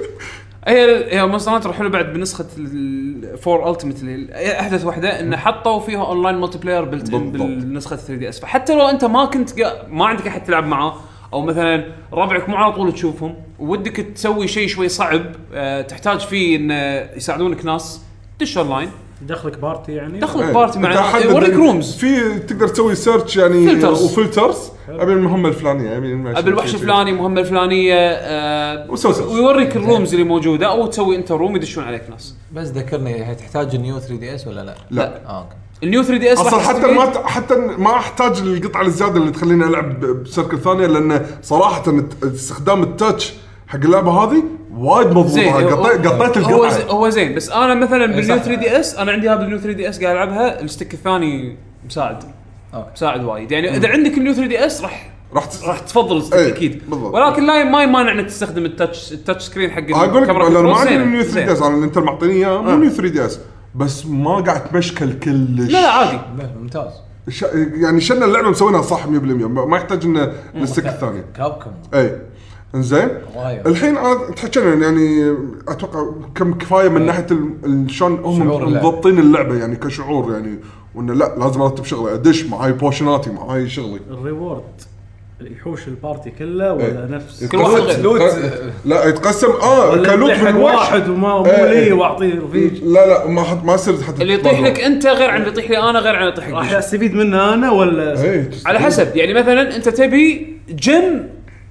هي هي مونستر حلو بعد بنسخه الفور التيمت اللي احدث واحده انه حطوا فيها اونلاين ملتي بلاير بلت ان بالضبط. بالنسخه ثري دي اس، فحتى لو انت ما كنت قا... ما عندك احد تلعب معاه او مثلا ربعك مو على طول تشوفهم ودك تسوي شيء شوي صعب أه تحتاج فيه ان يساعدونك ناس دش اونلاين دخلك بارتي يعني. دخلك إيه. بارتي أنت مع حدد يوريك إن رومز في تقدر تسوي سيرش يعني فلترز. وفلترز ابي المهمه الفلانيه ابي المشي ابي الوحش الفلاني المهمه الفلانيه أه وسوي سيرش. ويوريك الرومز اللي موجوده او تسوي انت روم يدشون عليك ناس. بس ذكرني هي تحتاج نيو ثري دي اس ولا لا؟ لا اه اوكي. النيو ثري دي اس اصلا حتى ما ت- حتى ما احتاج القطعه الزياده اللي تخليني العب بسيركل ثانيه، لان صراحه استخدام التاتش حق اللعبه هذه وايد مضبوطه. قطيت قطيت هو زي القطعه. هو زين، بس انا مثلا بالنيو صح. ثري دي اس انا عندي هذا النيو ثري دي اس قاعد العبها الستيك الثاني مساعد أوكي. مساعد وايد يعني. اذا عندك النيو ثري دي اس راح راح ت- راح تفضل الستيك إيه، اكيد، بالضبط. ولكن لا ما يمانع انك تستخدم التاتش التاتش سكرين حق اقول لك الكاميرا انا ما كنترول. عندي زين، نيو ثري زين. دي اس، انا اللي انت معطيني اياه مو نيو ثري دي اس، بس ما قاعد تمشكل كلش. لا لا عادي ممتاز. ش... يعني شلنا اللعبه مسوينها صح مية بالمية، ما يحتاج ان الستيك الثاني. كابكم اي انزين. وايد. الحين انا تحكينا يعني اتوقع كم كفايه من ناحيه ال- شلون هم شعور اللعبة. مضبطين اللعبه يعني كشعور يعني، وان لا لازم ارتب شغلي ادش معاي بوشناتي معاي شغلي. الريورد يحوش البارتي كله ولا إيه. نفس كل واحد غير. لوت. لا يتقسم اه ولا كلوت يطيح من حق الوحش. واحد وما مو إيه، لي إيه. واعطيه رفيج. لا لا ما حد ما يصير حتى اللي يطيح لك انت غير عن اللي يطيح لي انا غير عن اللي يطيح راح لك. استفيد منه انا ولا اي على حسب يعني مثلا انت تبي جيم،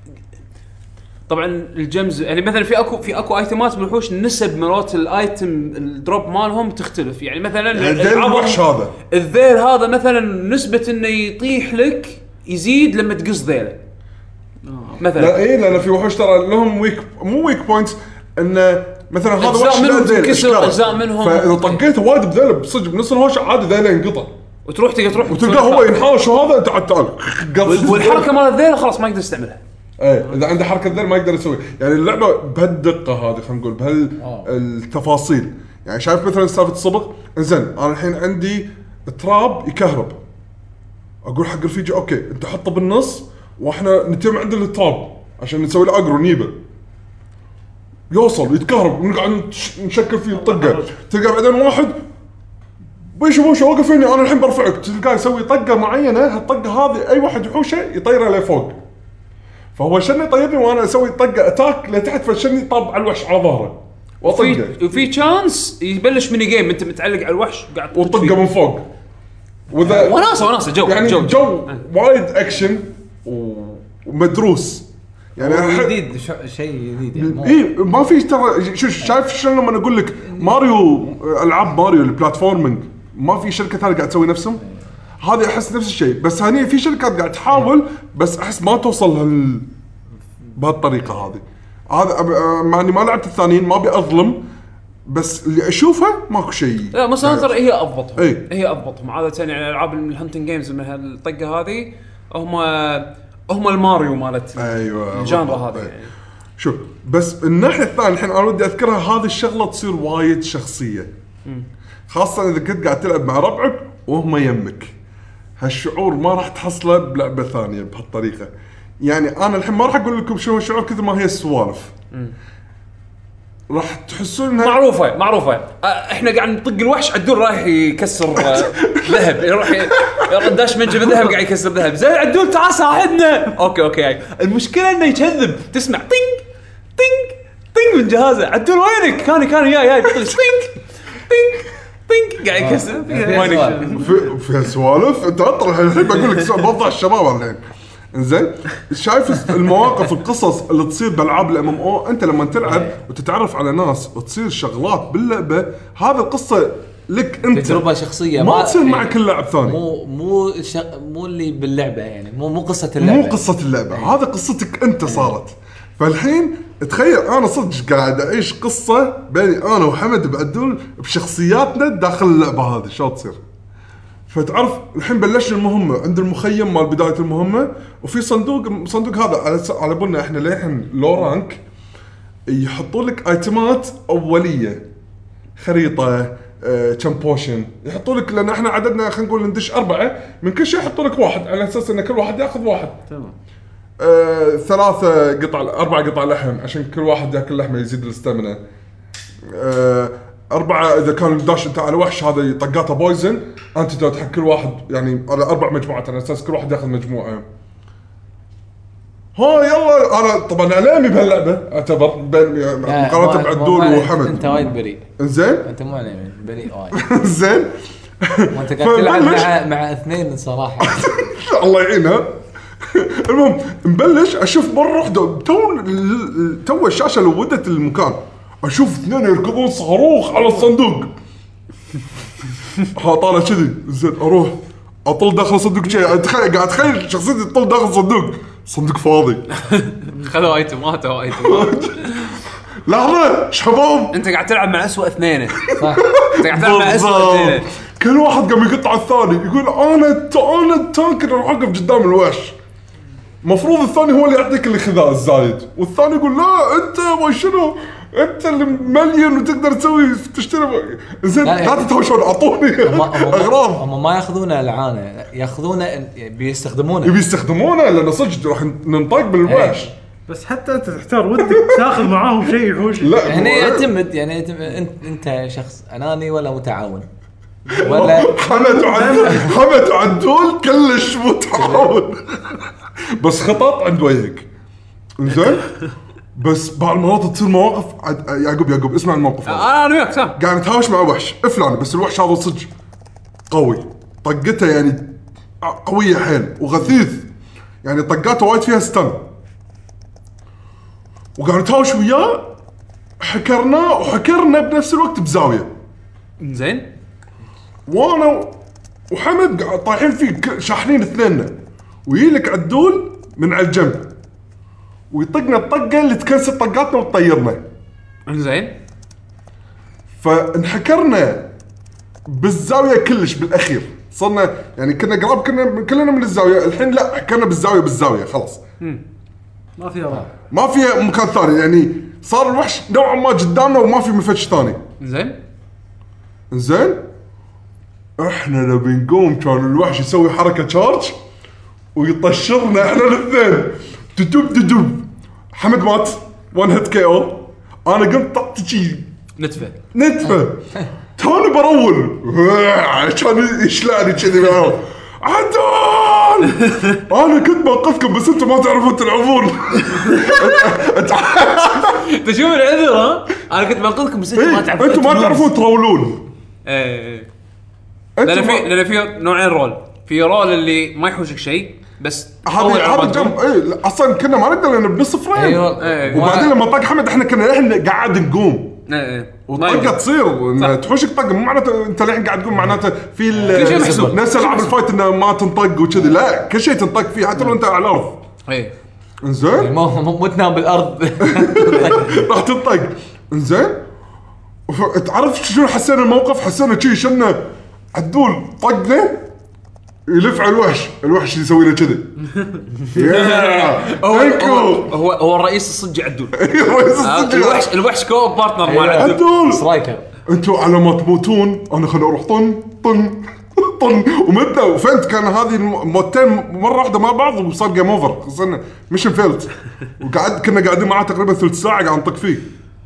طبعا الجيمز يعني مثلا في اكو في اكو ايتمات بالوحوش نسب مرات الايتم الدروب مالهم تختلف يعني مثلا ذيل العظم- الوحش هذا الذيل هذا مثلا نسبة انه يطيح لك يزيد لما تقص ذيله لا مثلا اي لان في وحوش ترى لهم ويك مو ويك بوينتس، انه مثلا هذا أجزاء وحش منهم له ذيل تنكسر، إشكال. أجزاء منهم- فاذا طقيته وايد بذيله بصدق بنص الهوش عادي ذيله ينقطع وتروح تلقى تروح وتلقاه هو ينحاش وهذا تعال تعال قص والحركة مال الذيل خلاص ما يقدر يستعملها. ايه اذا عنده حركه ذيل ما يقدر يسوي يعني اللعبه بهالدقه هذه خلينا نقول بهالتفاصيل يعني. شايف مثلا سالفه الصبغ انزين انا الحين عندي تراب يكهرب، اقول حق رفيجي اوكي انت حطه بالنص واحنا نتم عند التراب عشان نسوي له اجرو نيبه يوصل يتكهرب ونقعد نش- نشكل فيه الطقه. تلقى بعدين واحد بيشو بوش وقف هنا انا الحين برفعك، تلقاه يسوي طقه معينه هالطقه هذه اي واحد يحوشه يطيره لفوق، فهو شني يطيرني وانا اسوي طقه اتاك لتحت فشني طاب على الوحش على ظهره واطقه وفي وفي تشانس يبلش ميني جيم انت متعلق على الوحش قاعد تطق وطقه فيه. من فوق وذا وناسه وناسه جو يعني جو, جو وايد اكشن و- ومدروس يعني يعني أح- جديد شو- شيء جديد يعني مو- اي ما في ترى شوف شايف شلون لما اقول لك ماريو العاب ماريو البلاتفورمينج ما في شركه ثانيه قاعد تسوي نفسهم، هذه احس نفس الشيء بس هني في شركات قاعد تحاول بس احس ما توصل هال بهالطريقه هذه. هذا أب- مع اني ما لعبت الثانيين ما ابي اظلم بس اللي اشوفها ماكو شيء. لا مونستر هانتر هي اضبطهم ايه؟ هي اضبطهم عاده يعني العاب الهانتنج جيمز من هالطقه هذه هم هم الماريو مالت ايوه الجانرا هذا أيه. يعني. شوف بس الناحيه الثانيه الحين انا ودي اذكرها هذه الشغله تصير وايد شخصيه خاصه اذا كنت قاعد تلعب مع ربعك وهم يمك هالشعور ما راح تحصله بلعبه ثانيه بهالطريقه. يعني انا الحين ما راح اقول لكم شو الشعور كثر ما هي السوالف راح تحسون انها معروفه معروفه أه، احنا قاعد نطق الوحش عدول رايح يكسر أه، ذهب يروح يرداش من جبل ذهب قاعد يكسر ذهب زين عدول تعال ساعدنا اوكي اوكي المشكله انه يكذب تسمع طينج طينج طينج من جهازه عدول وينك كان كان يا يا يطلع طينج طينج طينج قاعد يكسر وينك في في سوالف انت اطرح الحين بقول لك بوضح الشباب الحين انزين شايف المواقف القصص اللي تصير بالالعاب الام ام او انت لما تلعب وتتعرف على ناس وتصير شغلات باللعبه هذه القصه لك انت تجربه شخصيه ما تصير مع كل لاعب ثاني مو مو ش... مو اللي باللعبه يعني مو مو قصه اللعبه مو قصه اللعبه هذه قصتك انت صارت. فالحين تخيل انا صدق قاعد اعيش قصه بيني انا وحمد بعدول بشخصياتنا داخل اللعبه هذه شو تصير. فتعرف الحين بلشنا المهمه عند المخيم مال بدايه المهمه وفي صندوق صندوق هذا على على بالنا احنا للحين لو رانك يحطوا لك ايتمات اوليه خريطه اه كم بوشن يحطوا لك لان احنا عددنا خلينا نقول ندش اربعه من كل شيء يحطوا لك واحد على اساس ان كل واحد ياخذ واحد تمام. اه ثلاثه قطع اربع قطع لحم عشان كل واحد ياكل لحمه يزيد الاستامينا. اه أربعة إذا كان داش أنت على وحش هذا طقاته بويزن أنت تقدر حق كل واحد يعني على أربع مجموعات على أساس كل واحد يأخذ مجموعة. ها يلا أنا طبعا علامي بهاللعبة أعتبر بين مقارنة بعدول وحمد. أنت وايد بريء. إنزين. أنت مو علامي بريء وايد. زين. وأنت قاعد تلعب مع مع اثنين صراحة. الله يعينها. المهم نبلش أشوف مرة واحدة تو تو الشاشة لو ودت المكان. أشوف اثنين يركضون صاروخ على الصندوق. ها طالع كذي زين أروح أطل داخل الصندوق شيء أتخيل قاعد أتخيل شخصيتي تطل داخل الصندوق صندوق فاضي. خذوا ايتمات او ايتمات. لحظة شباب أنت قاعد تلعب مع أسوأ اثنين. صح. أنت قاعد تلعب مع أسوأ اثنين. كل واحد قام يقطع الثاني يقول أنا أنا التانك اللي راح أقف قدام الوحش. مفروض الثاني هو اللي يعطيك الخذاء الزايد والثاني يقول لا أنت ما شنو انت اللي مليون وتقدر تسوي تشتري زين لا تتهاوشون اعطوني اغراض. هم ما ياخذونه العانه ياخذونه بيستخدمونه يبي يستخدمونه لانه صدق راح ننطق بالوحش. بس حتى انت تحتار ودك تاخذ معاهم شيء يحوش لا يعني يعتمد يعني يعتمد انت انت شخص اناني ولا متعاون ولا حمد وعدول حمد وعدول كلش متعاون بس خطط عند وجهك زين. بس بعض المرات تصير مواقف يعقوب يعقوب اسمع الموقف هذا. انا انا وياك سام قاعد نتهاوش مع وحش فلان بس الوحش هذا صدق قوي طقته يعني قويه حيل وغثيث يعني طقاته وايد فيها ستان وقاعد نتهاوش وياه حكرناه وحكرنا بنفس الوقت بزاويه زين وانا وحمد قاعد طايحين فيه شاحنين اثنيننا ويلك عدول من على الجنب ويطقنا الطقه اللي تكنسل طقاتنا وتطيرنا. زين فانحكرنا بالزاويه كلش بالاخير صرنا يعني كنا قراب كنا كلنا من الزاويه الحين لا حكرنا بالزاويه بالزاويه خلاص ما فيها ما فيها مكان ثاني يعني صار الوحش نوعا ما قدامنا وما في مفتش ثاني. زين زين احنا نبي نقوم كان الوحش يسوي حركه تشارج ويطشرنا احنا الاثنين تدب تدب. حمد مات وان هيت كي او انا قمت طقت شي نتفه نتفه توني برول كان يشلعني كذي معه عدول انا كنت بوقفكم بس انتم ما تعرفون تلعبون. انت شوف العذر ها انا كنت بنقذكم بس انتم ما تعرفون انتم ما تعرفون ترولون. ايه لان في لان في نوعين رول في رول اللي ما يحوشك شيء بس هذا هذا جنب ايه اصلا كنا ما نقدر لان بنص فريم. أيوة. ايه وبعدين لما طق حمد احنا كنا احنا قاعد نقوم ايه وطقه تصير تحوشك طق مو معناته انت الحين قاعد تقول معناته في نفس العاب الفايت انه ما تنطق وكذي لا كل شيء تنطق فيه حتى لو انت على الارض. ايه انزين مو مو تنام بالارض راح تنطق. انزين تعرف شنو حسينا الموقف؟ حسينا شي شنه عدول طقنا يلف على الوحش، الوحش يسوي له كذي. هو هو هو الرئيس الصجي عدول. الرئيس الصجي الوحش الوحش كوب بارتنر مال عدول. عدول سترايكر. انتوا على ما تموتون انا خليني اروح طن طن طن ومتى وفنت كان هذه الموتين مره واحده مع بعض وصار جيم اوفر. خلصنا مش فيلت وقعد كنا قاعدين معاه تقريبا ثلث ساعه قاعد نطق فيه.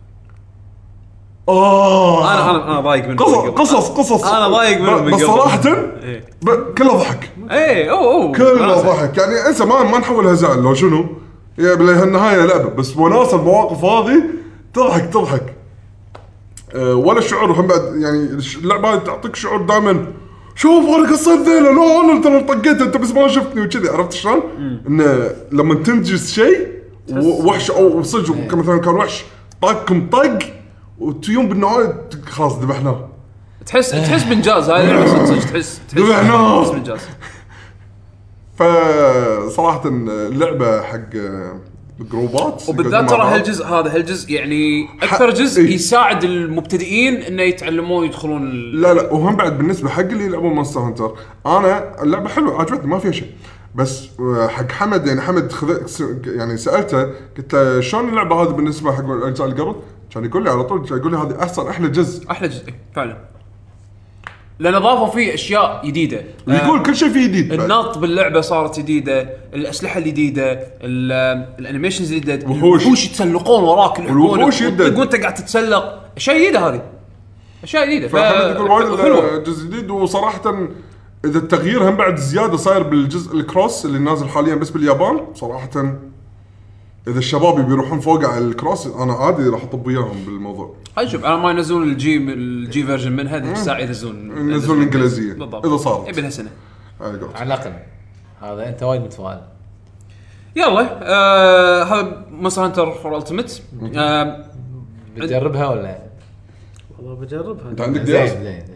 اه انا انا انا ضايق منه. قصص قصص قصص انا ضايق منه بس صراحه كله ضحك. ايه اوه اوه كله ضحك يعني انسى ما ما نحولها زعل لو شنو يا بالنهايه لعبه بس وناسه المواقف هذه تضحك تضحك. أه ولا الشعور هم بعد يعني اللعبه هذه تعطيك شعور دائما شوف انا قصيت ذيله لا انا ترى طقيت انت بس ما شفتني وكذي. عرفت شلون؟ انه لما تنجز شيء وحش او صدق كمثلا كان وحش طاقكم طق وتيوم بالنهايه خلاص ذبحناه. تحس تحس بانجاز هاي اللعبه صدق تحس تحس ذبحناه بانجاز. فصراحه اللعبه حق الجروبات وبالذات ترى هالجزء هذا هالجزء يعني اكثر جزء إيه؟ يساعد المبتدئين انه يتعلمون يدخلون ال... لا لا وهم بعد بالنسبه حق اللي يلعبون مونستر هانتر انا اللعبه حلوه عجبتني ما فيها شيء. بس حق حمد يعني حمد خذ يعني سالته قلت له شلون اللعبه هذه بالنسبه حق الاجزاء اللي قبل؟ كان يقول لي على طول يقول لي هذه احسن احلى جزء احلى جزء فعلا لان اضافوا فيه اشياء جديده. يقول كل شيء فيه جديد. النط باللعبه صارت جديده، الاسلحه الجديده، الانيميشنز الجديده، الوحوش يتسلقون وراك الوحوش يدد وانت قاعد تتسلق اشياء جديده. هذه اشياء جديده فحمد يقول وايد جزء جديد. وصراحه اذا التغيير هم بعد زياده صاير بالجزء الكروس اللي نازل حاليا بس باليابان صراحه اذا الشباب بيروحون فوق على الكروس انا عادي راح اطب وياهم بالموضوع. هاي شوف انا ما ينزلون الجي الجي فيرجن من هذه الساعه ينزلون ينزلون الانجليزيه اذا صارت يبي لها سنه على الاقل. هذا انت وايد متفائل. يلا آه هذا مونستر هانتر فور التيمت. آه بتجربها ولا؟ والله بجربها. انت عندك دياز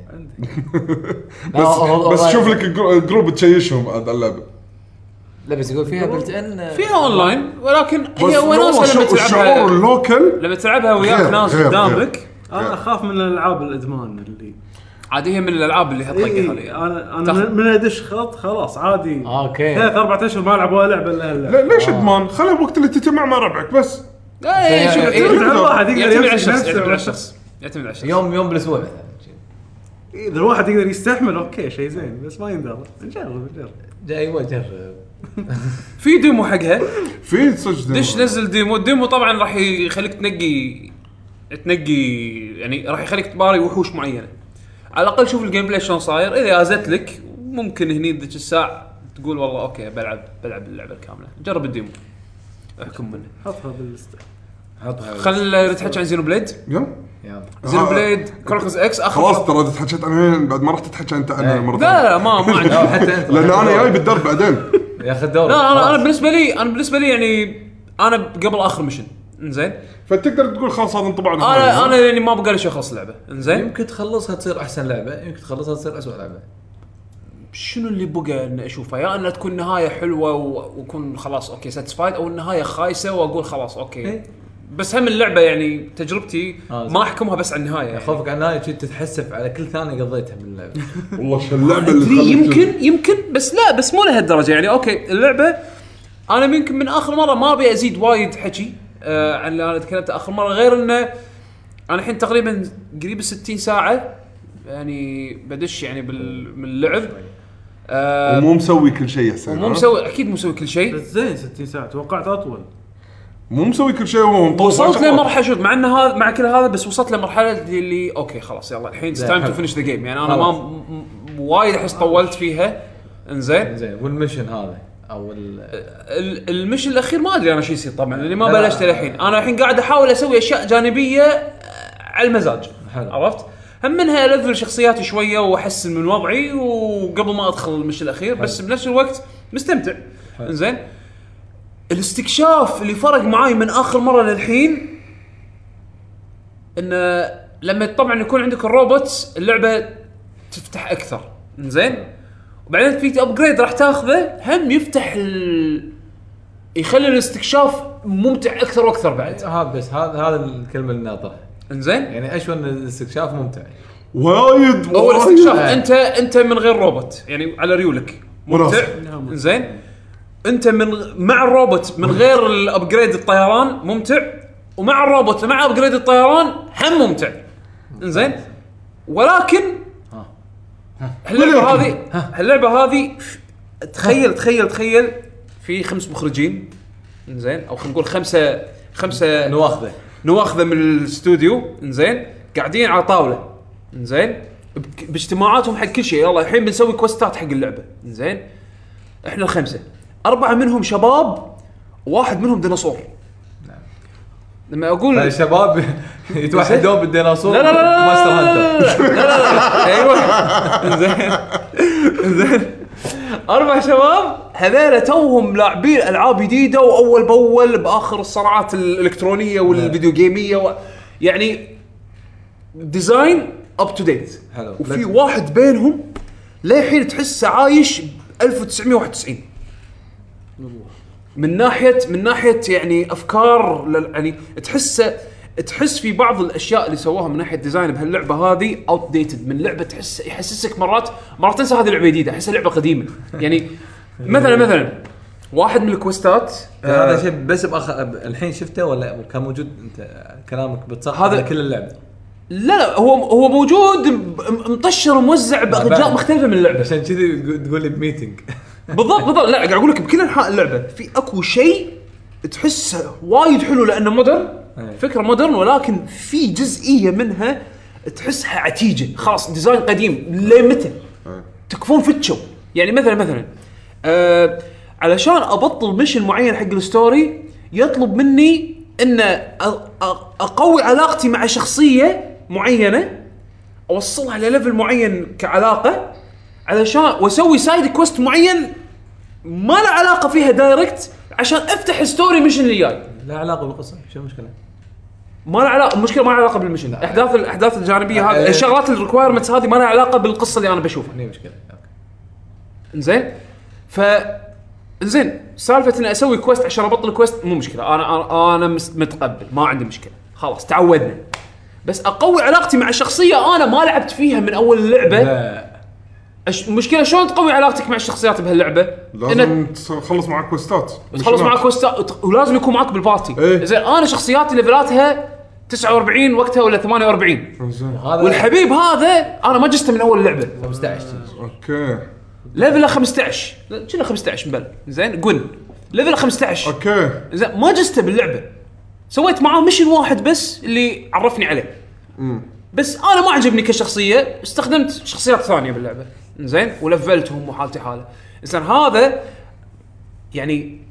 بس لا بس شوف لك الجروب تشيشهم على اللعبه. لا بس يقول فيها بلت ان فيها اونلاين ولكن هي وناسه لما تلعبها الشعور اللوكل لما تلعبها وياك ناس قدامك. انا اخاف من الالعاب الادمان اللي عادي هي من الالعاب اللي هتطقها إيه لي. انا انا تخ... من ادش خط خلاص عادي. اوكي ثلاث اربع اشهر ما العب ولا لعبه الا لا ليش ادمان؟ خلي وقت اللي تجمع مع ربعك بس. اي شوف يعتمد على الواحد يقدر يعتمد على الشخص يمسك يعتمد على نفسه. الشخص يعتمد على الشخص يوم يوم بالاسبوع مثلا. اذا الواحد يقدر يستحمل اوكي شيء زين بس ما يندر. نجرب نجرب ايوه جرب. في ديمو حقها في صدق دش نزل ديمو. الديمو طبعا راح يخليك تنقي تنقي يعني راح يخليك تباري وحوش معينه. على الاقل شوف الجيم بلاي شلون صاير. اذا ازت لك ممكن هني ذيك الساعه تقول والله اوكي بلعب بلعب اللعبه الكامله. جرب الديمو احكم منه. حطها بالليست. حطها. خل نتحكي عن زينو بليد. يلا يلا زينو بليد كروكس اكس اخر خلاص ترى تحكيت انا بعد ما رحت تتحكى انت عنها مره لا لا ما ما عندي حتى انت لان انا جاي بالدرب بعدين. ياخذ دور. لا انا انا بالنسبه لي انا بالنسبه لي يعني انا قبل اخر ميشن انزين فتقدر تقول خلاص هذا انطباع انا انا يعني ما بقى لي شيء اخلص اللعبه انزين. يمكن تخلصها تصير احسن لعبه يمكن تخلصها تصير اسوء لعبه. شنو اللي بقى ان اشوفها يا ان تكون نهايه حلوه وكون خلاص اوكي ساتسفايد او النهايه خايسه واقول خلاص اوكي إيه؟ بس هم اللعبه يعني تجربتي آه ما احكمها بس على النهايه يعني. خوفك على النهايه شي تتحسف على كل ثانيه قضيتها باللعبه. والله شو اللعبه اللي أدري خلتني- يمكن يمكن بس لا بس مو لهالدرجه يعني. اوكي اللعبه انا يمكن من اخر مره ما ابي ازيد وايد حكي آه عن اللي انا تكلمت اخر مره غير انه انا الحين تقريبا قريب ستين ساعه يعني بدش يعني بال من اللعب آه ومو مسوي كل شيء يا حسين. ومو مسوي اكيد مو مسوي كل شيء. بس زين ستين ساعه توقعت اطول. مو مسوي كل شيء وهو مطول. وصلت لمرحله شوف مع ان هذا مع كل هذا بس وصلت لمرحله اللي اوكي خلاص يلا الحين تايم تو فينيش ذا جيم يعني انا ما م- م- وايد احس طولت فيها انزين. زين والميشن هذا او ال- المشن الاخير ما ادري انا شو يصير طبعا لاني ما لا. بلشت الحين. انا الحين قاعد احاول اسوي اشياء جانبيه على المزاج حلو. عرفت هم منها الفل شخصياتي شويه واحسن من وضعي وقبل ما ادخل المشن الاخير حلو. بس بنفس الوقت مستمتع انزين. الاستكشاف اللي فرق معاي من اخر مره للحين انه لما طبعا يكون عندك الروبوت اللعبه تفتح اكثر انزين. وبعدين في ابجريد راح تاخذه هم يفتح ال... يخلي الاستكشاف ممتع اكثر واكثر بعد. هذا بس هذا هذا الكلمه اللي ناطره انزين يعني اشون الاستكشاف ممتع وايد اول وايد. استكشاف انت انت من غير روبوت يعني على ريولك ممتع انزين انت من مع الروبوت من غير الابجريد الطيران ممتع ومع الروبوت مع ابجريد الطيران هم ممتع انزين ولكن اللعبه هذه اللعبه هذه تخيل تخيل تخيل في خمس مخرجين انزين او خلينا نقول خمسه خمسه نواخذه نواخذه من الاستوديو انزين قاعدين على طاوله انزين باجتماعاتهم حق كل شيء يلا الحين بنسوي كوستات حق اللعبه انزين احنا الخمسه اربعه منهم شباب وواحد منهم ديناصور لما اقول الشباب يتوحدون بالديناصور لا لا لا لا ماستر هانتر لا لا لا ايوه زين زين اربع شباب هذول توهم لاعبين العاب جديده واول باول باخر الصراعات الالكترونيه والفيديو جيميه و... يعني ديزاين اب تو ديت وفي واحد بينهم للحين تحسه عايش ألف وتسعمية وواحد وتسعين من ناحيه من ناحيه يعني افكار لل... يعني تحس تحس في بعض الاشياء اللي سووها من ناحيه ديزاين بهاللعبه هذه اوت ديتد من لعبه تحس يحسسك مرات مرات تنسى هذه لعبه جديده احسها لعبه قديمه يعني مثلا مثلا واحد من الكوستات هذا آه شيء بس باخر الحين شفته ولا كان موجود انت كلامك بتصح هذا كل اللعبه لا لا هو هو موجود مطشر وموزع باجزاء مختلفه من اللعبه عشان كذي تقول لي بميتنج بالضبط بالضبط لا قاعد اقول لك بكل انحاء اللعبه في اكو شيء تحسه وايد حلو لانه مودرن فكره مودرن ولكن في جزئيه منها تحسها عتيجه خلاص ديزاين قديم ليه متى تكفون فتشو يعني مثلا مثلا آه علشان ابطل ميشن معين حق الستوري يطلب مني ان اقوي علاقتي مع شخصيه معينه اوصلها لليفل معين كعلاقه علشان واسوي سايد كويست معين ما له علاقه فيها دايركت عشان افتح ستوري ميشن اللي جاي لا علاقه بالقصه شو المشكله ما له علاقه المشكله ما لها علاقه بالميشن احداث الاحداث الجانبيه هذه الشغلات الريكوايرمنتس هذه ما لها علاقه بالقصه اللي انا بشوفها هي مشكله زين ف زين سالفه اني اسوي كويست عشان ابطل كويست مو مشكله انا انا, أنا متقبل ما عندي مشكله خلاص تعودنا بس اقوي علاقتي مع شخصيه انا ما لعبت فيها من اول اللعبه لا المشكله شلون تقوي علاقتك مع الشخصيات بهاللعبه لازم تخلص معك كوستات تخلص معك كوستات ولازم يكون معك بالبارتي ايه؟ زين انا شخصياتي ليفلاتها تسعة وأربعين وقتها ولا ثمانية وأربعين والحبيب هذا انا ما جسته من اول اللعبه خمسة عشر اوكي ليفله خمسة عشر كنا خمسة عشر مبل زين قن ليفله خمسة عشر اوكي زين ما جسته باللعبه سويت معاه ميشن واحد بس اللي عرفني عليه امم بس انا ما عجبني كشخصيه استخدمت شخصيات ثانيه باللعبه زين ولفلتهم وحالتي حاله زين هذا يعني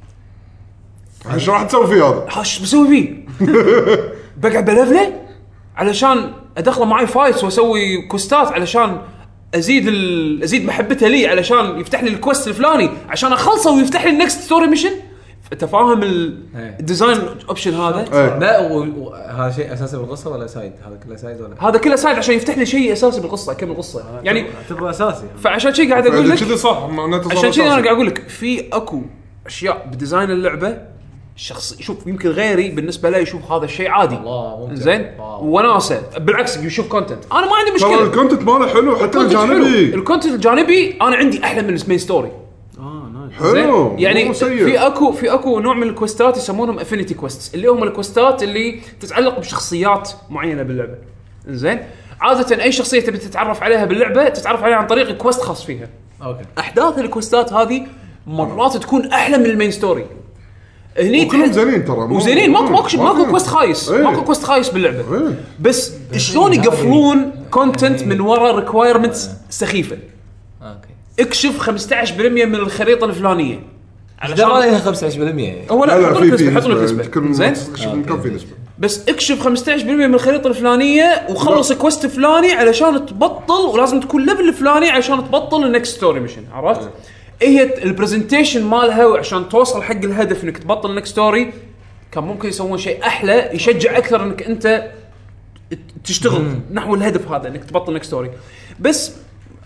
ايش راح تسوي فيه هذا ايش بسوي فيه بقعد بلفله علشان ادخله معي فايتس واسوي كوستات علشان ازيد ال... ازيد محبته لي علشان يفتح لي الكوست الفلاني عشان اخلصه ويفتح لي النكست ستوري ميشن انت فاهم الديزاين اوبشن هذا ايه. لا وهذا شيء اساسي بالقصه ولا سايد هذا كله سايد ولا هذا كله سايد عشان يفتح لي شيء اساسي بالقصه كم القصه يعني تبغى اساسي فعشان شيء قاعد اقول لك كذا صح معناته عشان شيء انا قاعد اقول لك في اكو اشياء بديزاين اللعبه شخص شوف يمكن غيري بالنسبه له يشوف هذا الشيء عادي زين وناسه بالعكس يشوف كونتنت انا ما عندي مشكله الكونتنت ماله حلو حتى الجانبي الكونتنت الجانبي انا عندي احلى من المين ستوري اه نايس حلو يعني في اكو في اكو نوع من الكوستات يسمونهم افينيتي كويستس اللي هم الكوستات اللي تتعلق بشخصيات معينه باللعبه زين عاده اي شخصيه تبي تتعرف عليها باللعبه تتعرف عليها عن طريق كويست خاص فيها اوكي احداث الكوستات هذه مرات تكون احلى من المين ستوري هني كلهم زينين ترى وزينين ماكو ماكو ماكو كويست خايس ايه. ماكو كويست خايس باللعبه ايه. بس شلون يقفلون كونتنت من وراء ريكوايرمنتس سخيفه اوكي اكشف خمسة عشر بالمية من الخريطه الفلانيه علشان عليها خمسة عشر بالمية هو لا لا في في حطوا لك نسبة نسبه زين كم في نسبه بس اكشف خمسة عشر بالمية من الخريطه الفلانيه وخلص كويست فلاني علشان تبطل ولازم تكون ليفل فلاني عشان تبطل النكست ستوري ميشن عرفت هي البرزنتيشن مالها وعشان توصل حق الهدف انك تبطل النكست ستوري كان ممكن يسوون شيء احلى يشجع اكثر انك انت تشتغل مم. نحو الهدف هذا انك تبطل النكست ستوري بس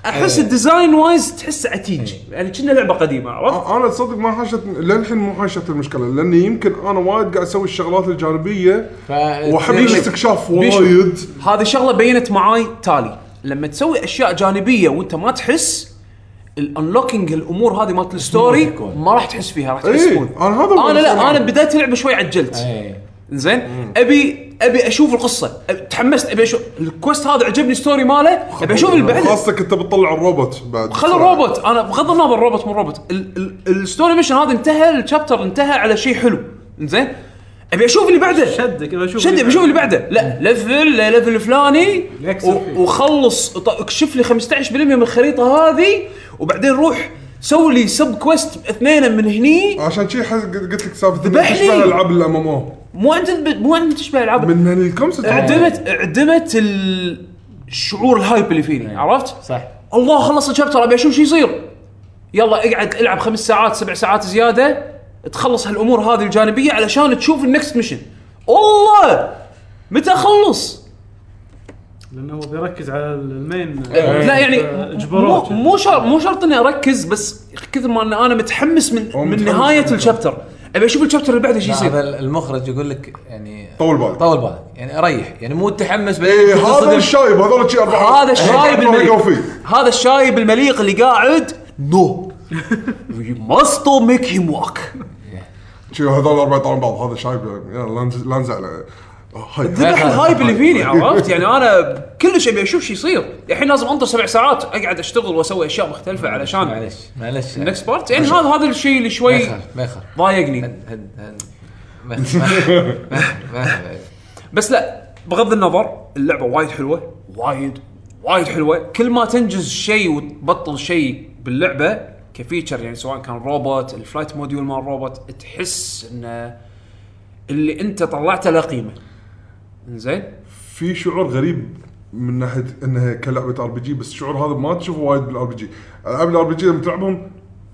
احس الديزاين وايز تحس عتيج يعني كنا لعبه قديمه عرفت. انا تصدق ما حاشت للحين مو حاشت المشكله لاني يمكن انا وايد قاعد اسوي الشغلات الجانبيه واحب الاستكشاف وايد. هذه شغله بينت معاي تالي لما تسوي اشياء جانبيه وانت ما تحس الانلوكينج الامور هذه مالت الستوري ما راح تحس فيها راح تحس. ايه انا هذا انا لا انا بدايه اللعبه شوي عجلت ايه زين ابي ابي اشوف القصه تحمست ابي اشوف الكويست هذا عجبني ستوري ماله ابي اشوف اللي بعده خاصه كنت بتطلع الروبوت بعد خلي الروبوت انا بغض النظر الروبوت مو روبوت الستوري ميشن هذا انتهى الشابتر انتهى على شيء حلو زين ابي اشوف اللي بعده شدك ابي اشوف شدك ابي اشوف اللي بعده لا ليفل ليفل فلاني وخلص اكشف لي خمسة عشر بالمية من الخريطه هذه وبعدين روح سوي لي سب كويست اثنين من هني عشان شيء قلت لك سالفه تشبه العاب الامامو مو انت مو انت تشبه العاب من الكونسبت عدمت عدمت الشعور الهايب اللي فيني عرفت صح. الله خلص الشابتر ابي اشوف شو يصير يلا اقعد العب خمس ساعات سبع ساعات زياده تخلص هالامور هذه الجانبيه علشان تشوف النكست ميشن. والله متى اخلص لانه هو بيركز على المين. لا يعني مو مو شرط مو شرط اني اركز بس كثر ما ان انا متحمس من من نهايه الشابتر ابي اشوف الشابتر اللي بعده شو يصير. هذا المخرج يقول لك يعني طول بالك طول بالك يعني ريح يعني مو تحمس إيه هذا الشايب هذول شيء اربعه هذا الشايب المليق هذا الشايب المليق اللي قاعد نو وي ماست ميك هيم ووك شو هذول اربعه طالعين بعض هذا شايب يلا لا نزعل ذبح الهايب اللي فيني عرفت يعني انا كلش ابي اشوف شو يصير الحين لازم انطر سبع ساعات اقعد اشتغل واسوي اشياء مختلفه علشان معلش معلش النكست بارت يعني هذا هذا الشيء اللي شوي ضايقني بس لا بغض النظر اللعبه وايد حلوه وايد وايد حلوه كل ما تنجز شيء وتبطل شيء باللعبه كفيتشر يعني سواء كان روبوت الفلايت موديول مال روبوت تحس انه اللي انت طلعته له قيمه زين. في شعور غريب من ناحيه انها كلعبه ار بي جي بس الشعور هذا ما تشوفه وايد بالار بي جي. العاب الار بي جي لما تلعبهم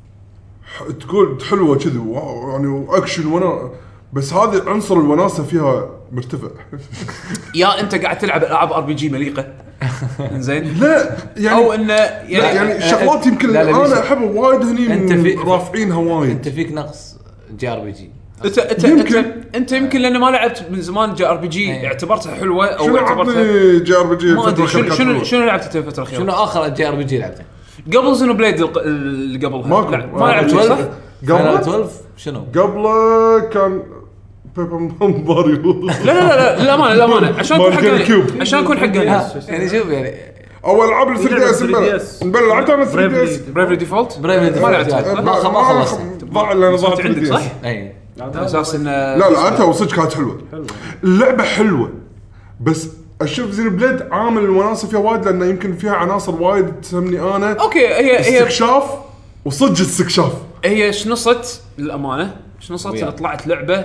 تقول حلوه كذي يعني واكشن وانا بس هذا عنصر الوناسه فيها مرتفع. يا انت قاعد تلعب العاب ار بي جي مليقه زين لا يعني او انه يعني, يعني شغلات يمكن لا لا انا احبها وايد هني رافعينها وايد. انت فيك نقص جي ار بي جي انت انت يمكن. انت, انت يمكن لان ما لعبت من زمان جي ار بي جي اعتبرتها حلوه او اعتبرتها جي ار بي جي فتره شنو شنو شنو لعبت الفتره الاخيره شنو اخر جي ار بي جي لعبته قبل زينو بليد اللي قبلها ما, ما لعبت صح قبل اثنا عشر شنو قبله كان بيبر ماريو. لا لا لا للامانه للامانه عشان اكون حقاني عشان اكون حقاني يعني شوف يعني اول العاب ثري دي اس نبل لعبتها انا ثري دي اس بريفلي ديفولت بريفلي ما لعبت ما ما خلصت ضاع لنا ضاعت عندك صح اي على اساس ان لا لعبتها وصدق كانت حلوه اللعبه حلوه بس اشوف زين بليد عامل الوناسه فيها وايد لانه يمكن فيها عناصر وايد تهمني انا. اوكي هي هي استكشاف وصدق استكشاف هي شنصت للامانه شنصت اللي طلعت لعبه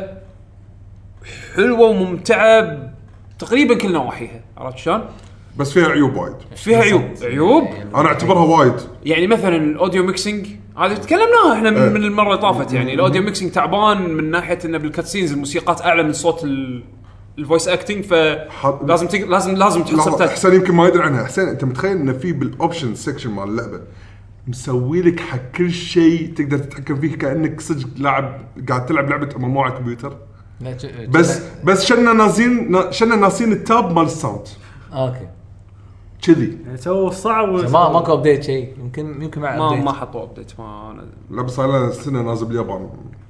حلوه وممتعه تقريبا كل نواحيها عرفت شلون بس فيها عيوب وايد فيها عيوب عيوب انا اعتبرها وايد يعني مثلا الاوديو ميكسينج هذه تكلمناها احنا من, من المره اللي طافت يعني الاوديو ميكسينج تعبان من ناحيه انه بالكاتسينز الموسيقات اعلى من صوت الفويس اكتنج فلازم تق... لازم لازم تحط سبتايتل. حسين يمكن ما يدري عنها. حسين انت متخيل انه في بالاوبشن سيكشن مال اللعبه مسوي لك حق كل شيء تقدر تتحكم فيه كانك صدق لاعب قاعد تلعب لعبه امامو على الكمبيوتر بس بس شلنا نازين شلنا ناسين التاب مال الساوند اوكي كذي يعني سووا الصعب ما ماكو ابديت شيء يمكن يمكن مع ما ابديت ما حطوا ابديت ما لا بس انا سنه نازل باليابان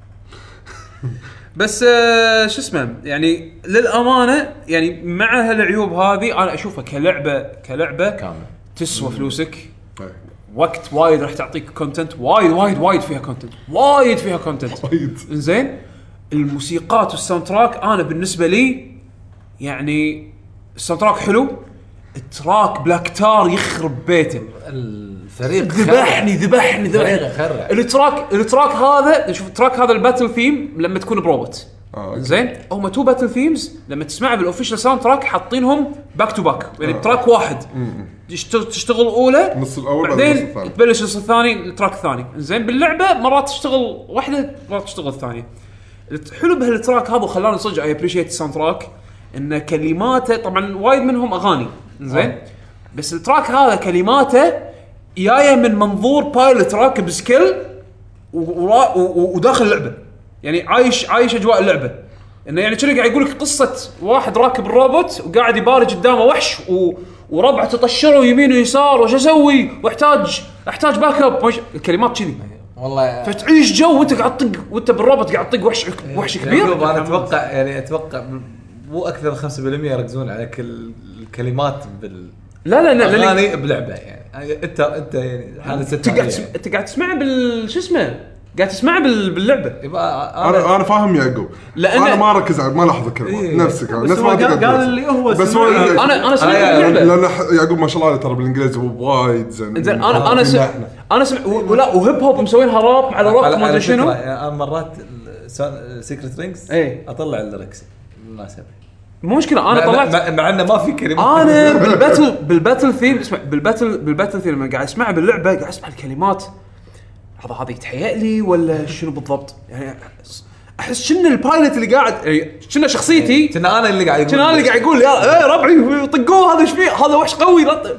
بس آه شو اسمه يعني للامانه يعني مع هالعيوب هذه انا اشوفها كلعبه كلعبه كامل تسوى فلوسك وقت وايد راح تعطيك كونتنت وايد وايد وايد فيها كونتنت وايد فيها كونتنت وايد زين. الموسيقات والساوند تراك انا بالنسبه لي يعني الساوند تراك حلو التراك بلاك تار يخرب بيته الفريق ذبحني ذبحني ذبحني خرع التراك التراك هذا شوف التراك هذا الباتل ثيم لما تكون بروبوت آه زين هم تو باتل ثيمز لما تسمعها بالاوفيشال ساوند تراك حاطينهم باك تو باك يعني تراك واحد تشتغل تشتغل اولى نص الاول بعدين تبلش النص الثاني التراك الثاني زين. باللعبه مرات تشتغل واحده مرات تشتغل الثانيه. الحلو بهالتراك هذا خلاني صدق اي ابريشيت الساوند تراك ان كلماته طبعا وايد منهم اغاني زين بس التراك هذا كلماته جايه من منظور بايلوت راكب سكيل ورا- و- و- وداخل اللعبه، يعني عايش عايش اجواء اللعبه، انه يعني كذا قاعد يقول لك قصه واحد راكب الروبوت وقاعد يبارج قدامه وحش و... وربعه تطشره يمين ويسار وش اسوي واحتاج احتاج باك اب وش... الكلمات كذي، والله فتعيش جو وانت قاعد تطق وانت بالروبوت قاعد تطق وحش وحش كبير. يعقوب، انا اتوقع يعني اتوقع مو اكثر من خمسة بالمية يركزون على كل الكلمات بال لا لا لا لا اغاني بلعبه، يعني انت انت يعني هذا ست انت قاعد تسم... انت قاعد تسمعها بال شو اسمه قاعد تسمعها بال... باللعبه. يبقى انا انا فاهم يعقوب، لأن- انا ما اركز على ما لاحظ الكلمات إيه. نفسك بس نفس هو ما قال تقدر قال تقول. اللي هو بس هو سمعها. انا انا سمعت آه، باللعبه لان ح- يعقوب ما شاء الله ترى بالانجليزي هو وايد زين. زين انا انا سم... انا سمع ولا وهيب هوب مسوينها راب على راب ما ادري شنو. انا مرات سيكريت رينجز إيه. اطلع الليركس بالمناسبه، مو مشكله انا مع- طلعت مع, مع انه ما في كلمات. انا بالباتل بالباتل ثيم اسمع بالباتل بالباتل ثيم لما قاعد اسمعها باللعبه قاعد اسمع الكلمات هذا هذا يتهيأ لي ولا شنو بالضبط، يعني احس شن البايلوت اللي قاعد يعني شنو شخصيتي كنا انا اللي قاعد يقول كنا انا اللي قاعد يقول يا ايه ربعي طقوه هذا ايش فيه هذا وحش قوي لا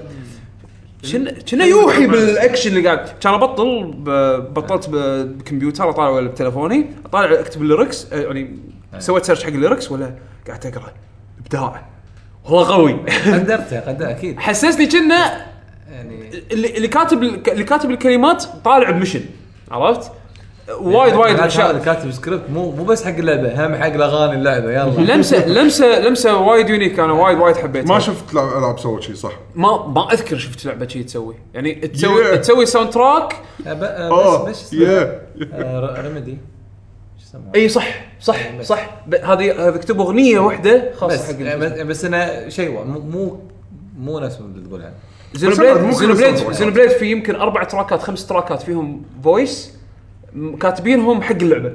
شن كنا يوحي بالاكشن اللي قاعد كان ابطل ب- بطلت ب- بكمبيوتر اطالع ولا بتليفوني اطالع اكتب الليركس يعني سويت سيرش حق الليركس ولا قاعد اقرا ابداع والله قوي. قدرته قدر اكيد حسسني كنا يعني اللي اللي كاتب اللي كاتب الكلمات طالع بمشن عرفت وايد وايد هذا اشياء كاتب سكريبت مو مو بس حق اللعبه، هم حق الاغاني اللعبه. يلا لمسه لمسه لمسه وايد يونيك انا وايد وايد حبيتها. ما شفت لعب- العاب سوت شيء صح. ما ما اذكر شفت لعبه شيء تسوي يعني تسوي Yeah. تسوي ساوند تراك. اه بس بس يا ريميدي شو اسمه اي صح صح صح ب- هذه هذا كتبوا اغنيه واحده خاصه بس حق بس, بس انا شيء مو مو مو نفس اللي تقول عنه. زينو بس أنا مو بليد كل زينو بليد الساوند زينو بليد في يمكن اربع تراكات خمس تراكات فيهم فويس م- كاتبينهم حق اللعبه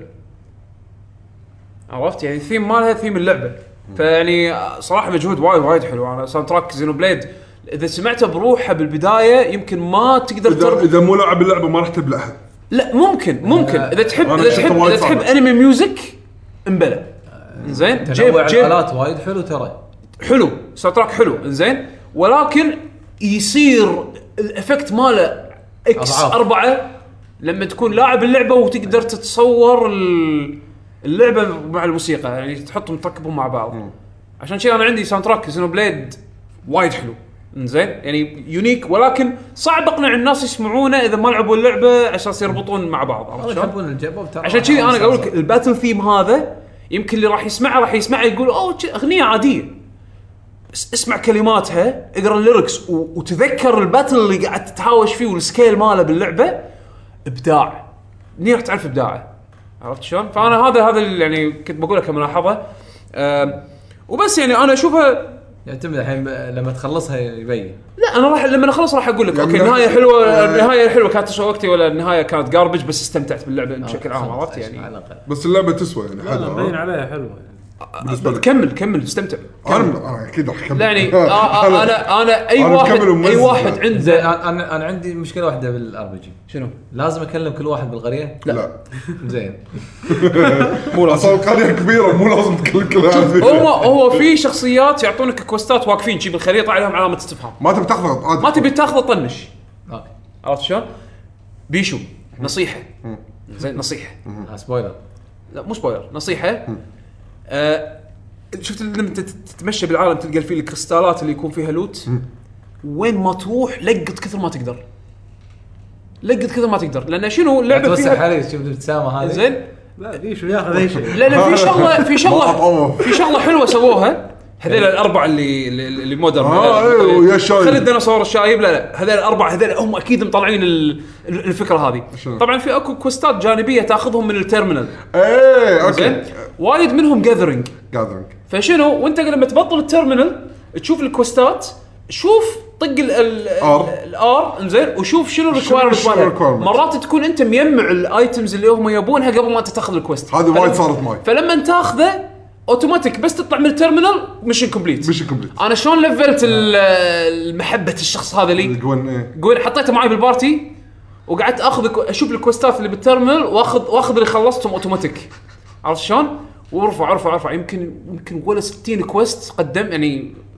عرفت يعني ثيم مالها ثيم اللعبه فيعني صراحه مجهود وايد وايد حلو. انا ساوند تراك زينو بليد اذا سمعته بروحه بالبدايه يمكن ما تقدر اذا تربط. اذا مو لاعب اللعبه ما راح تبلعها. لا ممكن ممكن اذا تحب أنا اذا شفته تحب وايد اذا تحب صعب. انمي ميوزك انبلى زين تنوع جيب جيب الالات وايد حلو ترى. حلو ساوند تراك حلو زين ولكن يصير الافكت ماله اكس أضعاف. أربعة لما تكون لاعب اللعبه وتقدر تتصور ال- اللعبه مع الموسيقى يعني تحطهم تركبهم مع بعض. عشان كذا انا عندي ساوند تراك زينو بليد وايد حلو زين يعني يونيك ولكن صعب اقنع الناس يسمعونه اذا ما لعبوا اللعبه عشان يربطون مع بعض عرفت هذا شلون؟ يحبون الجبه ترى. عشان كذي انا اقول لك الباتل ثيم هذا يمكن اللي راح يسمعه راح يسمعه يقول اوه شي- اغنيه عاديه بس اسمع كلماتها اقرا الليركس و- وتذكر الباتل اللي قاعد تتهاوش فيه والسكيل ماله باللعبه ابداع ني راح تعرف ابداعه عرفت شلون؟ فانا هذا هذا اللي يعني كنت بقول لك كملاحظه أم، وبس يعني انا اشوفها يعتمد الحين ب- لما تخلصها يبين. لا انا راح لما اخلص راح اقول لك يعني اوكي النهايه حلوه النهايه حلوه كانت تسوى وقتي ولا النهايه كانت جاربج بس استمتعت باللعبه بشكل عام عرفت على يعني الأقل. بس اللعبه تسوى يعني لا لا، مبين حلوه عليها حلوه بالنسبه لك. كمل كمل استمتع انا أنا اكيد راح اكمل. لا يعني آه آه انا انا اي أنا واحد مكمل وممزج اي واحد بعد. زين عنده انا انا عندي مشكله واحده بالار بي جي. شنو لازم اكلم كل واحد بالقريه. لا زين مو لازم اصلا قريه كبيره مو لازم تكل كل هذا. هو هو في شخصيات يعطونك كوستات واقفين شي بالخريطه عليهم علامه استفهام ما تبي تاخذ عادي. ما تبي تاخذه طنش اوكي عرفت شلون بيشو نصيحه زين نصيحه ها سبويلر. لا مو سبويلر نصيحه آه شفت لما تت- تتمشى بالعالم تلقى فيه الكريستالات اللي يكون فيها لوت وين ما تروح لقط كثر ما تقدر لقط كثر ما تقدر لان شنو اللعبه توسع فيها علي شوف الابتسامه هذه. زين لا ديش وياخذ اي شيء. لان في شغله في ما شغله أطعمه. في شغله حلوه سووها هذول الاربعه اللي اللي اللي مودرن آه، إيه، ويا الشايب. خلي الديناصور الشايب لا لا هذول الاربعه هذول هم اكيد مطلعين ال- ال- الفكره هذه شنو؟ طبعا في اكو كوستات جانبيه تاخذهم من التيرمينال ايه زين اوكي وايد منهم جاذرينج جاذرينج فشنو وانت لما تبطل التيرمينال تشوف الكوستات شوف طق ال ال R. الار انزين وشوف شنو الريكوايرمنت شنو مالها الrequirement. مرات تكون انت مجمع الايتمز اللي هم يبونها قبل ما انت تاخذ الكوست هذه وايد صارت معي. فلما انت تاخذه اوتوماتيك بس تطلع من التيرمينال ميشن كومبليت ميشن كومبليت. انا شلون لفلت ال- المحبه الشخص هذا لي الجوين ايه قول حطيته معي بالبارتي وقعدت اخذ اشوف الكوستات اللي بالتيرمينال واخذ واخذ اللي خلصتهم اوتوماتيك عرفت شلون وارفع ارفع ارفع يمكن يمكن ولا ستين كويست قدم يعني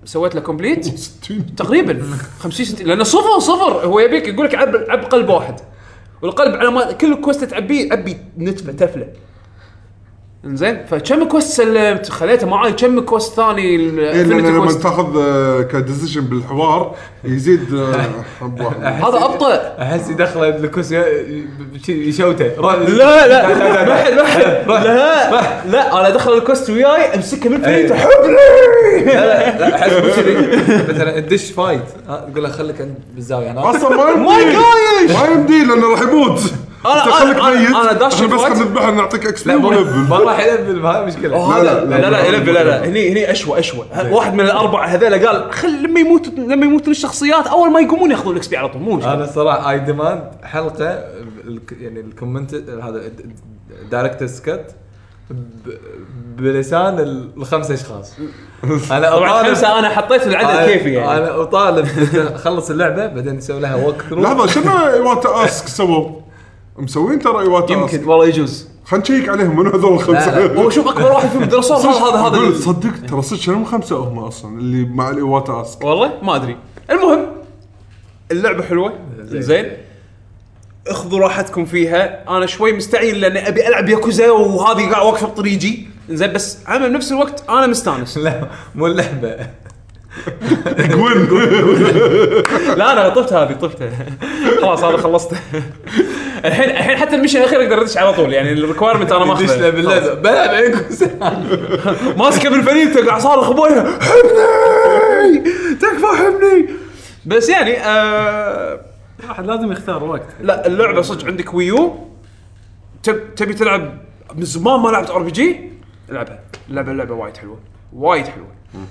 سويت له كومبليت تقريبا خمسين ستين لانه صفر صفر هو يبيك يقول لك عب عب قلب واحد والقلب على ما كل كوست تعبيه ابي نتفه تفله انزين فكم كوست سلمت خليته معاي كم كوست ثاني إيه لما تاخذ كديسيشن بالحوار يزيد هذا ابطا احس يدخل الكوست يشوته لا لا لا لا لا انا ادخل الكوست وياي امسكه من فيته حبني لا لا احس مثلا الدش فايت تقول له خليك بالزاويه انا اصلا ما ما قايش ما يمدي لانه راح يموت انا انا انا داش بس نذبح نعطيك اكس بي ما راح يلفل هاي مشكله لا لا لا يلفل لا لا هني هني اشوى اشوى واحد من الاربعه هذول قال خل لما يموت لما يموتون الشخصيات اول ما يقومون ياخذون الاكس بي على طول مو مشكله. انا الصراحه اي ديماند حلقه يعني الكومنت هذا دايركتورز كات بلسان الخمسه اشخاص. انا طبعا خمسه انا حطيت العدد كيفي يعني انا اطالب خلص اللعبه بعدين نسوي لها ووك ثرو. لحظه شنو ايواتا اسك سووا مسوين ترى ايواتا اسك يمكن والله يجوز خلينا نشيك عليهم من هذول الخمسه. هو شوف اكبر واحد فيهم دراسور هذا هذا هذا تصدق ترى صدق شنو خمسه هم اصلا اللي مع الايواتا اسك والله ما ادري. المهم اللعبه حلوه زين اخذوا راحتكم فيها. انا شوي مستعجل لان ابي العب ياكوزا وهذه قاعد واقفه بطريقي زين بس عم بنفس الوقت انا مستانس. لا مو اللعبه قول لا انا طفت هذه طفتها خلاص هذا خلصته. الحين الحين حتى المشي الاخير اقدر ادش على طول يعني الريكويرمنت انا ماخذه باللعبه بلعب عليكم ماسكه بالفريق قاعد صار ابويا حبني تكفى حبني بس يعني آه واحد لازم يختار وقت. لا اللعبه صدق عندك ويو تب تبي تلعب من زمان ما لعبت ار بي جي العبها. اللعبه اللعبه وايد حلوه وايد حلوه.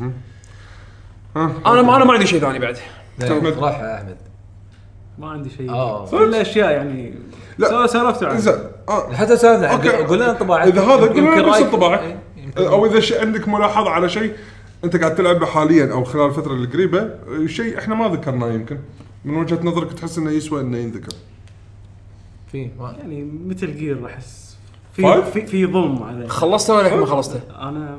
انا ما انا ما عندي شيء ثاني بعد. راح يا احمد ما عندي شيء كل اشياء يعني لا سولفت عنه آه. حتى سولفنا قول لنا انطباعك اذا هذا قول لنا بس انطباعك ايه. او اذا شيء عندك ملاحظه على شيء انت قاعد تلعبه حاليا او خلال الفتره القريبه شيء احنا ما ذكرناه يمكن من وجهه نظرك تحس انه يسوى انه ينذكر في يعني مثل جير احس في في في ضم عليه. خلصته ولا ما خلصته؟ انا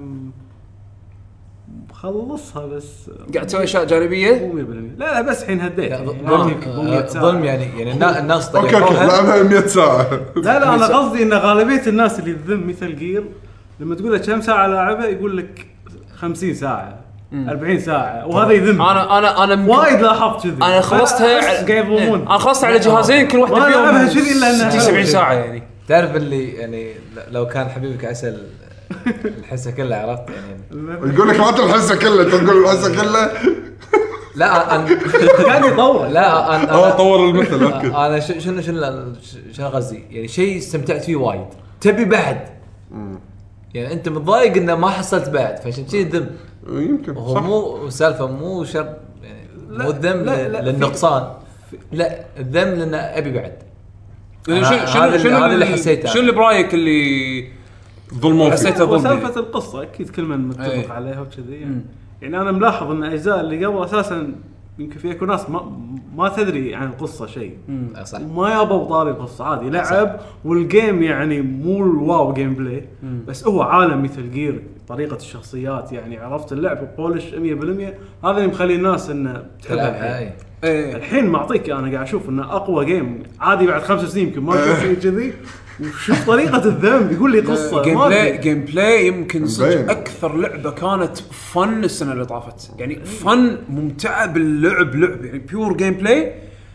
خلصها بس قاعد تسوي اشياء جانبيه مو مية بالمية. لا لا بس الحين هديت ظلم يعني يعني الناس طيبوها لعبها مية ساعه. لا لا انا قصدي ان غالبيه الناس اللي تذم مثل جير لما تقول له كم ساعه لاعبها يقول لك خمسين ساعه أربعين ساعه وهذا يذم. انا انا انا وايد لاحظت كذي. انا خلصتها قاعد يضمون انا خلصت على جهازين كل واحده فيهم كذي الا انها ستين سبعين ساعه يعني. تعرف اللي يعني لو كان حبيبك عسل الحسه كلها عرفت يعني يقول لك ما الحسه كلها تقول الحسه كلها لا انا قاعد يطور. لا انا هو طور المثل اوكي. انا شنو شنو شنو قصدي يعني شيء استمتعت فيه وايد تبي بعد يعني انت متضايق انه ما حصلت بعد فعشان كذي ذم يمكن هو صح. مو سالفه مو شر يعني مو الذم للنقصان لا الذم لان ابي بعد. شنو شنو شنو هذا اللي حسيته شنو اللي برايك اللي ظلموا حسيته ظلم سالفه القصه اكيد كل من متفق أيه. عليها وكذي يعني. يعني انا ملاحظ ان الاجزاء اللي قبل اساسا يمكن في اكو ناس ما ما تدري عن القصه شيء وما يبغوا طاري القصه عادي لعب والجيم يعني مو الواو جيم بلاي بس هو عالم مثل جير طريقه الشخصيات يعني عرفت اللعب بولش مية بالمية هذا اللي مخلي الناس انه تحبها. ايه الحين معطيك انا قاعد اشوف انه اقوى جيم عادي بعد خمس سنين يمكن ما اشوف شيء كذي وشوف طريقه الذنب يقول لي قصه جيم بلاي جيم بلاي يمكن صدق اكثر لعبه كانت فن السنه اللي طافت يعني فن ممتعه باللعب لعب يعني بيور جيم بلاي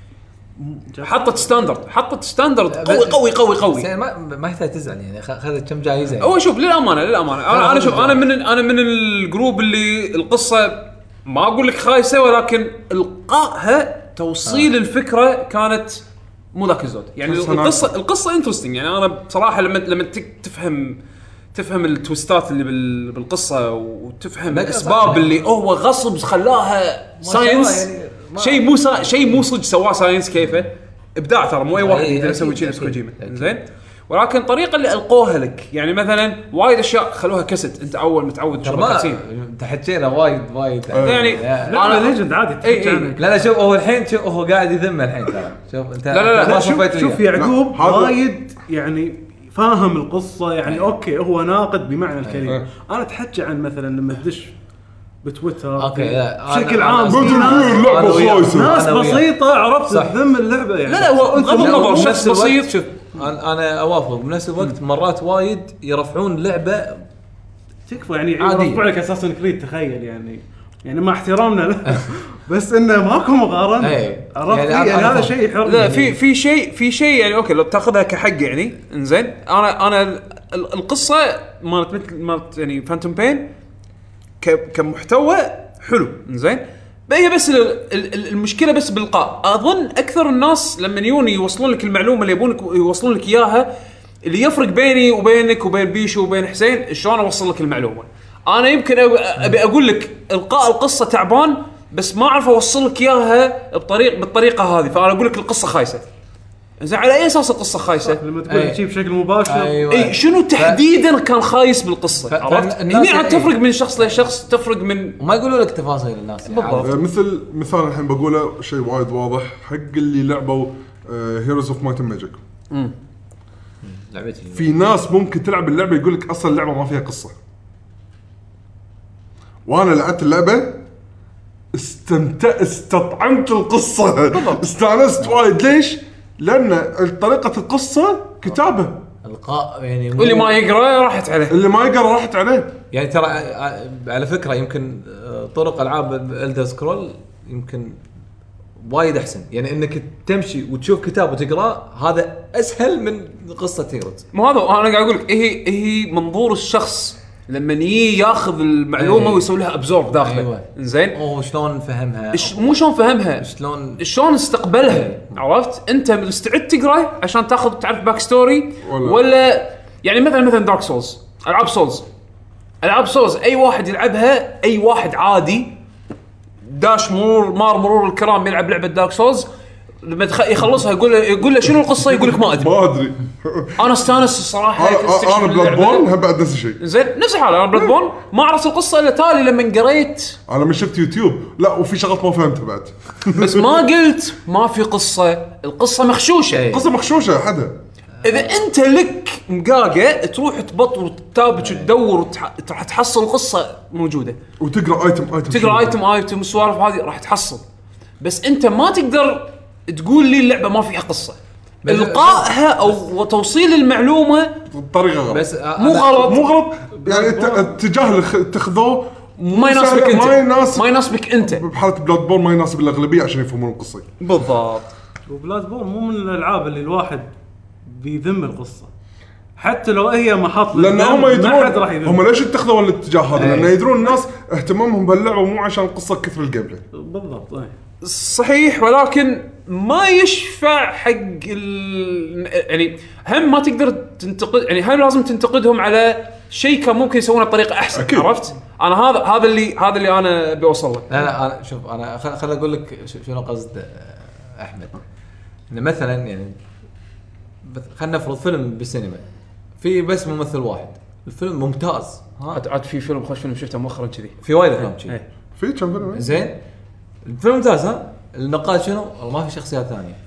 حطت ستاندرد حطت ستاندرد قوي قوي قوي قوي ما ما يحتاج تزعل يعني اخذت كم جائزه هو شوف للامانه للامانه انا انا شوف انا من انا من الجروب اللي القصه ما اقول لك خايسه ولكن القائها توصيل الفكره كانت مو ذاك الزود يعني القصه القصه انترستينج يعني انا بصراحه لما لما تفهم تفهم التويستات اللي بالقصه وتفهم الاسباب اللي هو غصب خلاها ساينس شيء مو شيء مو صدق سواه ساينس كيفه ابداع ترى مو اي واحد يقدر يسوي شيء نفس كوجيما زين ولكن الطريقه اللي القوها لك يعني مثلا وايد اشياء خلوها كست انت اول متعود تشوف كاتسين انت حكينا وايد وايد يعني انا ليجند عادي تحكي عنك. لا لا شوف هو الحين شوف هو قاعد يذم الحين ترى شوف انت لا لا لا شوف, شوف يعقوب وايد يعني فاهم القصه يعني اوكي هو ناقد بمعنى الكلمه. انا اتحكي عن مثلا لما تدش بتويتر اوكي لا بشكل أنا- عام أنا- في باتل ناس- جير لعبه أنا وياك. خايسه ناس أنا وياك. بسيطه عرفت صح. تذم اللعبه يعني لا لا هو بغض النظر بنفس شخص الوقت- بسيط. شوف انا انا اوافق بنفس الوقت مرات وايد يرفعون لعبه تكفى يعني عادي. يرفع لك اساسن كريد تخيل يعني يعني مع احترامنا له بس انه ماكو مقارنه إيه. عرفت يعني يعني, أنا- يعني أنا هذا فاهم. شيء حر لا في في شيء في شيء يعني اوكي لو بتاخذها كحق يعني انزين انا انا ال- ال- القصه مالت مثل مالت يعني فانتوم بين ك- كمحتوى حلو انزين هي بس ال- ال- المشكله بس بالقاء اظن اكثر الناس لما يجون يوصلون لك المعلومه اللي يبونك يوصلون لك اياها اللي يفرق بيني وبينك وبين بيشو وبين حسين شلون اوصل لك المعلومه. انا يمكن أب- ابي اقول لك القاء القصه تعبان بس ما اعرف اوصل لك اياها بطريق بالطريقه هذه فانا اقول لك القصه خايسه. زين على اي اساس القصه خايسه؟ لما تقول أي. شيء بشكل مباشر أيوة. اي شنو تحديدا كان خايس بالقصه؟ ف- عرفت؟ فالناس- هني عاد أي. تفرق من شخص لشخص تفرق من وما يقولوا لك تفاصيل الناس يعني بالضبط. عادي. آه، مثل مثال الحين بقوله شيء وايد واضح حق اللي لعبوا هيروز اوف مايت ماجيك. لعبتي في ناس ممكن تلعب اللعبه يقول لك اصلا اللعبه ما فيها قصه. وانا لعبت اللعبه استمتعت استطعمت القصه استانست وايد. ليش؟ لان طريقه القصه كتابه القاء يعني مو- واللي ما يقرا راحت عليه. اللي ما يقرا راحت عليه. يعني ترى ع- على فكره يمكن آه، طرق العاب الدر سكرول يمكن وايد احسن يعني انك تمشي وتشوف كتاب وتقراه هذا اسهل من قصه هيروز. مو هذا انا قاعد اقول لك هي هي منظور الشخص لما يجي ياخذ المعلومه أي. ويسوي لها ابزورب داخله. أيوة. زين اوه شلون فهمها إش- مو شلون فهمها شلون شلون استقبلها. عرفت انت مستعد تقرا عشان تاخذ تعرف باك ستوري ولا- ولا يعني مثلا مثلا دارك سولز العاب سولز العاب سولز اي واحد يلعبها اي واحد عادي داش مرور مار مرور الكرام يلعب لعبه دارك سولز لما تخ- يخلصها يقول له يقول له شنو القصه يقول لك ما ادري. ما ادري. انا استانس الصراحه انا استكشف انا بلاد اللعبة. بورن هم بعد نفس الشيء. زين نفس الحاله انا بلاد بورن ما عرفت القصه الا تالي لما قريت انا من شفت يوتيوب لا وفي شغلات ما فهمتها بعد. بس ما قلت ما في قصه القصه مخشوشه. قصه مخشوشه حدا. اذا انت لك مقاقه تروح تبط وتتابع وتدور وتح- راح تحصل القصه موجوده وتقرا ايتم ايتم تقرا ايتم ايتم السوالف هذه راح تحصل بس انت ما تقدر تقول لي اللعبه ما فيها قصه. القائها او توصيل المعلومه بطريقه غلط. بس آه، مو أنا- غلط مو غلط يعني الت- الاتجاه اللي خ- اتخذوه ما يناسبك سهل- انت ما يناسب ما يناسبك انت بحاله بلاد بورن ما يناسب الاغلبيه عشان يفهمون القصه. بالضبط. وبلاد بورن مو من الالعاب اللي الواحد بيذم القصه حتى لو هي محط لان هم ما حد راح يدرون هم يذم ليش اتخذوا الاتجاه هذا؟ أي. لان يدرون الناس اهتمامهم باللعبه مو عشان القصه كثر الجيم بلاي. بالضبط. اي صحيح ولكن ما يشفع حق ال... يعني هم ما تقدر تنتقد يعني هم لازم تنتقدهم على شيء كان ممكن يسوونه بطريقه احسن. أكيد. عرفت انا هذا هذا اللي هذا اللي انا بوصل له. لا لا انا شوف انا خل خل اقول لك ش- شنو قصد آه، احمد انه مثلا يعني بث- خلينا نفرض فيلم بالسينما في بس ممثل واحد الفيلم ممتاز ها عاد عاد في فيلم خوش فيلم شفته مؤخرا كذي في وايد افلام شي إيه. في كم فيلم؟ زين الفيلم ممتاز ها النقاش شنو والله ما في شخصيات ثانيه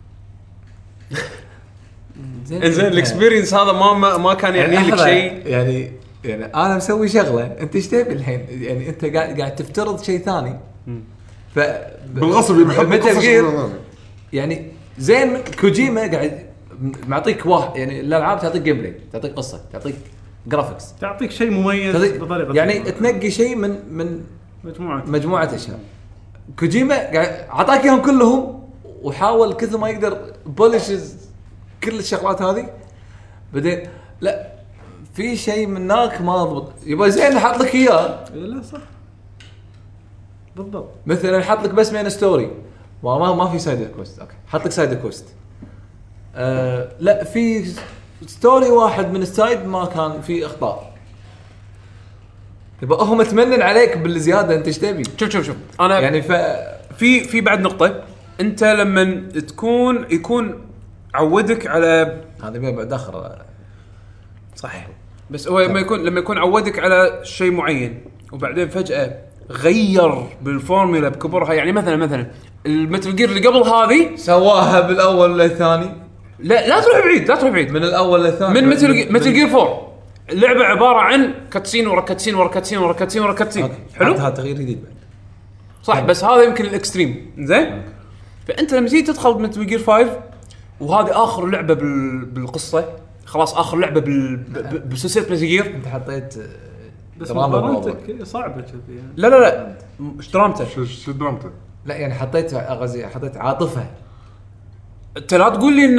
انزين الاكسبيرينس هذا ما ما, ما كان يعني لك لحظة، شيء. يعني يعني انا مسوي شغله انت ايش تبي الحين يعني انت قاعد قاعد تفترض شيء ثاني ف بالغصب يبي Metal يحط Gear يعني زين كوجيما قاعد معطيك واحد يعني الالعاب تعطيك جيم بلاي تعطيك قصه تعطيك جرافيكس تعطيك شيء مميز تعطيك بطريقه يعني تنقي شيء من من مجموعه مجموعه اشياء كوجيما قاعد عطاك اياهم كلهم وحاول كثر ما يقدر بولشز كل الشغلات هذه بعدين لا في شيء من هناك ما ضبط يبقى زين حط لك اياه لا صح بالضبط. مثلا حط لك بس مين ستوري ما ما, ما في سايد كويست اوكي حط لك سايد كويست أه لا في ستوري واحد من السايد ما كان في اخطاء يبقى هم متمنن عليك بالزياده انت ايش تبي شوف شوف شوف انا يعني ف في في بعد نقطه انت لما تكون يكون عودك على هذا بيبقى بعد اخر صح بس هو لما يكون لما يكون عودك على شيء معين وبعدين فجأة غير بالفورمولا بكبرها يعني مثلا مثلا المتل جير اللي قبل هذه سواها بالاول للثاني لا لا تروح بعيد لا تروح بعيد من الاول للثاني من متل متل جير فور اللعبه عباره عن كاتسين ورا كاتسين ورا كاتسين ورا كاتسين ورا كاتسين. حلو هذا تغيير جديد بعد صح، بس هذا يمكن الاكستريم زين. فانت لما تيجي تدخل مثل جير خمسة وهذه اخر لعبه بال... بالقصه، خلاص اخر لعبه بال... ب... بسلسله مثل جير. انت حطيت بس دراما مقارنتك صعبه كذي يعني. لا لا لا ايش درامته؟ شو شو درامته؟ لا يعني حطيت غزي حطيت عاطفه. انت لا تقول لي ان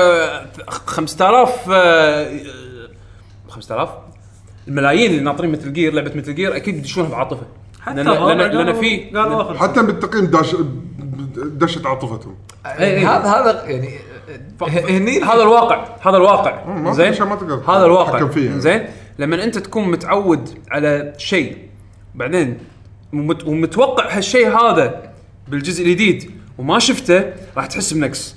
خمسة آلاف خمسة آلاف الملايين اللي ناطرين مثل جير لعبه مثل جير اكيد بيدشونها بعاطفه. حتى لان لان في قالوا اخر حتى بالتقييم داش دشت عاطفتهم. هذا هذا يعني هني هذا الواقع، هذا الواقع ما في زين. شيء ما تقدر هذا الواقع تتحكم فيه يعني. زين. لما انت تكون متعود على شيء بعدين ومت... ومتوقع هالشيء هذا بالجزء الجديد وما شفته، راح تحس بنقص.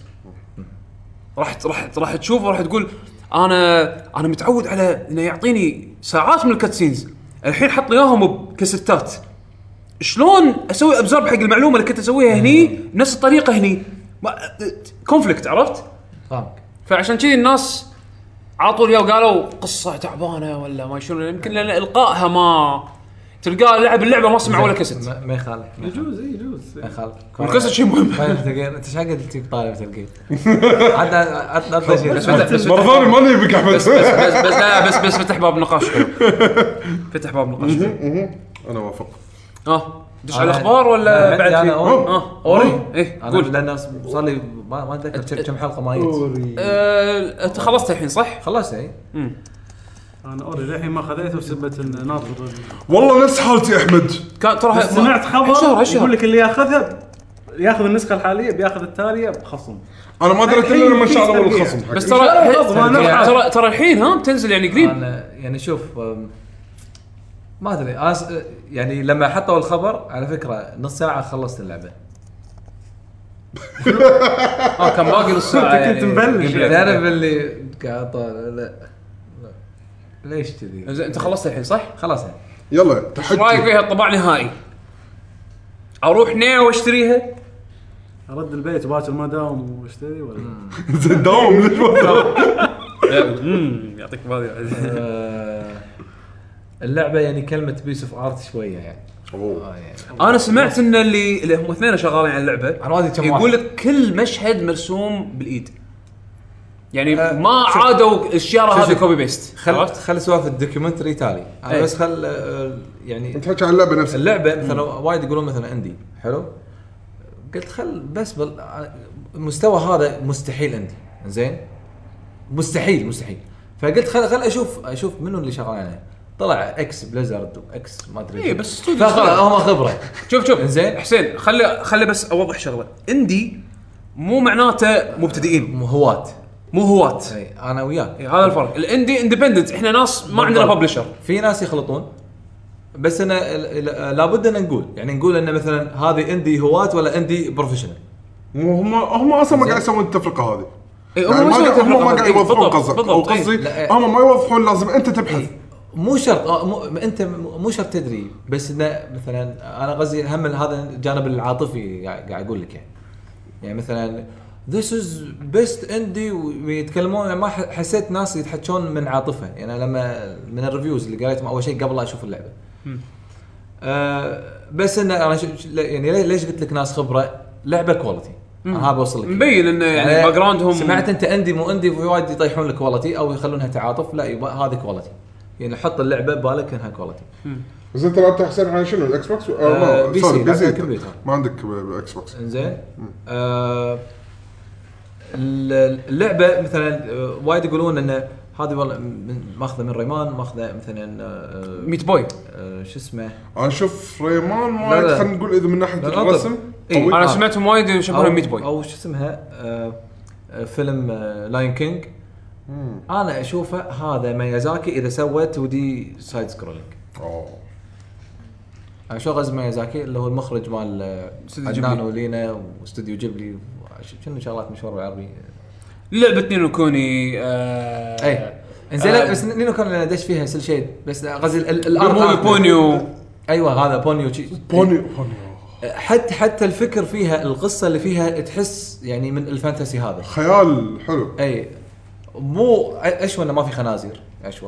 راح راح راح تشوفه راح تقول انا انا متعود على انه يعطيني ساعات من الكاتسينز، الحين حط لي اياهم بكاسيتات. شلون اسوي ابزورب حق المعلومه اللي كنت اسويها هني بنفس الطريقه هني؟ كونفليكت، عرفت؟ فاهمك. فعشان كذي الناس عطوا لي وقالوا قصه تعبانه ولا ما شنو، يمكن لان القائها ما تلقى لعب اللعبه ما سمع ولا كاسيت. ما ما يخالف يجوز يجوز ما يخالف. والكاسيت شيء مهم. انت ايش حق تجيب طالب تلقيت عاد عاد شيء بس بس مرة ثانية ما نبيك أحمد. بس بس بس لا بس بس فتح باب نقاش حلو. فتح باب نقاش حلو. أنا وافق. اه دش على الاخبار ولا بعد في اه اوري ايه قول. لان صار لي ما ما اتذكر كم حلقه ما جيت. آه، انت خلصت الحين صح؟ خلصت اي. انا اوري للحين ما خذيته بسبه الناظر. والله نفس حالتي أحمد. كان ترى سمعت خبر هالشهر هالشهر. يقول لك اللي ياخذها ياخذ النسخه الحاليه بياخذ التاليه بخصم. أنا ما دريت إلا لما شعلوا الخصم. بس ترى ترى ترى الحين ها بتنزل يعني قريب. انا يعني شوف ما ادري أس... يعني لما حطوا الخبر على فكره نص ساعه خلصت اللعبه. اه كان باقي نص ساعه يعني. كنت مبلش تعرف اللي قاعد لا لا ليش كذي؟ انت خلصت الحين صح؟ خلاص يلا ايش رايك فيها الطبع نهائي؟ اروح نيو واشتريها؟ ارد البيت باكر ما داوم واشتري ولا زين داوم ليش ما امم يعطيك العافيه. اللعبه يعني كلمه بيس اوف ارت شويه يعني. أوه. يعني انا سمعت ان اللي اللي هم اثنين شغالين على اللعبه يقول لك كل مشهد مرسوم بالايد، يعني أه ما عادوا الشياره هذه كوبي بيست. خل خل سوالف الدوكيومنتري تالي انا ايه. بس خل آه يعني أنت حكي عن اللعبة نفسها. اللعبه مثلا وايد يقولون مثلا اندي حلو، قلت خل بس بال... المستوى هذا مستحيل اندي زين مستحيل مستحيل. فقلت خل خل اشوف اشوف منو اللي شغال عليه. طلع اكس بليزرد واكس ما ادري اي بس استوديو هم خبره. شوف شوف زين حسين خلي خلي بس اوضح شغله. اندي مو معناته مبتدئين، هواة مو هواة. اي انا وياك إيه هذا الفرق. الاندي اندبندنت، احنا ناس ما عندنا ببلشر. في ناس يخلطون بس انا لابد ان نقول يعني نقول ان مثلا هذه اندي هواة ولا اندي بروفيشنال. مو هم هم اصلا ما قاعد يسوون التفرقه هذه. إيه يعني ما قاعد هم ما قاعد إيه يوضحون بالضبط، قصدك او بالضبط، إيه. قصدي لا، هم ما يوضحون. لازم انت تبحث. مو شرط آه مو انت مو شرط تدري بس انه مثلا انا قصدي هم هذا الجانب العاطفي قاعد اقول لك يعني يعني مثلا this is best indie ويتكلمون يعني ما حسيت ناس يتحكون من عاطفه يعني لما من الريفيوز اللي قريتهم اول شيء قبل لا اشوف اللعبه. آه بس انه انا يعني ليش قلت لك ناس خبره لعبه كواليتي انا بوصل لك مبين انه يعني باك جراوندهم. سمعت انت اندي مو اندي وايد يطيحون لك كواليتي او يخلونها تعاطف. لا يبقى هذه كواليتي يعني حط اللعبه ببالك انها كواليتي. بس انت لعبت احسن على شنو الاكس بوكس؟ آه بي سي بي سي كمبيوتر ما عندك اكس بوكس. انزين آه اللعبه مثلا وايد يقولون ان هذه والله ماخذه من ريمان ماخذه مثلا آه ميت بوي آه شو اسمه. انا اشوف ريمان وايد خلينا نقول اذا من ناحيه الرسم إيه انا سمعتهم وايد يشبهون ميت بوي او شو اسمها آه فيلم آه لاين كينج. انا اشوفه هذا ميازاكي اذا سوى تو دي سايد سكرولينج. اوه انا شو غاز ميازاكي اللي هو المخرج مال عدنان ولينا واستوديو جيبلي شنو شغلات مشهوره بالعربي. لعبه نينو كوني آه اي انزين آه بس نينو كان لنا دش فيها سل شيء بس غزل الارت بونيو. ايوه هذا بونيو بونيو حتى حتى الفكر فيها القصه اللي فيها تحس يعني من الفانتسي هذا خيال حلو. اي مو اشوى انه ما في خنازير اشوى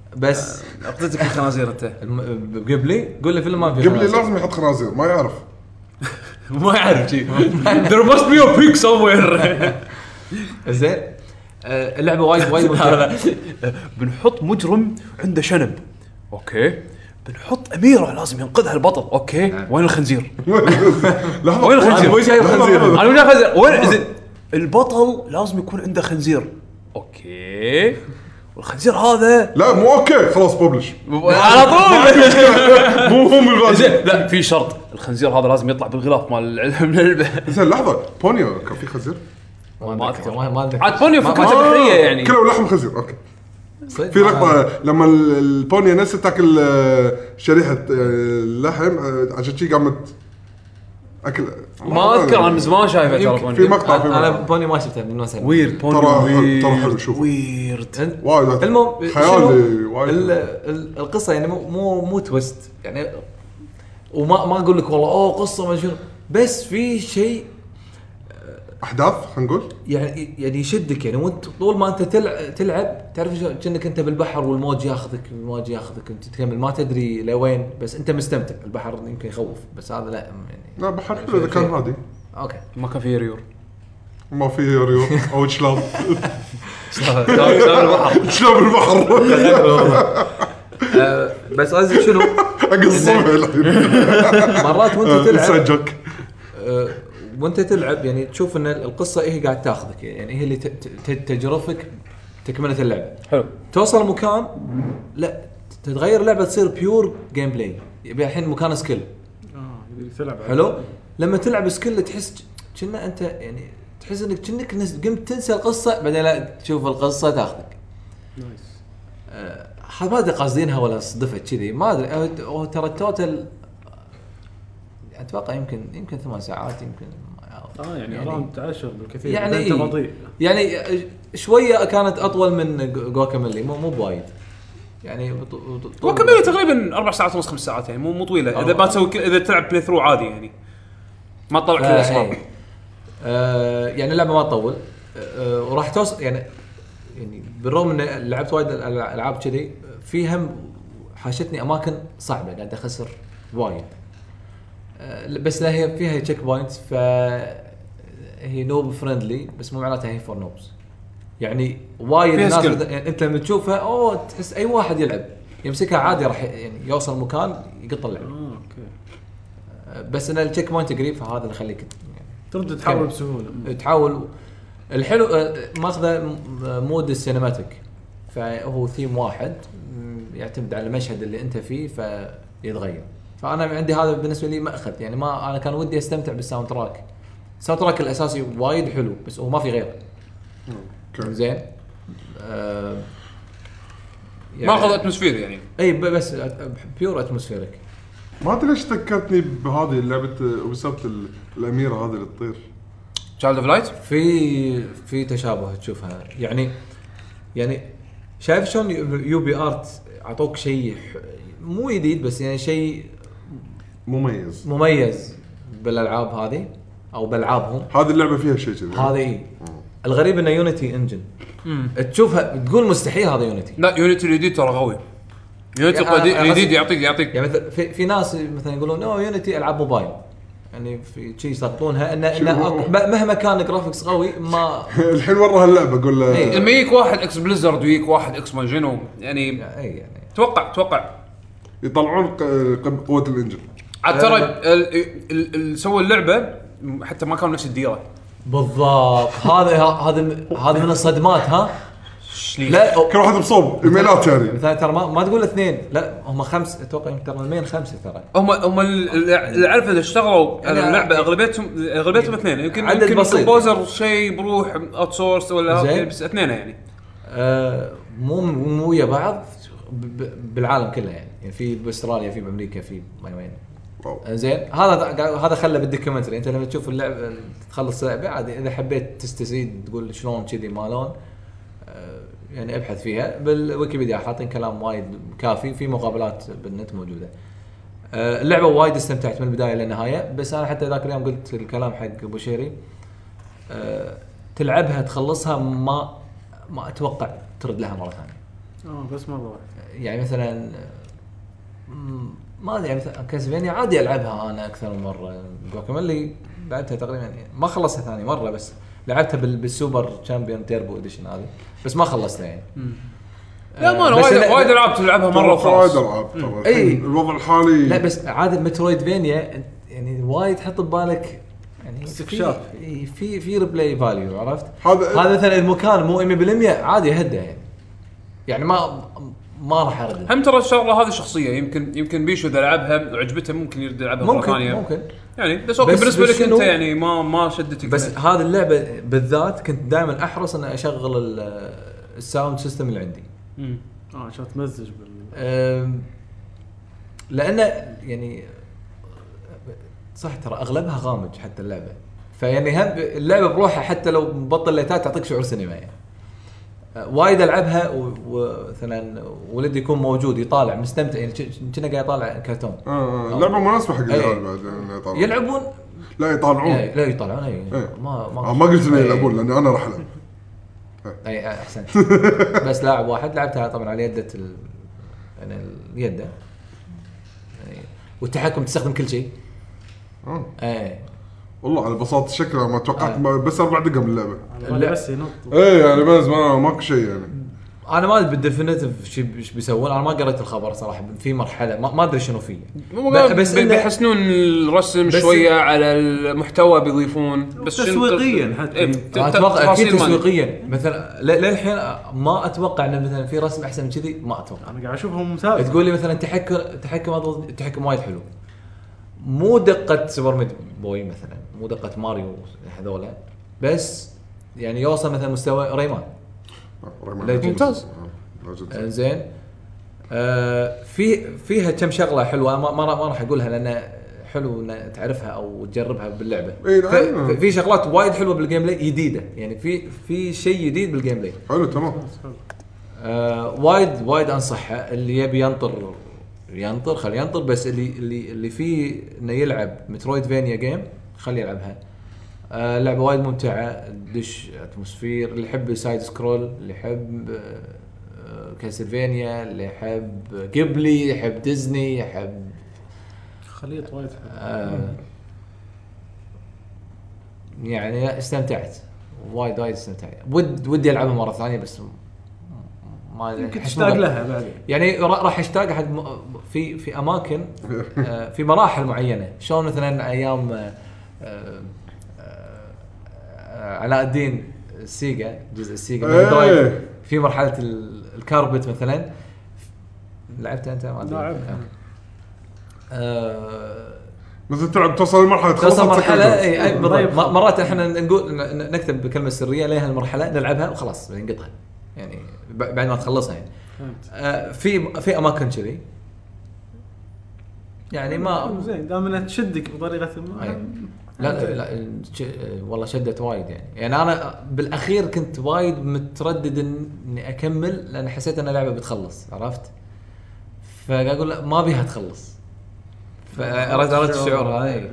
بس اخذتك الخنازير انت الم- قبلي قول لي فيلم ما في قبل خنازير. لازم يحط خنازير ما يعرف. ما يعرف شيء there must be a pig somewhere. زين آه، اللعبه وايد وايد ممتعه. بنحط مجرم عنده شنب اوكي بنحط اميره لازم ينقذها البطل اوكي وين الخنزير لحظه وين الخنزير؟ أنا مو شايف خنزير. انا مش عارف خنزير وين زين البطل لازم يكون عنده خنزير اوكي والخنزير هذا لا مو اوكي خلاص ببلش على طول مو هم الغاز. زين لا في شرط الخنزير هذا لازم يطلع بالغلاف مال اللعبه زين لحظه بونيو كان في خنزير ما اذكر ما ما أذكر. عاد بونيو ما- فكرته ما- بحريه يعني كلوا لحم خنزير اوكي. صدق في ما- لقطه لما ال- البونيا نسيت تاكل آه، شريحه آه، اللحم آه، عشان شي قامت اكل ما اذكر انا من زمان شايفه ترى يمكن- بونيو في مقطع في انا مقطع. بوني ما شفته من وين ويرد بونيو ترى حلو- ويرد ترى حلو، شوف. ويرد وايد المهم خيالي شنو وايد. ال- ال- القصه يعني مو مو مو تويست يعني وما ما اقول لك والله اوه قصه ما شنو بس في شيء احداث خلينا نقول يعني يعني يشدك يعني وانت طول ما انت تلعب تلعب تعرف شو كأنك انت بالبحر والموج ياخذك الموج ياخذك انت تكمل ما تدري لوين بس انت مستمتع. البحر يمكن يخوف بس هذا لا يعني لا بحر حلو اذا كان هادي اوكي ما كان في ريور ما في ريور او شلاب شلون البحر شلاب البحر آه، بس قصدي شنو اقصهم الحين مرات وانت تلعب سجك آه، وانت تلعب يعني تشوف ان القصه هي قاعد تاخذك يعني هي اللي ت- ت- تجرفك تكمله اللعبه. حلو توصل مكان لا تتغير اللعبه تصير بيور جيم بلاي يبي الحين مكان سكيل اه تلعب حلو. لما تلعب سكيل تحس كأنه انت يعني تحس انك كأنك نس- قمت تنسى القصه بعدين لا تشوف القصه تاخذك. نايس آه، ما ادري قاصدينها ولا صدفت كذي ما ادري أه، هو ترى التوتل اتوقع يمكن يمكن ثمان ساعات يمكن ما أعرف. اه يعني اراوند عشر بالكثير يعني يعني انت إيه؟ بطيء يعني شويه كانت اطول من جوكاميلي مو مو بوايد يعني بط- بط- طول- وكمل تقريبا اربع ساعات ونص خمس ساعات يعني مو مو طويله اذا ما تسوي كل- اذا تلعب بلاي ثرو عادي يعني ما تطلع كل آه، الاسرار. إيه. آه، يعني اللعبه ما تطول آه، وراح توصل يعني يعني بالرغم ان لعبت وايد الألع- العاب كذي في هم حاشتني اماكن صعبه قاعد اخسر وايد آه، بس لا هي فيها تشيك بوينتس ف هي نوب فريندلي بس مو معناتها هي فور نوبس يعني وايد فيها الناس skill. بد- يعني انت لما تشوفها اوه تحس اي واحد يلعب يمسكها عادي راح ي- يعني يوصل مكان يقط اللعب اه اوكي آه، بس ان التشيك بوينت قريب فهذا اللي يخليك يعني ترد تحاول بسهوله تحاول الحلو آه، ماخذه م- مود السينماتيك فهو ثيم واحد م، يعتمد على المشهد اللي انت فيه فيتغير. فانا عندي هذا بالنسبه لي ماخذ يعني ما انا كان ودي استمتع بالساوند تراك. الساوند تراك الاساسي وايد حلو بس هو ما في غيره أوكي. زين آه ما اخذ اتموسفير يعني اي ب- بس بيور اتموسفيرك. ما ادري ليش ذكرتني بهذه لعبه اوبسبت الاميره هذه اللي تطير تشايلد اوف لايت في في تشابه تشوفها يعني يعني شايف شلون يو بي ارت اعطوك شيء ح- مو جديد بس يعني شيء مميز. مميز بالالعاب هذه او بالالعابهم هذه اللعبه فيها شيء كذي هذه إيه؟ الغريب انه يونيتي انجن تشوفها تقول مستحيل هذا يونيتي لا يونيتي الجديد ترى قوي يونيتي يعني أنا- أنا الجديد قصدي- يعطيك يعطيك يعني مثل في, في ناس مثلا يقولون نو يونيتي العاب موبايل يعني في شيء يسقطونها ان ان شو- أك- مهما كان جرافيكس قوي ما الحين ورا هاللعبه اقول له إيه. لما يجيك واحد اكس بليزرد ويجيك واحد اكس ما جنو يعني اي يعني توقع توقع يطلعون ق- ق- قوه الانجن. عاد ترى ال- ال- ال- سووا اللعبه حتى ما كانوا نفس الديره بالضبط هذا هذا هذا من الصدمات ها شليش لا كل واحد بصوب ايميلات يعني مثلا ترى ما, ما تقول اثنين لا هم خمس اتوقع ترى المين خمسه ترى هم هم ال- اللي اعرف اللي اشتغلوا على يعني اللعبه اغلبيتهم اغلبيتهم اثنين يمكن عدد يمكن بسيط. كومبوزر شيء بروح اوت سورس ولا زين. هذا، بس اثنين يعني آه مو مو ويا بعض ب- ب- بالعالم كله يعني. يعني في باستراليا في بامريكا في ما وين واو. زين هذا هذا خلى بالدوكيومنتري انت لما تشوف اللعبه تخلص اللعبه عادي اذا حبيت تستزيد تقول شلون كذي مالون آه، يعني ابحث فيها بالويكيبيديا حاطين كلام وايد كافي في مقابلات بالنت موجوده. آه، اللعبه وايد استمتعت من البدايه للنهايه بس انا حتى ذاك اليوم قلت الكلام حق ابو شيري آه، تلعبها تخلصها ما ما اتوقع ترد لها مره ثانيه اه بس مره واحده. يعني مثلا مم، ما ادري يعني كاسلفينيا عادي العبها انا اكثر من مره. جواكاميلي لعبتها تقريبا يعني ما خلصتها ثاني مره، بس لعبتها بال- بالسوبر تشامبيون تيربو اديشن هذه بس ما خلصتها يعني. لا ما آه، انا بس وايد أنا- وايد العاب تلعبها مره مره وايد وخلاص. العاب ترى أي. الحين الوضع الحالي. لا بس عاده مترويدفينيا يعني وايد تحط ببالك يعني استكشاف. في في في ريبلاي فاليو عرفت. هذا- هذا مثلا المكان مو مية بالمية عادي هده يعني يعني ما ما راح ارد. هم ترى الشغله هذه شخصيه، يمكن يمكن بيشو اذا لعبها وعجبته ممكن يرد يلعبها مره ممكن ثانيه ممكن يعني. بس اوكي بس- بالنسبه بس لك انت شنو؟ يعني ما ما شدتك بس منها. هذه اللعبه بالذات كنت دائما احرص ان اشغل ال- الساوند سيستم اللي عندي. امم اه عشان تمزج بال أم، لان يعني صح ترى اغلبها غامج حتى اللعبه، فيعني هم اللعبه بروحها حتى لو مبطل ليتات تعطيك شعور سينما يعني. أه، وايد العبها و- ومثلا ولدي يكون موجود يطالع مستمتع يعني كنا قاعد يطالع كرتون. اه آه، اللعبه مناسبه حق أي. العيال بعد إنه يطلعون. يلعبون لا يطالعون. يعني لا يطالعون اي إيه. ما آه ما قلت انه أي. يلعبون لان انا راح العب. اي احسن. بس لاعب واحد لعبتها طبعا على يده ال... يعني اليده يعني والتحكم تستخدم كل شيء. اه اي والله على بساطه الشكل ما توقعت آه. ما- بس اربع دقائق من اللعبه. لا بس ينط. ايه يعني بس ما ماكو شيء يعني. انا ما ادري بالديفينيتيف شو ايش بيسوون. انا ما قريت الخبر صراحه في مرحله ما, ما ادري شنو فيه ب- بس إنه- بيحسنون الرسم بس شويه على المحتوى بيضيفون بس شنو- تسويقياً حتى. إيه، أنا ت- انا اتوقع تفاصيل اكيد ما- تسويقيا مثلا ل- للحين ما اتوقع ان مثلا في رسم احسن من كذي ما اتوقع. انا قاعد اشوفهم ممتاز. تقول لي مثلا تحكم تحكم أظن- التحكم وايد حلو مو دقه سوبر ميد بوي مثلا مو دقه ماريو هذولا بس يعني يوصل مثلا مستوى ريمان. Legends. ممتاز. آه، زين آه في فيها كم شغله حلوه ما ما راح- ما راح اقولها لان حلو ان تعرفها او تجربها باللعبه. إيه، ف- نعم. ف- في شغلات وايد حلوه بالجيم بلاي جديده يعني في في شيء جديد بالجيم بلاي. حلو تمام. آه وايد وايد انصحه اللي يبي ينطر ينطر خلي ينطر بس اللي اللي اللي فيه انه يلعب مترويدفينيا جيم خلي يلعبها. آه لعبه وايد ممتعه دش اتموسفير اللي يحب سايد سكرول اللي يحب آه كاسلفينيا اللي يحب قبلي يحب ديزني يحب خليط وايد حلو. آه يعني لا، استمتعت وايد وايد استمتعت ود ودي العبها مره ثانيه بس ما يمكن أحس تشتاق مو- لها بعدين. يعني را- راح اشتاق حق م- في في اماكن آه، في مراحل معينه شلون مثلا ايام آه، آه، آه، علاء الدين السيجا جزء السيجا إيه. ميجا درايف في مرحله ال- الكاربت مثلا لعبتها انت ما ادري لعبت. آه، مثلا تلعب توصل لمرحله توصل تخلص مرحله تسكر. اي أي بالضبط طيب. م- مرات احنا نقول ن- نكتب بكلمه سريه لها المرحله نلعبها وخلاص نقطها يعني ب- بعد ما تخلصها يعني فهمت. آه، في في اماكن كذي يعني ما زين دام انها تشدك بطريقه ما. أي. لا لا, لا ش- والله شدت وايد يعني يعني انا بالاخير كنت وايد متردد اني اكمل لان حسيت ان اللعبه بتخلص عرفت فقاعد اقول لا ما بيها تخلص فاردت اردت الشعور هذا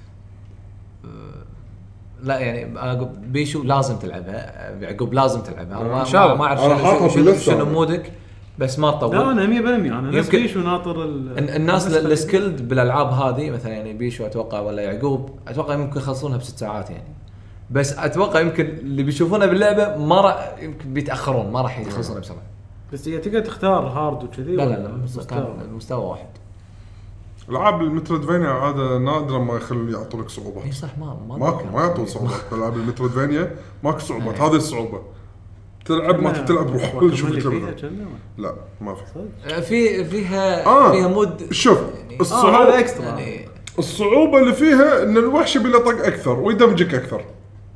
لا يعني انا أقول بيشو لازم تلعبها يعقوب لازم تلعبها انا إن شاء الله. ما اعرف أنا شنو- حاطها شنو باللستة. شنو مودك بس ما لا تطول انا مية بالمية انا نفس يمكن- بيشو ناطر ال- الن- الناس بالنسبة لي. السكيلد بالالعاب هذه مثلا يعني بيشو اتوقع ولا يعقوب اتوقع يمكن يخلصونها بست ساعات يعني بس اتوقع يمكن اللي بيشوفونها باللعبه ما راح يمكن بيتاخرون ما راح يخلصونها بسرعه. بس هي تقدر تختار هارد وكذي لا لا ولا لا مستوى؟ مستوى مستوى واحد. العاب المترويدفينيا عاده نادرا ما يخلون يعطونك صعوبات. اي صح ما ما ماكو أتذكر. ما يعطون صعوبات بالالعاب المترويدفينيا ماكو صعوبات إيه. هذه الصعوبه تلعب ما تلعب روح شوف اللي فيها تلعب. كنا لا ما في آه، في فيها آه. فيها مود شوف يعني- اه الصعوبه هذا اكسترا يعني الصعوبه اللي فيها ان الوحش بيلطق اكثر ويدمجك اكثر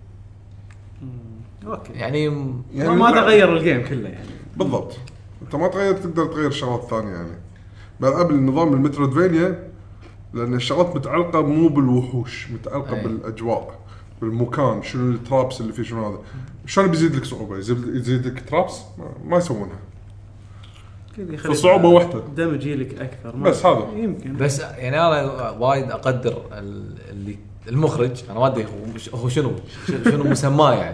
اوكي يعني ما, ما لا. تغير الجيم كله يعني. بالضبط انت ما تغير تقدر تغير شغلات ثانيه يعني بالعاب النظام المترويدفينيا لان الشغلات متعلقه مو بالوحوش متعلقه أي. بالاجواء بالمكان شنو الترابس اللي فيه شنو هذا شلون بيزيد لك صعوبه يزيد يزيد لك ترابس ما, ما يسوونها كذا يخلي فالصعوبة واحدة. دمج يلك اكثر ما- بس هذا. يمكن بس يعني انا وايد اقدر ال- اللي المخرج انا ما ادري هو هو شنو شنو مسماه يعني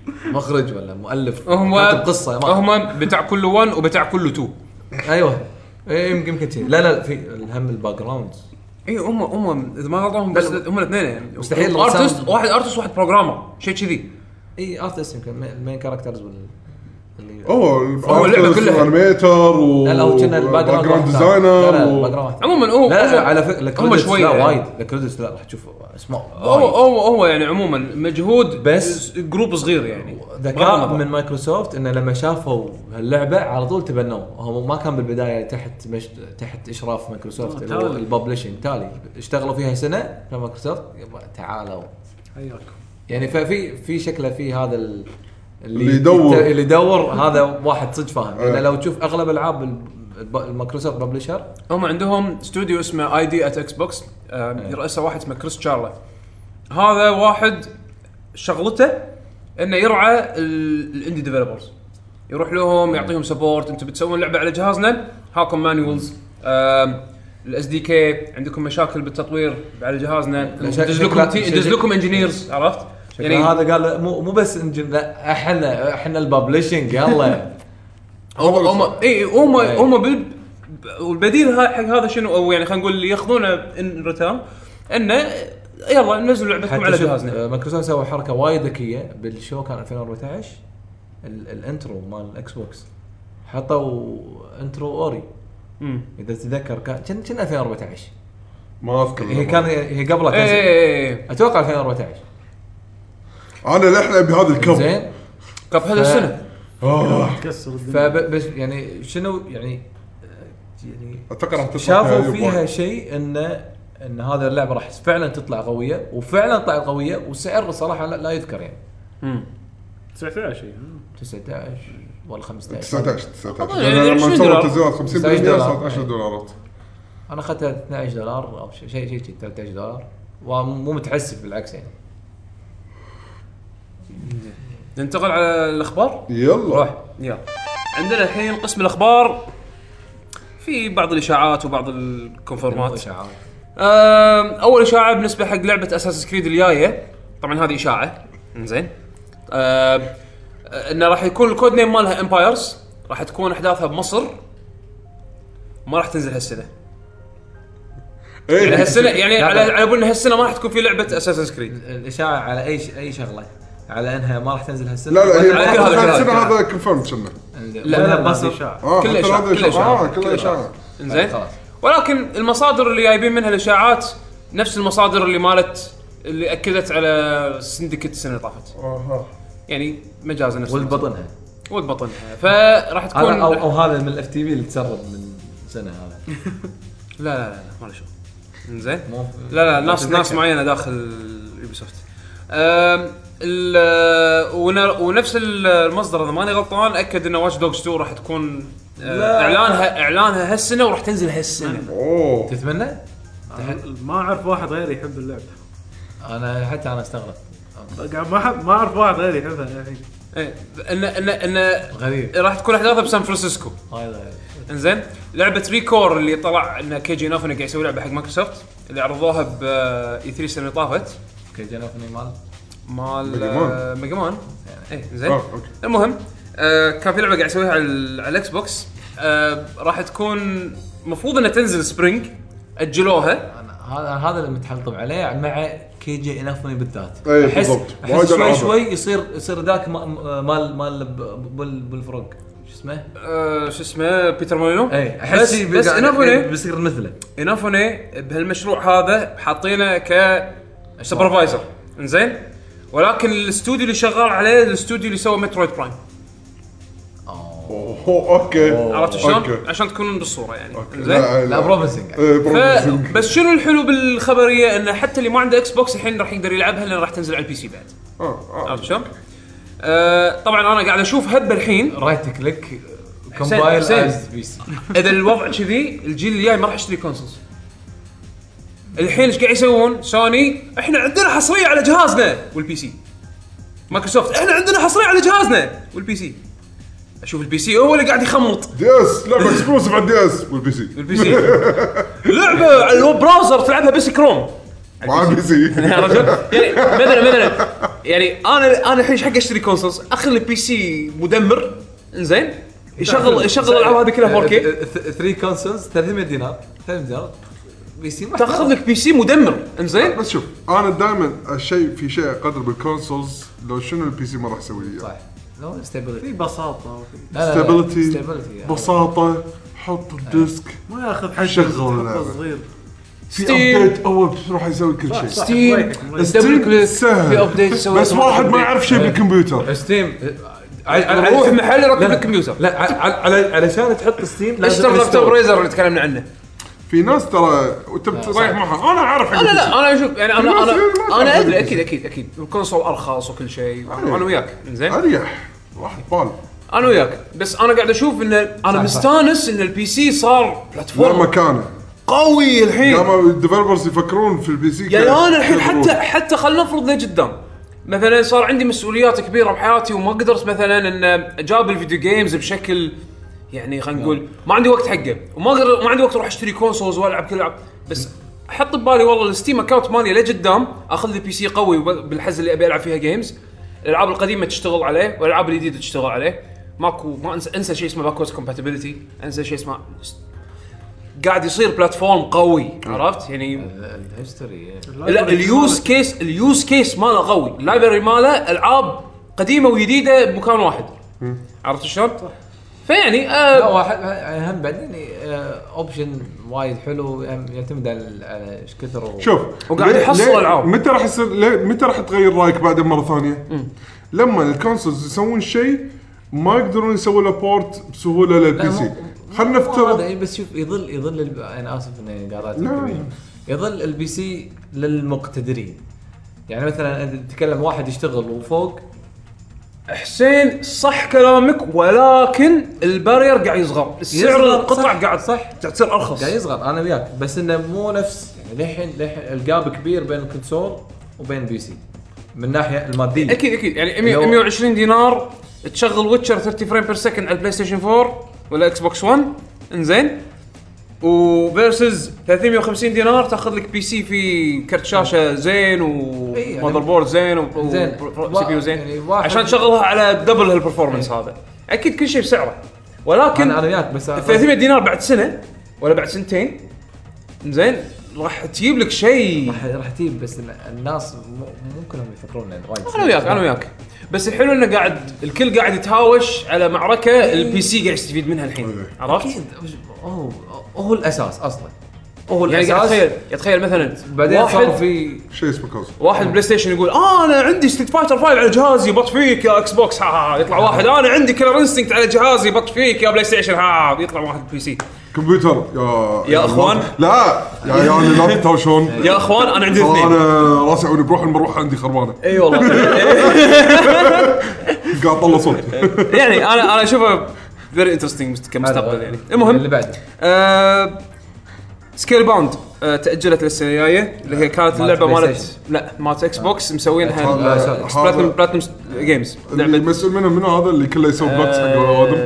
مخرج ولا مؤلف هم كاتب قصه ما هم بتاع كل واحد وبتاع كل تو. ايوه اي يمكن يمكن شيء لا لا في الهم الباك جراوند اي هم هم اذا ما غلطهم بس هم الاثنين يعني مستحيل ارتست واحد ارتست واحد بروجرامر شيء كذي. اي ارتست يمكن المين كاركترز وال اللي اوه اللعبة كلها. انيميتر و لا لا هو كنا الباك جراوند ديزاينر لا و... الباك جراوند عموما هو لا لا هو- على فكره هم شوي لا يعني. وايد الكريدتس لا راح تشوف اسماء هو وايد. هو هو يعني عموما مجهود بس- جروب صغير يعني بغض ذكاء النظر. من مايكروسوفت انه لما شافوا هاللعبه على طول تبنوه. هو ما كان بالبدايه تحت مش تحت اشراف مايكروسوفت اللي هو تالي. الببلشنج تالي اشتغلوا فيها سنه في مايكروسوفت يبا تعالوا حياكم. يعني ففي في شكله في هذا ال- اللي يدور. اللي يدور هذا واحد صدق فاهم. أه. لان لو تشوف اغلب العاب الب- المايكروسوفت ببلشر هم عندهم استوديو اسمه اي دي ات اكس بوكس يرأسه واحد اسمه كريس تشارلا. هذا واحد شغلته انه يرعى ال- الاندي ديفلوبرز يروح لهم يعطيهم سبورت. انتم بتسوون لعبه على جهازنا هاكم مانيولز الاس دي كي عندكم مشاكل بالتطوير على جهازنا ندز لكم شكله- تي- ندز لكم انجينيرز عرفت يعني هذا قال مو مو بس انجن لا احنا احنا الببلشنج يلا هم هم اي هم أي. هم بال والبديل ها- حق هذا شنو او يعني خلينا نقول اللي ياخذونه ان ريتيرن انه يلا ننزل لعبتكم على حتى شوف، جهازنا. آه، مايكروسوفت سوى حركه وايد ذكيه بالشو كان ألفين وأربعة عشر ال- الانترو مال الاكس بوكس حطوا انترو اوري امم اذا تتذكر كان كان كان ألفين وأربعة عشر ما اذكر هي كان هي قبلها اي تنزل اي اي اتوقع ألفين وأربعة عشر انا لحنا بهذا الكب زين كاب هذا السنه آه. كسر الدنيا. فبس يعني شنو يعني آه، يعني اتوقع راح تطلع شافوا فيها فيها يوم. شيء ان ان هذا اللعبه راح فعلا تطلع قويه وفعلا طلعت قويه والسعر صراحه لا, لا يذكر يعني امم تسعة عشر شيء تسعة عشر ولا خمسة عشر تسعة عشر تسعة عشر يعني لما عشرين نسوي دولار. تسعة عشر خمسين تسعة عشر بالمية دولار. صارت عشرة دولارات. انا اخذتها اثنا عشر دولار او شيء شيء شيء ثلاثة عشر دولار ومو متحسف بالعكس يعني. ننتقل على الاخبار. يلا روح يلا عندنا الحين قسم الاخبار في بعض الاشاعات وبعض الكونفيرمات. اشاعات آم، اول اشاعه بالنسبه حق لعبه اساس كريد الجايه طبعا هذه اشاعه زين انه راح يكون الكود نيم مالها امبايرز راح تكون احداثها بمصر ما راح تنزل هالسنه يعني ايه هالسنه يعني لا، على لا. على بالنا هالسنه ما راح تكون في لعبه اساس كريد. الاشاعه على اي ش... اي شغله على انها ما راح تنزل هالسنه لا لا هي على ما كل هذا راح الكلام. تنزل هذا كونفيرم كنا لا، لا، بس مصر. اشاعه. اه كل حتى إشاعة، هذا كل إشاعة. إشاعة، اه كل كل اشاعه زين خلاص. ولكن المصادر اللي جايبين منها الاشاعات نفس المصادر اللي مالت اللي اكدت على سندكت السنه اللي طافت اها يعني مجازا نفس ولد بطنها ولد بطنها فراح تكون هذا او, أو هذا من الاف تي في اللي تسرب من سنه هذا لا لا لا ما له شغل زين مو لا لا ناس ناس معينه داخل يوبي سوفت. أم، ال- ون- ونفس المصدر اذا ماني غلطان اكد ان واتش دوجز تو راح تكون أه، اعلانها اعلانها هالسنه وراح تنزل هالسنه. اوه تتمنى؟ ما اعرف واحد غيري يحب اللعبه. انا حتى انا استغرب قاعد ما أحب- ما اعرف واحد غيري يحبها الحين. ايه ان ان ان غريب راح تكون احداثها بسان فرانسيسكو. هاي غريب انزين لعبه ريكور اللي طلع ان كي جي نافن قاعد يسوي لعبه حق مايكروسوفت اللي عرضوها ب اي ثلاثة السنه اللي طافت كي جنفني مال مال ميجا مان. آه، ميجا مان ايه زين اه اوكي المهم آه كان في لعبه قاعد يسويها على ال- على الاكس بوكس آه راح تكون المفروض انها تنزل سبرينج اجلوها. أنا هذا هذا اللي متحلطم عليه مع كي جي انفني بالذات. إيه، احس بالضبط. احس وايد شوي ألعابها. شوي يصير يصير ذاك ما- مال مال ب- بال بالفرق شو اسمه؟ آه شو اسمه بيتر مولينو. اي بس احس بس انافوني بيصير مثله. انافوني بهالمشروع هذا حاطينه ك سوبرفايزر انزين ولكن الاستوديو اللي شغال عليه الاستوديو اللي سوى مترويد برايم. اوه اوكي عرفت شلون؟ أوكي. عشان تكون بالصوره يعني انزين. لا لا بروميسنج إيه، ف... بروميسنج. بس شنو الحلو بالخبريه انه حتى اللي ما عنده اكس بوكس الحين راح يقدر يلعبها لان راح تنزل على البي سي بعد. اه اه عرفت شلون؟ آه طبعا انا قاعد اشوف هبه الحين رايت كليك حسين، كومبايل حسين. از بي سي. اذا الوضع كذي الجيل الجاي ما راح يشتري كونسولز. الحين ايش قاعد يسوون؟ سوني احنا عندنا حصريه على جهازنا والبي سي. مايكروسوفت احنا عندنا حصريه على جهازنا والبي سي. اشوف البي سي هو اللي قاعد يخمط دي اس لعبه اكسكلوسيف على الدي اس والبي سي البي سي. لعبه على الويب براوزر تلعبها بس كروم مع البي سي يا رجل يعني مثلا مثلا يعني انا انا الحين ايش حق اشتري كونسولز اخذ البي سي مدمر انزين يشغل يشغل الالعاب هذه كلها فور كي ثلاثة كونسولز ثلاثمية دينار ثلاثمية دينار بي سي تاخذ لك بي سي مدمر انزين. بس شوف انا دائما الشيء في شيء اقدر بالكونسولز لو شنو البي سي ما راح يسوي لي صح لو ستابيليتي في بساطه ستابيليتي بساطه حط الديسك ما ياخذ حجم شغل صغير في ابديت اول راح يسوي كل شيء ستيم ستيم في سهل ابديت يسوي بس واحد ما يعرف شيء بالكمبيوتر ستيم روح محل يركب لك كمبيوتر لا على علشان تحط ستيم اشتري لابتوب ريزر اللي تكلمنا عنه. في ناس ترى وانت رايح معها انا عارف لا لا انا اشوف يعني انا انا انا ادري اكيد اكيد اكيد الكونسول ارخص وكل شيء انا وياك زين اريح راح بال انا وياك بس انا قاعد اشوف ان انا مستانس ان البي سي صار بلاتفورم مكانه قوي الحين قاموا الديفلوبرز يفكرون في البي سي يعني انا الحين حتى حتى خلينا نفرض لقدام مثلا صار عندي مسؤوليات كبيره بحياتي وما قدرت مثلا ان اجاب الفيديو جيمز بشكل يعني خلينا نقول ما عندي وقت حقه وما اقدر ما عندي وقت اروح اشتري كونسولز والعب كل العاب بس احط ببالي والله الستيم اكاونت مالي لقدام اخذ لي بي سي قوي بالحزه اللي ابي العب فيها جيمز الالعاب القديمه تشتغل عليه والالعاب الجديده تشتغل عليه ماكو ما انسى انسى شيء اسمه باكورد كومباتيبلتي انسى شيء اسمه قاعد يصير بلاتفورم قوي عرفت يعني الهيستوري لا اليوز كيس اليوز كيس ماله قوي اللايبرري ماله العاب قديمه وجديده بمكان واحد عرفت شلون فيعني آه لا واحد هم بعدين آه اوبشن وايد حلو يعتمد على ايش كثر شوف وقاعد يحصل العاب متى راح يصير متى راح تغير رايك بعد مره ثانيه مم. لما الكونسولز يسوون شيء ما يقدرون يسووا له بورت بسهوله للبي سي خلينا نفترض بس شوف يظل يظل انا اسف اني قاعد اتكلم يظل البي سي للمقتدرين يعني مثلا انت تتكلم واحد يشتغل وفوق حسين صح كلامك ولكن البارير قاعد يصغر السعر القطع قاعد صح قاعد تصير ارخص قاعد يصغر انا وياك بس انه مو نفس يعني للحين للحين الجاب كبير بين الكونسول وبين البي سي من ناحيه الماديه اكيد اكيد يعني مية وعشرين دينار تشغل ويتشر ثلاثين فريم بير سكند على البلاي ستيشن فور ولا اكس بوكس ون انزين وفيرسز ثلاثمية وخمسين دينار تاخذ لك بي سي في كرت شاشه زين ومذر بورد زين وسي بي يو زين يعني عشان تشغلها على دبل هالبرفورمانس هذا اكيد كل شيء بسعره ولكن انا وياك بس ثلاثمية دينار بعد سنه ولا بعد سنتين زين راح تجيب لك شيء راح راح تجيب بس الناس مو كلهم يفكرون وايد انا وياك انا وياك بس الحلو انه قاعد الكل قاعد يتهاوش على معركه البي سي قاعد يستفيد منها الحين عرفت اكيد هو هو الاساس اصلا هو يعني قاعد تخيل يتخيل مثلا بعدين واحد في شيء اسمه كوز واحد بلاي ستيشن يقول اه انا عندي ستريت فايتر فايف على جهازي بط فيك يا اكس بوكس ها يطلع واحد انا عندي كلر انستنكت على جهازي بط فيك يا بلاي ستيشن ها يطلع واحد بي سي كمبيوتر يا يا اخوان لا يا يعني لا تتهاوشون يا اخوان انا عندي اثنين انا راسي عوني بروح المروحه عندي خربانه اي والله قاعد طلع صوت يعني انا انا اشوفه فيري انترستينج كمستقبل يعني المهم اللي بعده آه سكيل باوند آه تاجلت للسنه الجايه اللي هي كانت اللعبه مالت لا مالت اكس بوكس مسوينها بلاتنم بلاتنم جيمز اللي مسؤول منهم منو هذا اللي كله يسوي بلوكس حق الاوادم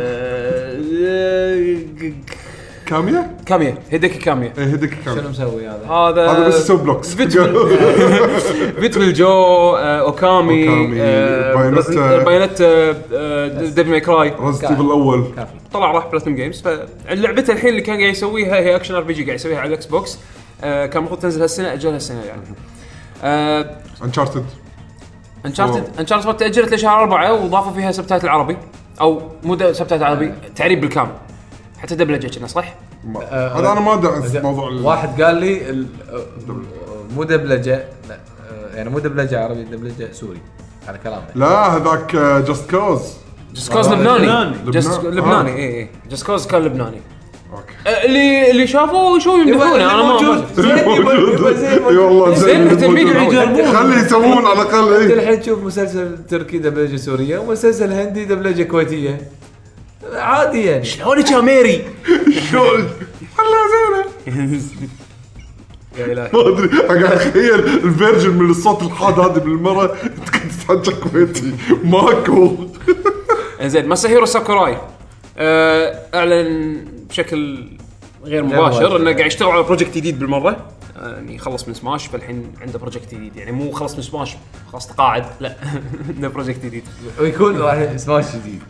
كاميا كاميا هيديكي كاميا ايه هيديكي كاميا شنو مسوي هذا هذا هذا بس يسوي بلوكس فيتريل جو اوكامي بايونيتا ديفل ماي كراي ريزنت ايفل الاول طلع راح بلاتنم جيمز فلعبته الحين اللي كان قاعد يسويها هي اكشن ار بي جي قاعد يسويها على الاكس بوكس كان المفروض تنزل هالسنه اجلها السنه يعني انشارتد انشارتد انشارتد ما تاجلت لشهر أربعة وضافوا فيها سبتايتل عربي او مو سبتايتل عربي تعريب بالكامل حتى دبلجه كنا صح هذا انا ما ادري موضوع واحد قال لي مو دبلجه يعني مو دبلجه عربي دبلجه سوري على كلامه لا هذاك جاست كوز جاست كوز لبناني جاست لبناني اي اي جاست كوز كان لبناني اوكي اللي اللي شافوه شو يمدحونه انا ما اي والله زين الفيديو خلي يسوون على الاقل انت الحين تشوف مسلسل تركي دبلجه سوريه ومسلسل هندي دبلجه كويتيه عادي يعني شلونك يا ميري شلون والله زينه يا الهي ما ادري قاعد اتخيل الفيرجن من الصوت الحاد هذا بالمره كنت تحكي كويتي ماكو زين ماساهيرو ساكوراي اعلن بشكل غير مباشر انه قاعد يشتغل على بروجكت جديد بالمره يعني خلص من سماش فالحين عنده بروجكت جديد يعني مو خلص من سماش خلاص تقاعد لا عنده بروجكت جديد ويكون راح سماش جديد.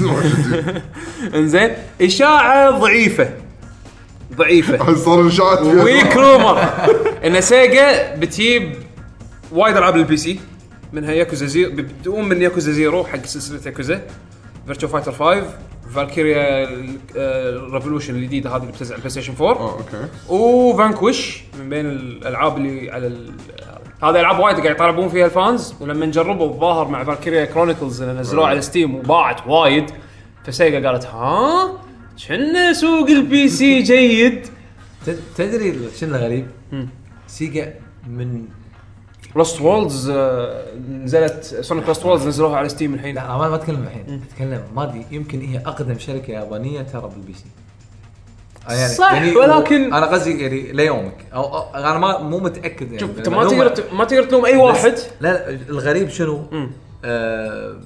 انزين اشاعه ضعيفه ضعيفه صار اشاعات ويك رومر ان سيجا بتجيب وايد العاب للبي سي منها ياكوزا زيرو بتقوم من ياكوزا زيرو حق سلسله ياكوزا فيرتشو فايتر خمسة فالكيريا ريفولوشن الجديده هذه اللي بتنزل على البلاي ستيشن فور اه اوكي وفانكوش من بين الالعاب اللي على ال... هذه العاب وايد قاعد يطالبون فيها الفانز ولما نجربوا الظاهر مع فالكيريا كرونيكلز اللي نزلوها على ستيم وباعت وايد فسيجا قالت ها شن سوق البي سي جيد. تدري شنو الغريب؟ سيجا من لوست وولدز نزلت سونيك لوست وولدز نزلوها على ستيم الحين. لا ما بتكلم الحين اتكلم ماضي يمكن هي اقدم شركه يابانيه ترى بالبي سي يعني صح يعني ولكن انا قصدي يعني ليومك أو, أو انا ما مو متاكد يعني شوف انت ما تقدر ما تقدر تلوم اي واحد. لا, لا الغريب شنو آه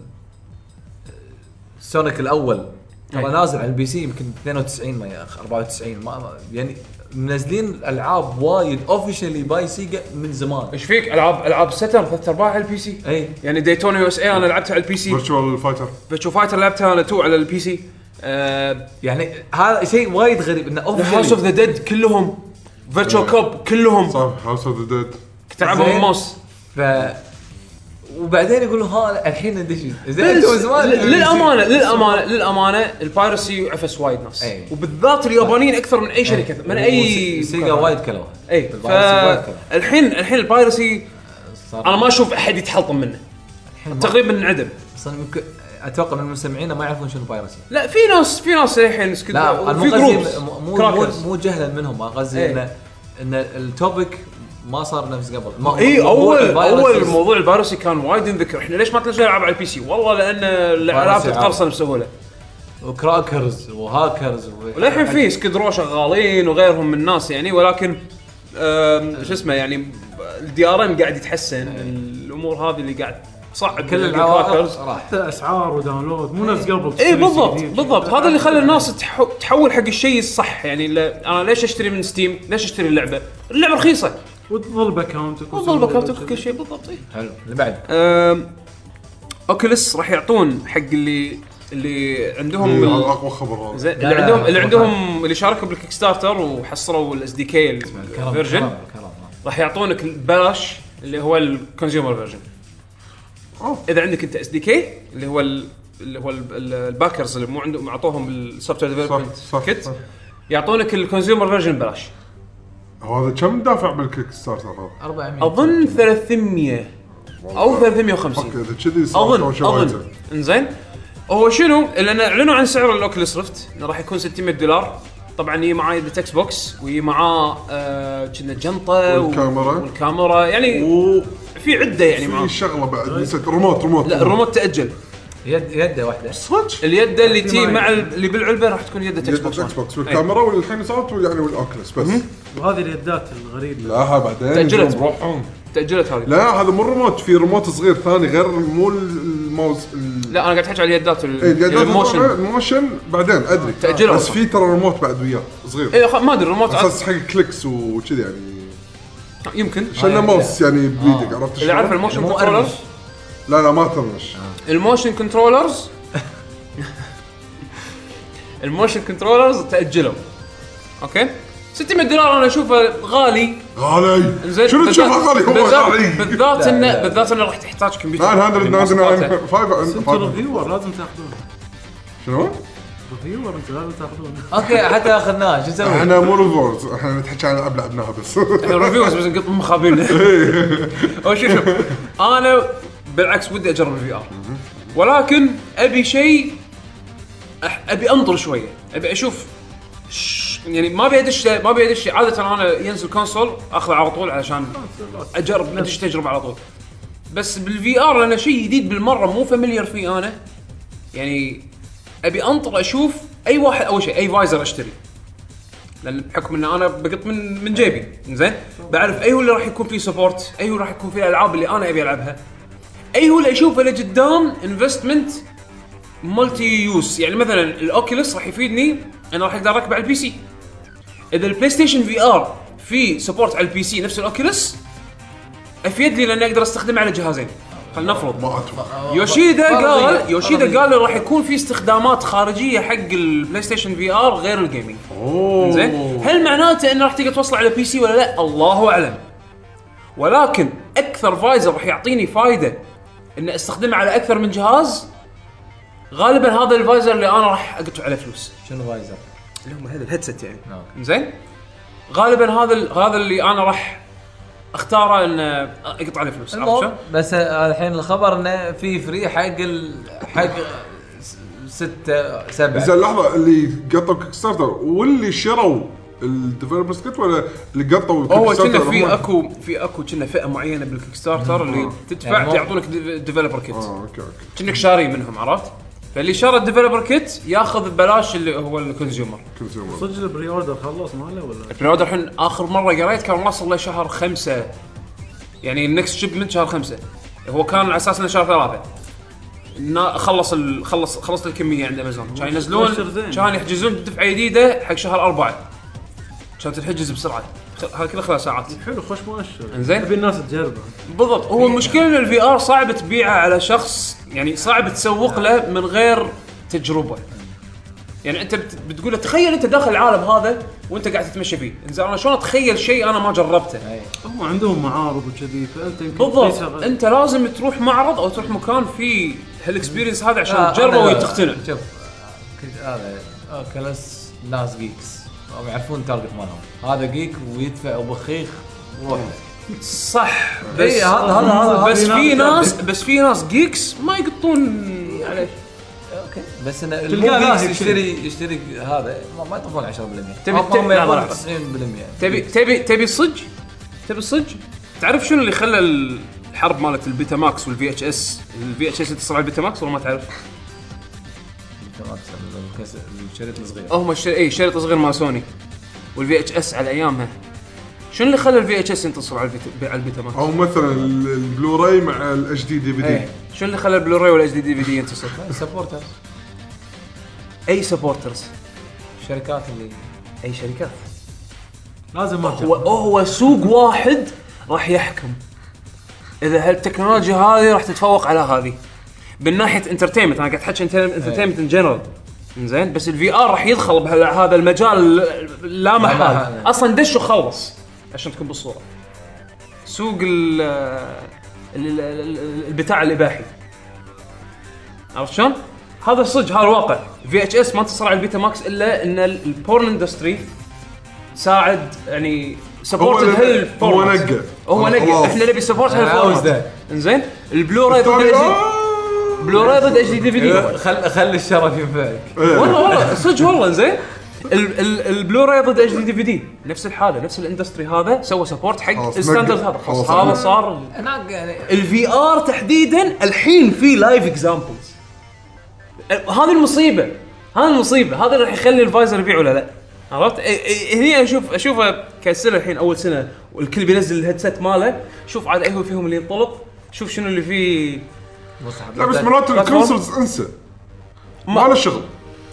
سونيك الاول ترى نازل على البي سي يمكن اثنين وتسعين ما يا اخ أربعة وتسعين ما يعني منزلين العاب وايد اوفيشلي باي سيجا من زمان. ايش فيك العاب العاب ساتر ثلاث ارباع على البي سي اي يعني ديتونا يو اس اي انا لعبتها على البي سي فيرتشوال فايتر فيرتشو فايتر لعبتها انا تو على البي سي آه يعني هذا شيء وايد غريب انه هاوس اوف ذا ديد كلهم فيرتشوال كوب كلهم صح هاوس اوف ذا ديد كنت العبهم ماوس ف وبعدين يقولوا ها الحين ندش زين بس انتم زمان للامانه للامانه للامانه البايرسي عفس وايد ناس أي. وبالذات اليابانيين اكثر من اي شركه من اي سيجا وايد كلوها اي فالحين الحين البايرسي انا ما اشوف احد يتحلطم منه تقريبا انعدم اصلا يمكن اتوقع من المستمعين ما يعرفون شنو بايرسي. لا في ناس في ناس الحين سكت لا في جروبس مو مو, مو جهلا منهم قصدي ايه. ان ان التوبيك ما صار نفس قبل. اي اول اول موضوع الفيروسي كان وايد ينذكر احنا ليش ما تنزل العاب على البي سي والله لان الالعاب تتقرصن بسهوله وكراكرز وهاكرز وللحين في سكدرو شغالين وغيرهم من الناس يعني ولكن شو اسمه يعني الدي ار ام قاعد يتحسن الامور هذه اللي قاعد صعب كل العواقب حتى اسعار وداونلود مو نفس قبل. اي بالضبط بالضبط هذا اللي خلى الناس تحول حق الشيء الصح يعني انا ليش اشتري من ستيم ليش اشتري اللعبه اللعبه رخيصه وتظل باكاونتك وتظل باكاونتك كل شيء بالضبط. حلو اللي بعد اوكيلس راح يعطون حق اللي اللي عندهم اقوى خبر هذا اللي عندهم اللي عندهم اللي شاركوا بالكيك ستارتر وحصلوا الاس دي كي الفيرجن راح يعطونك ببلاش اللي هو الكونسيومر فيرجن. اذا عندك انت اس دي كي اللي هو اللي هو الباكرز اللي مو عندهم اعطوهم السوفت وير ديفلوبمنت كيت يعطونك الكونسيومر فيرجن ببلاش. هذا كم دافع بالكيك ستارتر هذا؟ أربعمية اظن ثلاثمية او ثلاثمية وخمسين اوكي اذا كذي صار اظن اظن انزين هو شنو لان اعلنوا عن سعر الاوكيوليس ريفت انه راح يكون ستمية دولار طبعا هي معاه اكس بوكس وهي معاه كنا جنطه والكاميرا والكاميرا يعني و... في عده يعني معاه في شغله بعد نسيت ريموت ريموت لا الريموت تاجل يد يده واحده صدق اليد اللي تي مع اللي بالعلبه راح تكون يد اكس بوكس اكس بوكس والكاميرا والحين صارت يعني والاوكيوليس بس وهذه اليدات الغريبه لا ها بعدين تاجلت بروحهم تاجلت هذه لا هذا مو ريموت في ريموت صغير ثاني غير مو الماوس لا انا قاعد احكي على اليدات الموشن الموشن بعدين ادري تاجلوا بس في ترى ريموت بعد وياه صغير اي ما ادري الريموت اساس حق كليكس وكذا يعني يمكن شنو ماوس يعني بيدك عرفت اللي عارف الموشن كنترولرز لا لا ما ترنش الموشن كنترولرز الموشن كنترولرز تاجلوا اوكي ستمية دولار انا اشوفه غالي غالي شنو تشوفه غالي هو غالي بالذات انه بالذات انه راح تحتاج كمبيوتر لا هذا نازل خمسة انتوا ريفيور لازم تاخذونه شنو ريفيور انت لازم تاخذونه اوكي حتى اخذناه شو نسوي احنا مو ريفيورز احنا نتحكي عن العاب لعبناها بس احنا ريفيورز بس نقط مخابيلنا او شوف شوف انا بالعكس ودي اجرب الفي ار ولكن ابي شيء ابي انطر شويه ابي اشوف يعني ما بيدش ما بيدش عاده انا ينزل كونسول اخذه على طول علشان اجرب ادش تجربه على طول بس بالفي ار انا شيء جديد بالمره مو فاميليار فيه انا يعني ابي انطر اشوف اي واحد اول شيء اي فايزر اشتري لان بحكم ان انا بقط من من جيبي زين بعرف اي هو اللي راح يكون فيه سبورت اي هو راح يكون فيه الالعاب اللي انا ابي العبها اي هو اللي اشوفه لقدام انفستمنت مالتي يوز يعني مثلا الاوكيوليس راح يفيدني انا راح اقدر اركب على البي سي اذا البلاي ستيشن في ار في سبورت على البي سي نفس الاوكيوليس افيد لي لاني اقدر استخدمه على جهازين. خلينا نفرض ما اتوقع يوشيدا قال يوشيدا قال راح يكون في استخدامات خارجيه حق البلاي ستيشن في ار غير الجيمنج. زين هل معناته انه راح تقدر توصل على بي سي ولا لا؟ الله اعلم. ولكن اكثر فايزر راح يعطيني فايده ان استخدمه على اكثر من جهاز. غالبا هذا الفايزر اللي انا راح اقطع عليه فلوس. شنو فايزر؟ اللي هم هذا الهيدسيت يعني. نعم. زين غالبا هذا هذا اللي انا راح اختاره ان اقطع عليه فلوس. عرفت؟ بس الحين الخبر انه في فري حق ال... حق ستة سبعة. زين لحظه اللي قطوا كيك ستارتر واللي شروا الديفلوبرز كيت ولا اللي قطوا هو كنا في اكو في اكو كنا فئه معينه بالكيك ستارتر اللي آه. تدفع يعني يعطونك ديفلوبر كيت. اه اوكي اوكي كأنك شاري منهم. عرفت؟ فاللي شرى الديفلوبر كيت ياخذ ببلاش اللي هو الكونسيومر. كونسيومر صدق البري اوردر خلص ماله ولا البري اوردر الحين اخر مره قريت كان واصل لشهر خمسة. يعني النكست شيب من شهر خمسة. هو كان على اساس انه شهر ثلاثة. خلص ال... خلص خلصت الكميه عند امازون. كان ينزلون كان يحجزون دفعه جديده حق شهر أربعة. كانت تحجز بسرعه. هذا كله خلال ساعات. حلو خوش مؤشر. انزين ابي الناس تجربه. بالضبط. هو المشكله ان الفي ار صعب تبيعه على شخص يعني صعب تسوق له من غير تجربه. يعني انت بت... بتقول له تخيل انت داخل العالم هذا وانت قاعد تتمشى فيه. انزين انا شلون اتخيل شيء انا ما جربته؟ هم عندهم معارض وكذي فانت يمكن بالضبط. انت لازم تروح معرض او تروح مكان فيه هالاكسبيرينس هذا عشان تجربه وتقتنع. شوف هذا اوكيوليس ناس جيكس هم يعرفون تارجت مالهم. هذا جيك ويدفع وبخيخ وروح. صح بس إيه هذا هذا هذا بس في ناس بس في ناس جيكس ما يقطون عليه. اوكي بس انا الجيكس يشتري يشتري هذا ما, ما يطفون عشرة بالمية. تبي ما يطفون تسعين بالمية. تبي تبي تبي صج تبي صج تعرف شنو اللي خلى الحرب مالت البيتا ماكس والفي اتش اس الفي اتش اس يتصل على البيتا ماكس ولا ما تعرف؟ البيتا ماكس الشريط الصغير هم الشريط اي شريط صغير مال سوني والفي اتش اس على ايامها. شنو اللي خلى الفي اتش اس ينتصر على البيتا على البيتا ماكس؟ او مثلا البلوراي مع الاتش دي دي في دي. شنو اللي خلى البلوراي والاتش دي دي في دي ينتصر؟ سبورترز. اي سبورترز؟ الشركات اللي اي شركات لازم مرجع. هو هو سوق واحد راح يحكم اذا هالتكنولوجيا هذه راح تتفوق على هذه من ناحيه انترتينمنت. انا قاعد احكي انترتينمنت ان جنرال. زين بس الفي ار راح يدخل بهذا المجال لا محال. اصلا دش وخلص عشان تكون بالصوره. سوق ال البتاع الاباحي. عرفت شلون؟ هذا صدق هذا الواقع. في اتش اس ما انتصر على البيتا ماكس الا ان البورن اندستري ساعد يعني سبورت هيل هو نقى هو نقى احنا نبي سبورت هيل. انزين البلوراي ضد بلوراي ضد اتش دي دي في دي. خل خلي الشرف ينفعك والله والله صدق والله. زين البلوراي ضد اتش دي دي في دي نفس الحاله نفس الاندستري هذا سوى سبورت حق الستاندرد هذا. خلاص هذا صار الفي ار تحديدا. الحين في لايف اكزامبلز. هذه المصيبه هذه المصيبه هذا راح يخلي الفايزر يبيع ولا لا. عرفت؟ هني اشوف اشوفه كسنه الحين اول سنه والكل بينزل الهيدسيت ماله. شوف عاد اي هو فيهم اللي ينطلق. شوف شنو اللي فيه. لا بس مرات الكونسولز انسى ما له شغل.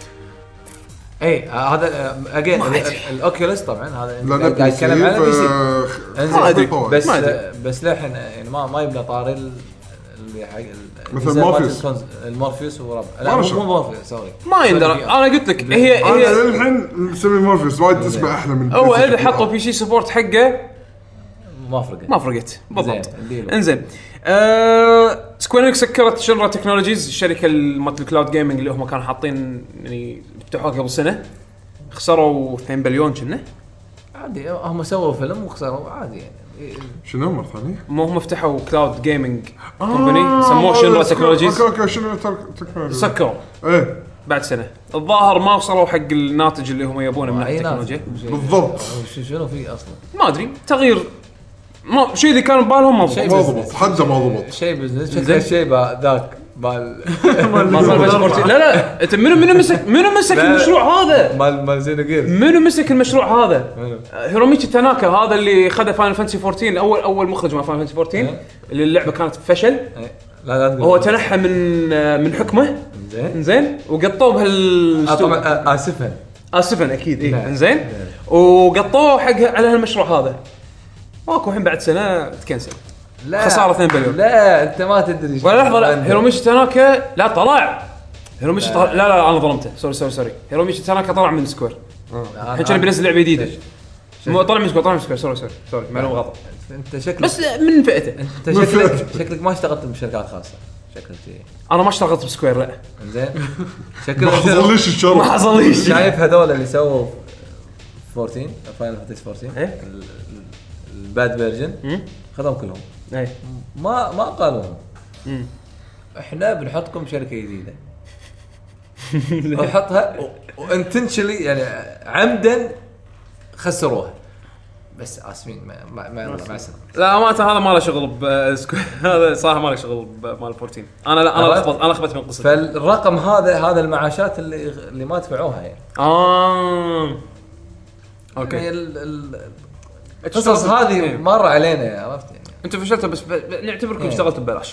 اي هذا اجين الاوكيوليس طبعا هذا لا قاعد يتكلم عنه بي سي. ما ادري بس بس للحين يعني ما ما يبنى طاري اللي حق مثل مورفيوس المورفيوس ورب. لا مو مورفيوس سوري ما يندرى. انا قلت لك هي هي انا للحين مسمي مورفيوس وايد تسمع احلى من هو اللي حطوا بي سي سبورت حقه ما فرقت ما فرقت بالضبط. انزين أه سكوير سكرت شنرا تكنولوجيز الشركه مالت الكلاود جيمنج اللي هم كانوا حاطين يعني فتحوها قبل سنه. خسروا اثنين بليون كنا عادي. هم سووا فيلم وخسروا عادي يعني. شنو مره ثانيه مو هم فتحوا كلاود جيمنج كومباني سموه شنرا تكنولوجيز. اوكي اوكي شنو تكنولوجي سكروا ايه بعد سنه. الظاهر ما وصلوا حق الناتج اللي هم يبونه من التكنولوجيا بالضبط. شنو في اصلا ما ادري تغيير ما شيء اللي كان ببالهم ما ضبط حده ما ضبط شيء بزنس شكل شيء ذاك مال لا لا انت منو منو مسك منو مسك المشروع هذا مال مال زينو جيرز. منو مسك المشروع هذا؟ هيروميتشي تاناكا هذا اللي خذ فاينل فانتسي أربعة عشر اول اول مخرج مال فاينل فانتسي أربعة عشر اللي اللعبه كانت فشل. لا لا هو تنحى من من حكمه. زين زين وقطوه بهال طبعا اسفا اسفا اكيد اي زين وقطوه حق على هالمشروع هذا ماكو الحين بعد سنه تكنسل لا خساره اثنين بليون لا انت ما تدري ولا لحظه لا هيروميشي تاناكا لا طلع هيروميشي طلع لا لا انا ظلمته سوري سوري سوري هيروميشي تاناكا طلع من سكوير الحين كان بينزل لعبه جديده مو طلع من سكوير طلع من سكوير سوري سوري سوري معلومه غلط انت شكلك بس من فئته انت شكلك شكلك ما اشتغلت بشركات خاصه شكلك شيء انا ما اشتغلت بسكوير لا زين ما شكلك حصليش الشرف ما حصليش شايف هذول اللي سووا أربعطعش فاينل فانتسي أربعطعش إيه؟ ال- ال- الباد فيرجن خذهم كلهم اي ما ما قالوهم احنا بنحطكم شركه جديده وحطها وانتنشلي يعني عمدا خسروها بس اسفين ما ما ما, ما السلامه لا ما هذا ما له شغل بسكوير هذا صراحه ما له شغل بمال أربعطعش انا لا انا لخبط انا لخبطت من القصه فالرقم هذا هذا المعاشات اللي اللي ما دفعوها يعني اه اوكي يعني ال- ال- القصص هذه مر علينا عرفت يعني انت فشلتوا بس ب... ب... نعتبركم إيه. اشتغلتوا ببلاش.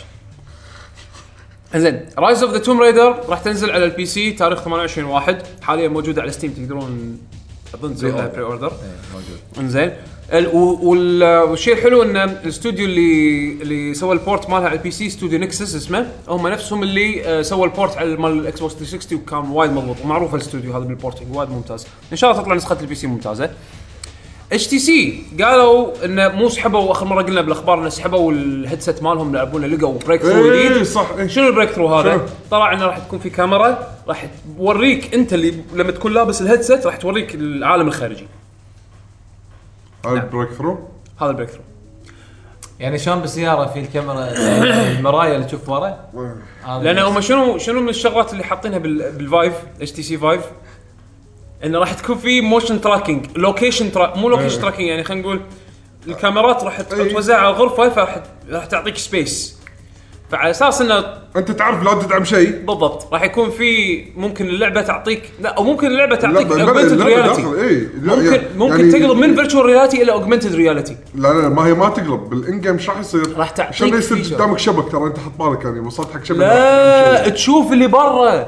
زين رايز اوف ذا توم رايدر راح تنزل على البي سي تاريخ ثمانية وعشرين واحد حاليا موجوده على ستيم تقدرون اظن تسوي لها بري اوردر. موجود انزين والشيء الحلو ان الاستوديو اللي اللي سوى البورت مالها على البي سي استوديو نكسس اسمه هم نفسهم اللي سووا البورت على مال الاكس بوكس ثلاثمية وستين وكان وايد مضبوط ومعروف الاستوديو هذا بالبورتنج وايد ممتاز. ان شاء الله تطلع نسخه البي سي ممتازه. اتش تي سي قالوا انه مو سحبوا اخر مره قلنا بالاخبار انه سحبوا الهيدسيت مالهم لعبونا لقوا بريك ثرو إيه جديد. صح إيه. شنو البريك ثرو هذا؟ شنو؟ طلع انه راح تكون في كاميرا راح توريك انت اللي لما تكون لابس الهيدسيت راح توريك العالم الخارجي. هاي البريك ثرو هذا البريك ثرو. يعني شلون بالسياره في الكاميرا المرايه اللي تشوف ورا لان هم شنو شنو من الشغلات اللي حاطينها بال بالفايف اتش تي سي فايف انه راح تكون في موشن تراكنج لوكيشن ترا... مو لوكيشن تراكنج يعني خلينا نقول الكاميرات راح توزع على الغرفه فراح راح تعطيك سبيس فعلى اساس انه انت تعرف لا تدعم شيء بالضبط راح يكون في ممكن اللعبه تعطيك لا او ممكن اللعبه تعطيك اللعبة- اوجمانتد اللعبة رياليتي داخل، إيه. لا، ممكن يعني- ممكن يعني- تقلب من فيرتشوال رياليتي الى اوجمانتد رياليتي. لا لا ما هي ما تقلب بالان جيم ايش راح يصير؟ راح تعطيك عشان يصير فيشر. قدامك شبك ترى انت حط بالك يعني وصلت حق شبك لا تشوف اللي برا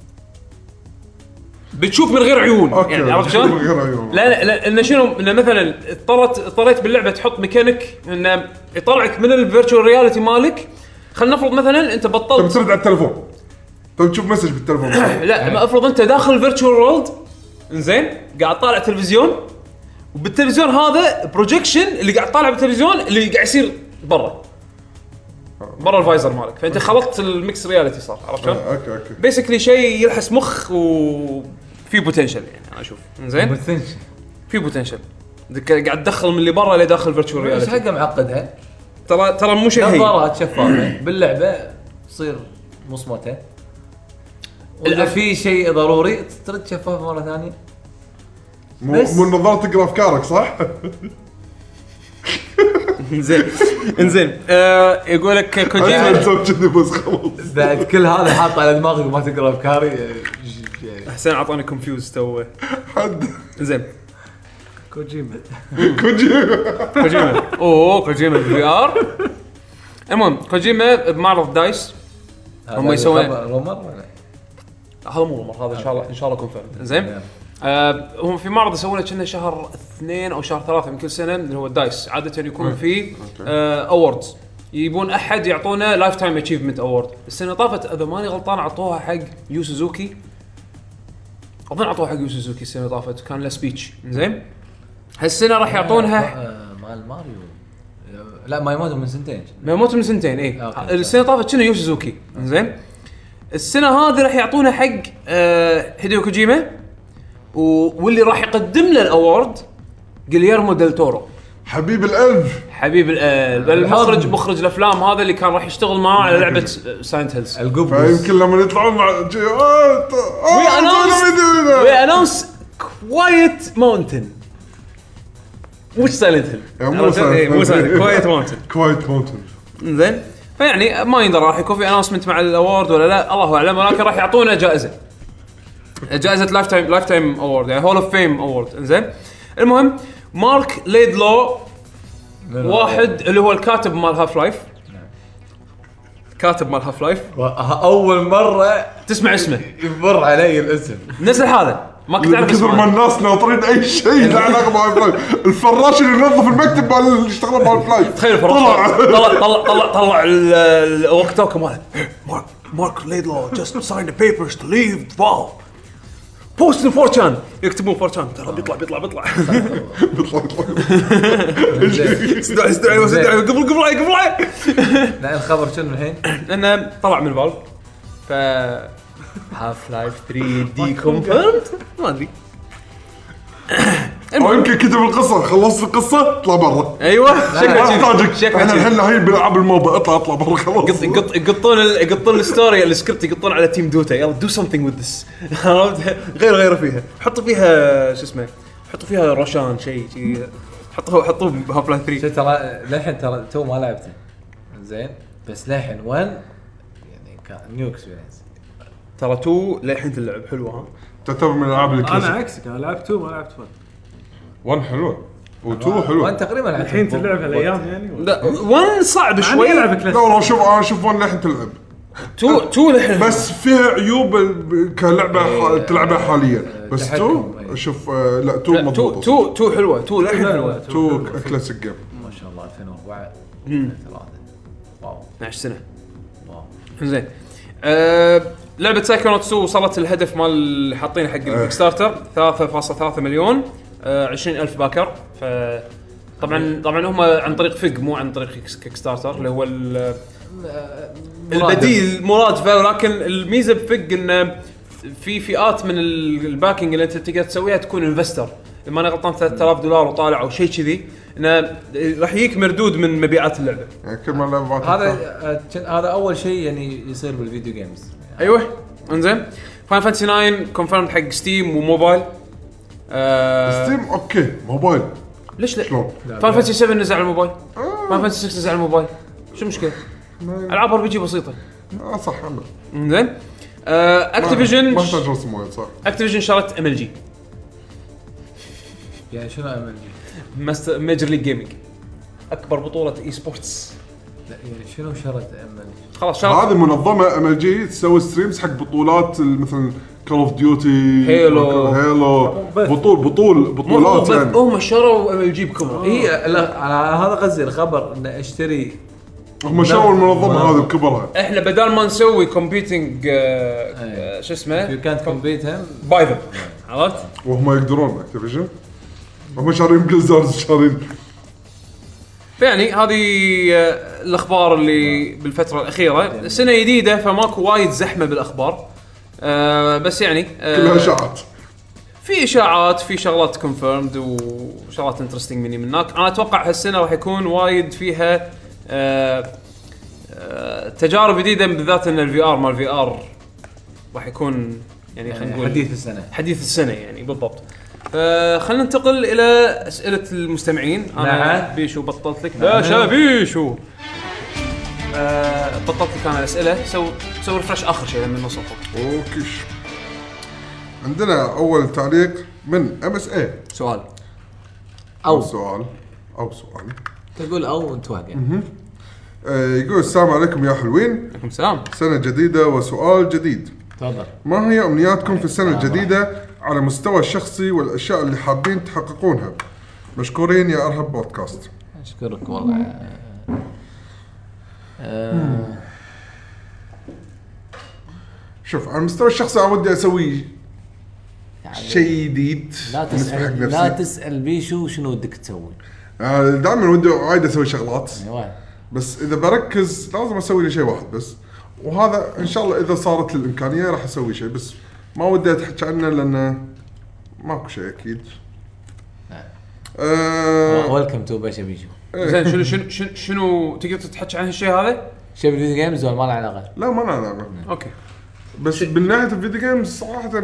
بتشوف من غير عيون أوكي، يعني عرفت بتشوف شلون؟ من غير عيون. لا لا لا انه شنو انه مثلا اضطرت اضطريت باللعبه تحط ميكانيك انه يطلعك من الفيرتشوال رياليتي مالك. خلينا نفرض مثلا انت تبي بطلت ترد على التليفون تبي تشوف مسج بالتليفون لا ما افرض انت داخل الفيرتشوال وورلد انزين قاعد طالع تلفزيون وبالتلفزيون هذا بروجيكشن اللي قاعد طالع بالتلفزيون اللي قاعد يصير برا برا الفايزر مالك فانت خلطت الميكس رياليتي صار عرفت شلون؟ اوكي اوكي بيسكلي شيء يلحس مخ وفي بوتنشل يعني انا اشوف انزين في بوتنشل قاعد تدخل من اللي برا اللي داخل فيرتشوال ايش رياليتي حقه معقدها ترى ترى مو شيء هي نظارات شفافه باللعبه تصير مصمته اذا في شيء ضروري ترد شفافه مره ثانيه مو بس. مو النظاره تقرا افكارك صح؟ انزين انزين آه يقول لك انت كوجيما تسوي كذي بس خلاص بعد كل هذا حاط على دماغك وما تقرا افكاري حسين عطاني كونفيوز تو حد زين كوجيما كوجيما كوجيما اوه كوجيما في ار المهم كوجيما بمعرض دايس هم يسوون رومر ولا هذا مو رومر هذا ان شاء الله ان شاء الله كونفيرم زين آه هم في معرض يسوونه كنا شهر اثنين او شهر ثلاثة من كل سنه اللي هو الدايس عاده يكون فيه آه اووردز يبون احد يعطونا لايف تايم اتشيفمنت اوورد. السنه طافت اذا ماني غلطان عطوها حق يو سوزوكي اظن عطوها حق يو سوزوكي السنه طافت كان له سبيتش زين. هالسنه راح يعطونها مال ماريو لا ما يموت من سنتين ما يموت من سنتين اي أوكي. السنه طافت كنا يو سوزوكي زين. السنه هذه راح يعطونا حق آه هيديو كوجيما واللي راح يقدم له الاورد غيليرمو ديل تورو حبيب القلب حبيب القلب المخرج مخرج الافلام هذا اللي كان راح يشتغل معاه على لعبه ساينت هيلز. القبص فيمكن لما يطلعون مع جي- آه، ط- آه، وي اناونس فيديو وي هنا. اناونس كوايت ماونتن مش سايلنت هيل يعني مو Silent مو Hill. سايلنت كوايت ماونتن كوايت ماونتن زين. فيعني ما يندرى راح يكون في اناونسمنت مع الاورد ولا لا الله اعلم ولكن راح يعطونا جائزه جائزه لايف تايم لايف تايم اوورد يعني هول اوف فيم اوورد زين. المهم مارك ليدلو واحد اللي هو الكاتب مال هاف لايف كاتب مال هاف لايف اول مره تسمع اسمه يمر علي الاسم نزل هذا ما كنت اعرف كثر ما الناس ناطرين اي شيء له علاقه مع الفلاي. الفراش اللي ينظف المكتب مال اللي يشتغل مع الفلاي تخيل فراش طلع طلع طلع طلع الوقت توك ماله مارك مارك ليدلو just signed the papers to leave فالف بوست فورتشان يكتبون فورتشان ترى بيطلع بيطلع بيطلع بيطلع بيطلع استدعي استدعي استدعي قبل قبل قبل لا الخبر شنو الحين؟ انه طلع من فالف ف هاف لايف ثري دي كونفيرمد ما ادري او يمكن كتب القصه خلصت القصه اطلع برا. ايوه شكلك شكلك احنا الحين الحين بنلعب الموبا اطلع اطلع برا خلاص. قط يقط يقطون يقطون الستوري السكريبت يقطون على تيم دوتا يلا دو سمثينج وذ ذس غير غير فيها حطوا فيها شو اسمه حطوا فيها روشان شيء شيء حطوه حطوه بهاف لايف ثري. ترى للحين ترى تو ما لعبته زين بس للحين وين يعني كان نيو اكسبيرينس. ترى تو للحين اللعب حلوه ها تعتبر من الالعاب اللي انا عكسك انا لعبت تو ما لعبت فن واحد حلوه وتو حلوه. وانت تقريبا الحين تلعب هالايام يعني لا ون صعب شوي العب كلاس. لا والله شوف انا شوف وين لحين تلعب تو تو للحين بس فيها عيوب ال- كلعبه ح- تلعبها حاليا بس تو شوف آه، لا تو تو مضبوط تو تو حلوه تو للحين حلوه تو كلاسيك جيم ما شاء الله ألفين وأربعة ثلاثة واو اثنا عشر سنه واو زين. أه لعبه سايكونوتس تو وصلت الهدف مال اللي حاطينه حق الكيك ستارتر ثلاثة فاصلة ثلاثة مليون أه عشرين ألف باكر. ف طبعا طبعا هم عن طريق فيج مو عن طريق كيك ستارتر اللي هو البديل مرادفه. ولكن الميزه بفيج انه في فئات من الباكينج اللي انت تقدر تسويها تكون انفستر. لما انا غلطان ثلاثة آلاف دولار وطالع او شيء كذي انه راح يجيك مردود من مبيعات اللعبه. يعني كل ما لعبات هذا آه، هذا اول شيء يعني يصير بالفيديو جيمز. ايوه انزين. فاين فانتسي تسعة كونفيرم حق ستيم وموبايل. آه ستيم اوكي موبايل ليش لا شلون فاين فانتسي سبعة نزل على الموبايل. فاين فانتسي ستة نزل على الموبايل شو المشكله؟ العاب ار بي جي بسيطه. اه صح عمل انزين. اكتيفيجن ما احتاج رسم وايد صح. اكتيفيجن شرت ام ال جي يعني شنو ام ال جي؟ ماستر ميجر ليج جيمنج اكبر بطوله اي سبورتس. لا يعني شنو شرط ام ال جي؟ خلاص شرط هذه منظمه ام ال جي تسوي ستريمز حق بطولات مثل كول اوف ديوتي هيلو. هيلو بطول بطول بطولات يعني هم شروا ام ال جي بكبر. هي لا على هذا قصدي الخبر ان اشتري هم شروا المنظمه هذه بكبرها. احنا بدال ما نسوي كومبيتنج شو اسمه يو كانت كومبيت هم باي ذم عرفت. وهم يقدرون اكتيفيجن هم شارين بليزرز شارين. يعني هذه آه، الاخبار اللي بالفتره الاخيره. سنه جديده فماكو وايد زحمه بالاخبار. أه بس يعني أه كلها اشاعات. في اشاعات في شغلات كونفيرمد وشغلات انترستينج مني منك. انا اتوقع هالسنه راح يكون وايد فيها أه أه تجارب جديده بالذات ان الفي ار مال في ار راح يكون يعني خلينا نقول حديث السنه حديث السنه يعني بالضبط. فخلنا ننتقل الى اسئله المستمعين. انا نعم. بيشو بطلت لك باشا بيشو. أه بطلت لك انا الاسئله. سو سوي ريفرش اخر شيء لما نوصل فوق. اوكي عندنا اول تعليق من ام اس اي. سؤال او او سؤال او سؤال تقول او نتوقع. آه يقول السلام عليكم يا حلوين. عليكم السلام. سنه جديده وسؤال جديد. تفضل. ما هي امنياتكم في السنه الجديده على مستوى الشخصي والاشياء اللي حابين تحققونها؟ مشكورين يا ارهب بودكاست. اشكرك والله. آه شوف على المستوى الشخصي انا ودي اسوي يعني شيء جديد. لا بالنسبة حق تسال نفسي. لا تسال بيشو شنو ودك تسوي. آه دائما ودي وايد اسوي شغلات ايوه بس اذا بركز لازم اسوي لي شيء واحد بس. وهذا ان شاء الله اذا صارت الامكانيه راح اسوي شيء بس ما ودي اتحكي عنه لانه ماكو شيء اكيد. آه ويلكم تو باشا بيشو. زين شنو شنو شنو شنو تقدر تحكي عن هالشيء هذا؟ شيء بالفيديو جيمز ولا ما له علاقه؟ لا ما له علاقه اوكي. بس بالنهايه الفيديو جيمز صراحه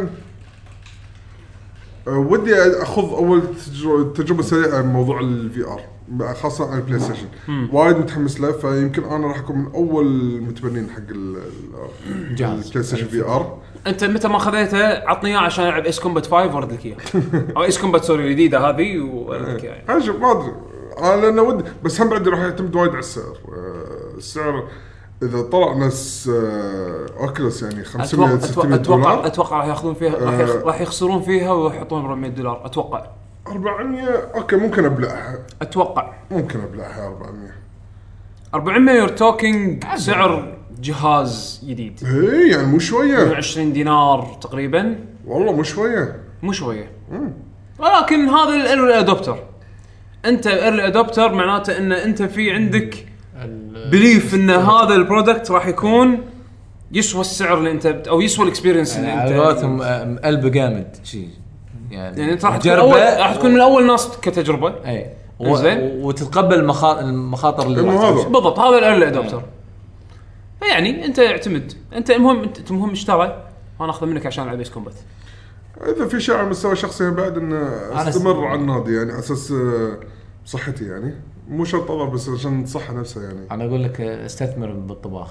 أه ودي اخذ اول تجربه, تجربة سريعه موضوع الفي ار خاصه على البلاي ستيشن. وايد متحمس له فيمكن انا راح اكون من اول متبنين حق جهاز البلاي ستيشن في ار. انت متى ما خذيته عطني اياه عشان العب ايس كومبات خمسة وارد لك اياه او ايس كومبات سوري الجديده هذه وارد لك اياه. انا ما ادري انا لانه ودي بس هم بعد راح يعتمد وايد على السعر. أه السعر اذا طلع ناس اوكلس يعني خمسمية ستمية اتوقع دولار اتوقع راح ياخذون فيها راح يخ... راح يخسرون فيها ويحطون أربعمية دولار اتوقع. أربعمية اوكي ممكن ابلعها اتوقع ممكن ابلعها أربعمية أربعمية يور توكينج سعر جهاز جديد. اي يعني مو شويه عشرين دينار تقريبا والله مو شويه مو شويه مم. ولكن هذا الايرلي ادوبتر. انت ايرلي ادوبتر معناته ان انت في عندك بليف ان هذا البرودكت راح يكون يسوى السعر اللي انت او يسوى الاكسبيرينس اللي انت عرفتهم قلب جامد شيء يعني, يعني انت راح تكون اول راح تكون من اول ناس كتجربه اي و... وتتقبل المخاطر اللي بالضبط. هذا الايرلي ادوبتر يعني انت اعتمد انت المهم انت المهم اشتري وانا اخذ منك عشان العب ايس كومبات. اذا في شيء على مستوى شخصي بعد ان استمر على النادي يعني اساس صحتي يعني مو شرط اضرب بس عشان الصحه نفسها يعني. انا اقول لك استثمر بالطباخ.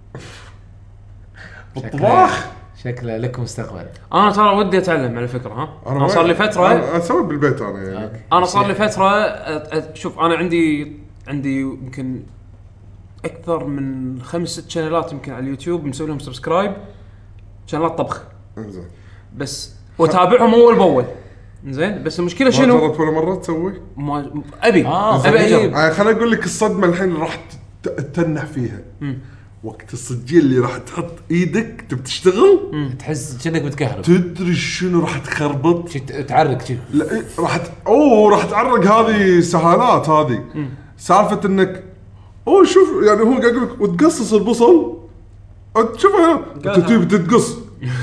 بالطباخ شكله لك مستقبل. انا ترى ودي اتعلم على فكره ها انا, أنا صار لي فتره انا اسوي بالبيت انا يعني أوكي. انا صار لي فتره شوف انا عندي عندي يمكن اكثر من خمس ست شانلات يمكن على اليوتيوب مسوي لهم سبسكرايب شانلات طبخ انزين بس وتابعهم اول باول زين. بس المشكله شنو ما جربت ولا مره تسوي ما ابي آه ابي اجرب. آه خليني اقول لك الصدمه الحين راح تتنح فيها م. وقت الصجيه اللي راح تحط ايدك تبي تشتغل تحس كأنك بتكهرب تدري شنو راح تخربط تعرق شي لا راح ت... اوه راح تعرق. هذه سهالات هذه سالفه انك اوه شوف يعني هو قاعد يقول لك وتقصص البصل تشوفها انت تبي تتقص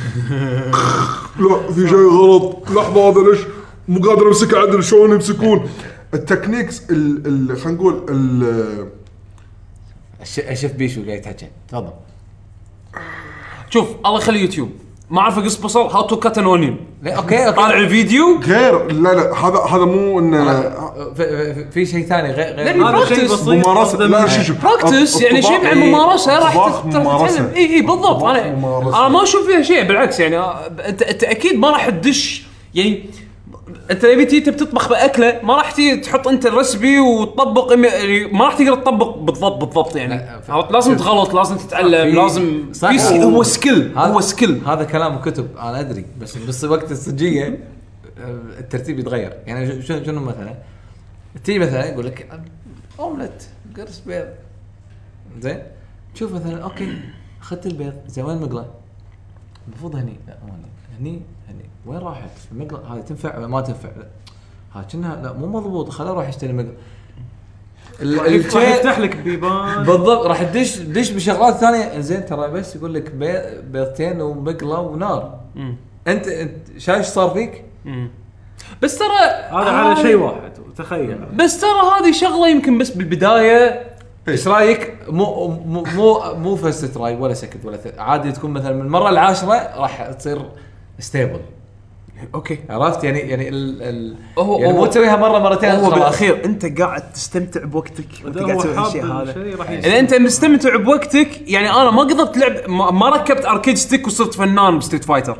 لا في شيء غلط لحظه هذا ليش مو قادر امسك عدل شلون يمسكون التكنيكس ال خلينا نقول ال الشيف بيشو قاعد يتحكي تفضل. شوف الله يخلي يوتيوب ما اعرف اقص بصل هاو تو كات ان اونيون اوكي طالع الفيديو غير لا لا هذا هذا مو انه في, في شيء ثاني غير غير هذا شيء بسيط ممارسه لا شو شو براكتس يعني شيء مع الممارسه راح تتعلم. اي اي بالضبط. انا انا ما اشوف فيها شيء بالعكس يعني انت انت اكيد ما راح تدش يعني انت لما تيجي تطبخ باكله ما راح تيجي تحط انت الريسبي وتطبق يعني ما راح تقدر تطبق بالضبط بالضبط يعني لازم تغلط لازم تتعلم لازم هو سكيل هو سكيل. هذا كلام كتب انا ادري بس بس وقت الصجيه الترتيب يتغير يعني شنو شنو مثلا تيجي مثلا يقول لك اومليت قرص بيض زين شوف مثلا اوكي اخذت البيض زين وين المقله المفروض هني لا هني هني وين راحت المقله هذه تنفع ولا ما تنفع لا ها كأنها لا مو مضبوط خليه اروح اشتري مقله راح يفتح لك بيبان بالضبط راح تدش دش بشغلات ثانيه زين ترى بس يقول لك بيضتين ومقله ونار مم. انت انت شايف صار فيك مم. بس ترى هذا على شيء واحد تخيل بس ترى هذه شغله يمكن بس بالبدايه ايش رايك مو مو مو مو فست تراي ولا سكت ولا عادي تكون مثلا من المره العاشره راح تصير ستيبل اوكي عرفت يعني يعني ال ال أوه يعني مو تسويها مره مرتين هو بالاخير انت قاعد تستمتع بوقتك وانت قاعد تسوي الشيء هذا اذا يعني انت مستمتع بوقتك يعني انا ما قدرت لعب ما ركبت اركيد ستيك وصرت فنان بستريت فايتر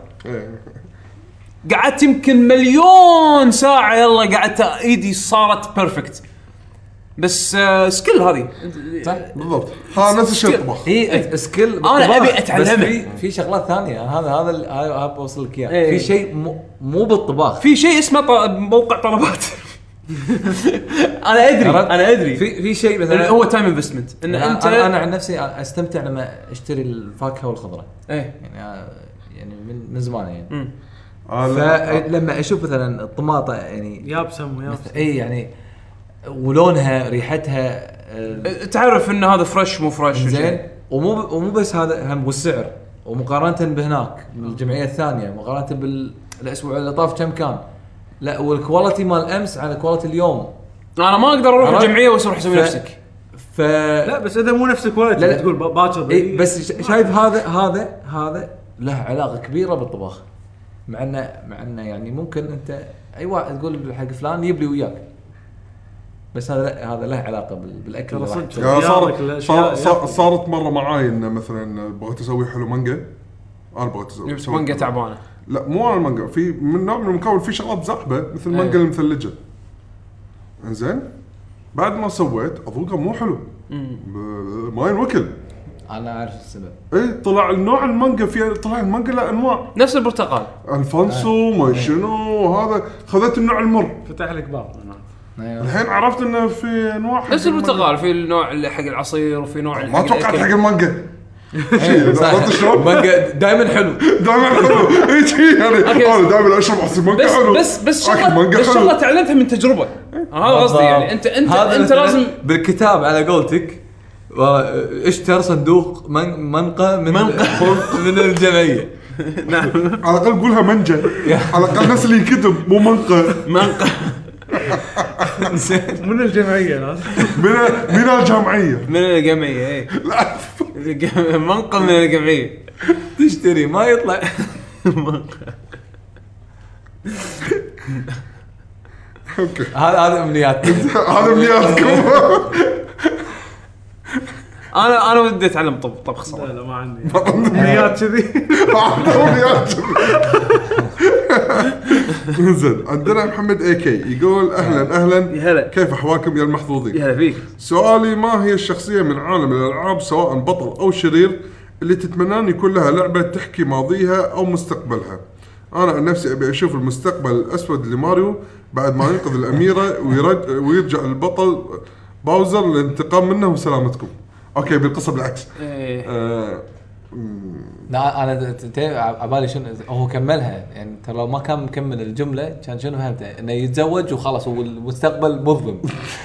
قعدت يمكن مليون ساعه يلا قعدت ايدي صارت بيرفكت بس آه سكيل هذه صح بالضبط ها نفس الشيء الطبخ هي سكيل انا ابي اتعلمها في في شغلات ثانيه هذا هذا هذا بوصل لك اياه في شيء مو مو بالطباخ في شيء اسمه ط... موقع طلبات انا ادري انا ادري في في شيء مثلا هو تايم انفستمنت ان انت انا, أنا عن نفسي استمتع لما اشتري الفاكهه والخضره ايه يعني يعني من من زمان يعني آه فلما اشوف مثلا الطماطه يعني يابسه ويابسه اي يعني ولونها ريحتها أه تعرف ان هذا فريش مو فريش زين ومو ومو بس هذا هم والسعر ومقارنه بهناك بالجمعيه الثانيه مقارنه بالاسبوع اللي طاف كم كان لا والكواليتي مال امس على كواليتي اليوم انا ما اقدر اروح الجمعيه واروح اسوي ف... نفسك ف لا بس اذا مو نفس الكواليتي تقول باكر إيه بس شايف هذا هذا هذا له علاقه كبيره بالطبخ مع انه مع انه يعني ممكن انت اي واحد تقول حق فلان يجيب لي وياك بس هذا هذا له علاقه بالاكل اللي راح صارت صار صارت مره معاي انه مثلا بغيت اسوي حلو مانجا انا بغيت اسوي مانجا تعبانه لا مو على المانجا في من نوع من المكون في شغلات زحبه مثل المانجا المثلجه انزين بعد ما سويت اذوقها مو حلو ما ينوكل انا عارف السبب. ايه طلع النوع المانجا في طلع المانجا له انواع نفس البرتقال الفونسو ما شنو هذا خذيت النوع المر فتح لك باب انا ايوه الحين عرفت انه في انواع حق نفس البرتقال في النوع اللي حق العصير وفي نوع اللي ما حق توقعت حق الأكل. المانجا عرفت شلون؟ مانجا دائما حلو. دائما حلو اي شيء يعني انا دائما اشرب عصير مانجا بس حلو بس بس أكل شغله مانجا بس حلو. شغله تعلمتها من تجربه انا هذا قصدي يعني انت انت هذا انت مثلاً لازم بالكتاب على قولتك و- اشتر صندوق من منقى من من الجمعيه. على الاقل قولها منجا على الاقل الناس اللي يكتب مو منقى منقى من الجمعيه لازم من من الجامعيه من الجمعيه اي لا الجم- منقى من الجمعيه تشتري ما يطلع. اوكي هذا هذا امنيات. هذا منياتكم انا انا ودي اتعلم طب طبخ صراحه لا ما عندي نيات كذي هذا منياتكم زين عندنا محمد اي كي يقول اهلا اهلا يا هلا. كيف احوالكم يا المحظوظين يا هلا فيك سؤالي ما هي الشخصية من عالم الألعاب سواء بطل أو شرير اللي تتمنان يكون لها لعبة تحكي ماضيها أو مستقبلها. أنا عن نفسي أبي أشوف المستقبل الأسود لماريو بعد ما ينقذ الأميرة ويرج ويرجع البطل باوزر للانتقام منه وسلامتكم. أوكي بالقصة بالعكس. إيه. آه لا انا ت- ت- عبالي شنو هو كملها يعني ترى لو ما كان مكمل الجمله كان شنو فهمته انه يتزوج وخلاص والمستقبل مظلم.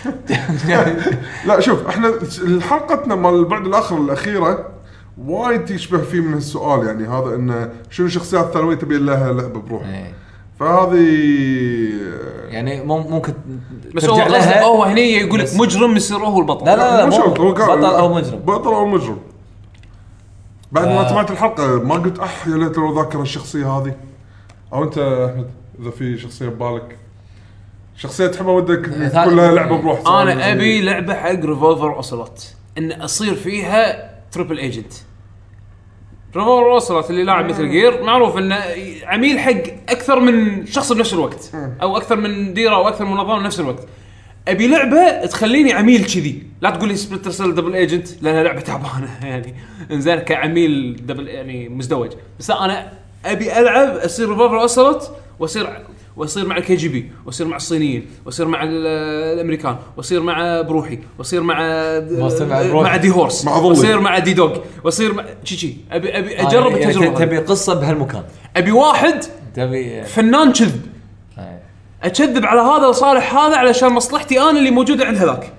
لا شوف احنا حلقتنا مال البعد الآخر الأخيرة وايد يشبه فيه من السؤال يعني هذا إنه شنو الشخصيات الثانوية تبي لها لعبة بروحها. إيه. فهذه يعني مم- ممكن بس هو ترجع قصده لها. هو هني يقول لك بس- مجرم يصير هو البطل لا لا لا مو مو شرط، هو قال- بطل او مجرم. بطل او مجرم. بعد ما آه. سمعت الحلقه ما قلت اح يا ليت لو ذاكر الشخصيه هذه. او انت احمد اذا في شخصيه ببالك شخصيه تحبها ودك مثال- كلها لعبه بروح. انا ابي لعبه حق ريفولفر اوسلوت ان اصير فيها تريبل ايجنت. ريفولفر اوسلوت اللي لاعب مثل جير معروف انه عميل حق اكثر من شخص بنفس الوقت او اكثر من ديره او اكثر من منظمه بنفس الوقت. ابي لعبه تخليني عميل كذي لا تقول لي سبلتر سيل دبل ايجنت لانها لعبه تعبانه يعني انزين كعميل دبل يعني مزدوج. بس انا ابي العب اصير ريفولفر اوسلوت واصير واصير مع الكي جي بي واصير مع الصينيين واصير مع ال- الامريكان واصير مع بروحي واصير مع واصير مع بروحي. مع دي هورس مع ظلي. واصير مع دي دوغ واصير مع شي شي ابي ابي اجرب يعني التجربه هذه. تبي قصه بهالمكان ابي واحد تبي فنان كذب إيه. اكذب على هذا وصالح هذا علشان مصلحتي انا اللي موجوده عند هذاك.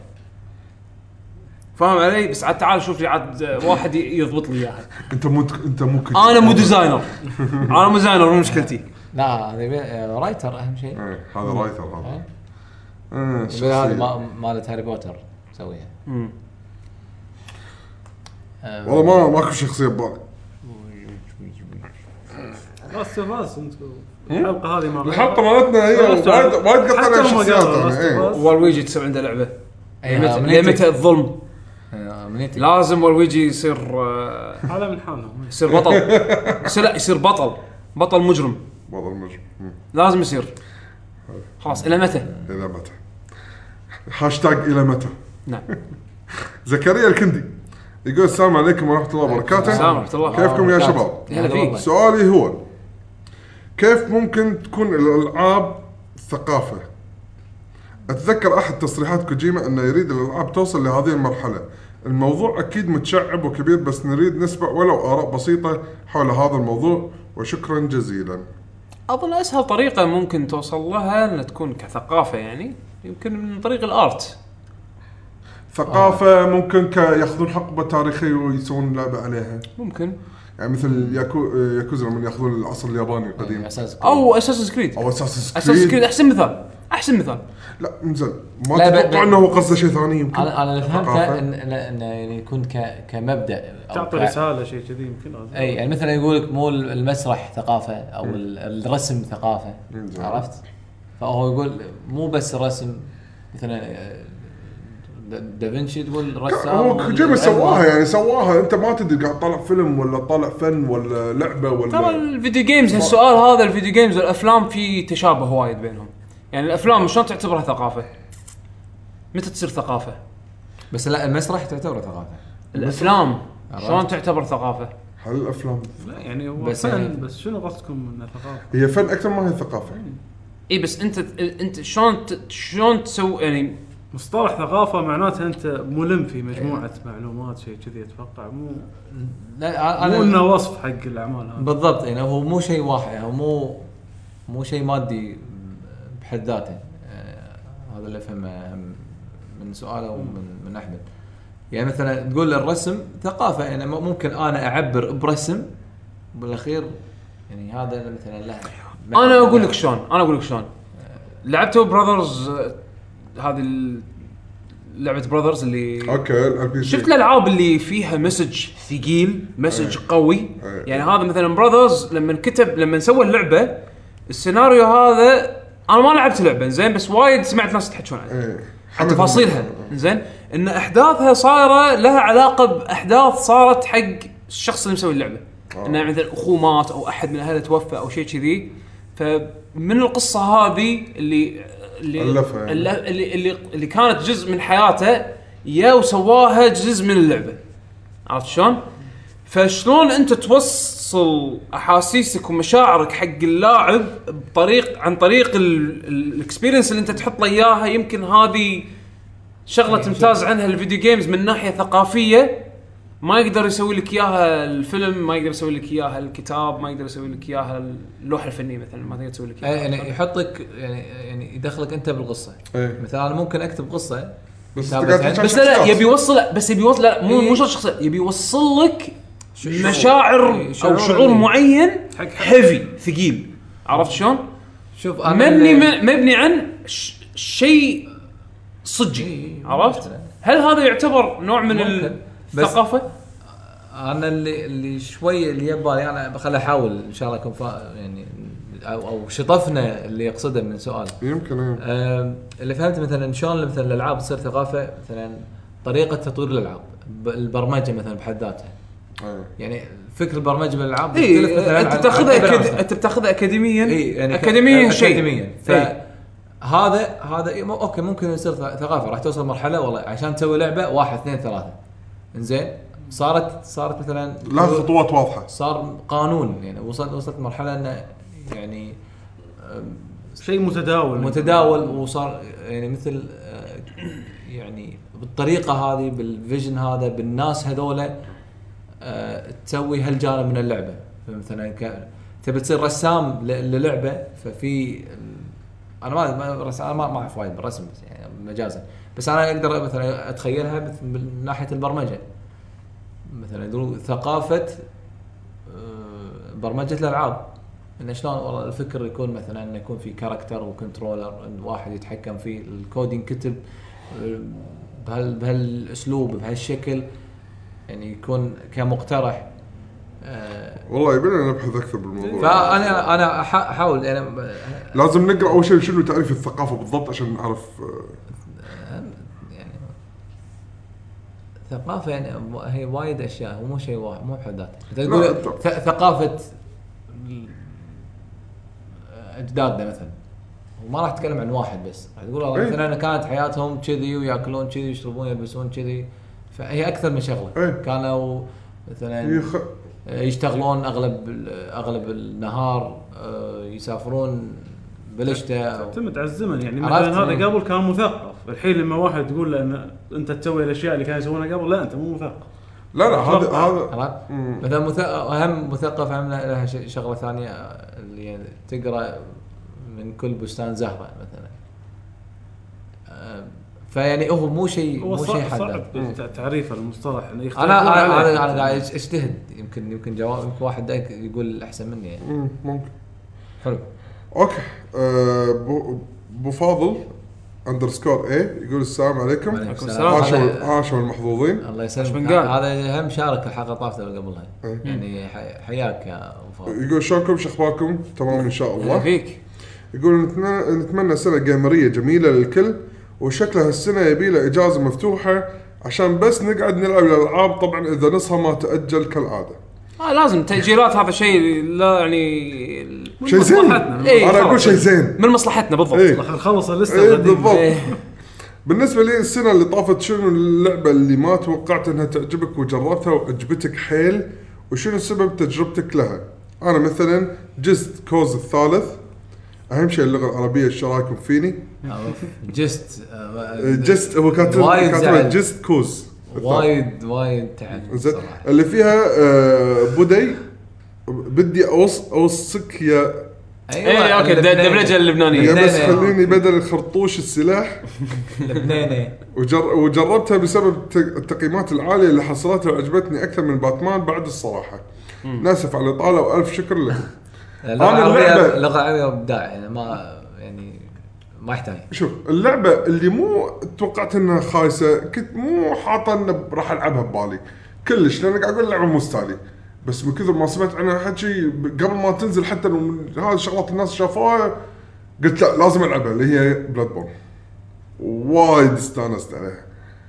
فاهم علي؟ بس عاد تعال شوف لي عاد واحد ي- يضبط لي اياها. انت مو انت مو كنت انا مو ديزاينر انا مو ديزاينر مو مشكلتي. لا هذا يبي- رايتر اهم شيء. إيه، هذا رايتر هذا. إيه. آه، يبي شخصية. هذه ما- مالت هاري بوتر سويها. آه، والله ما ماكو شخصيه ببالي. لاست اوف اس انتم الحلقه هذه ما الحلقه مالتنا هي خلاص، وايد وايد حتى قطعنا لو ما شخصيات قالوا يعني، Last of إيه. Us. والويجي تصير عنده لعبه إيه، لمتى أمنيتك. لمتى الظلم آه، أمنيتك. لازم والويجي يصير آه، هذا من حالهم يصير بطل يصير لا يصير بطل بطل مجرم بعض المجرم. مم. لازم يصير. خلاص الى متى؟ الى متى؟ هاشتاج الى متى؟ نعم. زكريا الكندي يقول السلام عليكم ورحمه الله وبركاته. السلام ورحمة الله. كيفكم يا وبركاته. شباب؟ هلا فيك. سؤالي هو كيف ممكن تكون الالعاب ثقافه؟ اتذكر احد تصريحات كوجيما انه يريد الالعاب توصل لهذه المرحله. الموضوع اكيد متشعب وكبير بس نريد نسمع ولو اراء بسيطه حول هذا الموضوع وشكرا جزيلا. اظن اسهل طريقه ممكن توصل لها ان تكون كثقافه يعني يمكن من طريق الارت. ثقافه ممكن ك- ياخذون حقبه تاريخيه ويسوون لعبه عليها ممكن يعني مثل ياكو ياكوزا لما ياخذون العصر الياباني القديم أساس او اساسن كريد. او اساس اساسن كريد احسن مثال احسن مثال. لا انزين ما لا، ب- تتوقع ب- انه هو قصده شيء ثاني يمكن. انا انا اللي فهمته ثقافة. ان انه يعني يكون ك كمبدا أو تعطي ك- رساله شيء كذي يمكن هذا اي يعني مثلا يقول لك مو المسرح ثقافه او ال- الرسم ثقافه. مم. عرفت؟ فهو يقول مو بس الرسم مثلا آه، دا- دافنشي تقول رسام هو وال- كوجيما سواها يعني سواها انت ما تدري قاعد طالع فيلم ولا طالع فن ولا لعبه ترى ولا الفيديو جيمز هالسؤال هذا الفيديو جيمز والافلام في تشابه وايد بينهم. يعني الافلام شلون تعتبرها ثقافه؟ متى تصير ثقافه؟ بس لا المسرح تعتبر ثقافه. الافلام شلون تعتبر ثقافه؟ هل الافلام لا يعني هو بس فن يعني- بس شنو قصدكم انه ثقافه؟ هي فن اكثر ما هي ثقافه؟ اي بس انت انت شلون ت- شلون تسوي يعني مصطلح ثقافه معناته انت ملم في مجموعه معلومات شيء كذي اتوقع مو لا مو انه انا وصف حق الاعمال هذه. بالضبط يعني هو مو شيء واحد يعني هو مو مو شيء مادي بحد ذاته. آه، هذا اللي فهمه من سؤاله ومن من احمد. يعني مثلا تقول الرسم ثقافه يعني ممكن انا اعبر برسم بالاخير يعني هذا مثلا له. انا اقول لك شلون انا اقول لك شلون لعبتوا براذرز هذه ال- لعبه براذرز اللي اوكي الار بي جي شفت الالعاب اللي فيها مسج ثقيل مسج أيه. قوي أيه. يعني هذا مثلا براذرز لما كتب لما سوى اللعبه السيناريو هذا انا ما لعبت اللعبه زين بس وايد سمعت ناس يتحكون عنه ايه عن تفاصيلها زين ان احداثها صايره لها علاقه باحداث صارت حق الشخص اللي مسوي اللعبه آه. انه مثلا اخوه مات او احد من اهله توفى او شيء كذي فمن القصه هذه اللي اللي ألفها يعني. اللي, اللي اللي اللي كانت جزء من حياته يا وسواها جزء من اللعبه عرفت شلون فشلون انت توصل احاسيسك ومشاعرك حق اللاعب بطريق عن طريق الاكسبيرينس اللي انت تحط له اياها يمكن هذه شغله تمتاز عنها الفيديو جيمز من ناحيه ثقافيه ما يقدر يسوي لك اياها الفيلم ما يقدر يسوي لك اياها الكتاب ما يقدر يسوي لك اياها اللوحه الفنيه مثلا ما تقدر تسوي لك اياها يعني يحطك يعني يعني يدخلك انت بالقصه. ايه. مثلا انا ممكن اكتب قصه بس كتابة تقعد عن- تحكي بس لا, لا شخصيات. يبي يوصل بس يبي يوصل لا مو إيه. مو شرط شخصيه يبي يوصل لك مشاعر إيه، او شعور شعور اللي- معين حق- حق. هيفي ثقيل عرفت شلون شوف انا مبني اللي- مبني عن ش- شيء صجي إيه، عرفت مثلاً. هل هذا يعتبر نوع من ممكن. بس- الثقافه انا اللي اللي شوي اللي يبالي انا بخلي احاول ان شاء الله اكون فا يعني او او شطفنا اللي يقصده من سؤال. يمكن ايه أه اللي فهمت مثلا شلون مثلا الالعاب تصير ثقافه مثلا طريقه تطوير الالعاب ب- البرمجه مثلا بحد ذاتها ايه يعني فكر البرمجه بالالعاب اي مختلف مثلا انت عن- تاخذها عن أكاد... الدراسة. انت بتاخذها اكاديميا اي يعني اكاديميا شيء اكاديميا إيه. فهذا هذا إيه مو- اوكي ممكن يصير ث- ثقافه راح توصل مرحله والله عشان تسوي لعبه واحد اثنين ثلاثه انزين صارت صارت مثلا لا خطوات واضحه صار قانون يعني وصلت وصلت مرحله انه يعني شيء متداول متداول وصار يعني مثل آه، يعني بالطريقه هذه بالفيجن هذا بالناس هذولا آه، تسوي هالجانب من اللعبه مثلا ك- تبي تصير رسام ل- للعبه ففي انا ما ما رس- أنا ما ما اعرف وايد بالرسم بس يعني مجازا بس انا اقدر مثلا اتخيلها مثل من ناحيه البرمجه مثلا يقولوا ثقافه آه، برمجه الالعاب انه شلون والله الفكر يكون مثلا انه يكون في كاركتر وكنترولر ان واحد يتحكم فيه الكودينج كتب آه، بهال بهالاسلوب بهالشكل يعني يكون كمقترح آه، والله يبي لنا نبحث اكثر بالموضوع فانا انا أح- احاول يعني لازم نقرا اول شيء شنو تعريف الثقافه بالضبط عشان نعرف آه، يعني ثقافه يعني هي وايد اشياء ومو شيء واحد مو بحد ذاته انت تقول لا، أنت- ث- ثقافه اجدادنا مثلا وما راح تتكلم عن واحد بس راح تقول والله إيه. مثلا كانت حياتهم كذي وياكلون كذي ويشربون يلبسون كذي فهي اكثر من شغله إيه. كانوا مثلا يخ... يشتغلون اغلب اغلب النهار آه، يسافرون بالشتاء تعتمد على الزمن يعني عرفت؟ مثلا هذا قبل كان مثقف الحين لما واحد تقول له ان انت تسوي الاشياء اللي كانوا يسوونها قبل لا انت مو مثقف لا لا هذا هذا عرفت؟ مم. مثلا مث- اهم مثقف هم لها ش- شغله ثانيه اللي يعني تقرا من كل بستان زهره مثلا آه، فيعني هو مو شيء هو مو شيء صعب, حد صعب تعريف المصطلح انه يختلف انا انا انا انا قاعد اجتهد يمكن يمكن جواب يمكن واحد دا يقول احسن مني يعني مم، ممكن حلو اوكي آه، بو بو فاضل اندرسكور اي يقول السلام عليكم عليكم السلام. عاشوا هذا- عاشوا المحظوظين الله إيش يسلمك بنقال؟ هذا هم شارك الحلقه طافته اللي قبلها إيه. يعني حي- حياك يا ابو فاضل يقول شلونكم شخباركم تمام ان شاء الله فيك يقول نتمنى, نتمنى سنه جيمريه جميله للكل وشكلها هالسنه يبي له اجازه مفتوحه عشان بس نقعد نلعب الالعاب طبعا اذا نصها ما تاجل كالعاده آه لازم تأجيلات هذا شيء لا يعني شيء زين مصلحتنا. إيه، انا اقول خلاص. شيء زين من مصلحتنا بالضبط إيه. خلص اللسته إيه القديمه بالضبط إيه. بالنسبه لي السنه اللي طافت شنو اللعبه اللي ما توقعت انها تعجبك وجربتها وعجبتك حيل وشنو سبب تجربتك لها؟ انا مثلا جست كوز الثالث. اهم شيء اللغه العربيه ايش رايكم فيني؟ جست جست هو كاتب كاتب جست كوز وايد وايد تعب صراحه اللي فيها آه بدي بدي اوص اوصك يا ايه اوكي الدبلجه اللبنانيه يا بس خليني بدل الخرطوش السلاح لبناني. وجر وجربتها بسبب التقييمات العاليه اللي حصلتها وعجبتني اكثر من باتمان بعد الصراحه. ناسف على الاطاله والف شكر لكم. اللغه العربيه اللغه العربيه ابداع يعني ما يعني ما يحتاج. شوف اللعبه اللي مو توقعت انها خايسه كنت مو حاطه انه راح العبها ببالي كلش لان قاعد اقول اللعبه مو ستايلي بس من كثر ما سمعت عنها حكي قبل ما تنزل حتى هذه الشغلات الناس شافوها قلت لا لازم العبها اللي هي بلاد بورن. وايد استانست عليها.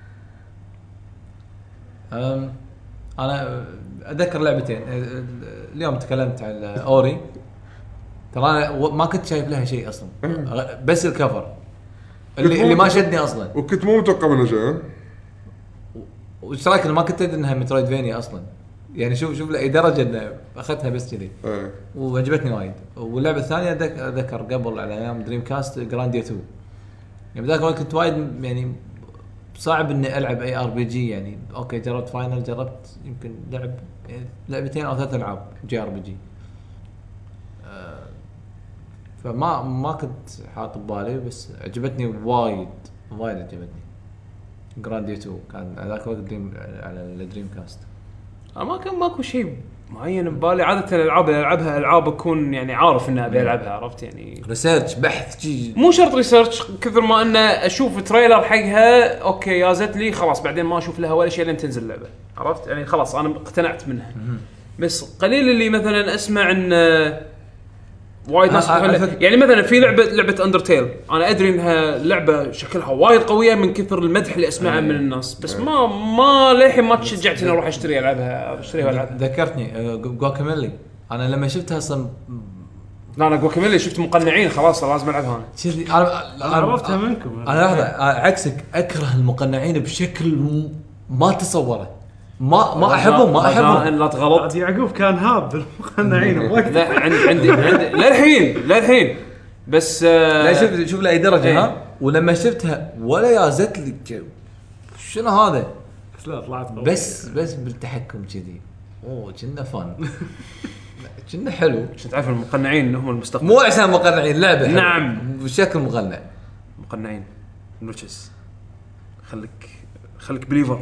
أم انا اتذكر لعبتين اليوم تكلمت عن اوري ترى انا ما كنت شايف لها شيء اصلا بس الكفر اللي, اللي ما شدني اصلا وكنت مو متوقع منها شيء. وش رايك ما كنت ادري انها مترويدفينيا اصلا يعني شوف شوف لاي درجه ان اخذتها بس كذي أه. وعجبتني وايد. واللعبه الثانيه اتذكر قبل على ايام دريم كاست جرانديا تو يعني ذاك الوقت كنت وايد يعني صعب اني العب اي ار بي جي يعني اوكي جربت فاينل جربت يمكن لعب يعني لعبتين او ثلاث العاب جي ار بي جي أه فما ما كنت حاط ببالي بس عجبتني وايد وايد عجبتني جرانديا تو كان ذاك الوقت دريم على الدريم كاست. ما كان ماكو شيء معين ببالي عاده الالعاب اللي العبها العاب اكون يعني عارف اني ابي العبها عرفت يعني ريسيرش بحث جي مو شرط ريسيرش كثر ما انه اشوف تريلر حقها اوكي يازت لي خلاص بعدين ما اشوف لها ولا شيء لين تنزل اللعبه عرفت يعني خلاص انا اقتنعت منها. بس قليل اللي مثلا اسمع ان وايد ناس يعني مثلا في لعبه لعبه اندرتيل انا ادري انها لعبه شكلها وايد قويه من كثر المدح اللي اسمعه من الناس بس ما ما للحين ما تشجعت اني اروح اشتري العبها اشتريها والعبها. ذكرتني جواكاميلي انا لما شفتها اصلا لا انا جواكاميلي شفت مقنعين خلاص لازم العبها انا شذي انا انا عرفتها منكم انا لحظه عكسك اكره المقنعين بشكل ما تصوره ما ما احبهم ما احبهم لا تغلط. يعقوب كان هاب بالمقنعين لا عندي عندي للحين للحين بس لا شوف شوف لاي درجه ها ولما شفتها ولا يازت لي شنو هذا بس لا طلعت بس بس بالتحكم كذي اوه كنا فن كنا حلو عشان تعرف المقنعين انهم المستقبل مو عشان مقنعين لعبه نعم بشكل مقنع مقنعين نوتشز خليك خليك بليفر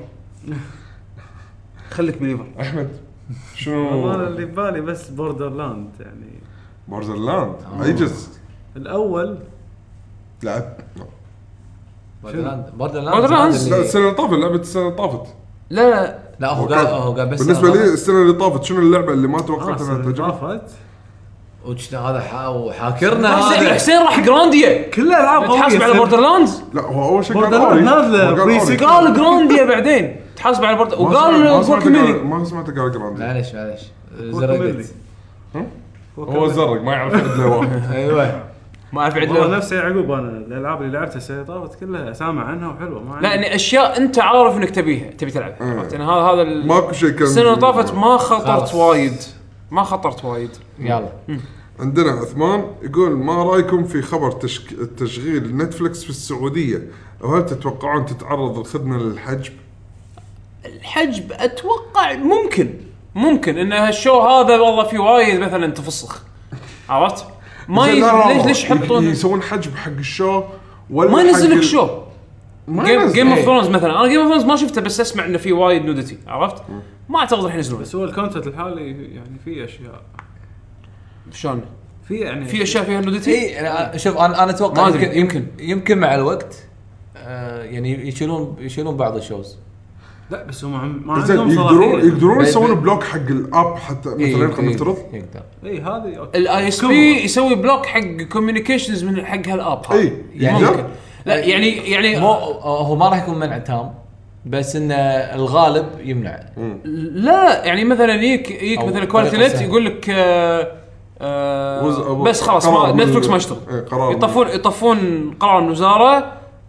خليك بليفر. احمد شنو انا اللي ببالي بس بوردر لاند يعني بوردر لاند اي جزء الاول لعب بوردر لاند بوردر لاند السنه اللي طافت لعبه السنه اللي طافت لا لا هو قال هو قال بس بالنسبه لي السنه اللي طافت شنو اللعبه اللي ما توقعت انها تعجبني وش هذا حاكرنا هذا حسين راح جرانديا كل الالعاب تحاسب على بوردر لاندز. لا هو اول شيء قال قال جرانديا بعدين تحاسب على بوردر وقال جواكاميلي ما سمعت قال جرانديا معليش معليش زرقت هو زرق ما يعرف يعد له واحد. ايوه ما اعرف يعد له نفسه يعقوب. انا الالعاب اللي لعبتها السنه طافت كلها سامع عنها وحلوه ما لا يعني اشياء انت عارف انك تبيها تبي تلعب عرفت يعني هذا هذا ماكو شيء كان السنه طافت ما خطرت وايد ما خطرت وايد. يلا عندنا عثمان يقول ما رايكم في خبر تشك... تشغيل نتفلكس في السعوديه وهل تتوقعون تتعرض الخدمه للحجب؟ الحجب اتوقع ممكن ممكن ان هالشو هذا والله في وايد مثلا تفسخ عرفت ما ي... ليش ليش يحطون يسوون حجب حق الشو ولا ما ينزل لك شو جيم جيم اوف ثرونز مثلا انا جيم اوف ثرونز ما شفته بس اسمع انه في وايد نودتي عرفت ما اعتقد راح ينزلون بس هو الكونتنت الحالي يعني في اشياء شلون في يعني في اشياء فيها نودتي اي شوف انا انا اتوقع يمكن يمكن يمكن مع الوقت آه يعني يشيلون يشيلون بعض الشوز. لا بس هم ما عندهم يقدرون يقدرون يسوون بلوك حق الاب حتى مثلا خلينا نفترض يقدر اي هذه الاي اس بي يسوي بلوك حق كوميونيكيشنز من حق هالاب هذا اي يعني لا يعني يعني مو هو ما راح يكون منع تام بس ان الغالب يمنع. لا يعني مثلا يك يك مثلا كواليتي نت يقول لك آه آه بس خلاص ما نتفلكس ما يشتغل يطفون يطفون قرار الوزاره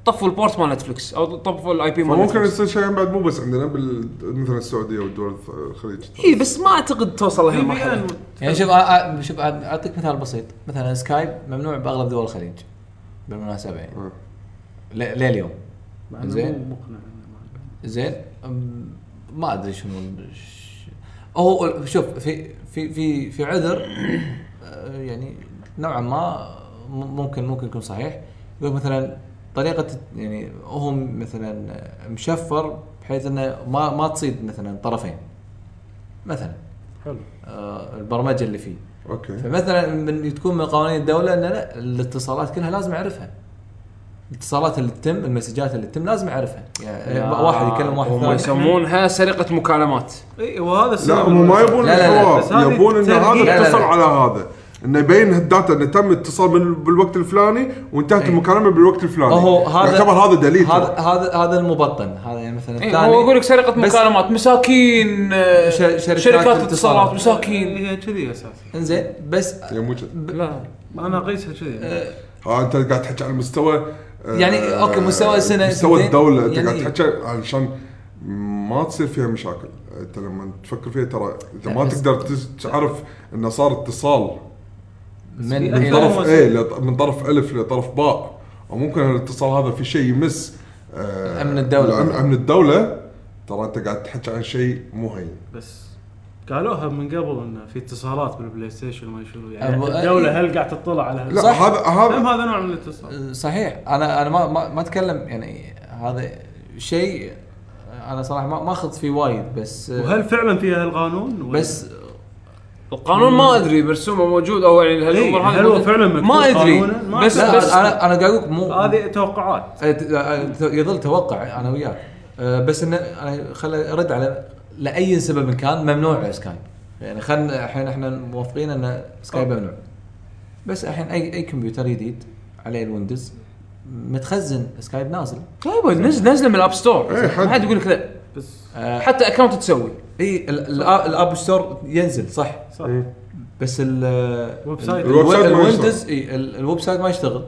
طفوا البورت مال نتفلكس او طفوا الاي بي مال ممكن نتفلكس. يصير شيء بعد مو بس عندنا بال مثلا السعوديه والدول الخليج. اي بس ما اعتقد توصل لهالمرحله. يعني شوف آه شوف اعطيك مثال بسيط. مثلا سكايب ممنوع باغلب دول الخليج بالمناسبه يعني ليه اليوم زين زين ما ادري شنو هو. شوف في في في في عذر يعني نوعا ما ممكن ممكن يكون صحيح. يقول مثلا طريقه يعني هم مثلا مشفر بحيث انه ما ما تصيد مثلا طرفين مثلا حلو آه البرمجه اللي فيه. اوكي. فمثلا من تكون من قوانين الدوله ان لا الاتصالات كلها لازم اعرفها. الاتصالات اللي تتم المسجات اللي تتم لازم اعرفها. يعني واحد يكلم واحد ثاني هم يسمونها سرقه مكالمات. اي وهذا لا هم ما يبون الحوار يبون ان هذا اتصل على هذا انه يبين الداتا انه تم اتصال بالوقت الفلاني وانتهت أي. المكالمه بالوقت الفلاني. يعتبر هذا دليل. هذا هذا هذا المبطن هذا يعني مثلا الثاني هو يقول لك سرقه مكالمات مساكين شركات, شركات اتصالات مساكين هي كذي اساسا. انزين بس ب... لا انا اقيسها كذي. ها آه انت قاعد تحكي على المستوى يعني آه اوكي مستوى السنه مستوى الدوله انت يعني قاعد تحكي علشان ما تصير فيها مشاكل. انت لما تفكر فيها ترى اذا ما تقدر تعرف انه صار اتصال من, من طرف ايه من طرف الف لطرف باء او ممكن الاتصال هذا في شيء يمس آه امن الدوله امن الدوله ترى انت قاعد تحكي عن شيء مو هين. بس قالوها من قبل انه في اتصالات بالبلاي ستيشن ما يشوفوا يعني الدوله هل قاعد تطلع على لا صح. هذا هذا هذا نوع من الاتصال صحيح. انا انا ما ما, ما اتكلم يعني هذا شيء انا صراحه ما ما اخذ فيه وايد بس. وهل فعلا فيها القانون بس القانون ما ادري مرسومه موجود او يعني هالامور هذه هل هو فعلا ما ادري بس, بس انا انا قاعد اقول مو هذه توقعات يظل توقع انا وياك بس انه انا خلي ارد على لاي سبب كان ممنوع سكايب. يعني خلينا الحين احنا موافقين ان سكايب ممنوع بس الحين اي اي كمبيوتر جديد عليه الويندوز متخزن سكايب نازل. طيب نزل نزل من الاب ستور ما حد يقول لك لا بس آه حتى اكونت تسوي اي الاب ستور ينزل صح صح بس الويب سايت الويندوز اي الويب سايت ما يشتغل.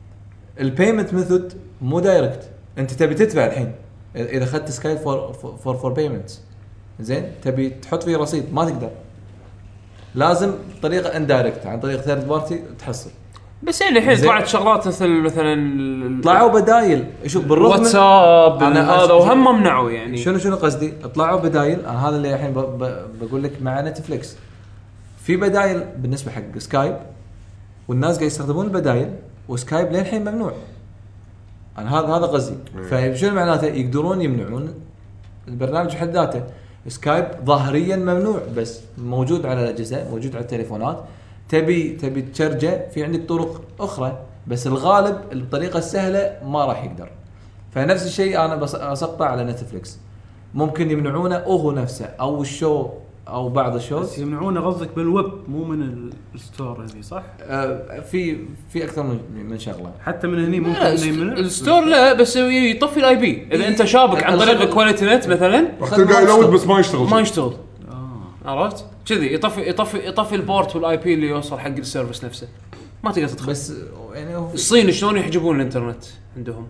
البيمنت ميثود مو دايركت. انت تبي تدفع الحين اذا اخذت سكايب فور فور فور بيمنتس زين تبي تحط فيه رصيد ما تقدر لازم طريقه اندايركت عن طريق ثيرد بارتي تحصل. بس يعني الحين طلعت شغلات مثل مثلا طلعوا بدايل شوف بالرغم واتساب انا هذا وهم ممنعوا يعني شنو شنو قصدي طلعوا بدايل. انا هذا اللي الحين بقول لك مع نتفليكس في بدايل بالنسبه حق سكايب والناس قاعد يستخدمون البدايل وسكايب للحين ممنوع. انا هذا هذا قصدي. فشنو معناته يقدرون يمنعون البرنامج بحد ذاته. سكايب ظاهريا ممنوع بس موجود على الاجهزه موجود على التليفونات. تبي تبي تشرجه في عندك طرق اخرى بس الغالب الطريقه السهله ما راح يقدر. فنفس الشيء انا بس اسقطه على نتفليكس ممكن يمنعونه هو نفسه او الشو او بعض الشوز بس يمنعونه قصدك بالويب مو من الستور هذي صح؟ آه في في اكثر من من شغله حتى من هني ممكن يمنع الستور لا بس يطفي الاي بي اذا انت شابك عن طريق كواليتي نت مثلا راح تلقى يلود بس ما يشتغل ما يشتغل اه عرفت كذي يطفي يطفي يطفي البورت والاي بي اللي يوصل حق السيرفس نفسه ما تقدر تدخل. بس يعني الصين شلون يحجبون الانترنت عندهم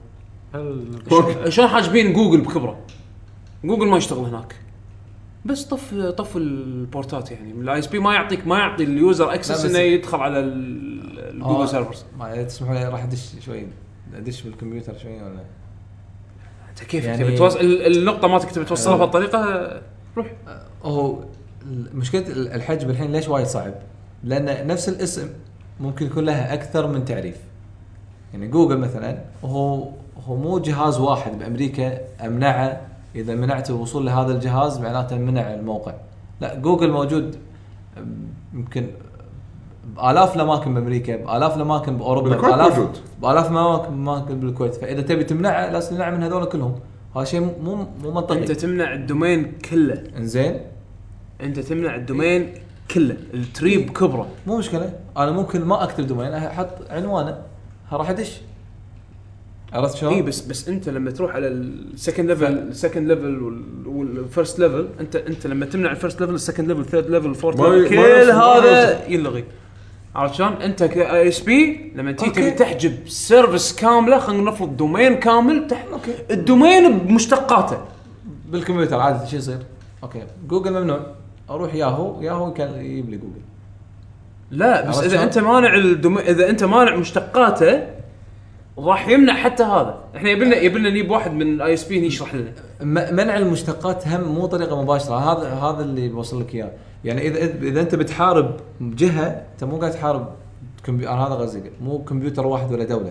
شلون حاجبين جوجل بكبره جوجل ما يشتغل هناك بس طف طف البورتات يعني الاي اس بي ما يعطيك ما يعطي اليوزر اكسس انه يدخل على الجوجل آه سيرفرز. ما تسمحوا لي راح ادش شوي ادش بالكمبيوتر شوي ولا انت كيف يعني تبي توصل النقطه ما تكتب توصلها آه بهالطريقه روح. هو مشكله الحجب الحين ليش وايد صعب لان نفس الاسم ممكن يكون لها اكثر من تعريف. يعني جوجل مثلا هو هو مو جهاز واحد بامريكا امنعه اذا منعت الوصول لهذا الجهاز معناته منع الموقع. لا جوجل موجود يمكن بالاف الاماكن بامريكا بالاف الاماكن باوروبا بالاف بالاف الاماكن بالكويت. فاذا تبي تمنعه لازم تمنع من هذول كلهم. هذا شيء مو مو منطقي. انت تمنع الدومين كله انزين انت تمنع الدومين كله التريب كبره مو مشكله. انا ممكن ما اكتب دومين احط عنوانه راح ادش عرفت شلون؟ اي بس بس انت لما تروح على السكند ليفل السكند ليفل والفيرست ليفل انت انت لما تمنع الفيرست ليفل السكند ليفل الثيرد ليفل الفورث كل هذا يلغي عرفت شلون؟ انت كاي اس بي لما تيجي تبي تحجب سيرفيس كامله، خلينا نفرض دومين كامل تحت الدومين بمشتقاته بالكمبيوتر عاده شو يصير؟ اوكي جوجل ممنوع، اروح ياهو ياهو كان يجيب لي جوجل. لا بس اذا انت مانع الدومين، اذا انت مانع مشتقاته راح يمنع حتى هذا. احنا يبلنا يبلنا نجيب واحد من الاي اس بي يشرح لنا منع المشتقات هم مو طريقه مباشره. هذا هذا اللي بوصل لك اياه. يعني اذا اذا انت بتحارب جهه، انت مو قاعد تحارب كمبيوتر، هذا قصدي مو كمبيوتر واحد ولا دوله،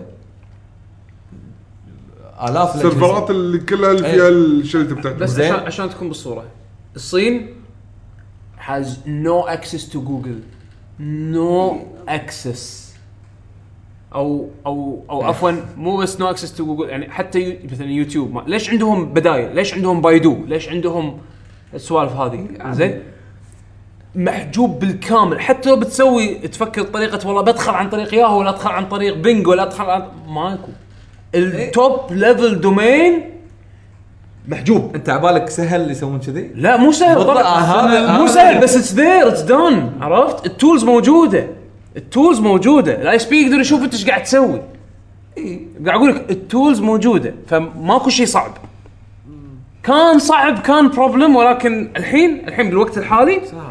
الاف السيرفرات اللي كلها اللي فيها الشلت بتاعتها. بس عشان عشان تكون بالصوره، الصين has no access to Google no access او او او عفوا مو بس no access to Google، يعني حتى يو مثلا يوتيوب ما. ليش عندهم بدايل؟ ليش عندهم بايدو؟ ليش عندهم السوالف هذه؟ زين محجوب بالكامل. حتى لو بتسوي تفكر طريقه والله بدخل عن طريق ياهو ولا ادخل عن طريق بينج ولا ادخل عن ماكو التوب ليفل دومين محجوب. انت عبالك سهل يسوون كذي؟ لا مو سهل طبعا، هذا مو سهل بس اتس ذير اتس دون. عرفت؟ التولز موجوده، التولز موجوده. الاي اس بي يقدر يشوف انت ايش قاعد تسوي. اي قاعد اقول لك التولز موجوده، فماكو شيء صعب. كان صعب كان بروبلم، ولكن الحين الحين بالوقت الحالي سهل.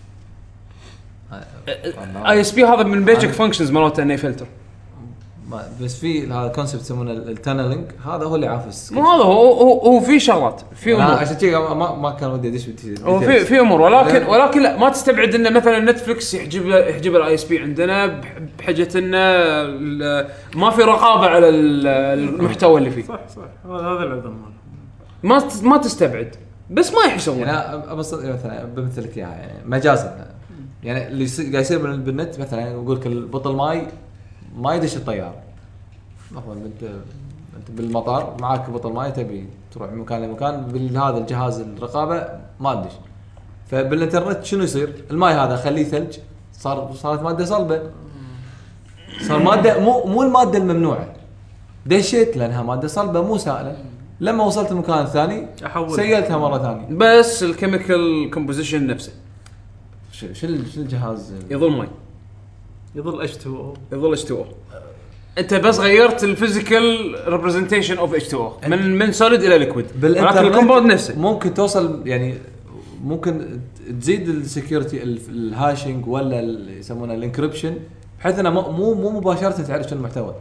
اي اس بي هذا من بيتك فانكشنز مالته انه فلتر. بس في هذا كونسبت يسمونه التانلينج، هذا هو اللي عافس. مو هذا هو هو, هو في شغلات في امور عشان كذا ما ما كان ودي ادش بالتي. هو في في امور، ولكن ولكن لا ما تستبعد ان مثلا نتفلكس يحجب يحجب الاي اس بي عندنا بحجه انه ما في رقابه على المحتوى اللي فيه. صح صح هذا هذا العذر ماله. ما ما تستبعد بس ما يحسون. يعني ابسط مثلا بمثل لك اياها يعني مجازا، يعني اللي قاعد يصير بالنت مثلا يقول لك البطل ماي ما يدش الطياره مثلا، انت انت بالمطار معك بطل ماي تبي تروح من مكان لمكان بهذا الجهاز الرقابه ما تدش. فبالانترنت شنو يصير؟ الماي هذا خليه ثلج، صار صارت ماده صلبه، صار ماده مو مو الماده الممنوعه، دشيت لانها ماده صلبه مو سائله. لما وصلت المكان الثاني سيلتها مره ثانيه، بس الكيميكال كومبوزيشن نفسه. شو شو الجهاز يظل ماي، يظل اتش تو او، يظل اتش تو او. انت بس غيرت الفيزيكال ريبريزنتيشن اوف اتش تو او من من سوليد الى ليكويد، ولكن الكومباوند نفسه ممكن توصل يعني ممكن تزيد السكيورتي الهاشنج ولا اللي يسمونه الانكريبشن، بحيث انه مو مو مباشره تعرف شنو المحتوى.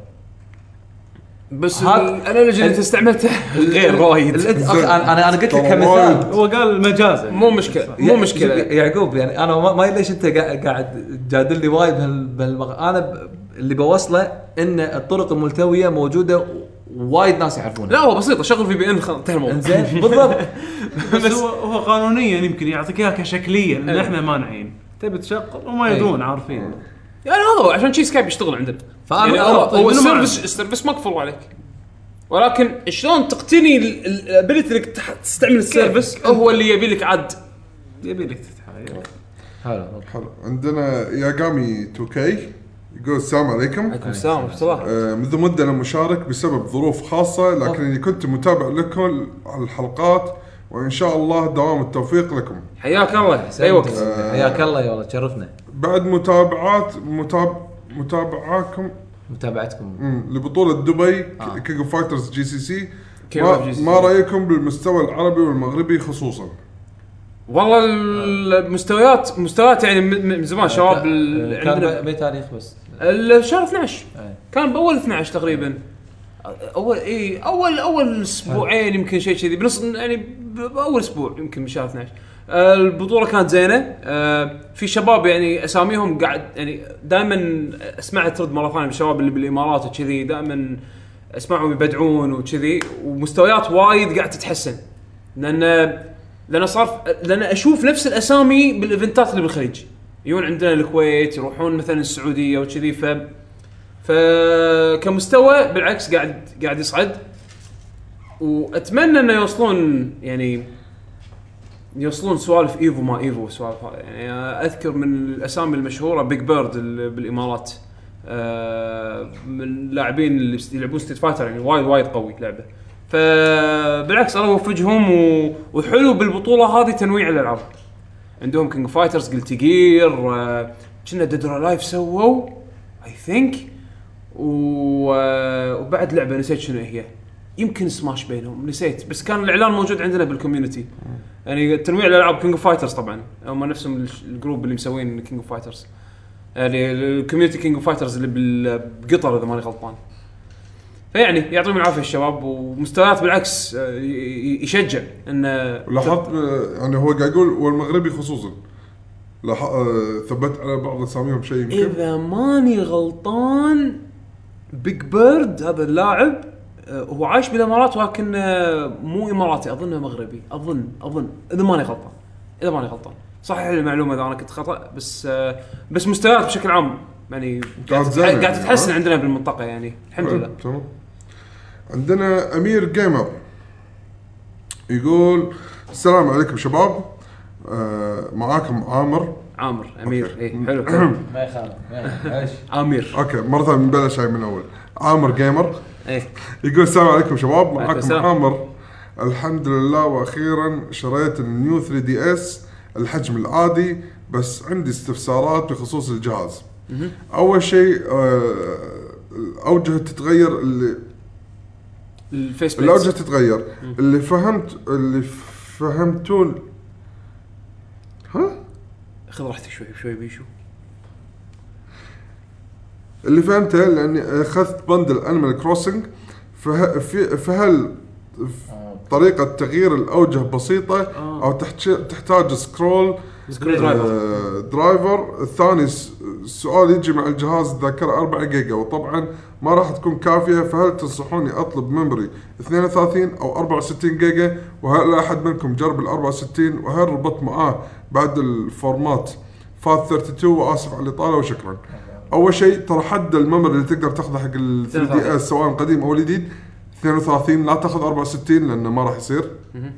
بس الانالوجي اللي استعملته غير وايد. انا انا قلت لك كمثال، هو قال مجازا مو مشكله مو مشكله يعقوب. يعني انا ما ليش انت قاعد تجادل لي وايد بهالمغ... انا اللي بوصله ان الطرق الملتويه موجوده وايد ناس يعرفونها. لا هو بسيطه، شغل في بي ان انتهى الموضوع. انزين بالضبط. بس هو هو قانونيا يمكن يعطيك اياها كشكليه ان احنا مانعين، تبي تشغل وما يدون عارفين. يعني هذا هو عشان شيء سكايب يشتغل عندنا. يعني هو, هو السيرفس السيرفس مقفول عليك، ولكن شلون تقتني الابيليتي انك تستعمل السيرفس هو اللي يبي لك عاد يبي لك تتحايل. حلو حلو. عندنا ياغامي تو كي يقول السلام عليكم. عليكم السلام ورحمه الله. آه منذ مده انا مشارك بسبب ظروف خاصه، لكنني كنت متابع لكم على الحلقات، وان شاء الله دوام التوفيق لكم. حياك الله اي وقت. آه حياك الله يا والله تشرفنا. بعد متابعات متاب متابعاكم متابعتكم لبطوله دبي آه. كينج اوف فايترز جي سي سي، ما, ما رايكم بالمستوى العربي والمغربي خصوصا؟ والله المستويات مستويات يعني من زمان شباب عندنا بتاريخ بس الشهر اثناشر كان باول اثناشر تقريبا، اول اي اول اول اسبوعين يمكن شيء كذي بنص، يعني باول اسبوع يمكن من شهر اثناشر. البطوله كانت زينه، في شباب يعني اساميهم قاعد يعني دائما اسمعها ترد مره ثانيه بالشباب اللي بالامارات وكذي، دائما اسمعهم يبدعون وكذي، ومستويات وايد قاعد تتحسن، لان لان صار لان اشوف نفس الاسامي بالايفنتات اللي بالخليج، يجون عندنا الكويت، يروحون مثلا السعوديه وكذي، ف فكمستوى بالعكس قاعد قاعد يصعد، واتمنى انه يوصلون يعني يوصلون سوالف ايفو ما ايفو سوالف يعني. اذكر من الاسامي المشهوره بيج بيرد بالامارات، من اللاعبين اللي يلعبون ستيت فايتر، يعني وايد وايد قوي لعبه. فبالعكس انا اوفقهم، وحلو بالبطوله هذه تنويع الالعاب. عندهم كينج فايترز، قلت جير، كنا ديد اور لايف سووا اي ثينك وبعد لعبه نسيت شنو هي يمكن سماش بينهم نسيت بس كان الاعلان موجود عندنا بالكوميونتي يعني تنويع الالعاب كينج اوف فايترز طبعا هم نفسهم الجروب اللي مسوين كينج اوف فايترز يعني الكوميونتي كينج اوف فايترز اللي بقطر اذا ماني غلطان فيعني يعطيهم العافيه الشباب ومستويات بالعكس يشجع ان لاحظت يعني هو قاعد يقول والمغربي خصوصا لاح... ثبت على بعض اساميهم شيء يمكن اذا ماني غلطان بيج بيرد هذا اللاعب هو عايش بالامارات ولكن مو اماراتي اظنه مغربي اظن اظن اذا ماني غلطان اذا ماني غلطان صحيح المعلومه اذا انا كنت خطا بس بس مستويات بشكل عام يعني قاعد تتحسن عندنا بالمنطقه يعني الحمد لله. تمام. عندنا امير جيمر يقول السلام عليكم شباب آه معاكم عامر عامر امير اي حلو ما يخالف ايش امير اوكي مره ثانيه نبلش هاي من اول عامر جيمر ايه يقول السلام عليكم شباب معاكم السلام. عامر الحمد لله واخيرا شريت النيو ثري دي اس الحجم العادي بس عندي استفسارات بخصوص الجهاز. اول شيء الاوجه تتغير اللي الفيس بليت الاوجه تتغير اللي فهمت اللي فهمتون ها خذ راحتك شوي شوي بيشو اللي فهمته لاني اخذت بندل انيمال كروسنج فه... فهل طريقه تغيير الاوجه بسيطه او تحتاج سكرول درايفر. درايفر الثاني السؤال يجي مع الجهاز الذاكره أربعة جيجا وطبعا ما راح تكون كافيه فهل تنصحوني اطلب ميموري اثنين وثلاثين او أربعة وستين جيجا وهل احد منكم جرب ال أربعة وستين وهل ربط معاه بعد الفورمات فات اثنين وثلاثين واسف على الاطاله وشكرا. اول شيء ترى حد الميموري اللي تقدر تاخذه حق ال ثري دي اس سواء قديم او جديد اثنين وثلاثين لا تاخذ أربعة وستين لانه ما راح يصير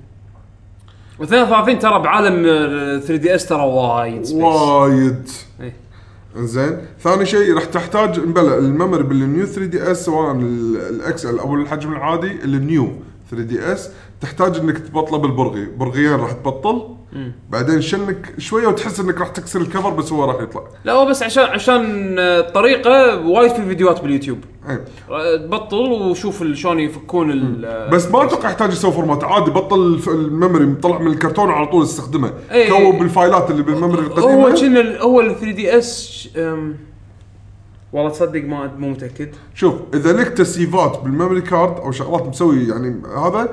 واثنين وثلاثين ترى بعالم ثري دي اس ترى وايد وايد ايه. زين ثاني شيء راح تحتاج نبلع الميموري بالنيو ثري دي اس سواء الاكس ال او الحجم العادي النيو ثري دي اس تحتاج انك تبطله بالبرغي برغيين راح تبطل مم. بعدين شنك شويه وتحس انك راح تكسر الكفر بس هو راح يطلع لا هو بس عشان عشان طريقه وايد في فيديوهات باليوتيوب ايه. تبطل وشوف شلون يفكون بس ما اتوقع يحتاج يسوي فورمات عادي بطل الميموري طلع من الكرتون على طول استخدمه ايه. كوب الفايلات اللي بالميموري القديمه هو كان الاول ثري دي اس والله تصدق ما مو متاكد. شوف اذا لك تسييفات بالميموري كارد او شغلات مسوي يعني هذا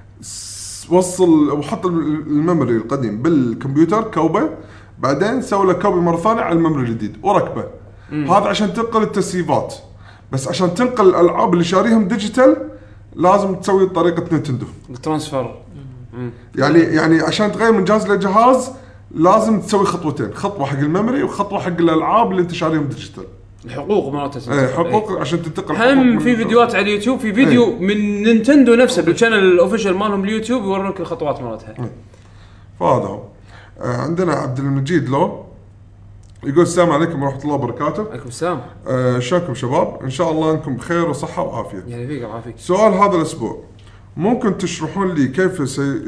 وصل وحط الميموري القديم بالكمبيوتر كوبه بعدين سوي له كوبي مره ثانيه على الميموري الجديد وركبه مم. هذا عشان تنقل التسييفات بس عشان تنقل الالعاب اللي شاريهم ديجيتال لازم تسوي طريقه نينتندو الترانسفير يعني يعني عشان تغير من جهاز لجهاز لازم تسوي خطوتين خطوه حق الميموري وخطوه حق الالعاب اللي انت شاريهم ديجيتال الحقوق مالته ايه حقوق ايه. عشان تنتقل هم في فيديوهات على اليوتيوب في فيديو ايه. من نينتندو نفسه بالشانل الاوفيشال مالهم اليوتيوب يورونك الخطوات مالتها ايه. فهذا هو آه عندنا عبد المجيد لو يقول السلام عليكم ورحمه الله وبركاته. عليكم السلام. آه شلونكم شباب ان شاء الله انكم بخير وصحه وعافيه يعني فيك عافيك. سؤال هذا الاسبوع ممكن تشرحون لي كيف سي...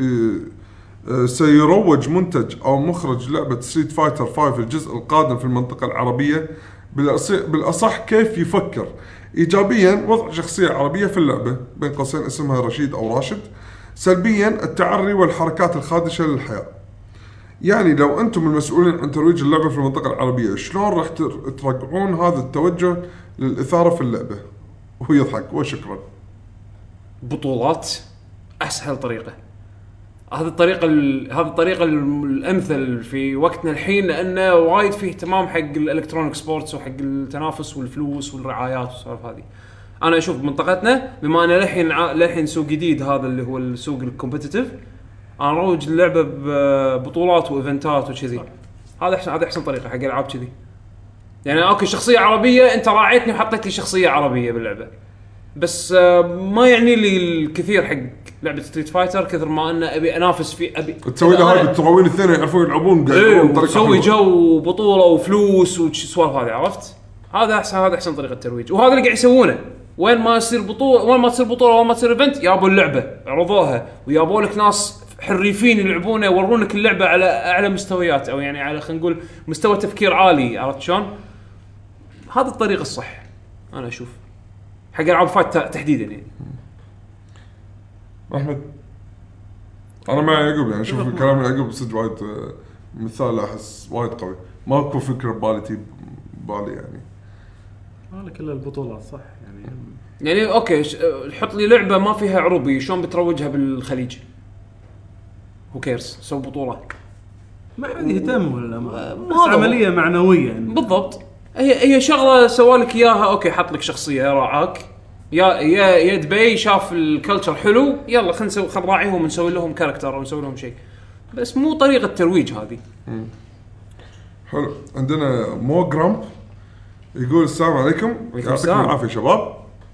سيروج منتج او مخرج لعبه ستريت فايتر خمسة الجزء القادم في المنطقه العربيه بالأصح كيف يفكر إيجابياً وضع شخصية عربية في اللعبة بين قوسين اسمها رشيد أو راشد سلبياً التعري والحركات الخادشة للحياة. يعني لو أنتم المسؤولين عن ترويج اللعبة في المنطقة العربية شلون راح ترجعون هذا التوجه للإثارة في اللعبة؟ وهو يضحك وشكرا. بطولات أسهل طريقة هذه الطريقة هذه الطريقة الأمثل في وقتنا الحين لأنه وايد فيه اهتمام حق الإلكترونيك سبورتس وحق التنافس والفلوس والرعايات والسوالف هذه. أنا أشوف منطقتنا بما أن لحين لحين سوق جديد هذا اللي هو السوق الكومبيتيتيف أنا أروج اللعبة ببطولات وإيفنتات وكذي هذا أحسن هذا أحسن طريقة حق ألعاب كذي. يعني أوكي شخصية عربية أنت راعيتني وحطيت لي شخصية عربية باللعبة بس ما يعني لي الكثير حق لعبة ستريت فايتر كثر ما أنا أبي أنافس في أبي تسوي له هاي التراوين الاثنين يعرفون يلعبون ايه وتسوي جو بطولة وفلوس وسوالف هذه عرفت هذا أحسن هذا أحسن طريقة ترويج وهذا اللي قاعد يسوونه وين ما يصير بطولة وين ما تصير بطولة وين ما تصير إيفنت يابوا اللعبة عرضوها ويابوا لك ناس حريفين يلعبونه يورونك اللعبه على اعلى مستويات او يعني على خلينا نقول مستوى تفكير عالي. عرفت شلون؟ هذا الطريق الصح انا اشوف حق العاب فايت تحديدا يعني. احمد انا مع يعقوب يعني شوف كلام يعقوب صدق وايد مثال احس وايد قوي. ماكو فكره ببالي تجيب بالي يعني مالك كل البطولات صح يعني يعني اوكي حط لي لعبه ما فيها عروبي شلون بتروجها بالخليج؟ هو كيرس سوي بطوله ما حد يهتم ولا ما بس عمليه معنويه يعني. بالضبط هي هي شغله سوالك اياها اوكي حط لك شخصيه راعاك يا يا يا دبي شاف الكلتشر حلو يلا خلينا نسوي خل نراعيهم ونسوي لهم كاركتر او نسوي لهم شيء بس مو طريقه ترويج هذه. حلو. عندنا مو جرامب يقول السلام عليكم يعطيكم العافيه شباب.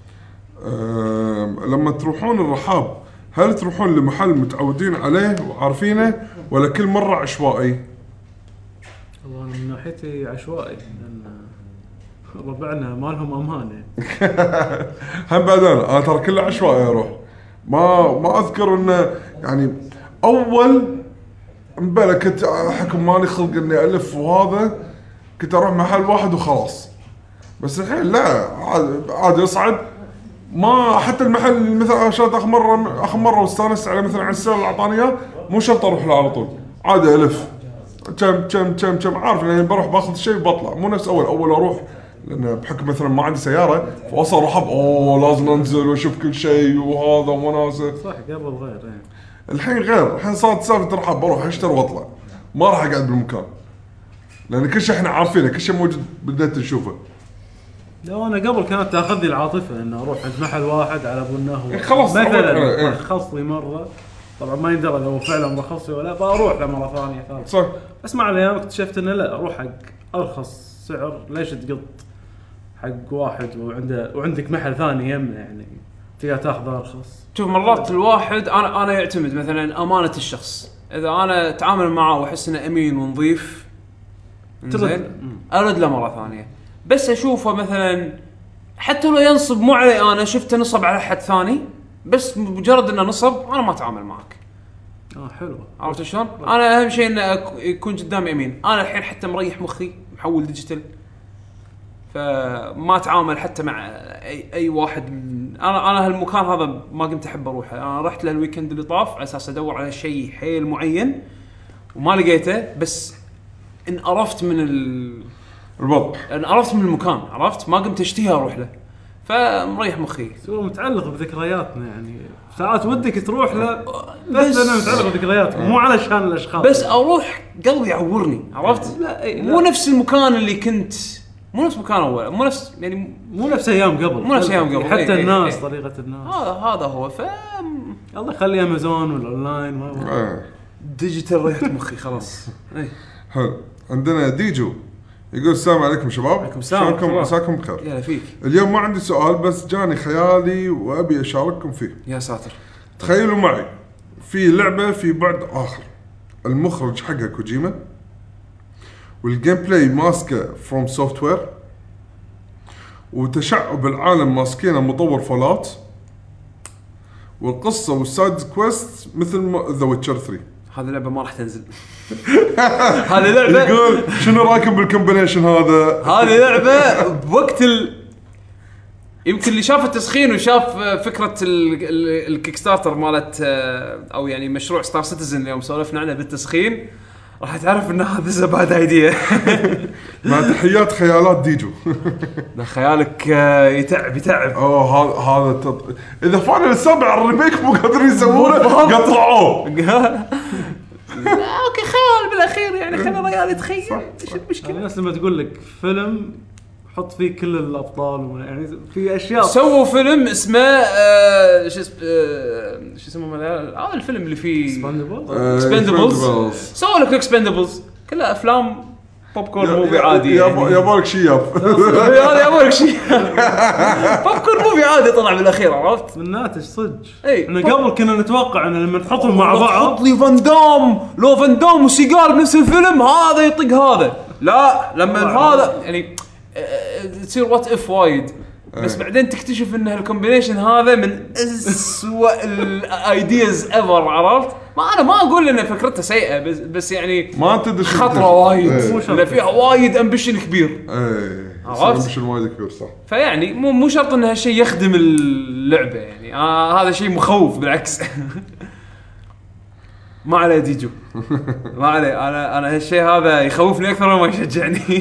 أه لما تروحون الرحاب هل تروحون لمحل متعودين عليه وعارفينه ولا كل مره عشوائي؟ والله من ناحيتي عشوائي لان ربعنا ما لهم امان هم بعد انا انا ترى كله عشوائي اروح ما ما اذكر انه يعني اول مبلا كنت حكم مالي خلق اني الف وهذا كنت اروح محل واحد وخلاص. بس الحين لا عاد عاد يصعد ما حتى المحل مثلا شرط اخر مره اخر مره واستانست على مثلا على السعر اللي اعطاني اياه مو شرط اروح له على طول عادي الف كم كم كم كم عارف يعني بروح باخذ شيء وبطلع مو نفس اول اول اروح لان بحكم مثلا ما عندي سياره فاوصل رحب اوه لازم انزل واشوف كل شيء وهذا وناسه صح قبل غير يعني. الحين غير الحين صارت سالفه رحب بروح اشتري واطلع ما راح اقعد بالمكان لان كل شيء احنا عارفينه كل شيء موجود بالنت نشوفه. لو انا قبل كانت تاخذني العاطفه انه اروح عند محل واحد على ابو النهوه خلاص مثلا رخص لي مره طبعا ما يندرى لو فعلا رخص لي ولا بروح لمره ثانيه ثالثه صح. بس مع الايام اكتشفت انه لا اروح حق ارخص سعر ليش تقط حق واحد وعنده وعندك محل ثاني يمه يعني تقدر تاخذ ارخص. شوف مرات الواحد انا انا يعتمد مثلا امانه الشخص اذا انا اتعامل معه واحس انه امين ونظيف زين ارد له مره ثانيه. بس اشوفه مثلا حتى لو ينصب مو علي انا شفته نصب على حد ثاني بس مجرد انه نصب انا ما اتعامل معك. اه حلو عرفت شلون؟ انا اهم شيء انه يكون قدامي امين. انا الحين حتى مريح مخي محول ديجيتال فما اتعامل حتى مع اي اي واحد من انا انا هالمكان هذا ما كنت احب اروحه. انا رحت له الويكند اللي طاف على اساس ادور على شيء حيل معين وما لقيته بس ان عرفت من ال الوضع انا عرفت من المكان عرفت ما قمت اشتهي اروح له فمريح مخي. هو متعلق بذكرياتنا يعني ساعات ودك تروح له بس انا متعلق بذكرياتك مو علشان الاشخاص بس اروح قلبي يعورني عرفت. لا لا. مو نفس المكان اللي كنت مو نفس مكان اول مو نفس يعني مو نفس ايام قبل مو نفس ايام قبل حتى ايه الناس ايه طريقه الناس هذا هذا هو ف الله يخلي امازون والاونلاين ما ديجيتال ريحت مخي خلاص. اي حلو. عندنا ديجو يقول السلام عليكم شباب. عليكم السلام. شلونكم عساكم بخير. يا فيك. اليوم ما عندي سؤال بس جاني خيالي وابي اشارككم فيه. يا ساتر. تخيلوا معي في لعبه في بعد اخر المخرج حقها كوجيما والجيم بلاي ماسكه فروم سوفت وير وتشعب العالم ماسكينه مطور فولات والقصه والسايد كويست مثل ذا ويتشر ثري. هذه لعبه ما راح تنزل. هذه لعبه يقول شنو رايكم بالكومبينيشن هذا؟ هذه لعبه بوقت ال يمكن اللي شاف التسخين وشاف فكره الكيك ستارتر مالت او يعني مشروع ستار سيتيزن اليوم سولفنا عنه بالتسخين راح تعرف ان هذا بعد ايديا. مع تحيات خيالات ديجو. ده خيالك يتعب يتعب. اوه هذا هذا تط... اذا فعلا السابع الريميك مو قادرين يسوونه قطعوه. اوكي خيال بالاخير يعني خلينا الرجال يتخيل ايش المشكله. الناس لما تقول لك فيلم حط فيه كل الابطال يعني في اشياء سووا فيلم اسمه آه شو اسمه آه شو اسمه هذا الفيلم اللي فيه اكسبندبلز. سووا لك اكسبندبلز كلها افلام بوب كورن موفي عادي. يا يا بالك شيء هذا يا بالك شيء بوب كورن موفي عادي طلع بالاخير عرفت من ناتج صدق. اي احنا قبل كنا نتوقع ان لما نحطهم مع بعض حط لي فان دام لو فان دام وسيجار بنفس الفيلم هذا يطق هذا لا لما هذا يعني تصير وات اف وايد بس بعدين تكتشف ان الكومبينيشن هذا من اسوء الايدياز ايفر. عرفت؟ ما انا ما اقول ان فكرته سيئه بس, بس يعني ما تدري خطره وايد لا فيها وايد امبيشن كبير. ايه عرفت؟ امبيشن وايد كبير صح. فيعني مو مو شرط ان هالشيء يخدم اللعبه يعني. آه هذا شيء مخوف بالعكس. ما عليه ديجو ما عليه. انا انا هالشيء هذا يخوفني اكثر ما يشجعني.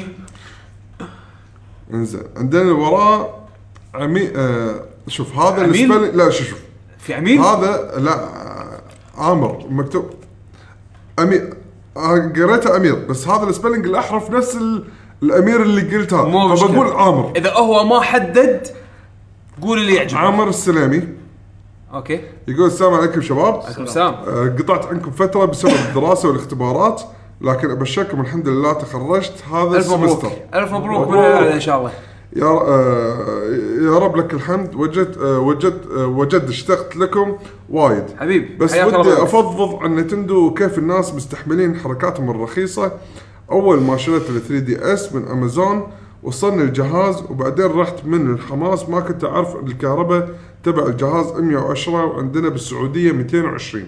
انزين عندنا وراه عمي آه شوف هذا عميل؟ السبيلنج. لا شوف شوف في عميل هذا لا عامر مكتوب امير. قريته امير بس هذا السبيلنج الاحرف نفس ال... الامير اللي قلتها. فبقول عامر. اذا هو ما حدد قول اللي يعجبك. عامر السلامي. اوكي. يقول السلام عليكم شباب. عليكم السلام. آه قطعت عنكم فتره بسبب الدراسه والاختبارات لكن ابشركم الحمد لله تخرجت هذا السمستر. الف مبروك ان شاء الله. يا آه يا رب لك الحمد. وجدت آه وجدت آه وجدت اشتقت لكم وايد حبيب. بس ودي افضفض عن نتندو وكيف الناس مستحملين حركاتهم الرخيصه. اول ما شريت ال ثري دي اس من امازون وصلني الجهاز وبعدين رحت من الحماس ما كنت اعرف الكهرباء تبع الجهاز مية وعشرة وعندنا بالسعوديه مئتين وعشرين.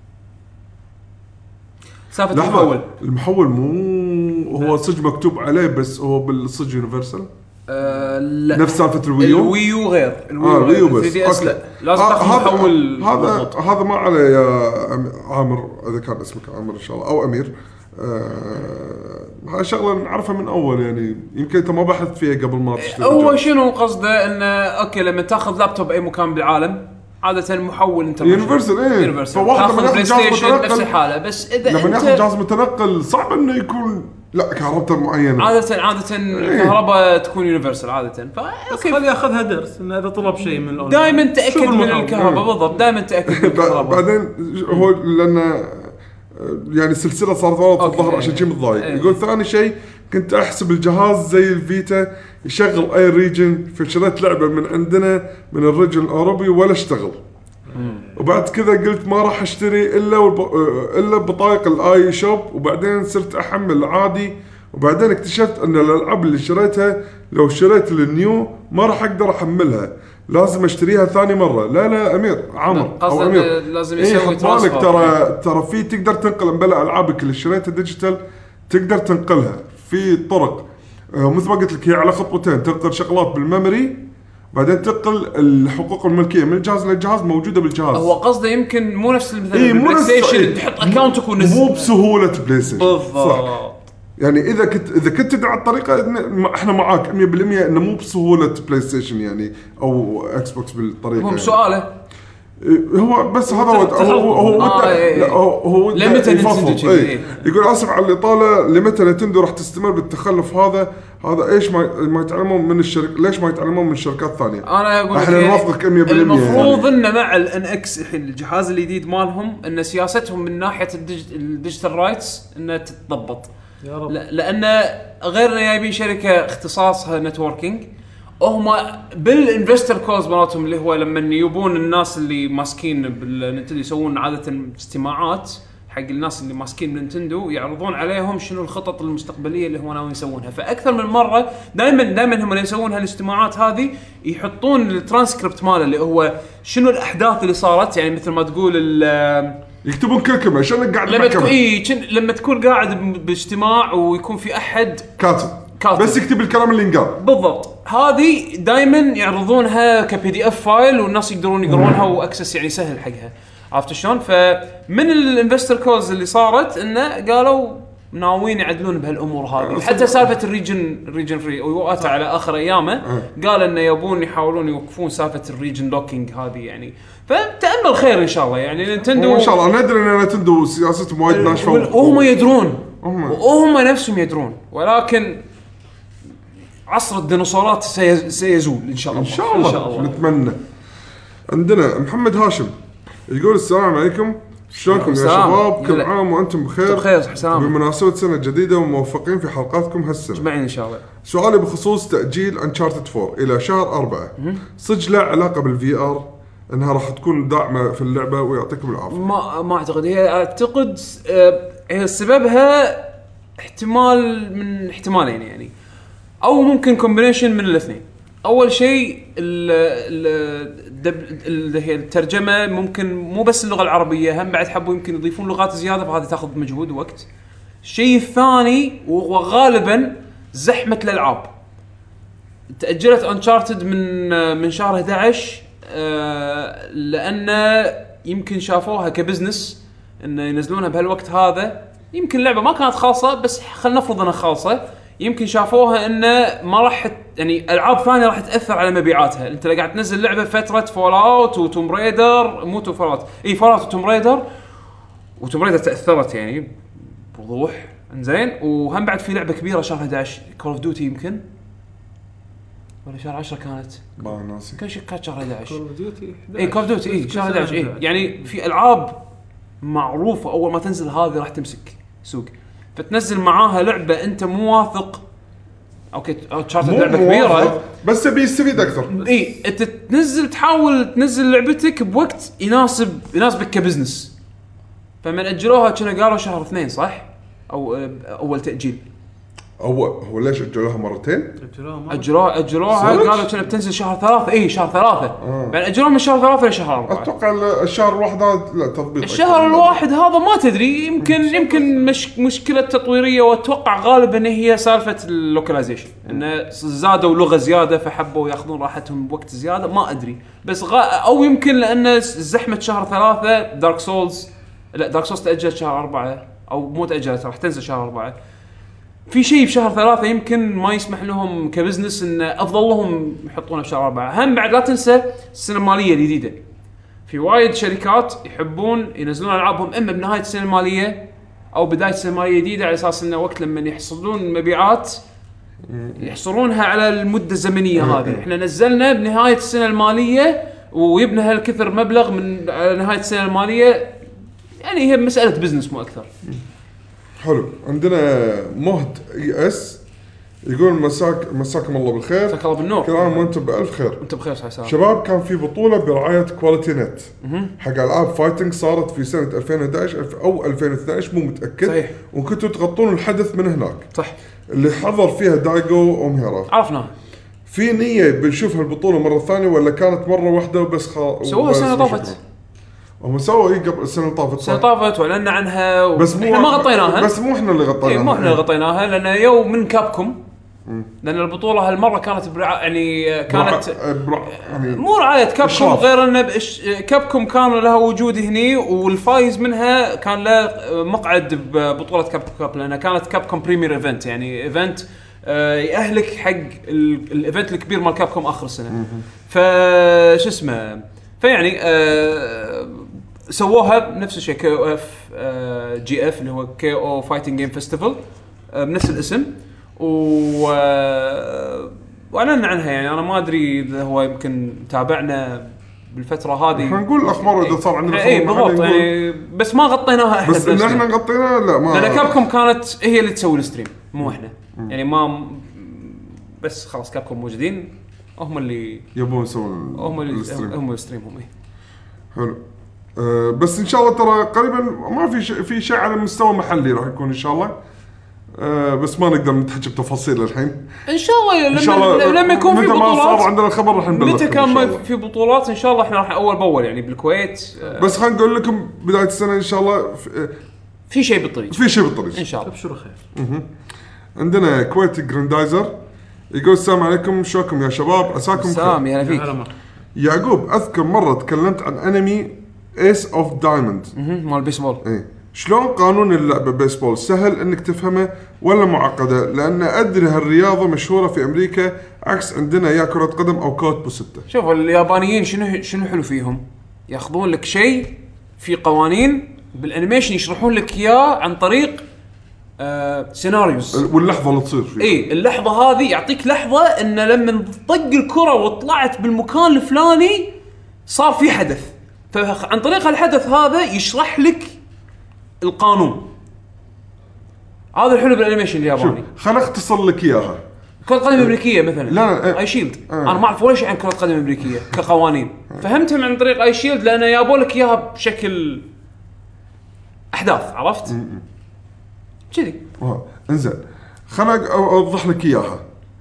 سالفه المحول. المحول مو هو صدق مكتوب عليه بس هو بالصدق يونيفرسال. أه لا نفس سالفه الويو. الويو غير. الويو, آه الويو بس ثري دي اس لا لازم تاخذ محول. هذا هذا ما عليه يا عامر اذا كان اسمك عامر ان شاء الله او امير. آه هاي شغله نعرفها من اول يعني يمكن انت ما بحثت فيها قبل ما تشتري. هو شنو قصده انه اوكي لما تاخذ لابتوب اي مكان بالعالم عاده محول انترناشونال يونيفرسال ايه يونيفرسال فواحد من بلاي ستيشن نفس الحاله بس اذا لما انت ياخذ جهاز متنقل صعب انه يكون لا كهربته معينه. عاده عاده الكهرباء تكون يونيفرسال عاده. بس خلي ياخذ هدرس انه اذا طلب شيء من الاونلاين دائما تاكد من الكهرباء. بالضبط دائما تاكد من الكهرباء. بعدين هو لانه يعني سلسله صارت ورا الظهر عشان شيء متضايق. يقول ثاني شيء كنت احسب الجهاز زي الفيتا يشغل اي ريجن فشريت لعبه من عندنا من الريجن الاوروبي ولا اشتغل. وبعد كذا قلت ما راح اشتري الا وب... الا بطايق الاي شوب وبعدين صرت احمل عادي وبعدين اكتشفت ان الالعاب اللي شريتها لو شريت النيو ما راح اقدر احملها لازم اشتريها ثاني مره. لا لا امير عامر او امير لازم يسوي إيه ترانسفير. ترى ترى في تقدر تنقل مبلغ العابك اللي شريتها ديجيتال تقدر تنقلها في طرق. مثل ما قلت لك هي على خطوتين تنقل شغلات بالميموري بعدين تنقل الحقوق الملكيه من الجهاز للجهاز موجوده بالجهاز. هو قصده يمكن مو نفس مثلا إيه بلاي ستيشن إيه تحط اكونتك ونزل مو بسهوله بلاي ستيشن. بالضبط. يعني اذا كنت اذا كنت تدعي على الطريقه احنا معاك مية بالمية انه مو بسهوله بلاي ستيشن يعني او اكس بوكس بالطريقه. هم يعني. سؤاله هو بس هذا هو هو هو آه إيه. هو, هو لمتى نتندو ايه. يقول اسف على الاطاله لمتى نتندو راح تستمر بالتخلف هذا هذا ايش ما ما يتعلمون من الشركه ليش ما يتعلمون من شركات ثانيه. انا اقول احنا نوافقك مية بالمية. المفروض يعني. ان مع الان اكس الحين الجهاز الجديد مالهم ان سياستهم من ناحيه الديجيتال رايتس انها تتضبط يا رب. لان غير جايبين شركه اختصاصها نتوركينج هم بالانفستر كوز مالتهم اللي هو لما يجيبون الناس اللي ماسكين بالنينتندو يسوون عاده استماعات حق الناس اللي ماسكين نينتندو يعرضون عليهم شنو الخطط المستقبليه اللي هم ناويين يسوونها. فاكثر من مره دائما دائما هم يسوون هالاجتماعات هذه يحطون الترانسكريبت ماله اللي هو شنو الاحداث اللي صارت يعني مثل ما تقول يكتبون كل كلمه عشان قاعد لما تكون اي لما تكون قاعد باجتماع ويكون في احد كاتب كاتب. بس يكتب الكلام اللي انقال بالضبط. هذه دائما يعرضونها كبي دي اف فايل والناس يقدرون يقرونها واكسس يعني سهل حقها. عرفت شلون؟ فمن الانفستر كوز اللي صارت انه قالوا ناويين يعدلون بهالامور هذه. حتى سالفه الريجن الريجن فري وقعت على اخر ايامه قال انه يبون يحاولون يوقفون سالفه الريجن لوكينج هذه يعني. فتامل خير ان شاء الله يعني نينتندو ان شاء الله. ندري ان نينتندو سياستهم وايد ناشفه وهم يدرون وهم نفسهم يدرون ولكن عصر الديناصورات سيزول ان شاء الله. ان شاء الله, إن شاء الله. نتمنى. عندنا محمد هاشم يقول السلام عليكم شلونكم يا شباب كل عام وانتم بخير بخير بمناسبه سنه جديده وموفقين في حلقاتكم هالسنه اجمعين ان شاء الله. سؤالي بخصوص تاجيل انشارتد فور الى شهر أربعة صدق لا علاقه بالفي ار انها راح تكون داعمه في اللعبه ويعطيكم العافيه. ما ما اعتقد هي اعتقد هي سببها احتمال من احتمالين يعني او ممكن كومبينيشن من الاثنين. اول شيء اللي هي الترجمه ممكن مو بس اللغه العربيه، هم بعد حبوا يمكن يضيفون لغات زياده، فهذه تاخذ مجهود ووقت. الشيء الثاني وهو غالبا زحمه الالعاب. تاجلت انشارتد من من شهر احد عشر آه لان يمكن شافوها كبزنس ان ينزلونها بهالوقت هذا. يمكن اللعبه ما كانت خاصه، بس خلينا نفرض انها خاصه. يمكن شافوها انه ما راح يعني العاب ثانيه راح تاثر على مبيعاتها. انت قاعد تنزل لعبه فتره فول اوت وتوم ريدر، مو تو فول اوت اي فول اوت وتوم ريدر، وتوم ريدر تاثرت يعني بوضوح. انزين، وهم بعد في لعبه كبيره شهر احد عشر كول اوف ديوتي، يمكن ولا شهر عشرة كانت، ما ناسي كان شيء كانت شهر احد عشر. كول اوف ديوتي اي كول اوف ديوتي اي شهر احد عشر. اي يعني في العاب معروفه اول ما تنزل هذه راح تمسك سوق، فتنزل معاها لعبه انت مو واثق. اوكي تشارتد لعبه كبيره بس تبي يستفيد اكثر. اي انت تنزل تحاول تنزل لعبتك بوقت يناسب يناسبك كبزنس. فمن اجلوها كنا قالوا شهر اثنين صح، او اول تاجيل. هو هو ليش اجلوها مرتين؟ اجلوها اجلوها قالوا كنا بتنزل شهر ثلاثة. اي شهر ثلاثة آه. بعد اجلوها من شهر ثلاثة لشهر أربعة. اتوقع الشهر الواحد هذا لا تضبيط. الشهر الواحد هذا ما تدري، يمكن يمكن مش مشكله تطويريه، واتوقع غالبا ان هي سالفه اللوكاليزيشن، انه زادوا لغه زياده فحبوا ياخذون راحتهم بوقت زياده. ما ادري بس غ... او يمكن لان زحمه شهر ثلاثة دارك سولز. لا دارك سولز تاجلت شهر أربعة، او مو تاجلت راح تنزل شهر أربعة. في شيء بشهر ثلاثة يمكن ما يسمح لهم كبزنس ان افضل لهم يحطونه بشهر أربعة. هم بعد لا تنسى السنه الماليه الجديده، في وايد شركات يحبون ينزلون العابهم اما بنهايه السنه الماليه او بدايه السنه الماليه الجديده، على اساس انه وقت لما يحصلون مبيعات يحصرونها على المده الزمنيه هذه. احنا نزلنا بنهايه السنه الماليه ويبنى هالكثر مبلغ من نهايه السنه الماليه، يعني هي مساله بزنس مو اكثر. حلو. عندنا مهد اي اس يقول مساك مساكم الله بالخير. مساك الله بالنور. كل عام وانتم بالف خير. انت بخير سعيد. شباب كان في بطوله برعايه كواليتي نت حق العاب فايتنج، صارت في سنه ألفين وإحدى عشر او ألفين واثني عشر مو متاكد. صحيح. وكنتوا تغطون الحدث من هناك. صح. اللي حضر فيها دايجو اوميرا. عرفنا. في نيه بنشوف هالبطوله مره ثانيه ولا كانت مره واحده وبس؟ خا سووها السنه طافت. هم سووا اي قبل السنه طافت. السنه طافت واعلنا عنها و... بس احنا ما غطيناها. بس مو احنا اللي غطيناها. اي مو احنا اللي غطيناها لان يوم من كابكوم. لان البطوله هالمره كانت برع... يعني كانت برع... يعني مو رعايه كابكوم، غير ان بش... كابكوم كان لها وجود هني، والفايز منها كان له مقعد ببطوله كابكوم لانها كانت كابكوم بريمير ايفنت، يعني ايفنت يأهلك حق الايفنت الكبير مال كابكوم اخر السنه. فش اسمه فيعني أه سووها بنفس الشيء كي او اف جي اف اللي هو كي او فايتنج جيم فيستيفال بنفس الاسم، و واعلنا عنها. يعني انا ما ادري اذا هو يمكن تابعنا بالفتره هذه، نقول الاخبار اذا صار عندنا اي بالضبط يعني، بس ما غطيناها احنا. بس ان احنا غطينا لا ما لان كابكوم كانت هي اللي تسوي الستريم مو احنا. يعني ما بس خلاص كابكوم موجودين هم اللي يبون يسوون هم اللي هم الستريم هم. حلو. أه بس ان شاء الله ترى قريبا ما في شيء في شيء على مستوى محلي راح يكون ان شاء الله. أه بس ما نقدر نتحكي بتفاصيل الحين. ان شاء الله لما, شاء الله لما يكون في بطولات صار عندنا الخبر راح نبلغ. متى كان في بطولات ان شاء الله احنا راح اول باول يعني بالكويت. أه بس خلينا نقول لكم بدايه السنه ان شاء الله في, في شيء بالطريق. في شيء بالطريق ان شاء الله. ابشروا خير. اها عندنا كويتي جراندايزر يقول السلام عليكم، شلونكم يا شباب؟ عساكم السلام يا فيك. يعقوب اذكر مره تكلمت عن انمي ايس اوف دايموند مال بيسبول. اي شلون قانون اللعبه بيسبول؟ سهل انك تفهمه ولا معقده؟ لان ادري هالرياضه مشهوره في امريكا عكس عندنا يا كره قدم او كوت بوستة. شوف اليابانيين شنو شنو حلو فيهم، ياخذون لك شيء في قوانين بالانيميشن يشرحون لك اياه عن طريق آه سيناريوز واللحظه اللي تصير فيها. اي اللحظه هذه يعطيك لحظه ان لما طق الكره وطلعت بالمكان الفلاني صار في حدث، فعن طريق الحدث هذا يشرح لك القانون. هذا الحلو بالانيميشن الياباني. خليني اختصر لك اياها. كرة قدم امريكيه مثلا لا اي شيلد أه. انا ما اعرف ولا شيء عن كرة قدم امريكيه كقوانين، فهمتهم عن طريق اي شيلد لانه يابوا لك اياها بشكل احداث، عرفت كذي. انزين خليني اوضح لك اياها.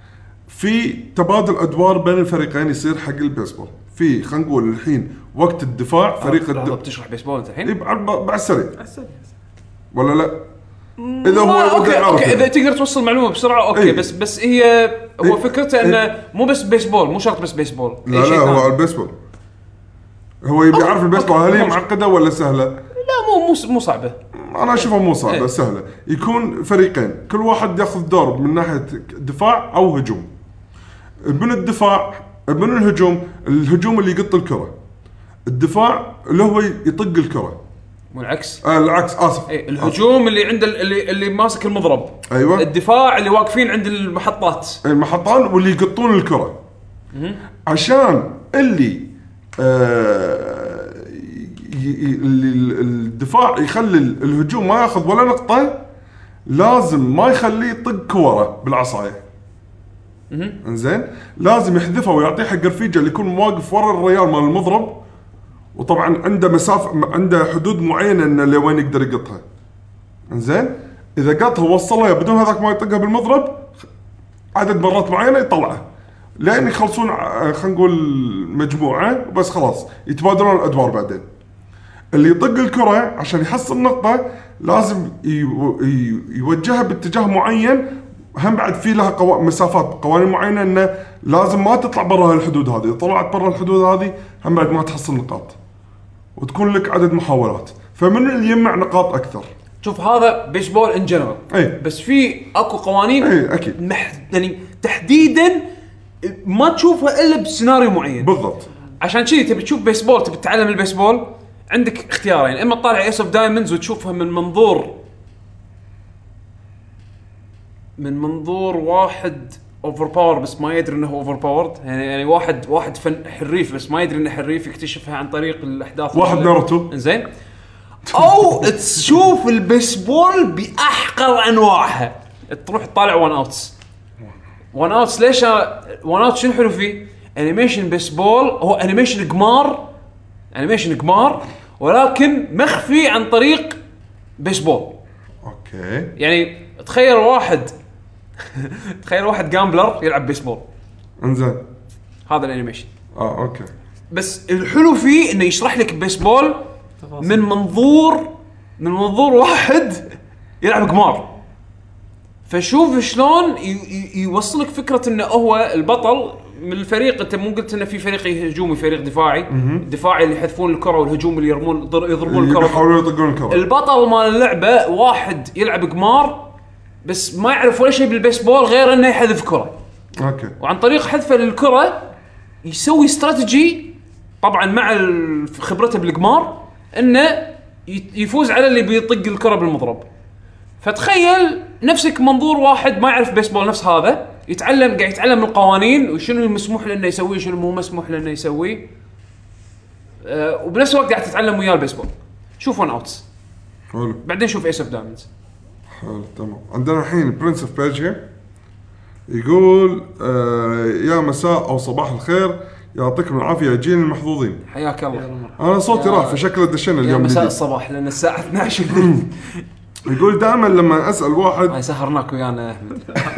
في تبادل ادوار بين الفريقين يصير حق البيسبول. في خلينا نقول الحين وقت الدفاع فريق الد... الدفاع بتشرح بيسبول انت الحين؟ إيه بعد بعد السريع ولا لا؟ اذا هو اوكي اوكي اذا تقدر توصل معلومه بسرعه اوكي إيه؟ بس بس هي هو إيه؟ فكرته انه إيه؟ مو بس بيسبول، مو شرط بس بيسبول. لا لا هو على البيسبول. هو يبي يعرف البيسبول هل هي معقده ولا سهله؟ لا مو مو مو صعبه. انا اشوفها مو صعبه إيه؟ سهله. يكون فريقين كل واحد ياخذ دور من ناحيه دفاع او هجوم. من الدفاع من الهجوم الهجوم اللي يقط الكره، الدفاع اللي هو يطق الكره. مو العكس؟ آه العكس اسف. ايه الهجوم اللي عند اللي اللي ماسك المضرب. ايوه. الدفاع اللي واقفين عند المحطات. المحطان واللي يقطون الكره. عشان اللي آه اللي الدفاع يخلي الهجوم ما ياخذ ولا نقطه، لازم ما يخليه يطق كوره بالعصايه. انزين لازم يحذفها ويعطيه حق رفيجه اللي يكون واقف ورا الريال مال المضرب، وطبعا عنده مسافه عنده حدود معينه انه لوين يقدر يقطها. انزين اذا قطها ووصلها بدون هذاك ما يطقها بالمضرب عدد مرات معينه يطلعها لين يخلصون خلينا نقول مجموعه بس خلاص يتبادلون الادوار. بعدين اللي يطق الكره عشان يحصل نقطه لازم يوجهها باتجاه معين. هم بعد في لها قو... مسافات قوانين معينه انه لازم ما تطلع برا الحدود هذه. اذا طلعت برا الحدود هذه هم بعد ما تحصل نقاط وتكون لك عدد محاولات، فمن اللي يجمع نقاط اكثر. شوف هذا بيسبول ان جنرال أي. بس في اكو قوانين اي اكيد مح... يعني تحديدا ما تشوفها الا بسيناريو معين بالضبط. عشان شيء تبي تشوف بيسبول، تبي تتعلم البيسبول، عندك اختيارين: اما تطالع ايس اوف دايموندز وتشوفها من منظور من منظور واحد اوفر باور بس ما يدري انه اوفر باورد، يعني يعني واحد واحد فن حريف بس ما يدري انه حريف، يكتشفها عن طريق الاحداث. واحد ناروتو. زين. او تشوف البيسبول باحقر انواعها، تروح تطالع وان اوتس. وان اوتس ليش وان اوتس شنو حلو فيه؟ انيميشن بيسبول، هو انيميشن قمار، انيميشن قمار ولكن مخفي عن طريق بيسبول. اوكي. يعني تخيل واحد تخيل واحد جامبلر يلعب بيسبول. انزين هذا الانيميشن. اه اوكي. بس الحلو فيه انه يشرح لك بيسبول من منظور من منظور واحد يلعب قمار. فشوف شلون يوصلك فكرة انه هو البطل من الفريق. انت مو قلت انه في فريق هجومي فريق دفاعي؟ الدفاعي اللي يحذفون الكرة والهجوم اللي يرمون يضربون الكرة، يحاولون يطقون الكرة. البطل مال اللعبة واحد يلعب قمار بس ما يعرف ولا شيء بالبيسبول غير انه يحذف كرة. اوكي. وعن طريق حذفه للكرة يسوي استراتيجي طبعا مع خبرته بالقمار انه يفوز على اللي بيطق الكرة بالمضرب. فتخيل نفسك منظور واحد ما يعرف بيسبول نفس هذا، يتعلم قاعد يتعلم القوانين وشنو مسموح له انه يسويه وشنو مو مسموح له انه يسويه، أه وبنفس الوقت قاعد تتعلم وياه البيسبول. شوف وان اوتس حلو. بعدين شوف ايس اوف دايموندز. حلو تمام. عندنا الحين برنس اوف بيرجيا يقول آه يا مساء او صباح الخير، يعطيكم العافيه جيل المحظوظين. حياك الله. انا صوتي راح فشكله دشينا اليوم. مساء الصباح لان الساعه اثناشر. يقول دائما لما اسال واحد هاي سهرناك ويانا احمد.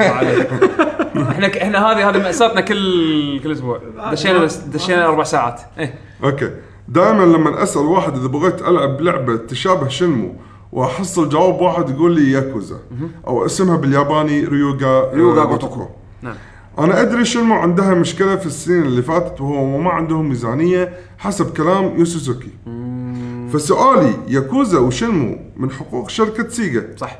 احنا احنا هذه هذه مأساتنا كل كل اسبوع دشينا دشينا اربع ساعات. ايه اوكي. دائما لما اسال واحد اذا بغيت العب لعبه تشابه شنمو واحصل جواب واحد يقول لي ياكوزا او اسمها بالياباني ريوغا ريوغا غوتوكو. نعم. انا ادري شنمو عندها مشكله في السنين اللي فاتت وهو ما عندهم ميزانيه حسب كلام يوسوزوكي. فسؤالي ياكوزا وشنمو من حقوق شركه سيجا صح،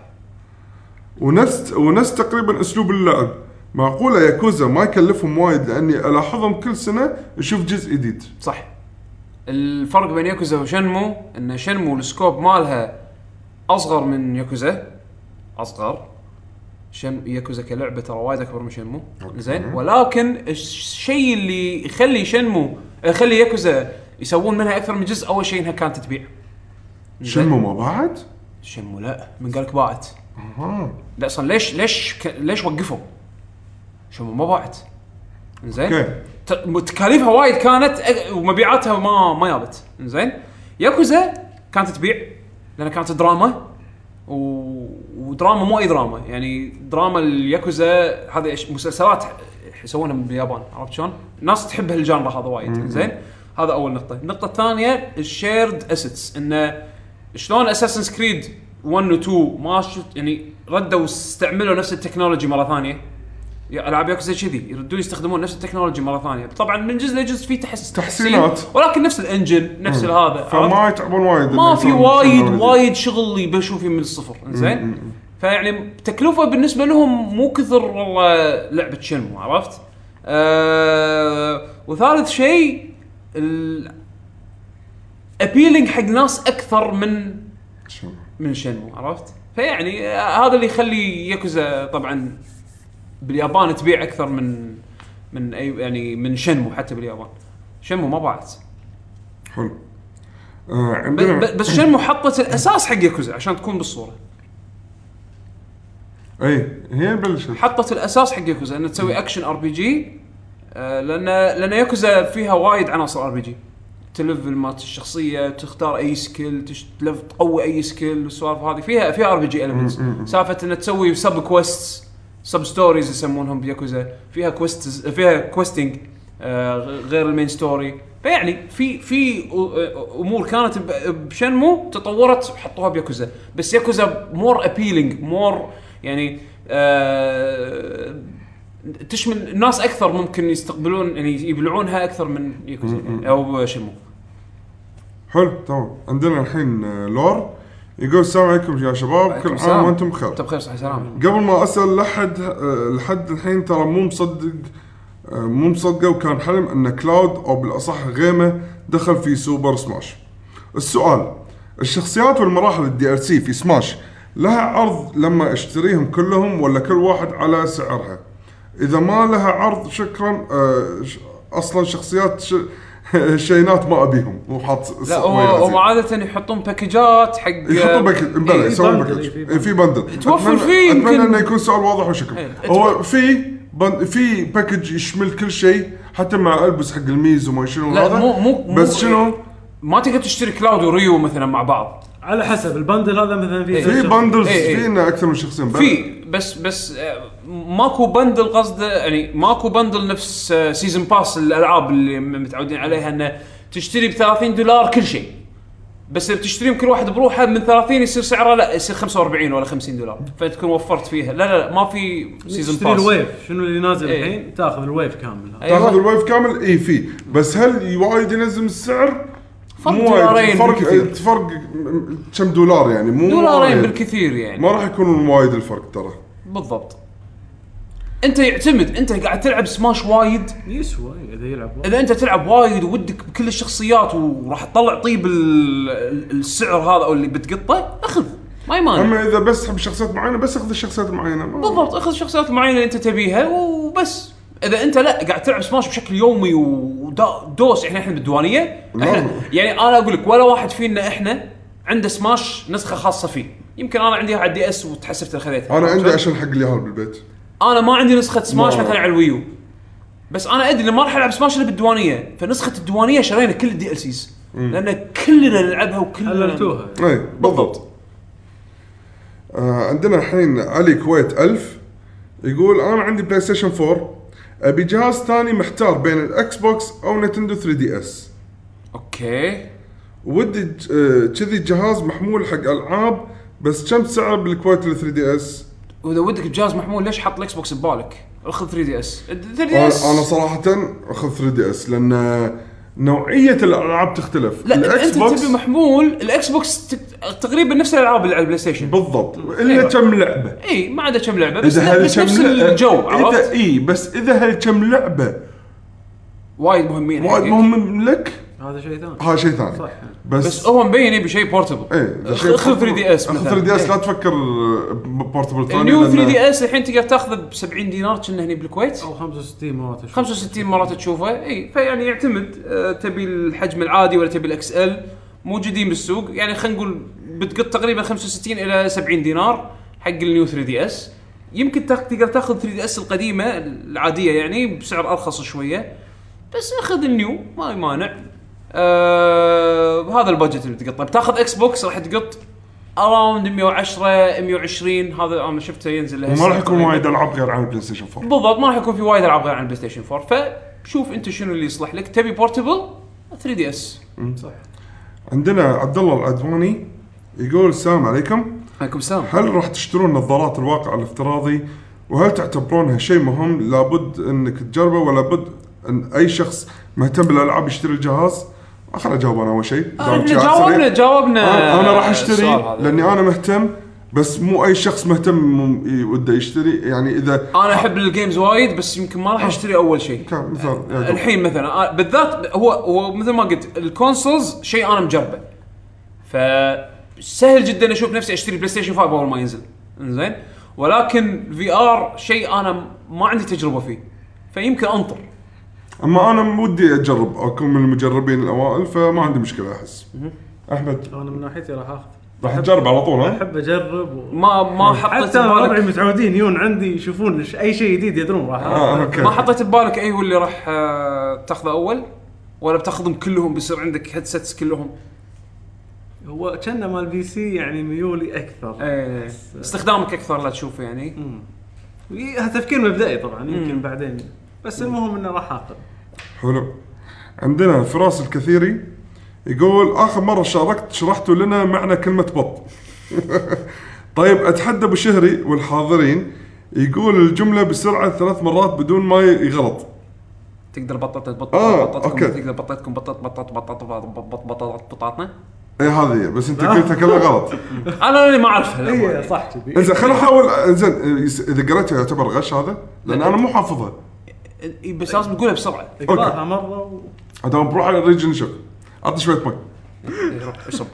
ونفس ونفس تقريبا اسلوب اللعب. معقوله ياكوزا ما يكلفهم وايد لاني الاحظهم كل سنه اشوف جزء جديد. صح. الفرق بين ياكوزا وشنمو ان شنمو السكوب مالها اصغر من ياكوزا، اصغر. شن ياكوزا كلعبه ترى وايد اكبر من شنمو. زين. ولكن الشيء اللي يخلي شنمو يخلي ياكوزا يسوون منها اكثر من جزء، اول شيء انها كانت تبيع. شنمو ما باعت؟ شنمو لا، من قالك باعت. اها. لا اصلا ليش ليش ك... ليش وقفوا؟ شنمو ما باعت. زين. اوكي. تكاليفها وايد كانت ومبيعاتها ما ما جابت. زين. ياكوزا كانت تبيع لأنها كانت دراما و... ودراما مو اي دراما، يعني دراما الياكوزا هذه مسلسلات يسوونها باليابان، عرفت شلون؟ الناس تحب هالجانرا هذا وايد. زين هذا اول نقطه. النقطه الثانيه الشيرد اسيتس، انه شلون اساسن كريد واحد و اثنين ما شفت يعني ردوا استعملوا نفس التكنولوجي مره ثانيه. العاب ياكوزا كذي يردون يستخدمون نفس التكنولوجي مره ثانيه. طبعا من جزء لجزء في تحس تحسينات، ولكن نفس الانجن نفس هذا، فما يتعبون وايد، ما في وايد وايد شغل يبشوا فيه من الصفر. زين فيعني تكلفه بالنسبه لهم مو كثر والله لعبه شنمو، عرفت؟ أه وثالث شيء الابيلينج حق ناس اكثر من من شنمو، عرفت؟ فيعني هذا اللي يخلي ياكوزا طبعا باليابان تبيع اكثر من من اي يعني من شنمو. حتى باليابان شنمو ما باعت حلو. آه عندنا بس شنمو حطت الاساس حق ياكوزا عشان تكون بالصوره. اي هي بلشت حطت الاساس حق ياكوزا ان تسوي اكشن ار بي جي، لان لان ياكوزا فيها وايد عناصر ار بي جي. تلفل مات الشخصيه، تختار اي سكيل، تلف تقوي اي سكيل، والسوالف هذه فيها فيها ار بي جي اليمنتس. سالفه ان تسوي سب كويست سب ستوريز يسمونهم بياكوزا، فيها كويست فيها كويستنج آه غير المين ستوري. فيعني في في امور كانت بشنمو تطورت وحطوها بياكوزا، بس ياكوزا مور ابيلينج مور يعني آه تشمل الناس اكثر، ممكن يستقبلون يعني يبلعونها اكثر من ياكوزا يعني او شنمو. حلو تمام. عندنا الحين لور يقول السلام عليكم يا شباب، كل عام وانتم بخير. انت بخير صحه سلامه. قبل ما اسال لحد لحد الحين ترى مو مصدق مو مصدقه وكان حلم ان كلاود او بالاصح غيمه دخل في سوبر سماش. السؤال، الشخصيات والمراحل الدي ال سي في سماش لها عرض لما اشتريهم كلهم ولا كل واحد على سعرها؟ اذا ما لها عرض شكرا. اصلا شخصيات ش... شينات ما ابيهم وحاط. لا هم عاده يحطون باكجات حق يحطون باكج بلا يسوون باكج في بندل توفر فيه. اتمنى انه يكون سؤال واضح وشكل. هو في بند... في باكج يشمل كل شيء حتى مع البس حق الميز وما شنو هذا. مو مو بس شنو ما تقدر تشتري كلاود وريو مثلا مع بعض على حسب البندل هذا. مثلا في في بندلز فينا اكثر من شخصين في بس بس ماكو بندل قصده يعني ماكو بندل نفس سيزن باس الالعاب اللي متعودين عليها انه تشتري ب ثلاثين دولار كل شيء، بس اذا بتشتريهم كل واحد بروحه من ثلاثين يصير سعره لا يصير خمسة وأربعين ولا خمسين دولار، فتكون وفرت فيها. لا لا, لا ما في سيزن باس. تشتري الويف شنو اللي نازل الحين ايه. تاخذ الويف كامل. أيوة. تاخذ الويف كامل اي في. بس هل وايد ينزل السعر؟ فرق دولارين فرق فرق كم دولار يعني مو دولارين بالكثير يعني ما راح يكون وايد الفرق ترى. بالضبط. انت يعتمد انت قاعد تلعب سماش وايد يسوى اذا يلعب وايد. اذا انت تلعب وايد ودك بكل الشخصيات وراح تطلع طيب السعر هذا او اللي بتقطه اخذ ما يمانع. اما اذا بس تحب شخصيات معينه بس اخذ الشخصيات المعينه. بالضبط اخذ الشخصيات المعينه اللي انت تبيها وبس. اذا انت لا قاعد تلعب سماش بشكل يومي ودوس احنا احنا بالديوانيه احنا يعني انا اقول لك ولا واحد فينا احنا عنده سماش نسخه خاصه فيه. يمكن انا عندي على الدي اس وتحسفت خذيتها. انا عندي عشان حق اليهال بالبيت. انا ما عندي نسخه سماش مثلا على الويو، بس انا ادري ما راح العب سماش الا بالديوانيه، فنسخه الديوانيه شرينا كل الدي ال سيز لان كلنا نلعبها وكلنا حللتوها. اي بالضبط. آه عندنا الحين علي كويت ألف يقول انا عندي بلاي ستيشن فور ابي جهاز ثاني محتار بين الاكس بوكس او نينتندو ثري دي اس. اوكي ودي كذي جهاز محمول حق العاب بس كم سعر بالكويت ل ثري دي اس؟ واذا ودك بجهاز محمول ليش حط الاكس بوكس ببالك؟ اخذ ثري دي اس. ثري دي اس انا صراحه اخذ ثري دي اس لان نوعيه الالعاب تختلف. لا انت تبي محمول الاكس بوكس تقريبا نفس الالعاب اللي على البلاي ستيشن بالضبط الا أيوة. كم لعبه اي ما عدا كم لعبه بس, بس نفس الجو عرفت. اي بس اذا هالكم لعبه وايد مهمين وايد مهم لك هذا شيء ثاني. هذا شيء ثاني صح. بس, بس هو مبين يبي شيء بورتبل. ايه اخذ ثري دي اس مثلا ثري دي اس لا تفكر بورتبل ثاني. النيو ثري دي اس الحين تقدر تاخذه ب سبعين دينار كنا هني بالكويت او خمسة وستين مرات تشوفه. خمسة وستين مرات تشوفه. اي فيعني يعتمد أه تبي الحجم العادي ولا تبي الاكس ال موجودين بالسوق يعني خلينا نقول بتقط تقريبا خمسة وستين الى سبعين دينار حق النيو ثري دي اس. يمكن تقدر تاخذ ثري دي اس القديمه العاديه يعني بسعر ارخص شويه بس اخذ النيو ما يمانع. آه هذا البادجت اللي تقطه. بتاخذ اكس بوكس راح تقط اراوند مية وعشرة مية وعشرين. هذا انا شفته ينزل له ما راح يكون وايد العاب غير على البلاي ستيشن فور. بالضبط ما راح يكون في وايد العاب غير على البلاي ستيشن فور. فشوف انت شنو اللي يصلح لك. تبي بورتبل ثري دي اس. صح. عندنا عبد الله العدواني يقول السلام عليكم. عليكم السلام. هل راح تشترون نظارات الواقع الافتراضي وهل تعتبرونها شيء مهم لابد انك تجربه ولا بد ان اي شخص مهتم بالالعاب يشتري الجهاز؟ خليني اجاوب انا اول شيء. احنا جاوبنا جاوبنا انا راح اشتري لاني انا مهتم بس مو اي شخص مهتم وده يشتري. يعني اذا انا احب الجيمز وايد بس يمكن ما راح اشتري اول شيء مثلا الحين مثلا بالذات. هو هو مثل ما قلت الكونسولز شيء انا مجربه فسهل جدا اشوف نفسي اشتري بلاي ستيشن فايف اول ما ينزل انزين. ولكن في ار شيء انا ما عندي تجربه فيه فيمكن انطر. اما انا ودي اجرب اكون من المجربين الاوائل فما عندي مشكله احس. احمد انا من ناحيتي راح اخذ راح تجرب على طول. ها احب اجرب و... ما ما حطيت حتى ببالك ربعي متعودين يون عندي يشوفون اي شيء جديد يدرون راح آه ما حطيت ببالك اي هو اللي راح تاخذه اول ولا بتاخذهم كلهم بيصير عندك هيدسيتس كلهم؟ هو كنا مال بي سي يعني ميولي اكثر ايه استخدامك اكثر لا تشوفه يعني. هذا تفكير مبدئي طبعا يمكن بعدين بس المهم انه راح اخذ. حلو. عندنا فراس الكثيري يقول اخر مره شاركت شرحتوا لنا معنى كلمه بط. طيب اتحدى ابو شهري والحاضرين يقول الجمله بسرعه ثلاث مرات بدون ما يغلط. تقدر بطط بطط آه، بططكم أوكي. تقدر بططكم بطط بطط بطط بطط بطط بطاطنا. اي هذه بس انت قلتها كلها غلط. انا اللي ما اعرفها. اي صح كذي. انزين خلينا نحاول. انزين اذا قريتها يعتبر غش هذا لان انا مو حافظها بس لازم تقولها بسرعه. اقراها مره و... هذا بروح على الريجن شوف اعطي شويه ماء. روح اشرب.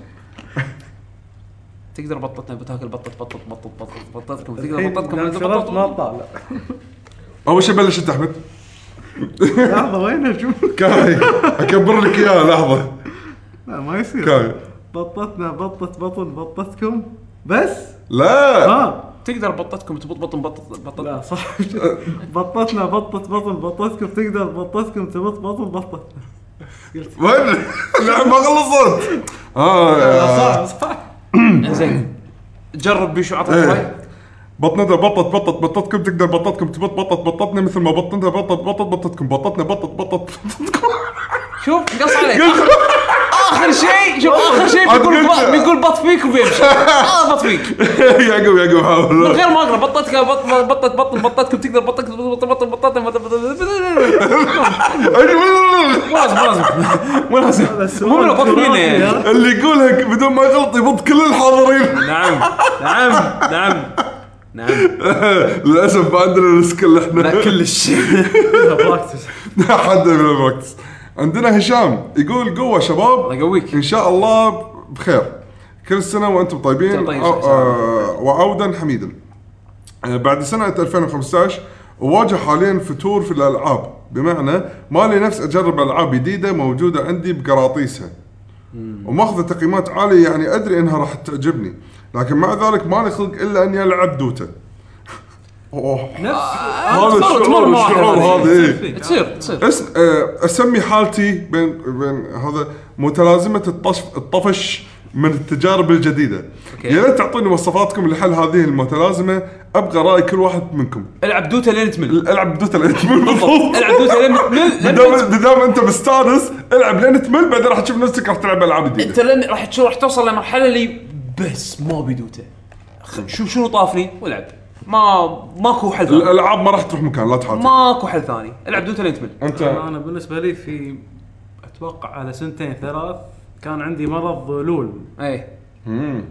تقدر بطتنا بتاكل بطت بطت بطت بطت بطتكم تقدر بطتكم شربت ما طالع. اول شيء بلش انت احمد. لحظه وين شوف كاي اكبر لك اياها لحظه. لا ما يصير. كاي بطتنا بطت بطن بطتكم بس لا ها تقدر بطتكم تبط بطن بطت بطت. لا صح. بطتنا بطت بطن بطتكم تقدر بطتكم تبط بطن بطت. وين لا ما خلصت. اه صح صح. زين جرب بيشو عطنا إيه. شوي. بطنتها بطت بطت بطتكم تقدر بطتكم تبط بطت بطتنا مثل ما بطنتها بطت بطت بطتكم بطتنا بطت بطت. شوف قص عليك اخر شيء. شوف اخر شيء بيقول بط بيقول بط فيك وبيمشي. اه بط فيك يعقوب يعقوب من حاول. غير ما اقرا بطتك بط بطت بطن بطتكم تقدر بطتك بطت بطت بطت مو لازم مو لازم مو لازم مو لو بط فينا اللي يقولها بدون ما يغلط يبط كل الحاضرين. نعم نعم نعم نعم. للاسف ما عندنا السكيل احنا. لا كلش براكتس. حد من البراكتس. عندنا هشام يقول قوة شباب الله يقويك. إن شاء الله بخير كل سنة وأنتم طيبين. طيب آه آه وعودا حميدا. آه بعد سنة ألفين وخمسة عشر أواجه حاليا فتور في الألعاب بمعنى ما لي نفس أجرب ألعاب جديدة موجودة عندي بقراطيسها وماخذ تقييمات عالية يعني أدري إنها راح تعجبني لكن مع ذلك ما لي خلق إلا أني ألعب دوتا. أوه هذا الشعور الشعور هذا إيه تصير تصير أس... اسمي حالتي بين بين هذا متلازمه الطف... الطفش من التجارب الجديده. يا ريت تعطوني وصفاتكم لحل هذه المتلازمه. ابغى راي كل واحد منكم. العب دوتا لين تمل. العب دوتا لين تمل. بالضبط العب دوتا لين تمل. دام دام انت مستانس العب لين تمل بعدين راح تشوف نفسك راح تلعب العاب جديده. انت لين راح تشوف راح توصل لمرحله اللي بس ما بدوتا شوف شنو طافني والعب. ما ماكو حل ثاني. الالعاب ما راح تروح مكان لا تحاتي. ماكو حل ثاني. العب دوتا لين تمل. انت انا بالنسبه لي في اتوقع على سنتين ثلاث كان عندي مرض لول. اي امم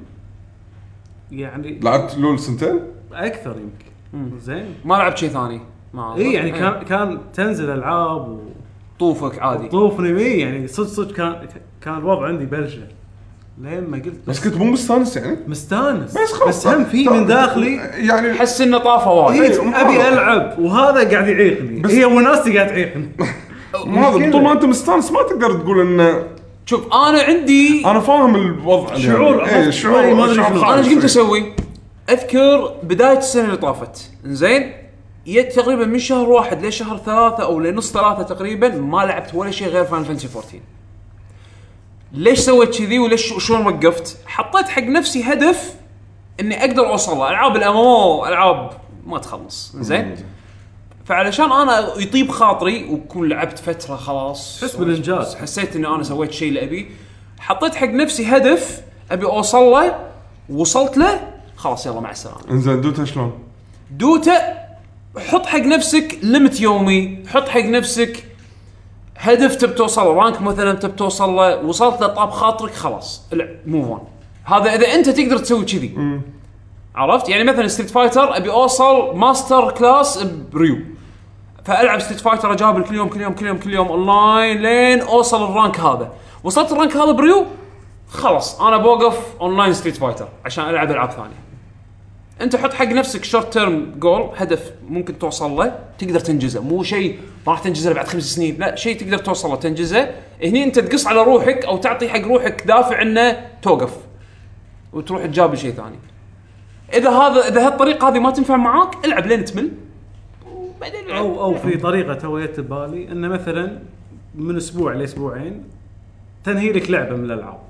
يعني لعبت لول سنتين اكثر يمكن. زين ما لعبت شيء ثاني. ما اي يعني كان كان تنزل العاب طوفك عادي. وطوفني بي يعني صدق صدق كان كان الوضع عندي بلشه لين ما قلت بس كنت مو مستانس يعني. مستانس بس خلاص بس هم في من داخلي يعني احس انه طافه وايد. إيه ابي العب وهذا قاعد يعيقني. هي وناسي قاعد تعيقني. ما هذا طول ما انت مستانس ما تقدر تقول انه. شوف انا عندي انا فاهم الوضع شعور يعني. ايه شعور ما أدري شنو. انا ايش قمت اسوي؟ اذكر بدايه السنه اللي طافت زين يت تقريبا من شهر واحد لشهر ثلاثة او لنص ثلاثة تقريبا ما لعبت ولا شيء غير فاينل فانتسي فورتين. ليش سويت كذي وليش شلون وقفت. حطيت حق نفسي هدف اني اقدر اوصل له. العاب الامامو العاب ما تخلص زين، فعلشان انا يطيب خاطري وكون لعبت فتره خلاص حس بالانجاز، حسيت اني انا سويت شيء اللي ابي، حطيت حق نفسي هدف ابي اوصل له، وصلت له خلاص يلا مع السلامه. انزين دوتا شلون؟ دوتا حط حق نفسك ليمت يومي، حط حق نفسك هدف تبي توصل له، رانك مثلا تبي توصل له، وصلت لطاب خاطرك خلاص موف اون. هذا اذا انت تقدر تسوي كذي، عرفت؟ يعني مثلا ستريت فايتر ابي اوصل ماستر كلاس بريو، فالعب ستريت فايتر اجابل كل يوم كل يوم كل يوم كل يوم اونلاين لين اوصل الرانك هذا. وصلت الرانك هذا بريو خلاص انا بوقف اونلاين ستريت فايتر عشان العب العاب ثانيه. انت حط حق نفسك شورت تيرم جول، هدف ممكن توصل له تقدر تنجزه، مو شيء ما راح تنجزه بعد خمس سنين، لا شيء تقدر توصل له تنجزه. هني انت تقص على روحك او تعطي حق روحك دافع انه توقف وتروح تجابل شيء ثاني. اذا هذا اذا هالطريقه هذه ما تنفع معاك العب لين تمل وبعدين او او في طريقه تويت ببالي انه مثلا من اسبوع لاسبوعين تنهي لك لعبه من الالعاب،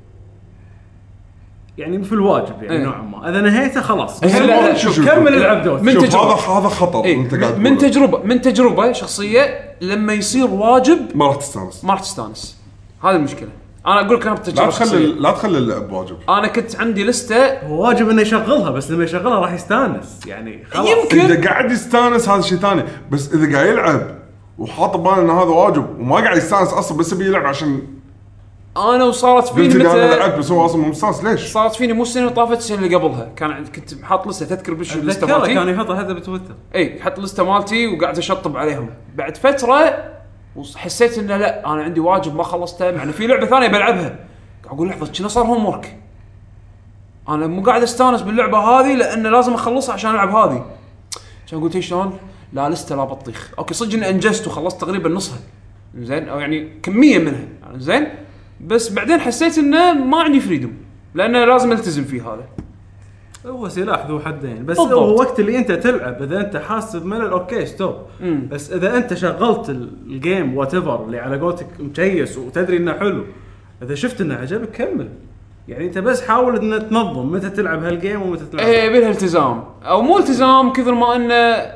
يعني في الواجب يعني ايه. نوعا ما اذا نهيته خلاص لا لا شوف شوف كمل العب دوت. من شوف تجربة. هذا هذا خطر ايه. انت قاعد من تقوله. تجربه من تجربه شخصيه لما يصير واجب ما راح تستانس. ما راح تستانس، هذه المشكله. انا اقول لك انا لا بتجربه تخلي شخصيه. لا تخلي اللعب واجب. انا كنت عندي لسته هو واجب انه يشغلها، بس لما يشغلها راح يستانس يعني خلاص. يمكن اذا قاعد يستانس هذا شيء ثاني، بس اذا قاعد يلعب وحاط بباله ان هذا واجب وما قاعد يستانس اصلا بس يبي يلعب عشان انا وصارت فيني قلت لي انا متى لعبت بس هو اصلا مو مستانس ليش؟ صارت فيني مو السنه اللي طافت السنه اللي قبلها كان عند- كنت حاط لسته تذكر بش اللسته ذكرت مالتي. كان يحطها هذا بتويتر. اي حط لسته مالتي وقاعد اشطب عليهم. بعد فتره وحسيت انه لا انا عندي واجب ما خلصته، مع انه في لعبه ثانيه بلعبها. اقول لحظه كنا صار هوم ورك، انا مو قاعد استانس باللعبه هذه لانه لازم اخلصها عشان العب هذه. عشان قلت ايش شلون لا لسته لا بطيخ. اوكي صدق اني انجزت وخلصت تقريبا نصها زين، او يعني كميه منها يعني زين، بس بعدين حسيت انه ما عندي فريدوم لانه لازم التزم فيه. هذا هو سلاح ذو حدين، بس بالضبط. هو وقت اللي انت تلعب اذا انت حاسس بملل اوكي ستوب. مم. بس اذا انت شغلت الجيم وات ايفر اللي على قولتك مكيس وتدري انه حلو، اذا شفت انه عجبك كمل. يعني انت بس حاول ان تنظم متى تلعب هالجيم ومتى تلعب. ايه بيلها التزام او مو التزام كثر ما انه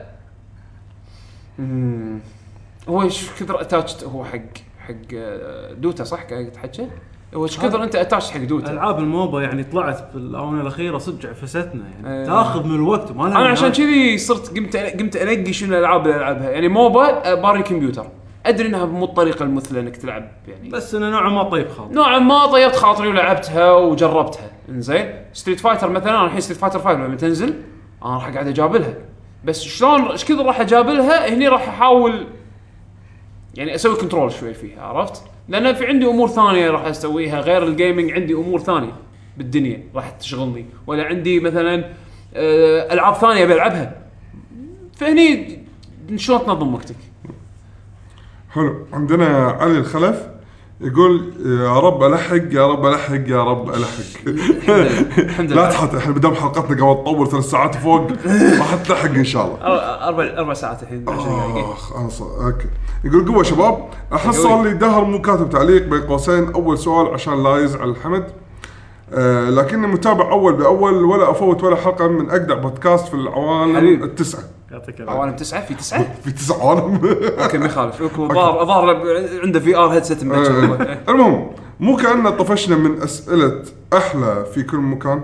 مم. هو ايش كثر اتاتشت هو حق حق دوتا صح قاعد تحكي. هو ايش كثر انت اتاتشت حق دوتا. العاب الموبا يعني طلعت بالاونه الاخيره صدق عفستنا يعني ايه. تاخذ من الوقت وما لها انا عشان نهاية. كذي صرت قمت قمت انقي شنو الالعاب اللي العبها. يعني موبا باري كمبيوتر ادري انها مو الطريقه المثلى انك تلعب يعني، بس انه نوعا ما طيب خاطر. نوعا ما طيبت خاطري ولعبتها وجربتها. انزين ستريت فايتر مثلا انا الحين ستريت فايتر خمسة لما تنزل انا راح قاعد اجابلها، بس شلون ايش كثر راح اجابلها هني راح احاول يعني اسوي كنترول شوي فيها، عرفت؟ لان في عندي امور ثانيه راح اسويها غير الجيمنج، عندي امور ثانيه بالدنيا راح تشغلني، ولا عندي مثلا آه، العاب ثانيه بلعبها. فهني شلون تنظم وقتك. حلو. عندنا علي الخلف يقول يا رب الحق يا رب الحق يا رب الحق. الحمد لا لله. تحط احنا بدام حلقتنا قبل تطول ثلاث ساعات فوق راح تلحق ان شاء الله. اربع اربع ساعات الحين عشر دقائق. اخ انا صار اوكي. يقول قوه شباب احس صار لي دهر مو كاتب تعليق بين قوسين اول سؤال عشان لا يزعل حمد. آه لكني متابع اول باول ولا افوت ولا حلقه من اجدع بودكاست في العوالم حبيب. التسعه. يعطيك العافيه. عوالم تسعة في تسعة. في تسع عوالم. اوكي ما يخالف. ظهر ظهر عنده في ار هيدسيت مبكر. المهم مو كأننا طفشنا من اسئله احلى في كل مكان.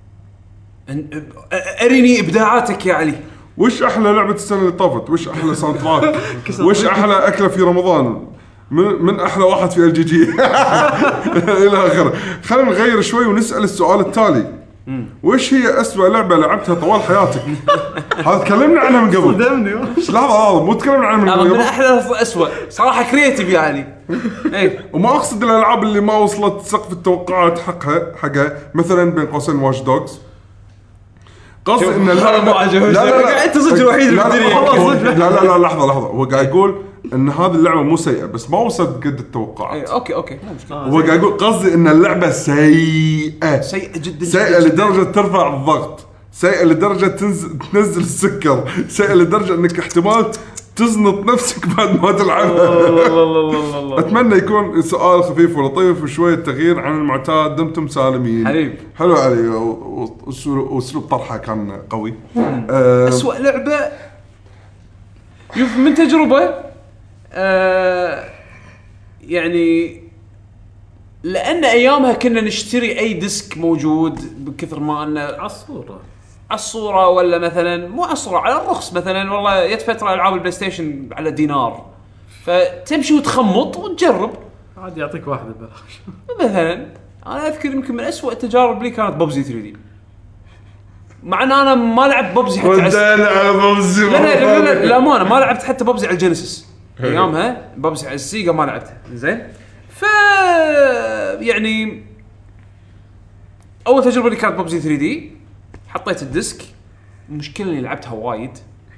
اريني ابداعاتك يا علي. وش احلى لعبه السنه اللي طافت؟ وش احلى ساوند تراك؟ وش احلى اكله في رمضان؟ من, من احلى واحد في ال جي جي الى اخره. خلينا نغير شوي ونسال السؤال التالي. وش هي اسوأ لعبه لعبتها طوال حياتك؟ هذا تكلمنا عنها من قبل. صدمني. لحظه هذا مو تكلمنا عنها من انا من قبل. احلى اسوء صراحه كرييتيف يا علي. ايه وما اقصد الالعاب اللي ما وصلت سقف التوقعات حقها حقها مثلا بين قوسين واش دوجز. قصدي ان اللعبه ما عجبني. انت صدق الوحيد لا لا, بالدنيا. لا لا لا لحظه لحظه هو قاعد يقول ان هذه اللعبه مو سيئه بس ما وصلت قد التوقعات. إيه، اوكي اوكي مو مشكله. هو قاعد يقول قصدي ان اللعبه سيئه سيء جدا سيئه لدرجه ترفع الضغط، سيئه لدرجه تنزل تنزل السكر، سيئه لدرجه انك احتمال تزنط نفسك بعد ما تلعبها. الله الله الله الله. اتمنى يكون سؤال خفيف ولطيف وشويه تغيير عن المعتاد. دمتم سالمين. حبيب حلو علي واسلوب طرحه كان قوي. أه أسوأ لعبة شوف من تجربة أه يعني لأن أيامها كنا نشتري أي ديسك موجود بكثر ما أن عالصورة عالصورة ولا مثلا مو عالصورة على الرخص مثلا والله يد فترة ألعاب البلاي ستيشن على دينار فتمشي وتخمط وتجرب عادي يعطيك واحدة ببلاش مثلا. أنا أذكر يمكن من أسوأ التجارب لي كانت ببزي ثري دي مع أن أنا ما لعبت ببزي حتى ودانا على ببزي. لا لا لا لا لا ما أنا ما لعبت حتى ببزي على الجينيسيس أيامها ببزي على السيجا ما لعبتها زين. ف يعني أول تجربة لي كانت ببزي ثري دي حطيت الديسك. المشكلة اللي لعبتها وايد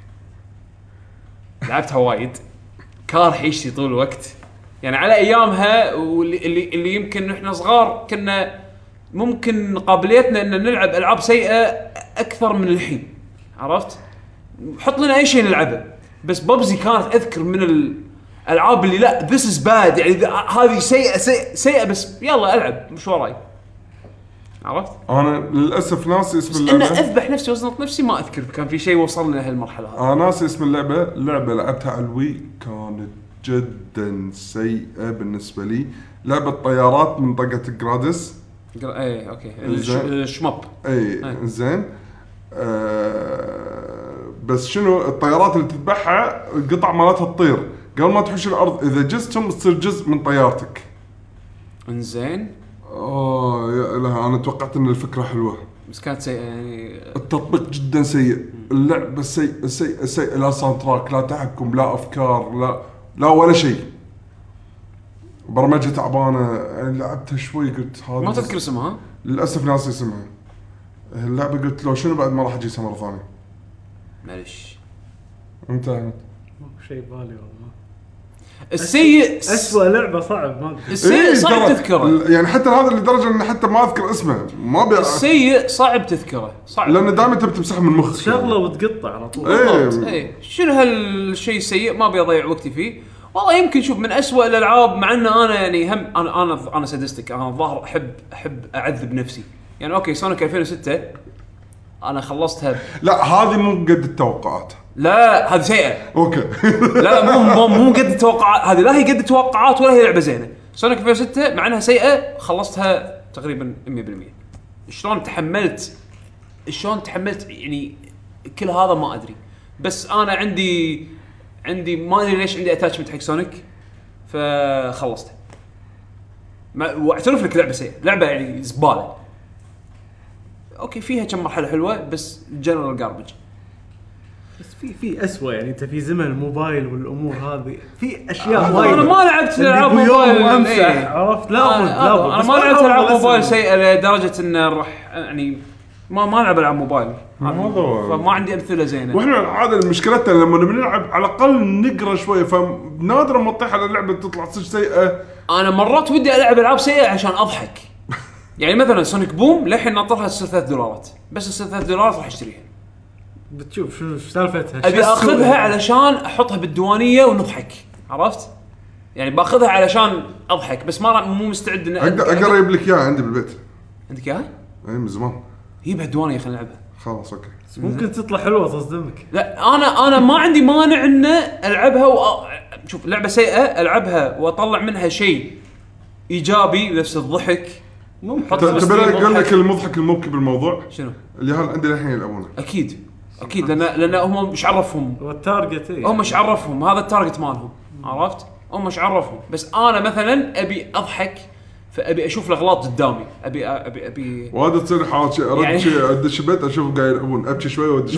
لعبتها وايد كار حيشتي طول الوقت يعني على أيامها واللي اللي, اللي يمكن إحنا صغار كنا ممكن قابليتنا إن نلعب ألعاب سيئة أكثر من الحين عرفت حط لنا أي شيء نلعبه. بس ببزي كانت أذكر من الألعاب اللي لا this is bad يعني هذه سيئة سيئة, سيئة بس يلا ألعب مش وراي عرفت. انا للاسف ناسي اسم بس اللعبه. انا اذبح نفسي وزنط نفسي ما اذكر كان في شيء وصلنا لهالمرحله هذه. انا ناسي اسم اللعبه. اللعبه لعبتها على الوي كانت جدا سيئه بالنسبه لي. لعبه طيارات منطقه جرادس. اي اوكي الشمب اي زين. آه بس شنو الطيارات اللي تذبحها القطع مالتها تطير قبل ما تحوش الارض. اذا جزتهم تصير جزء من طيارتك. انزين. اه لا انا توقعت ان الفكره حلوه بس كانت سيئه يعني التطبيق جدا سيء. اللعبه سيء سيء سيء. لا ساوند تراك لا تحكم لا افكار لا لا ولا شيء. برمجه تعبانه. لعبتها شوي قلت هذا ما تذكر اسمها للاسف ناسي اسمها. اللعبه قلت لو شنو بعد ما راح اجيسها مره ثانيه. معلش انت مو شيء بالي والله. السيء أسوأ لعبة صعب ما أذكر. السيء إيه صعب تذكره يعني حتى هذا لدرجه ان حتى ما اذكر اسمه ما بي... السيء صعب تذكره صعب لان دائما تبي تمسحه من مخك شغله وتقطع على طول. ايه ايه شنو هالشيء السيء ما بيضيع وقتي فيه والله. يمكن شوف من أسوأ الالعاب مع ان انا يعني هم انا انا انا سادستك انا الظاهر احب احب اعذب نفسي يعني. اوكي سونيك ألفين وستة انا خلصتها ب... لا هذه مو قد التوقعات. لا هذه سيئه اوكي. لا مو مو, مو قد التوقعات هذه. لا هي قد التوقعات ولا هي لعبه زينه. سونيك ألفين وستة مع انها سيئه خلصتها تقريبا مية بالمية. شلون تحملت شلون تحملت يعني كل هذا ما ادري. بس انا عندي عندي ما ادري ليش عندي اتاتشمنت حق سونيك فخلصتها. واعترف لك لعبه سيئه لعبه يعني زباله. اوكي فيها كم مرحله حلوه بس جنرال جاربج. بس في في أسوأ يعني انت في زمن الموبايل والامور هذه في اشياء وايد. انا ما لعبت العاب موبايل وامسح ايه. عرفت لا لا انا ما لعبت العاب موبايل سيئه لدرجه انه راح يعني ما ما العب العاب موبايل فما عندي امثله زينه. واحنا عاده مشكلتنا لما بنلعب على الاقل نقرا شويه فنادرا ما تطيح على اللعبه تطلع صدق سيئه. انا مرات ودي العب العاب سيئه عشان اضحك يعني مثلا سونيك بوم للحين ناطرها تصير ثلاثة دولارات بس تصير ثلاثة دولارات راح اشتريها. بتشوف شنو سالفتها ابي اخذها علشان احطها بالديوانيه ونضحك عرفت يعني باخذها علشان اضحك بس ما مو مستعد ان اقدر اقدر اجيب لك اياها عندي بالبيت. عندك اياها؟ اي من زمان. جيبها الديوانيه خلينا نلعبها. خلاص اوكي. ممكن تطلع حلوه تصدمك. لا انا انا ما عندي مانع ان العبها و... شوف لعبه سيئه العبها واطلع منها شيء ايجابي نفس الضحك. ممكن تبي اقول لك المضحك المبكي بالموضوع شنو اليهال عندي الحين يلعبونه. اكيد اكيد لان لان هم مش عرفهم والتارجت ايه هم مش عرفهم هذا التارجت مالهم عرفت هم مش عرفهم. بس انا مثلا ابي اضحك فابي اشوف الاغلاط قدامي ابي ابي ابي وهذا تصير حاله شيء ارد يعني... شيء ادش البيت اشوف قاعد يلعبون ابكي شوي وادش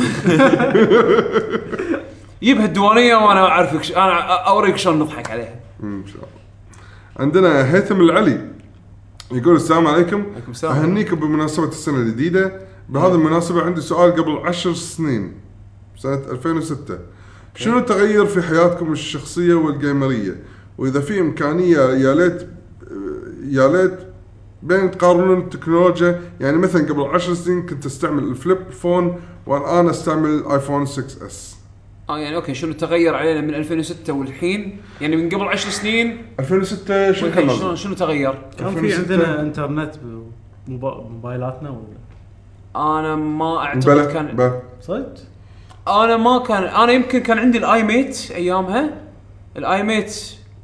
يجيبها الديوانيه وانا اعرفك انا اوريك شلون نضحك عليها ان شاء الله. عندنا هيثم العلي يقول السلام عليكم اهنيكم بمناسبه السنه الجديده. بهذه المناسبه عندي سؤال. قبل عشر سنين سنه ألفين وستة شنو تغير في حياتكم الشخصيه والجيمريه واذا في امكانيه يا ليت يا ليت بين تقارنون التكنولوجيا يعني مثلا قبل عشر سنين كنت استعمل الفليب فون والان استعمل ايفون ستة اس. اه يعني اوكي شنو تغير علينا من ألفين وستة والحين يعني من قبل عشر سنين ألفين وستة شو كان شنو نازل؟ شنو تغير؟ كان في عندنا انترنت بموبايلاتنا ولا انا ما اعتقد بلا كان بلا صدق؟ انا ما كان انا يمكن كان عندي الاي ميت ايامها الاي ميت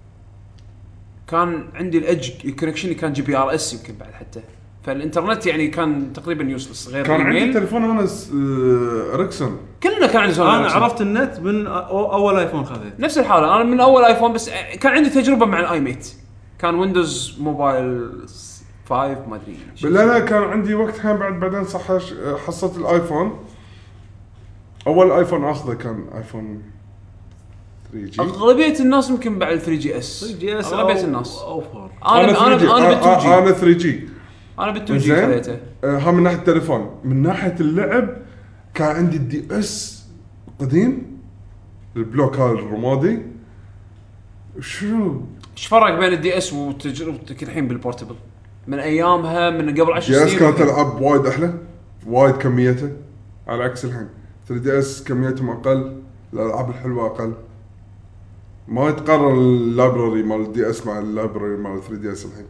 كان عندي الادج الكونكشن كان جي بي ار اس يمكن بعد حتى فالانترنت يعني كان تقريبا يوصل غير كان عندي الايميل تليفون انا اريكسون. كلنا كان عندي انا عرفت النت من اول ايفون خذيت نفس الحاله انا من اول ايفون بس كان عندي تجربه مع الاي ميت كان ويندوز موبايل خمسة ما ادري بالله انا كان عندي وقتها بعد بعدين صح حصلت الايفون. اول ايفون اخذه كان ايفون ثري جي. اغلبيه الناس يمكن بعد ثري جي اس ثري جي اس اغلبيه الناس او فور انا انا انا بالتو جي انا ثري جي انا بالتو جي خذيته. ها من ناحيه التليفون. من ناحيه اللعب كان عندي الدي اس قديم البلوك هذا الرمادي. شنو ايش فرق بين الدي اس وتجربتك الحين بالبورتبل من ايامها من قبل عشر دي سنين؟ اس كانت تلعب وايد احلى وايد كميته على عكس الحين. ثري دي اس كميتهم اقل الالعاب الحلوه اقل. ما يتقارن اللايبراري مال الدي اس مع اللايبراري مال ثري دي اس الحين.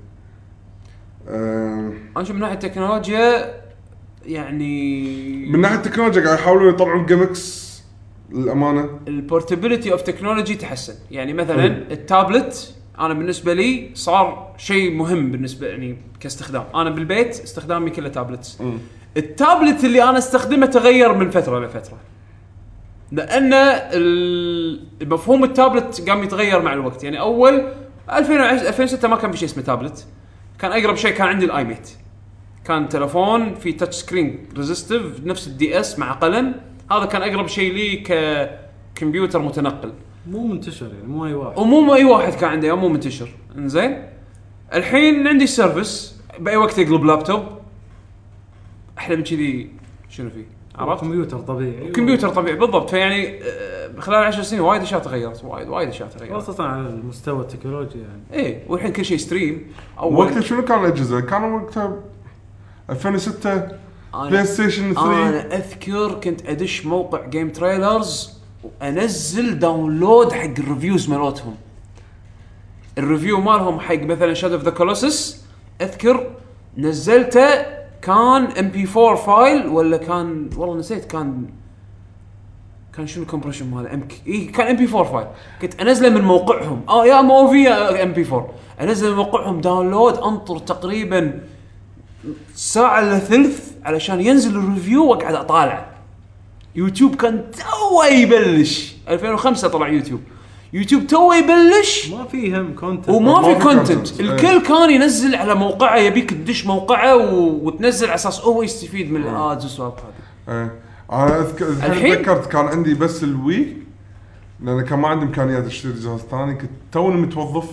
أه انا شوف من ناحيه التكنولوجيا يعني من ناحيه التكنولوجيا قاعد يحاولون يطلعون جيمكس للامانه. البورتابيلتي اوف تكنولوجي تحسن يعني مثلا م. التابلت انا بالنسبه لي صار شيء مهم بالنسبه يعني كاستخدام. انا بالبيت استخدامي كله تابلتس. م. التابلت اللي انا استخدمه تغير من فتره لفتره لان المفهوم التابلت قام يتغير مع الوقت. يعني اول ألفين وستة ما كان في شيء اسمه تابلت. كان اقرب شيء كان عندي الاي ميت كان تلفون في تاتش سكرين ريزيستيف نفس الدي اس مع قلم. هذا كان اقرب شيء لي ككمبيوتر متنقل مو منتشر يعني مو اي واحد ومو اي واحد كان عنده مو منتشر. انزين الحين عندي سيرفيس باي وقت اقلب لابتوب احلى من كذي. شنو فيه عرفت كمبيوتر طبيعي كمبيوتر طبيعي بالضبط. فيعني خلال عشر سنين وايد اشياء تغيرت وايد وايد اشياء تغيرت خاصه على المستوى التكنولوجي يعني. ايه والحين كل شيء ستريم. وقتها شنو كان الاجهزه؟ كانوا وقتها ألفين وستة بلاي ستيشن ثري. انا اذكر كنت ادش موقع جيم تريلرز وانزل داونلود حق الريفيوز مالتهم. الريفيو مالهم حق مثلا شادو اوف ذا كولوسس اذكر نزلته كان ام بي فور فايل ولا كان والله نسيت كان كان شنو الكمبريشن ماله ام اي كان ام بي فور فايل. كنت انزله من موقعهم اه يا مو في ام بي فور انزل من موقعهم داونلود انطر تقريبا ساعه الا ثلث علشان ينزل الريفيو واقعد اطالع. يوتيوب كان تو يبلش ألفين وخمسة طلع يوتيوب يوتيوب تو يبلش ما في هم كونتنت وما في كونتنت. الكل كان ينزل على موقعه يبيك تدش موقعه و... وتنزل على اساس هو يستفيد من الادز والسوالف هذه. ايه انا اذكر الحين ذكرت كان عندي بس الوي لان كان ما عندي امكانيات اشتري جهاز ثاني. كنت توني متوظف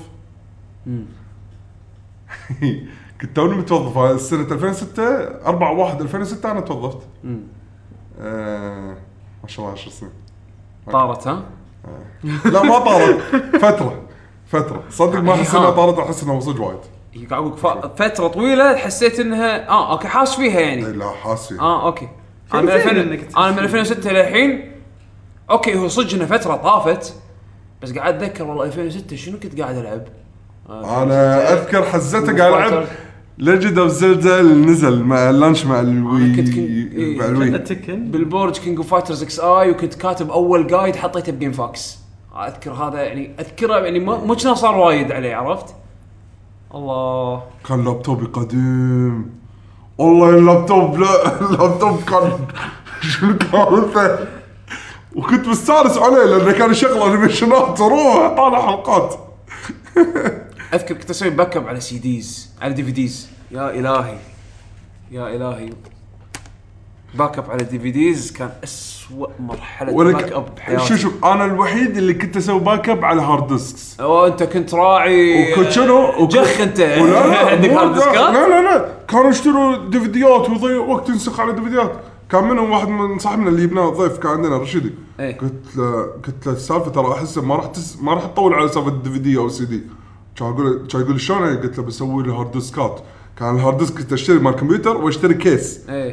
كنت توني متوظف السنه ألفين وستة أربعة واحد ألفين وستة انا توظفت. آه ما شاء الله عشر سنين طارت ها آه. لا ما طارت فتره فتره صدق ما احس انها طارت احس انها وصل وايد. يقعدوا فتره طويله حسيت انها اه اوكي حاس فيها يعني. لا حاس فيها اه اوكي انا من ألفين انا من ألفين وستة للحين اوكي هو صدق انها فتره طافت بس قاعد اتذكر والله ألفين وستة شنو كنت قاعد العب. آه انا اذكر حزتها قاعد العب ليجند اوف زلدا نزل مع اللانش مع الوي كنت مع الوي بالبورد كينج اوف فايترز اكس اي وكنت كاتب اول جايد حطيته بجيم فاكس. اذكر هذا يعني اذكره يعني مو كنا صار وايد عليه عرفت. الله كان لابتوبي قديم والله اللابتوب لا اللابتوب كان شنو كان وكنت مستانس عليه لانه كان يشغل انيميشنات وروح طالع حلقات. اذكر كنت اسوي باك اب على سي ديز على دي في ديز. يا الهي يا الهي باك اب على دي في ديز كان اسوأ مرحله باك اب بحياتي. شو شو انا الوحيد اللي كنت اسوي باك اب على هارد ديسكس. او انت كنت راعي وكنت شنو جخ انت عندك هارد ديسكات. لا لا لا كانوا يشتروا ديفيديات ويضيع وقت ينسخ على ديفيديات. كان منهم واحد من صاحبنا اللي يبناه ضيف كان عندنا رشيدي. ايه؟ قلت له قلت له السالفه ترى احس ما راح تس... ما راح تطول على سالفه الديفيدي او السي دي. كان اقول كان يقول شلون؟ قلت له بسوي له هارد ديسكات. كان الهارد ديسك تشتري مال الكمبيوتر واشتري كيس. ايه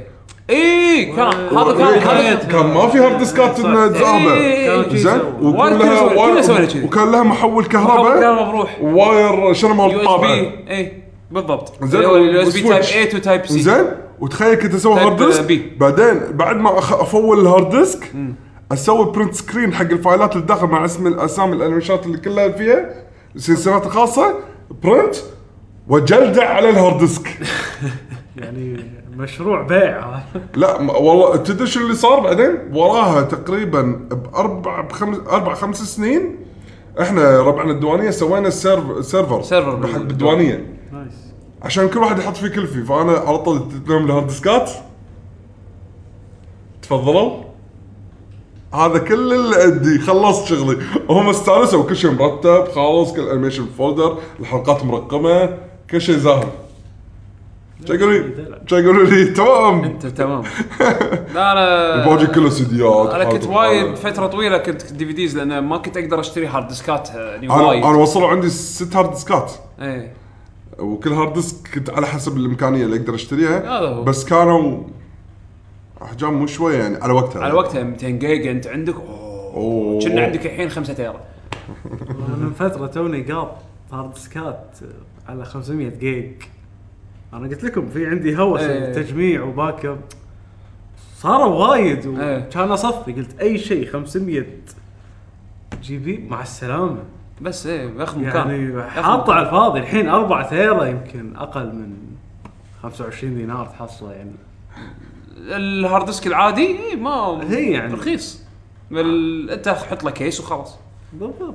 اي كان هذا كان هذا كان ما في هارد ديسكات ذهبه زين وكان وكان لها محول كهرباء بروح واير شنو مال الطابعه اي بالضبط اليو اس بي تايب اي تو تايب سي زين وتخيل كنت اسوي هارد ديسك بعدين بعد ما افول الهارد ديسك اسوي برنت سكرين حق الفايلات اللي داخل مع اسم الاسامي الانيميشنات اللي كلها فيها سلسلات خاصه برنت وجلده على الهارد ديسك. يعني مشروع بيع. لا والله تدري شو اللي صار بعدين وراها تقريبا باربع بخمس اربع خمس سنين احنا ربعنا الديوانيه سوينا السيرفر سيرفر سيرفر حق الديوانيه نايس عشان كل واحد يحط فيه كلفي. فانا على طول تدلهم الهارد ديسكات تفضلوا هذا كل اللي عندي خلصت شغلي وهم استانسوا وكل شيء مرتب خالص كل انيميشن فولدر الحلقات مرقمه كل شيء زاهر. يقولوا لي يقولوا لي تمام انت تمام. لا انا الباقي كله سيديات. انا كنت وايد فتره طويله كنت دي في ديز لان ما كنت اقدر اشتري هارد ديسكات يعني وايد. انا وصلوا عندي ست هارد ديسكات اي وكل هارد ديسك كنت على حسب الامكانيه اللي اقدر اشتريها بس كانوا احجام مو شويه يعني على وقتها على وقتها مئتين جيجا انت عندك اوه كنا عندك الحين خمسة تيرا. انا من فتره توني قاط هارد ديسكات على خمسمية جيج. انا قلت لكم في عندي هوس ايه. تجميع وباك اب صاروا وايد وكان اصفي قلت اي شيء خمسمية جي بي مع السلامه بس ايه ياخذ مكان يعني حاطه على الفاضي. الحين أربعة ثيرا يمكن اقل من خمسة وعشرين دينار تحصله يعني. الهارد ديسك العادي ما هي يعني رخيص بل انت حط له كيس وخلاص بالضبط.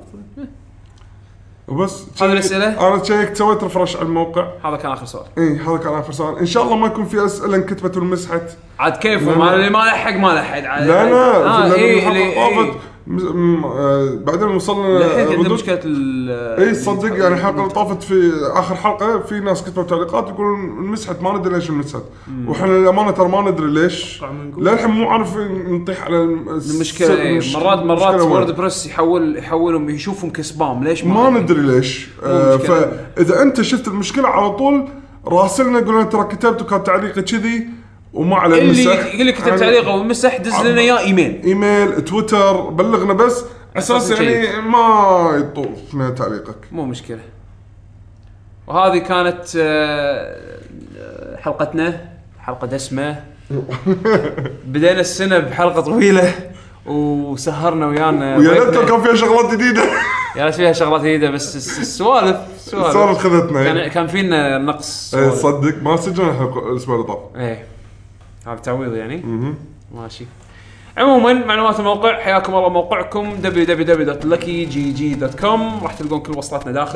وبس هذه الاسئله انا تشيك سويت ريفرش على الموقع. هذا كان اخر سؤال. اي هذا كان اخر سؤال. ان شاء الله ما يكون في اسئله انكتبت والمسحت عاد كيف ما اللي ما لحق ما لحق عاد. لا لا آه إيه إيه بعدين وصلنا ردود مشكله اي صدق يعني الحلقه اللي طافت في اخر حلقه في ناس كتبوا تعليقات يقولون المسحت ما ندري ليش المسحت واحنا للامانه ترى ما ندري ليش للحين مو عارف نطيح على المشكله. إيه مرات مرات ووردبريس يحول يحولهم يشوفهم كسبام ليش ما, ما ندري ليش. آه فاذا انت شفت المشكله على طول راسلنا قلنا ترى كتبت وكان تعليقي كذي وما على المسح اللي يقول لك كتب تعليقه ومسح دز لنا اياه ايميل ايميل تويتر بلغنا بس اساس يعني ما يطوفنا تعليقك مو مشكله. وهذه كانت حلقتنا حلقه دسمه. بدينا السنه بحلقه طويله وسهرنا ويانا ويا ريت كان فيها شغلات جديده. يا ريت فيها شغلات جديده بس السوالف سوالف خذتنا كان كان فينا نقص. اي صدق ما سجلنا الاسبوع اللي طاف. ايه هذا تعويض يعني. اها ماشي. عموما معلومات الموقع حياكم الله موقعكم دبليو دبليو دبليو دوت لاكي جي جي دوت كوم راح تلقون كل وصلاتنا داخل.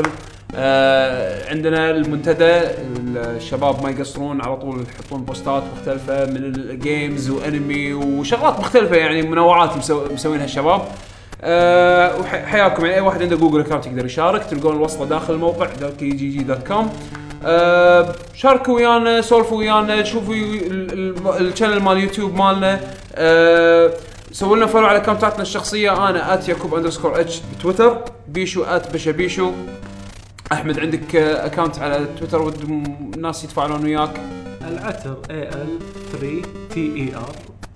آه عندنا المنتدى الشباب ما يقصرون على طول يحطون بوستات مختلفه من الجيمز وانمي وشغلات مختلفه يعني منوعات مسو... مسوينها الشباب. أه وحياكم يعني اي واحد عنده جوجل اكاونت يقدر يشارك تلقون الوصله داخل الموقع لاكي جي جي دوت كوم. أه شاركوا ويانا سولفوا ويانا شوفوا الشانل مال يوتيوب مالنا. أه سووا لنا فولو على اكونتاتنا الشخصيه. انا ات يعقوب اندرسكور اتش بتويتر بيشو ات بشبيشو. احمد عندك اكونت على تويتر والناس يتفاعلون وياك العتر اي ال ثلاثة تي اي ار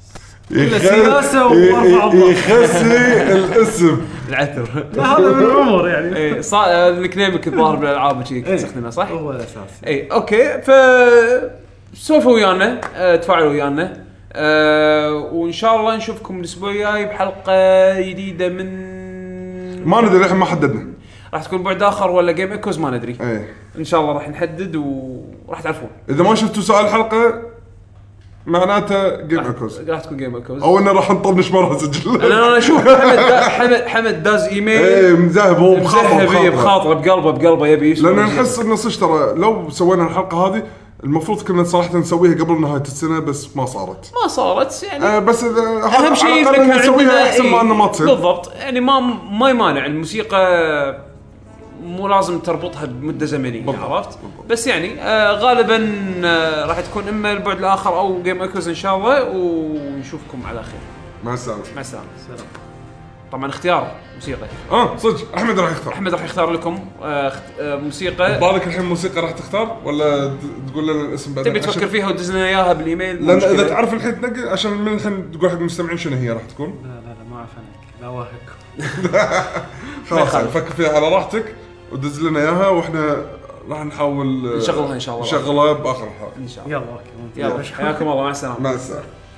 السياسه وارفع يخسي الاسم العتر. لا هذا من العمر يعني. اي صار النيكنيمك الظاهر بالالعاب شيء تستخدمه صح هو الاساس. اي اوكي ف سولفوا ويانا تفاعلوا ويانا. أه وان شاء الله نشوفكم الاسبوع الجاي بحلقه جديده من ما ندري الحين ما حددنا راح تكون بعد اخر ولا جيم ايكوز ما ندري. ايه ان شاء الله راح نحدد وراح تعرفون. اذا ما شفتوا سؤال الحلقه معناته جيم ايكوز راح تكون جيم ايكوز او انه راح نطنش مره سجل. انا اشوف حمد دا حمد حمد داز ايميل ايه مذهب هو بخاطره بخاطره بقلبه بقلبه يبي لان نحس انه صش ترى لو سوينا الحلقه هذه المفروض كنا صراحه نسويها قبل نهايه السنه بس ما صارت ما صارت يعني. آه بس اهم شيء انك نسويها احسن ما انه ما تصير بالضبط يعني ما ما يمانع الموسيقى مو لازم تربطها بمده زمنيه عرفت بس يعني آه غالبا آه راح تكون اما البعد الاخر او جيم ايكوز ان شاء الله ونشوفكم على خير. مع السلامه. مع السلامه. طبعا اختيار موسيقى. اه صدق احمد راح يختار. احمد راح يختار لكم آه اخت... آه موسيقى. بالك الحين موسيقى راح تختار ولا د- تقول لنا الاسم بعدين؟ تبي تفكر فيها ودز لنا اياها بالايميل. لان اذا تعرف الحين تنقل عشان من الحين تقول حق المستمعين شنو هي راح تكون. لا لا لا ما اعرف عنك لا واهك. خلاص يعني فكر فيها على راحتك ودز لنا اياها واحنا راح نحاول نشغلها ان شاء الله. نشغلها باخر الحلقه ان شاء الله. يلا اوكي يلا حياكم الله مع السلامه. مع السلامه.